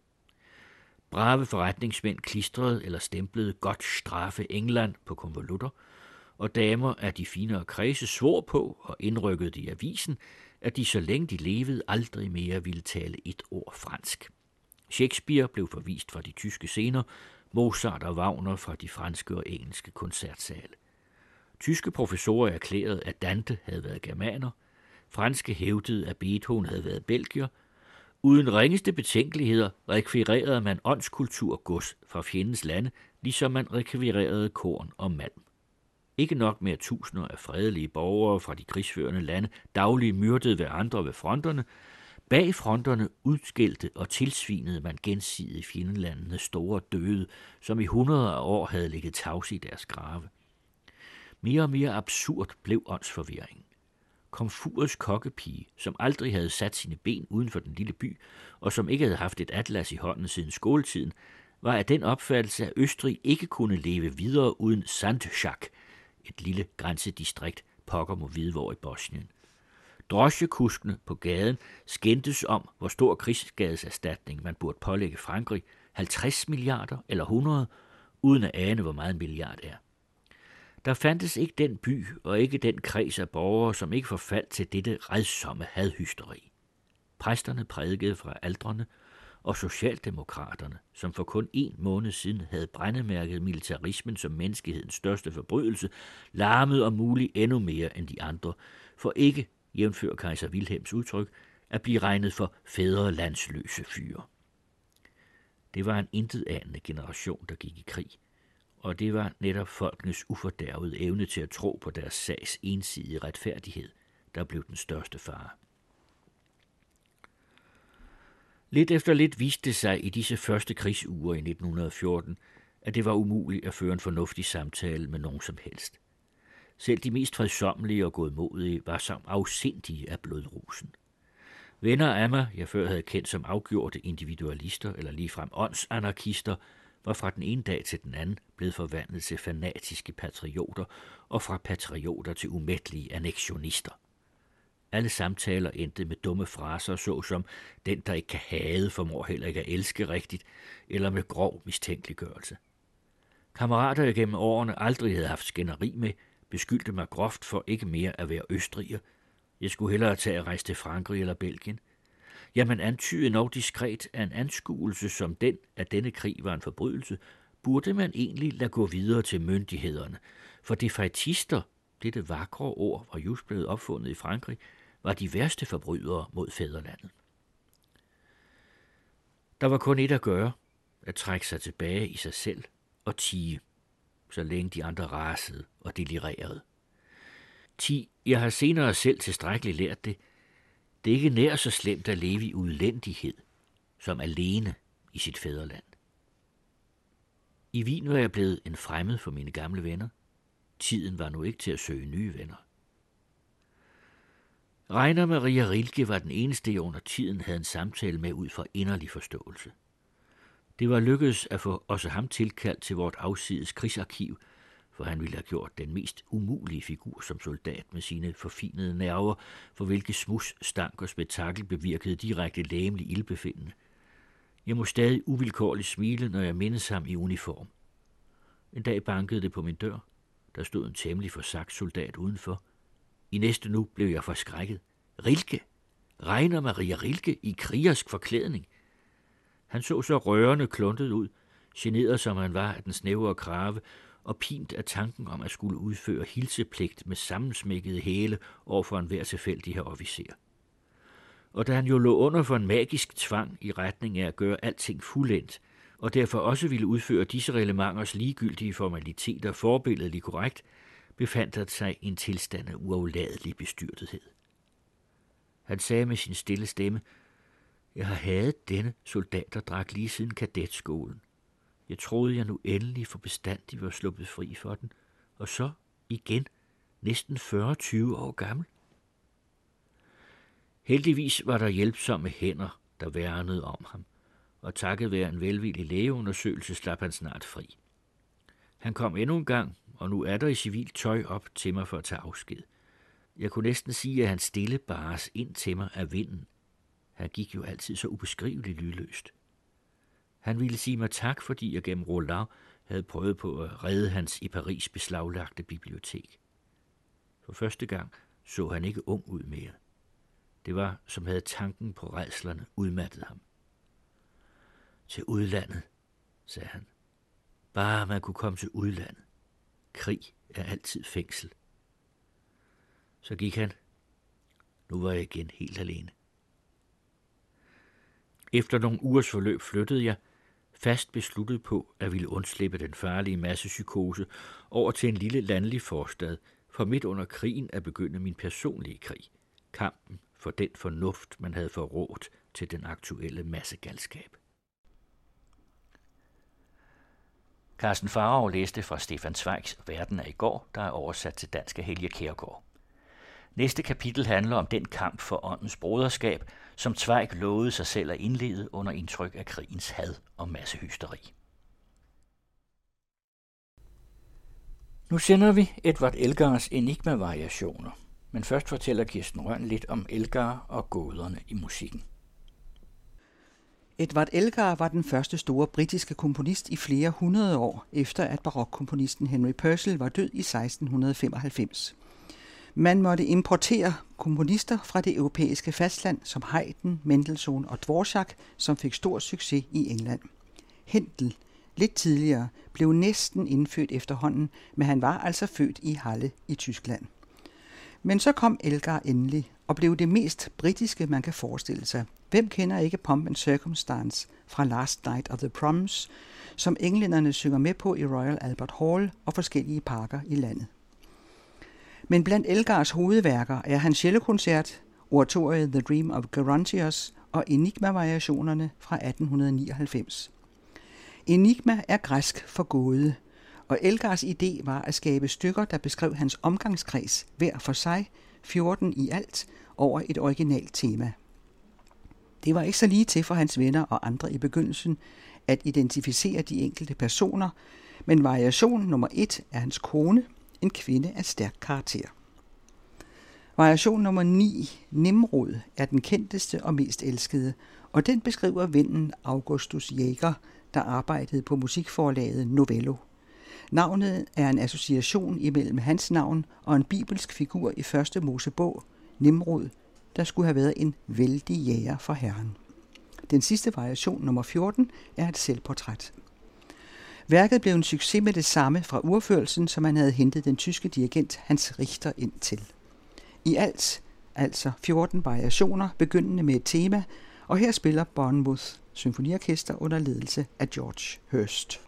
Brave forretningsmænd klistrede eller stemplede godt straffe England på konvolutter, og damer af de finere kredse svor på og indrykkede i avisen, at de så længe de levede aldrig mere ville tale et ord fransk. Shakespeare blev forvist fra de tyske scener, Mozart og Wagner fra de franske og engelske koncertsale. Tyske professorer erklærede, at Dante havde været germaner, franske hævdede, at Beethoven havde været belgier. Uden ringeste betænkeligheder rekvirerede man åndskulturgods fra fjendens lande, ligesom man rekvirerede korn og malm. Ikke nok med, at tusinder af fredelige borgere fra de krigsførende lande dagligt myrdede hver andre ved fronterne. Bag fronterne udskældte og tilsvinede man gensidigt fjendelandenes store døde, som i 100 af år havde ligget tavse i deres grave. Mere og mere absurd blev åndsforvirringen. Komfurets kokkepige, som aldrig havde sat sine ben uden for den lille by, og som ikke havde haft et atlas i hånden siden skoletiden, var af den opfattelse, at Østrig ikke kunne leve videre uden Sandschak, et lille grænsedistrikt pokker mod Hvidvor i Bosnien. Drosjekuskene på gaden skændtes om, hvor stor krigsskadeserstatning man burde pålægge Frankrig, 50 milliarder eller 100, uden at ane, hvor meget en milliard er. Der fandtes ikke den by og ikke den kreds af borgere, som ikke forfaldt til dette rædsomme hadhysteri. Præsterne prædikede fra aldrene, og socialdemokraterne, som for kun 1 måned siden havde brændemærket militarismen som menneskehedens største forbrydelse, larmede om muligt endnu mere end de andre, for ikke, jævnfør kejser Wilhelms udtryk, at blive regnet for fædrelandsløse fyre. Det var en intetanende generation, der gik i krig, og det var netop folkenes ufordærvede evne til at tro på deres sags ensidige retfærdighed, der blev den største fare. Lidt efter lidt viste det sig i disse første krigsuger i 1914, at det var umuligt at føre en fornuftig samtale med nogen som helst. Selv de mest fredsommelige og godmodige var som afsindige af blodrusen. Venner af mig, jeg før havde kendt som afgjorte individualister eller ligefrem åndsanarkister, var fra den ene dag til den anden blevet forvandlet til fanatiske patrioter og fra patrioter til umættelige annexionister. Alle samtaler endte med dumme fraser, såsom den, der ikke kan hade, formår heller ikke at elske rigtigt, eller med grov mistænkeliggørelse. Kammerater, jeg gennem årene aldrig havde haft skænderi med, beskyldte mig groft for ikke mere at være østriger. Jeg skulle hellere tage at rejse til Frankrig eller Belgien. Jamen antydede nok diskret, at en anskuelse som den, at denne krig var en forbrydelse, burde man egentlig lade gå videre til myndighederne, for defaitister, dette vakre ord var just blevet opfundet i Frankrig, var de værste forbrydere mod fædrelandet. Der var kun et at gøre, at trække sig tilbage i sig selv og tie, så længe de andre rasede og delirerede. Jeg har senere selv tilstrækkeligt lært det. Det er ikke nær så slemt at leve i udlændighed, som alene i sit fædreland. I Wien var jeg blevet en fremmed for mine gamle venner. Tiden var nu ikke til at søge nye venner. Rainer Maria Rilke var den eneste, jeg under tiden havde en samtale med ud fra inderlig forståelse. Det var lykkedes at få også ham tilkaldt til vort afsides krigsarkiv, for han ville have gjort den mest umulige figur som soldat med sine forfinede nerver, for hvilke smus, stank og spektakel bevirkede direkte lægemlig ildbefindende. Jeg må stadig uvilkårligt smile, når jeg mindes ham i uniform. En dag bankede det på min dør. Der stod en temmelig forsagt soldat udenfor. I næste nu blev jeg forskrækket. Rilke! Rainer Maria Rilke i krigersk forklædning. Han så så rørende kluntet ud, generet som han var af den snævre krave, og pint af tanken om at skulle udføre hilsepligt med sammensmækkede hæle over for enhver tilfældig her officer. Og da han jo lå under for en magisk tvang i retning af at gøre alting fuldendt, og derfor også ville udføre disse reglementers ligegyldige formaliteter forbilledligt korrekt, befandt der sig en tilstand af uafladelig bestyrtethed. Han sagde med sin stille stemme, jeg har hadet denne soldaterdragt lige siden kadetskolen. Jeg troede, jeg nu endelig for bestandig var sluppet fri for den, og så igen, næsten 40-20 år gammel. Heldigvis var der hjælpsomme hænder, der værnede om ham, og takket være en velvillig lægeundersøgelse slap han snart fri. Han kom endnu en gang, og nu er der i civilt tøj op til mig for at tage afsked. Jeg kunne næsten sige, at han stille bares ind til mig af vinden. Han gik jo altid så ubeskriveligt lydløst. Han ville sige mig tak, fordi jeg gennem Roland havde prøvet på at redde hans i Paris beslaglagte bibliotek. For første gang så han ikke ung ud mere. Det var, som havde tanken på rædslerne udmattet ham. Til udlandet, sagde han. Bare man kunne komme til udlandet. Krig er altid fængsel. Så gik han. Nu var jeg igen helt alene. Efter nogle ugers forløb flyttede jeg, fast besluttet på at ville undslippe den farlige massepsykose over til en lille landlig forstad, for midt under krigen at begynde min personlige krig, kampen for den fornuft, man havde forrådt til den aktuelle massegalskab. Carsten Farag læste fra Stefan Zweigs Verden af i går, der er oversat til dansk af Helge Kjærgaard. Næste kapitel handler om den kamp for åndens broderskab, som Zweig lovede sig selv at indlede under indtryk af krigens had og massehysteri. Nu sender vi Edvard Elgars Enigma-variationer, men først fortæller Kirsten Rønn lidt om Elgar og gåderne i musikken. Edvard Elgar var den første store britiske komponist i flere hundrede år, efter at barokkomponisten Henry Purcell var død i 1695. Man måtte importere komponister fra det europæiske fastland som Haydn, Mendelssohn og Dvorak, som fik stor succes i England. Händel, lidt tidligere, blev næsten indfødt efterhånden, men han var altså født i Halle i Tyskland. Men så kom Elgar endelig og blev det mest britiske, man kan forestille sig. Hvem kender ikke Pomp and Circumstance fra Last Night of the Proms, som englænderne synger med på i Royal Albert Hall og forskellige parker i landet. Men blandt Elgars hovedværker er hans cellokoncert, oratoriet The Dream of Gerontius og Enigma-variationerne fra 1899. Enigma er græsk for gåde, og Elgars idé var at skabe stykker, der beskrev hans omgangskreds hver for sig, 14 i alt, over et originalt tema. Det var ikke så lige til for hans venner og andre i begyndelsen at identificere de enkelte personer, men variation nummer 1 er hans kone, en kvinde af stærk karakter. Variation nummer 9, Nimrod, er den kendteste og mest elskede, og den beskriver vennen Augustus Jäger, der arbejdede på musikforlaget Novello. Navnet er en association imellem hans navn og en bibelsk figur i første Mosebog, Nimrod, der skulle have været en vældig jæger for Herren. Den sidste variation, nummer 14, er et selvportræt. Værket blev en succes med det samme fra urførelsen, som man havde hentet den tyske dirigent Hans Richter ind til. I alt, altså 14 variationer, begyndende med et tema, og her spiller Bournemouth Symfoniorkester under ledelse af George Hurst.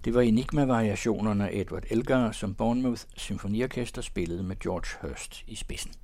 Det var Enigma-variationerne af Edward Elgar, som Bournemouth Symfoniorkester spillede med George Hurst i spidsen.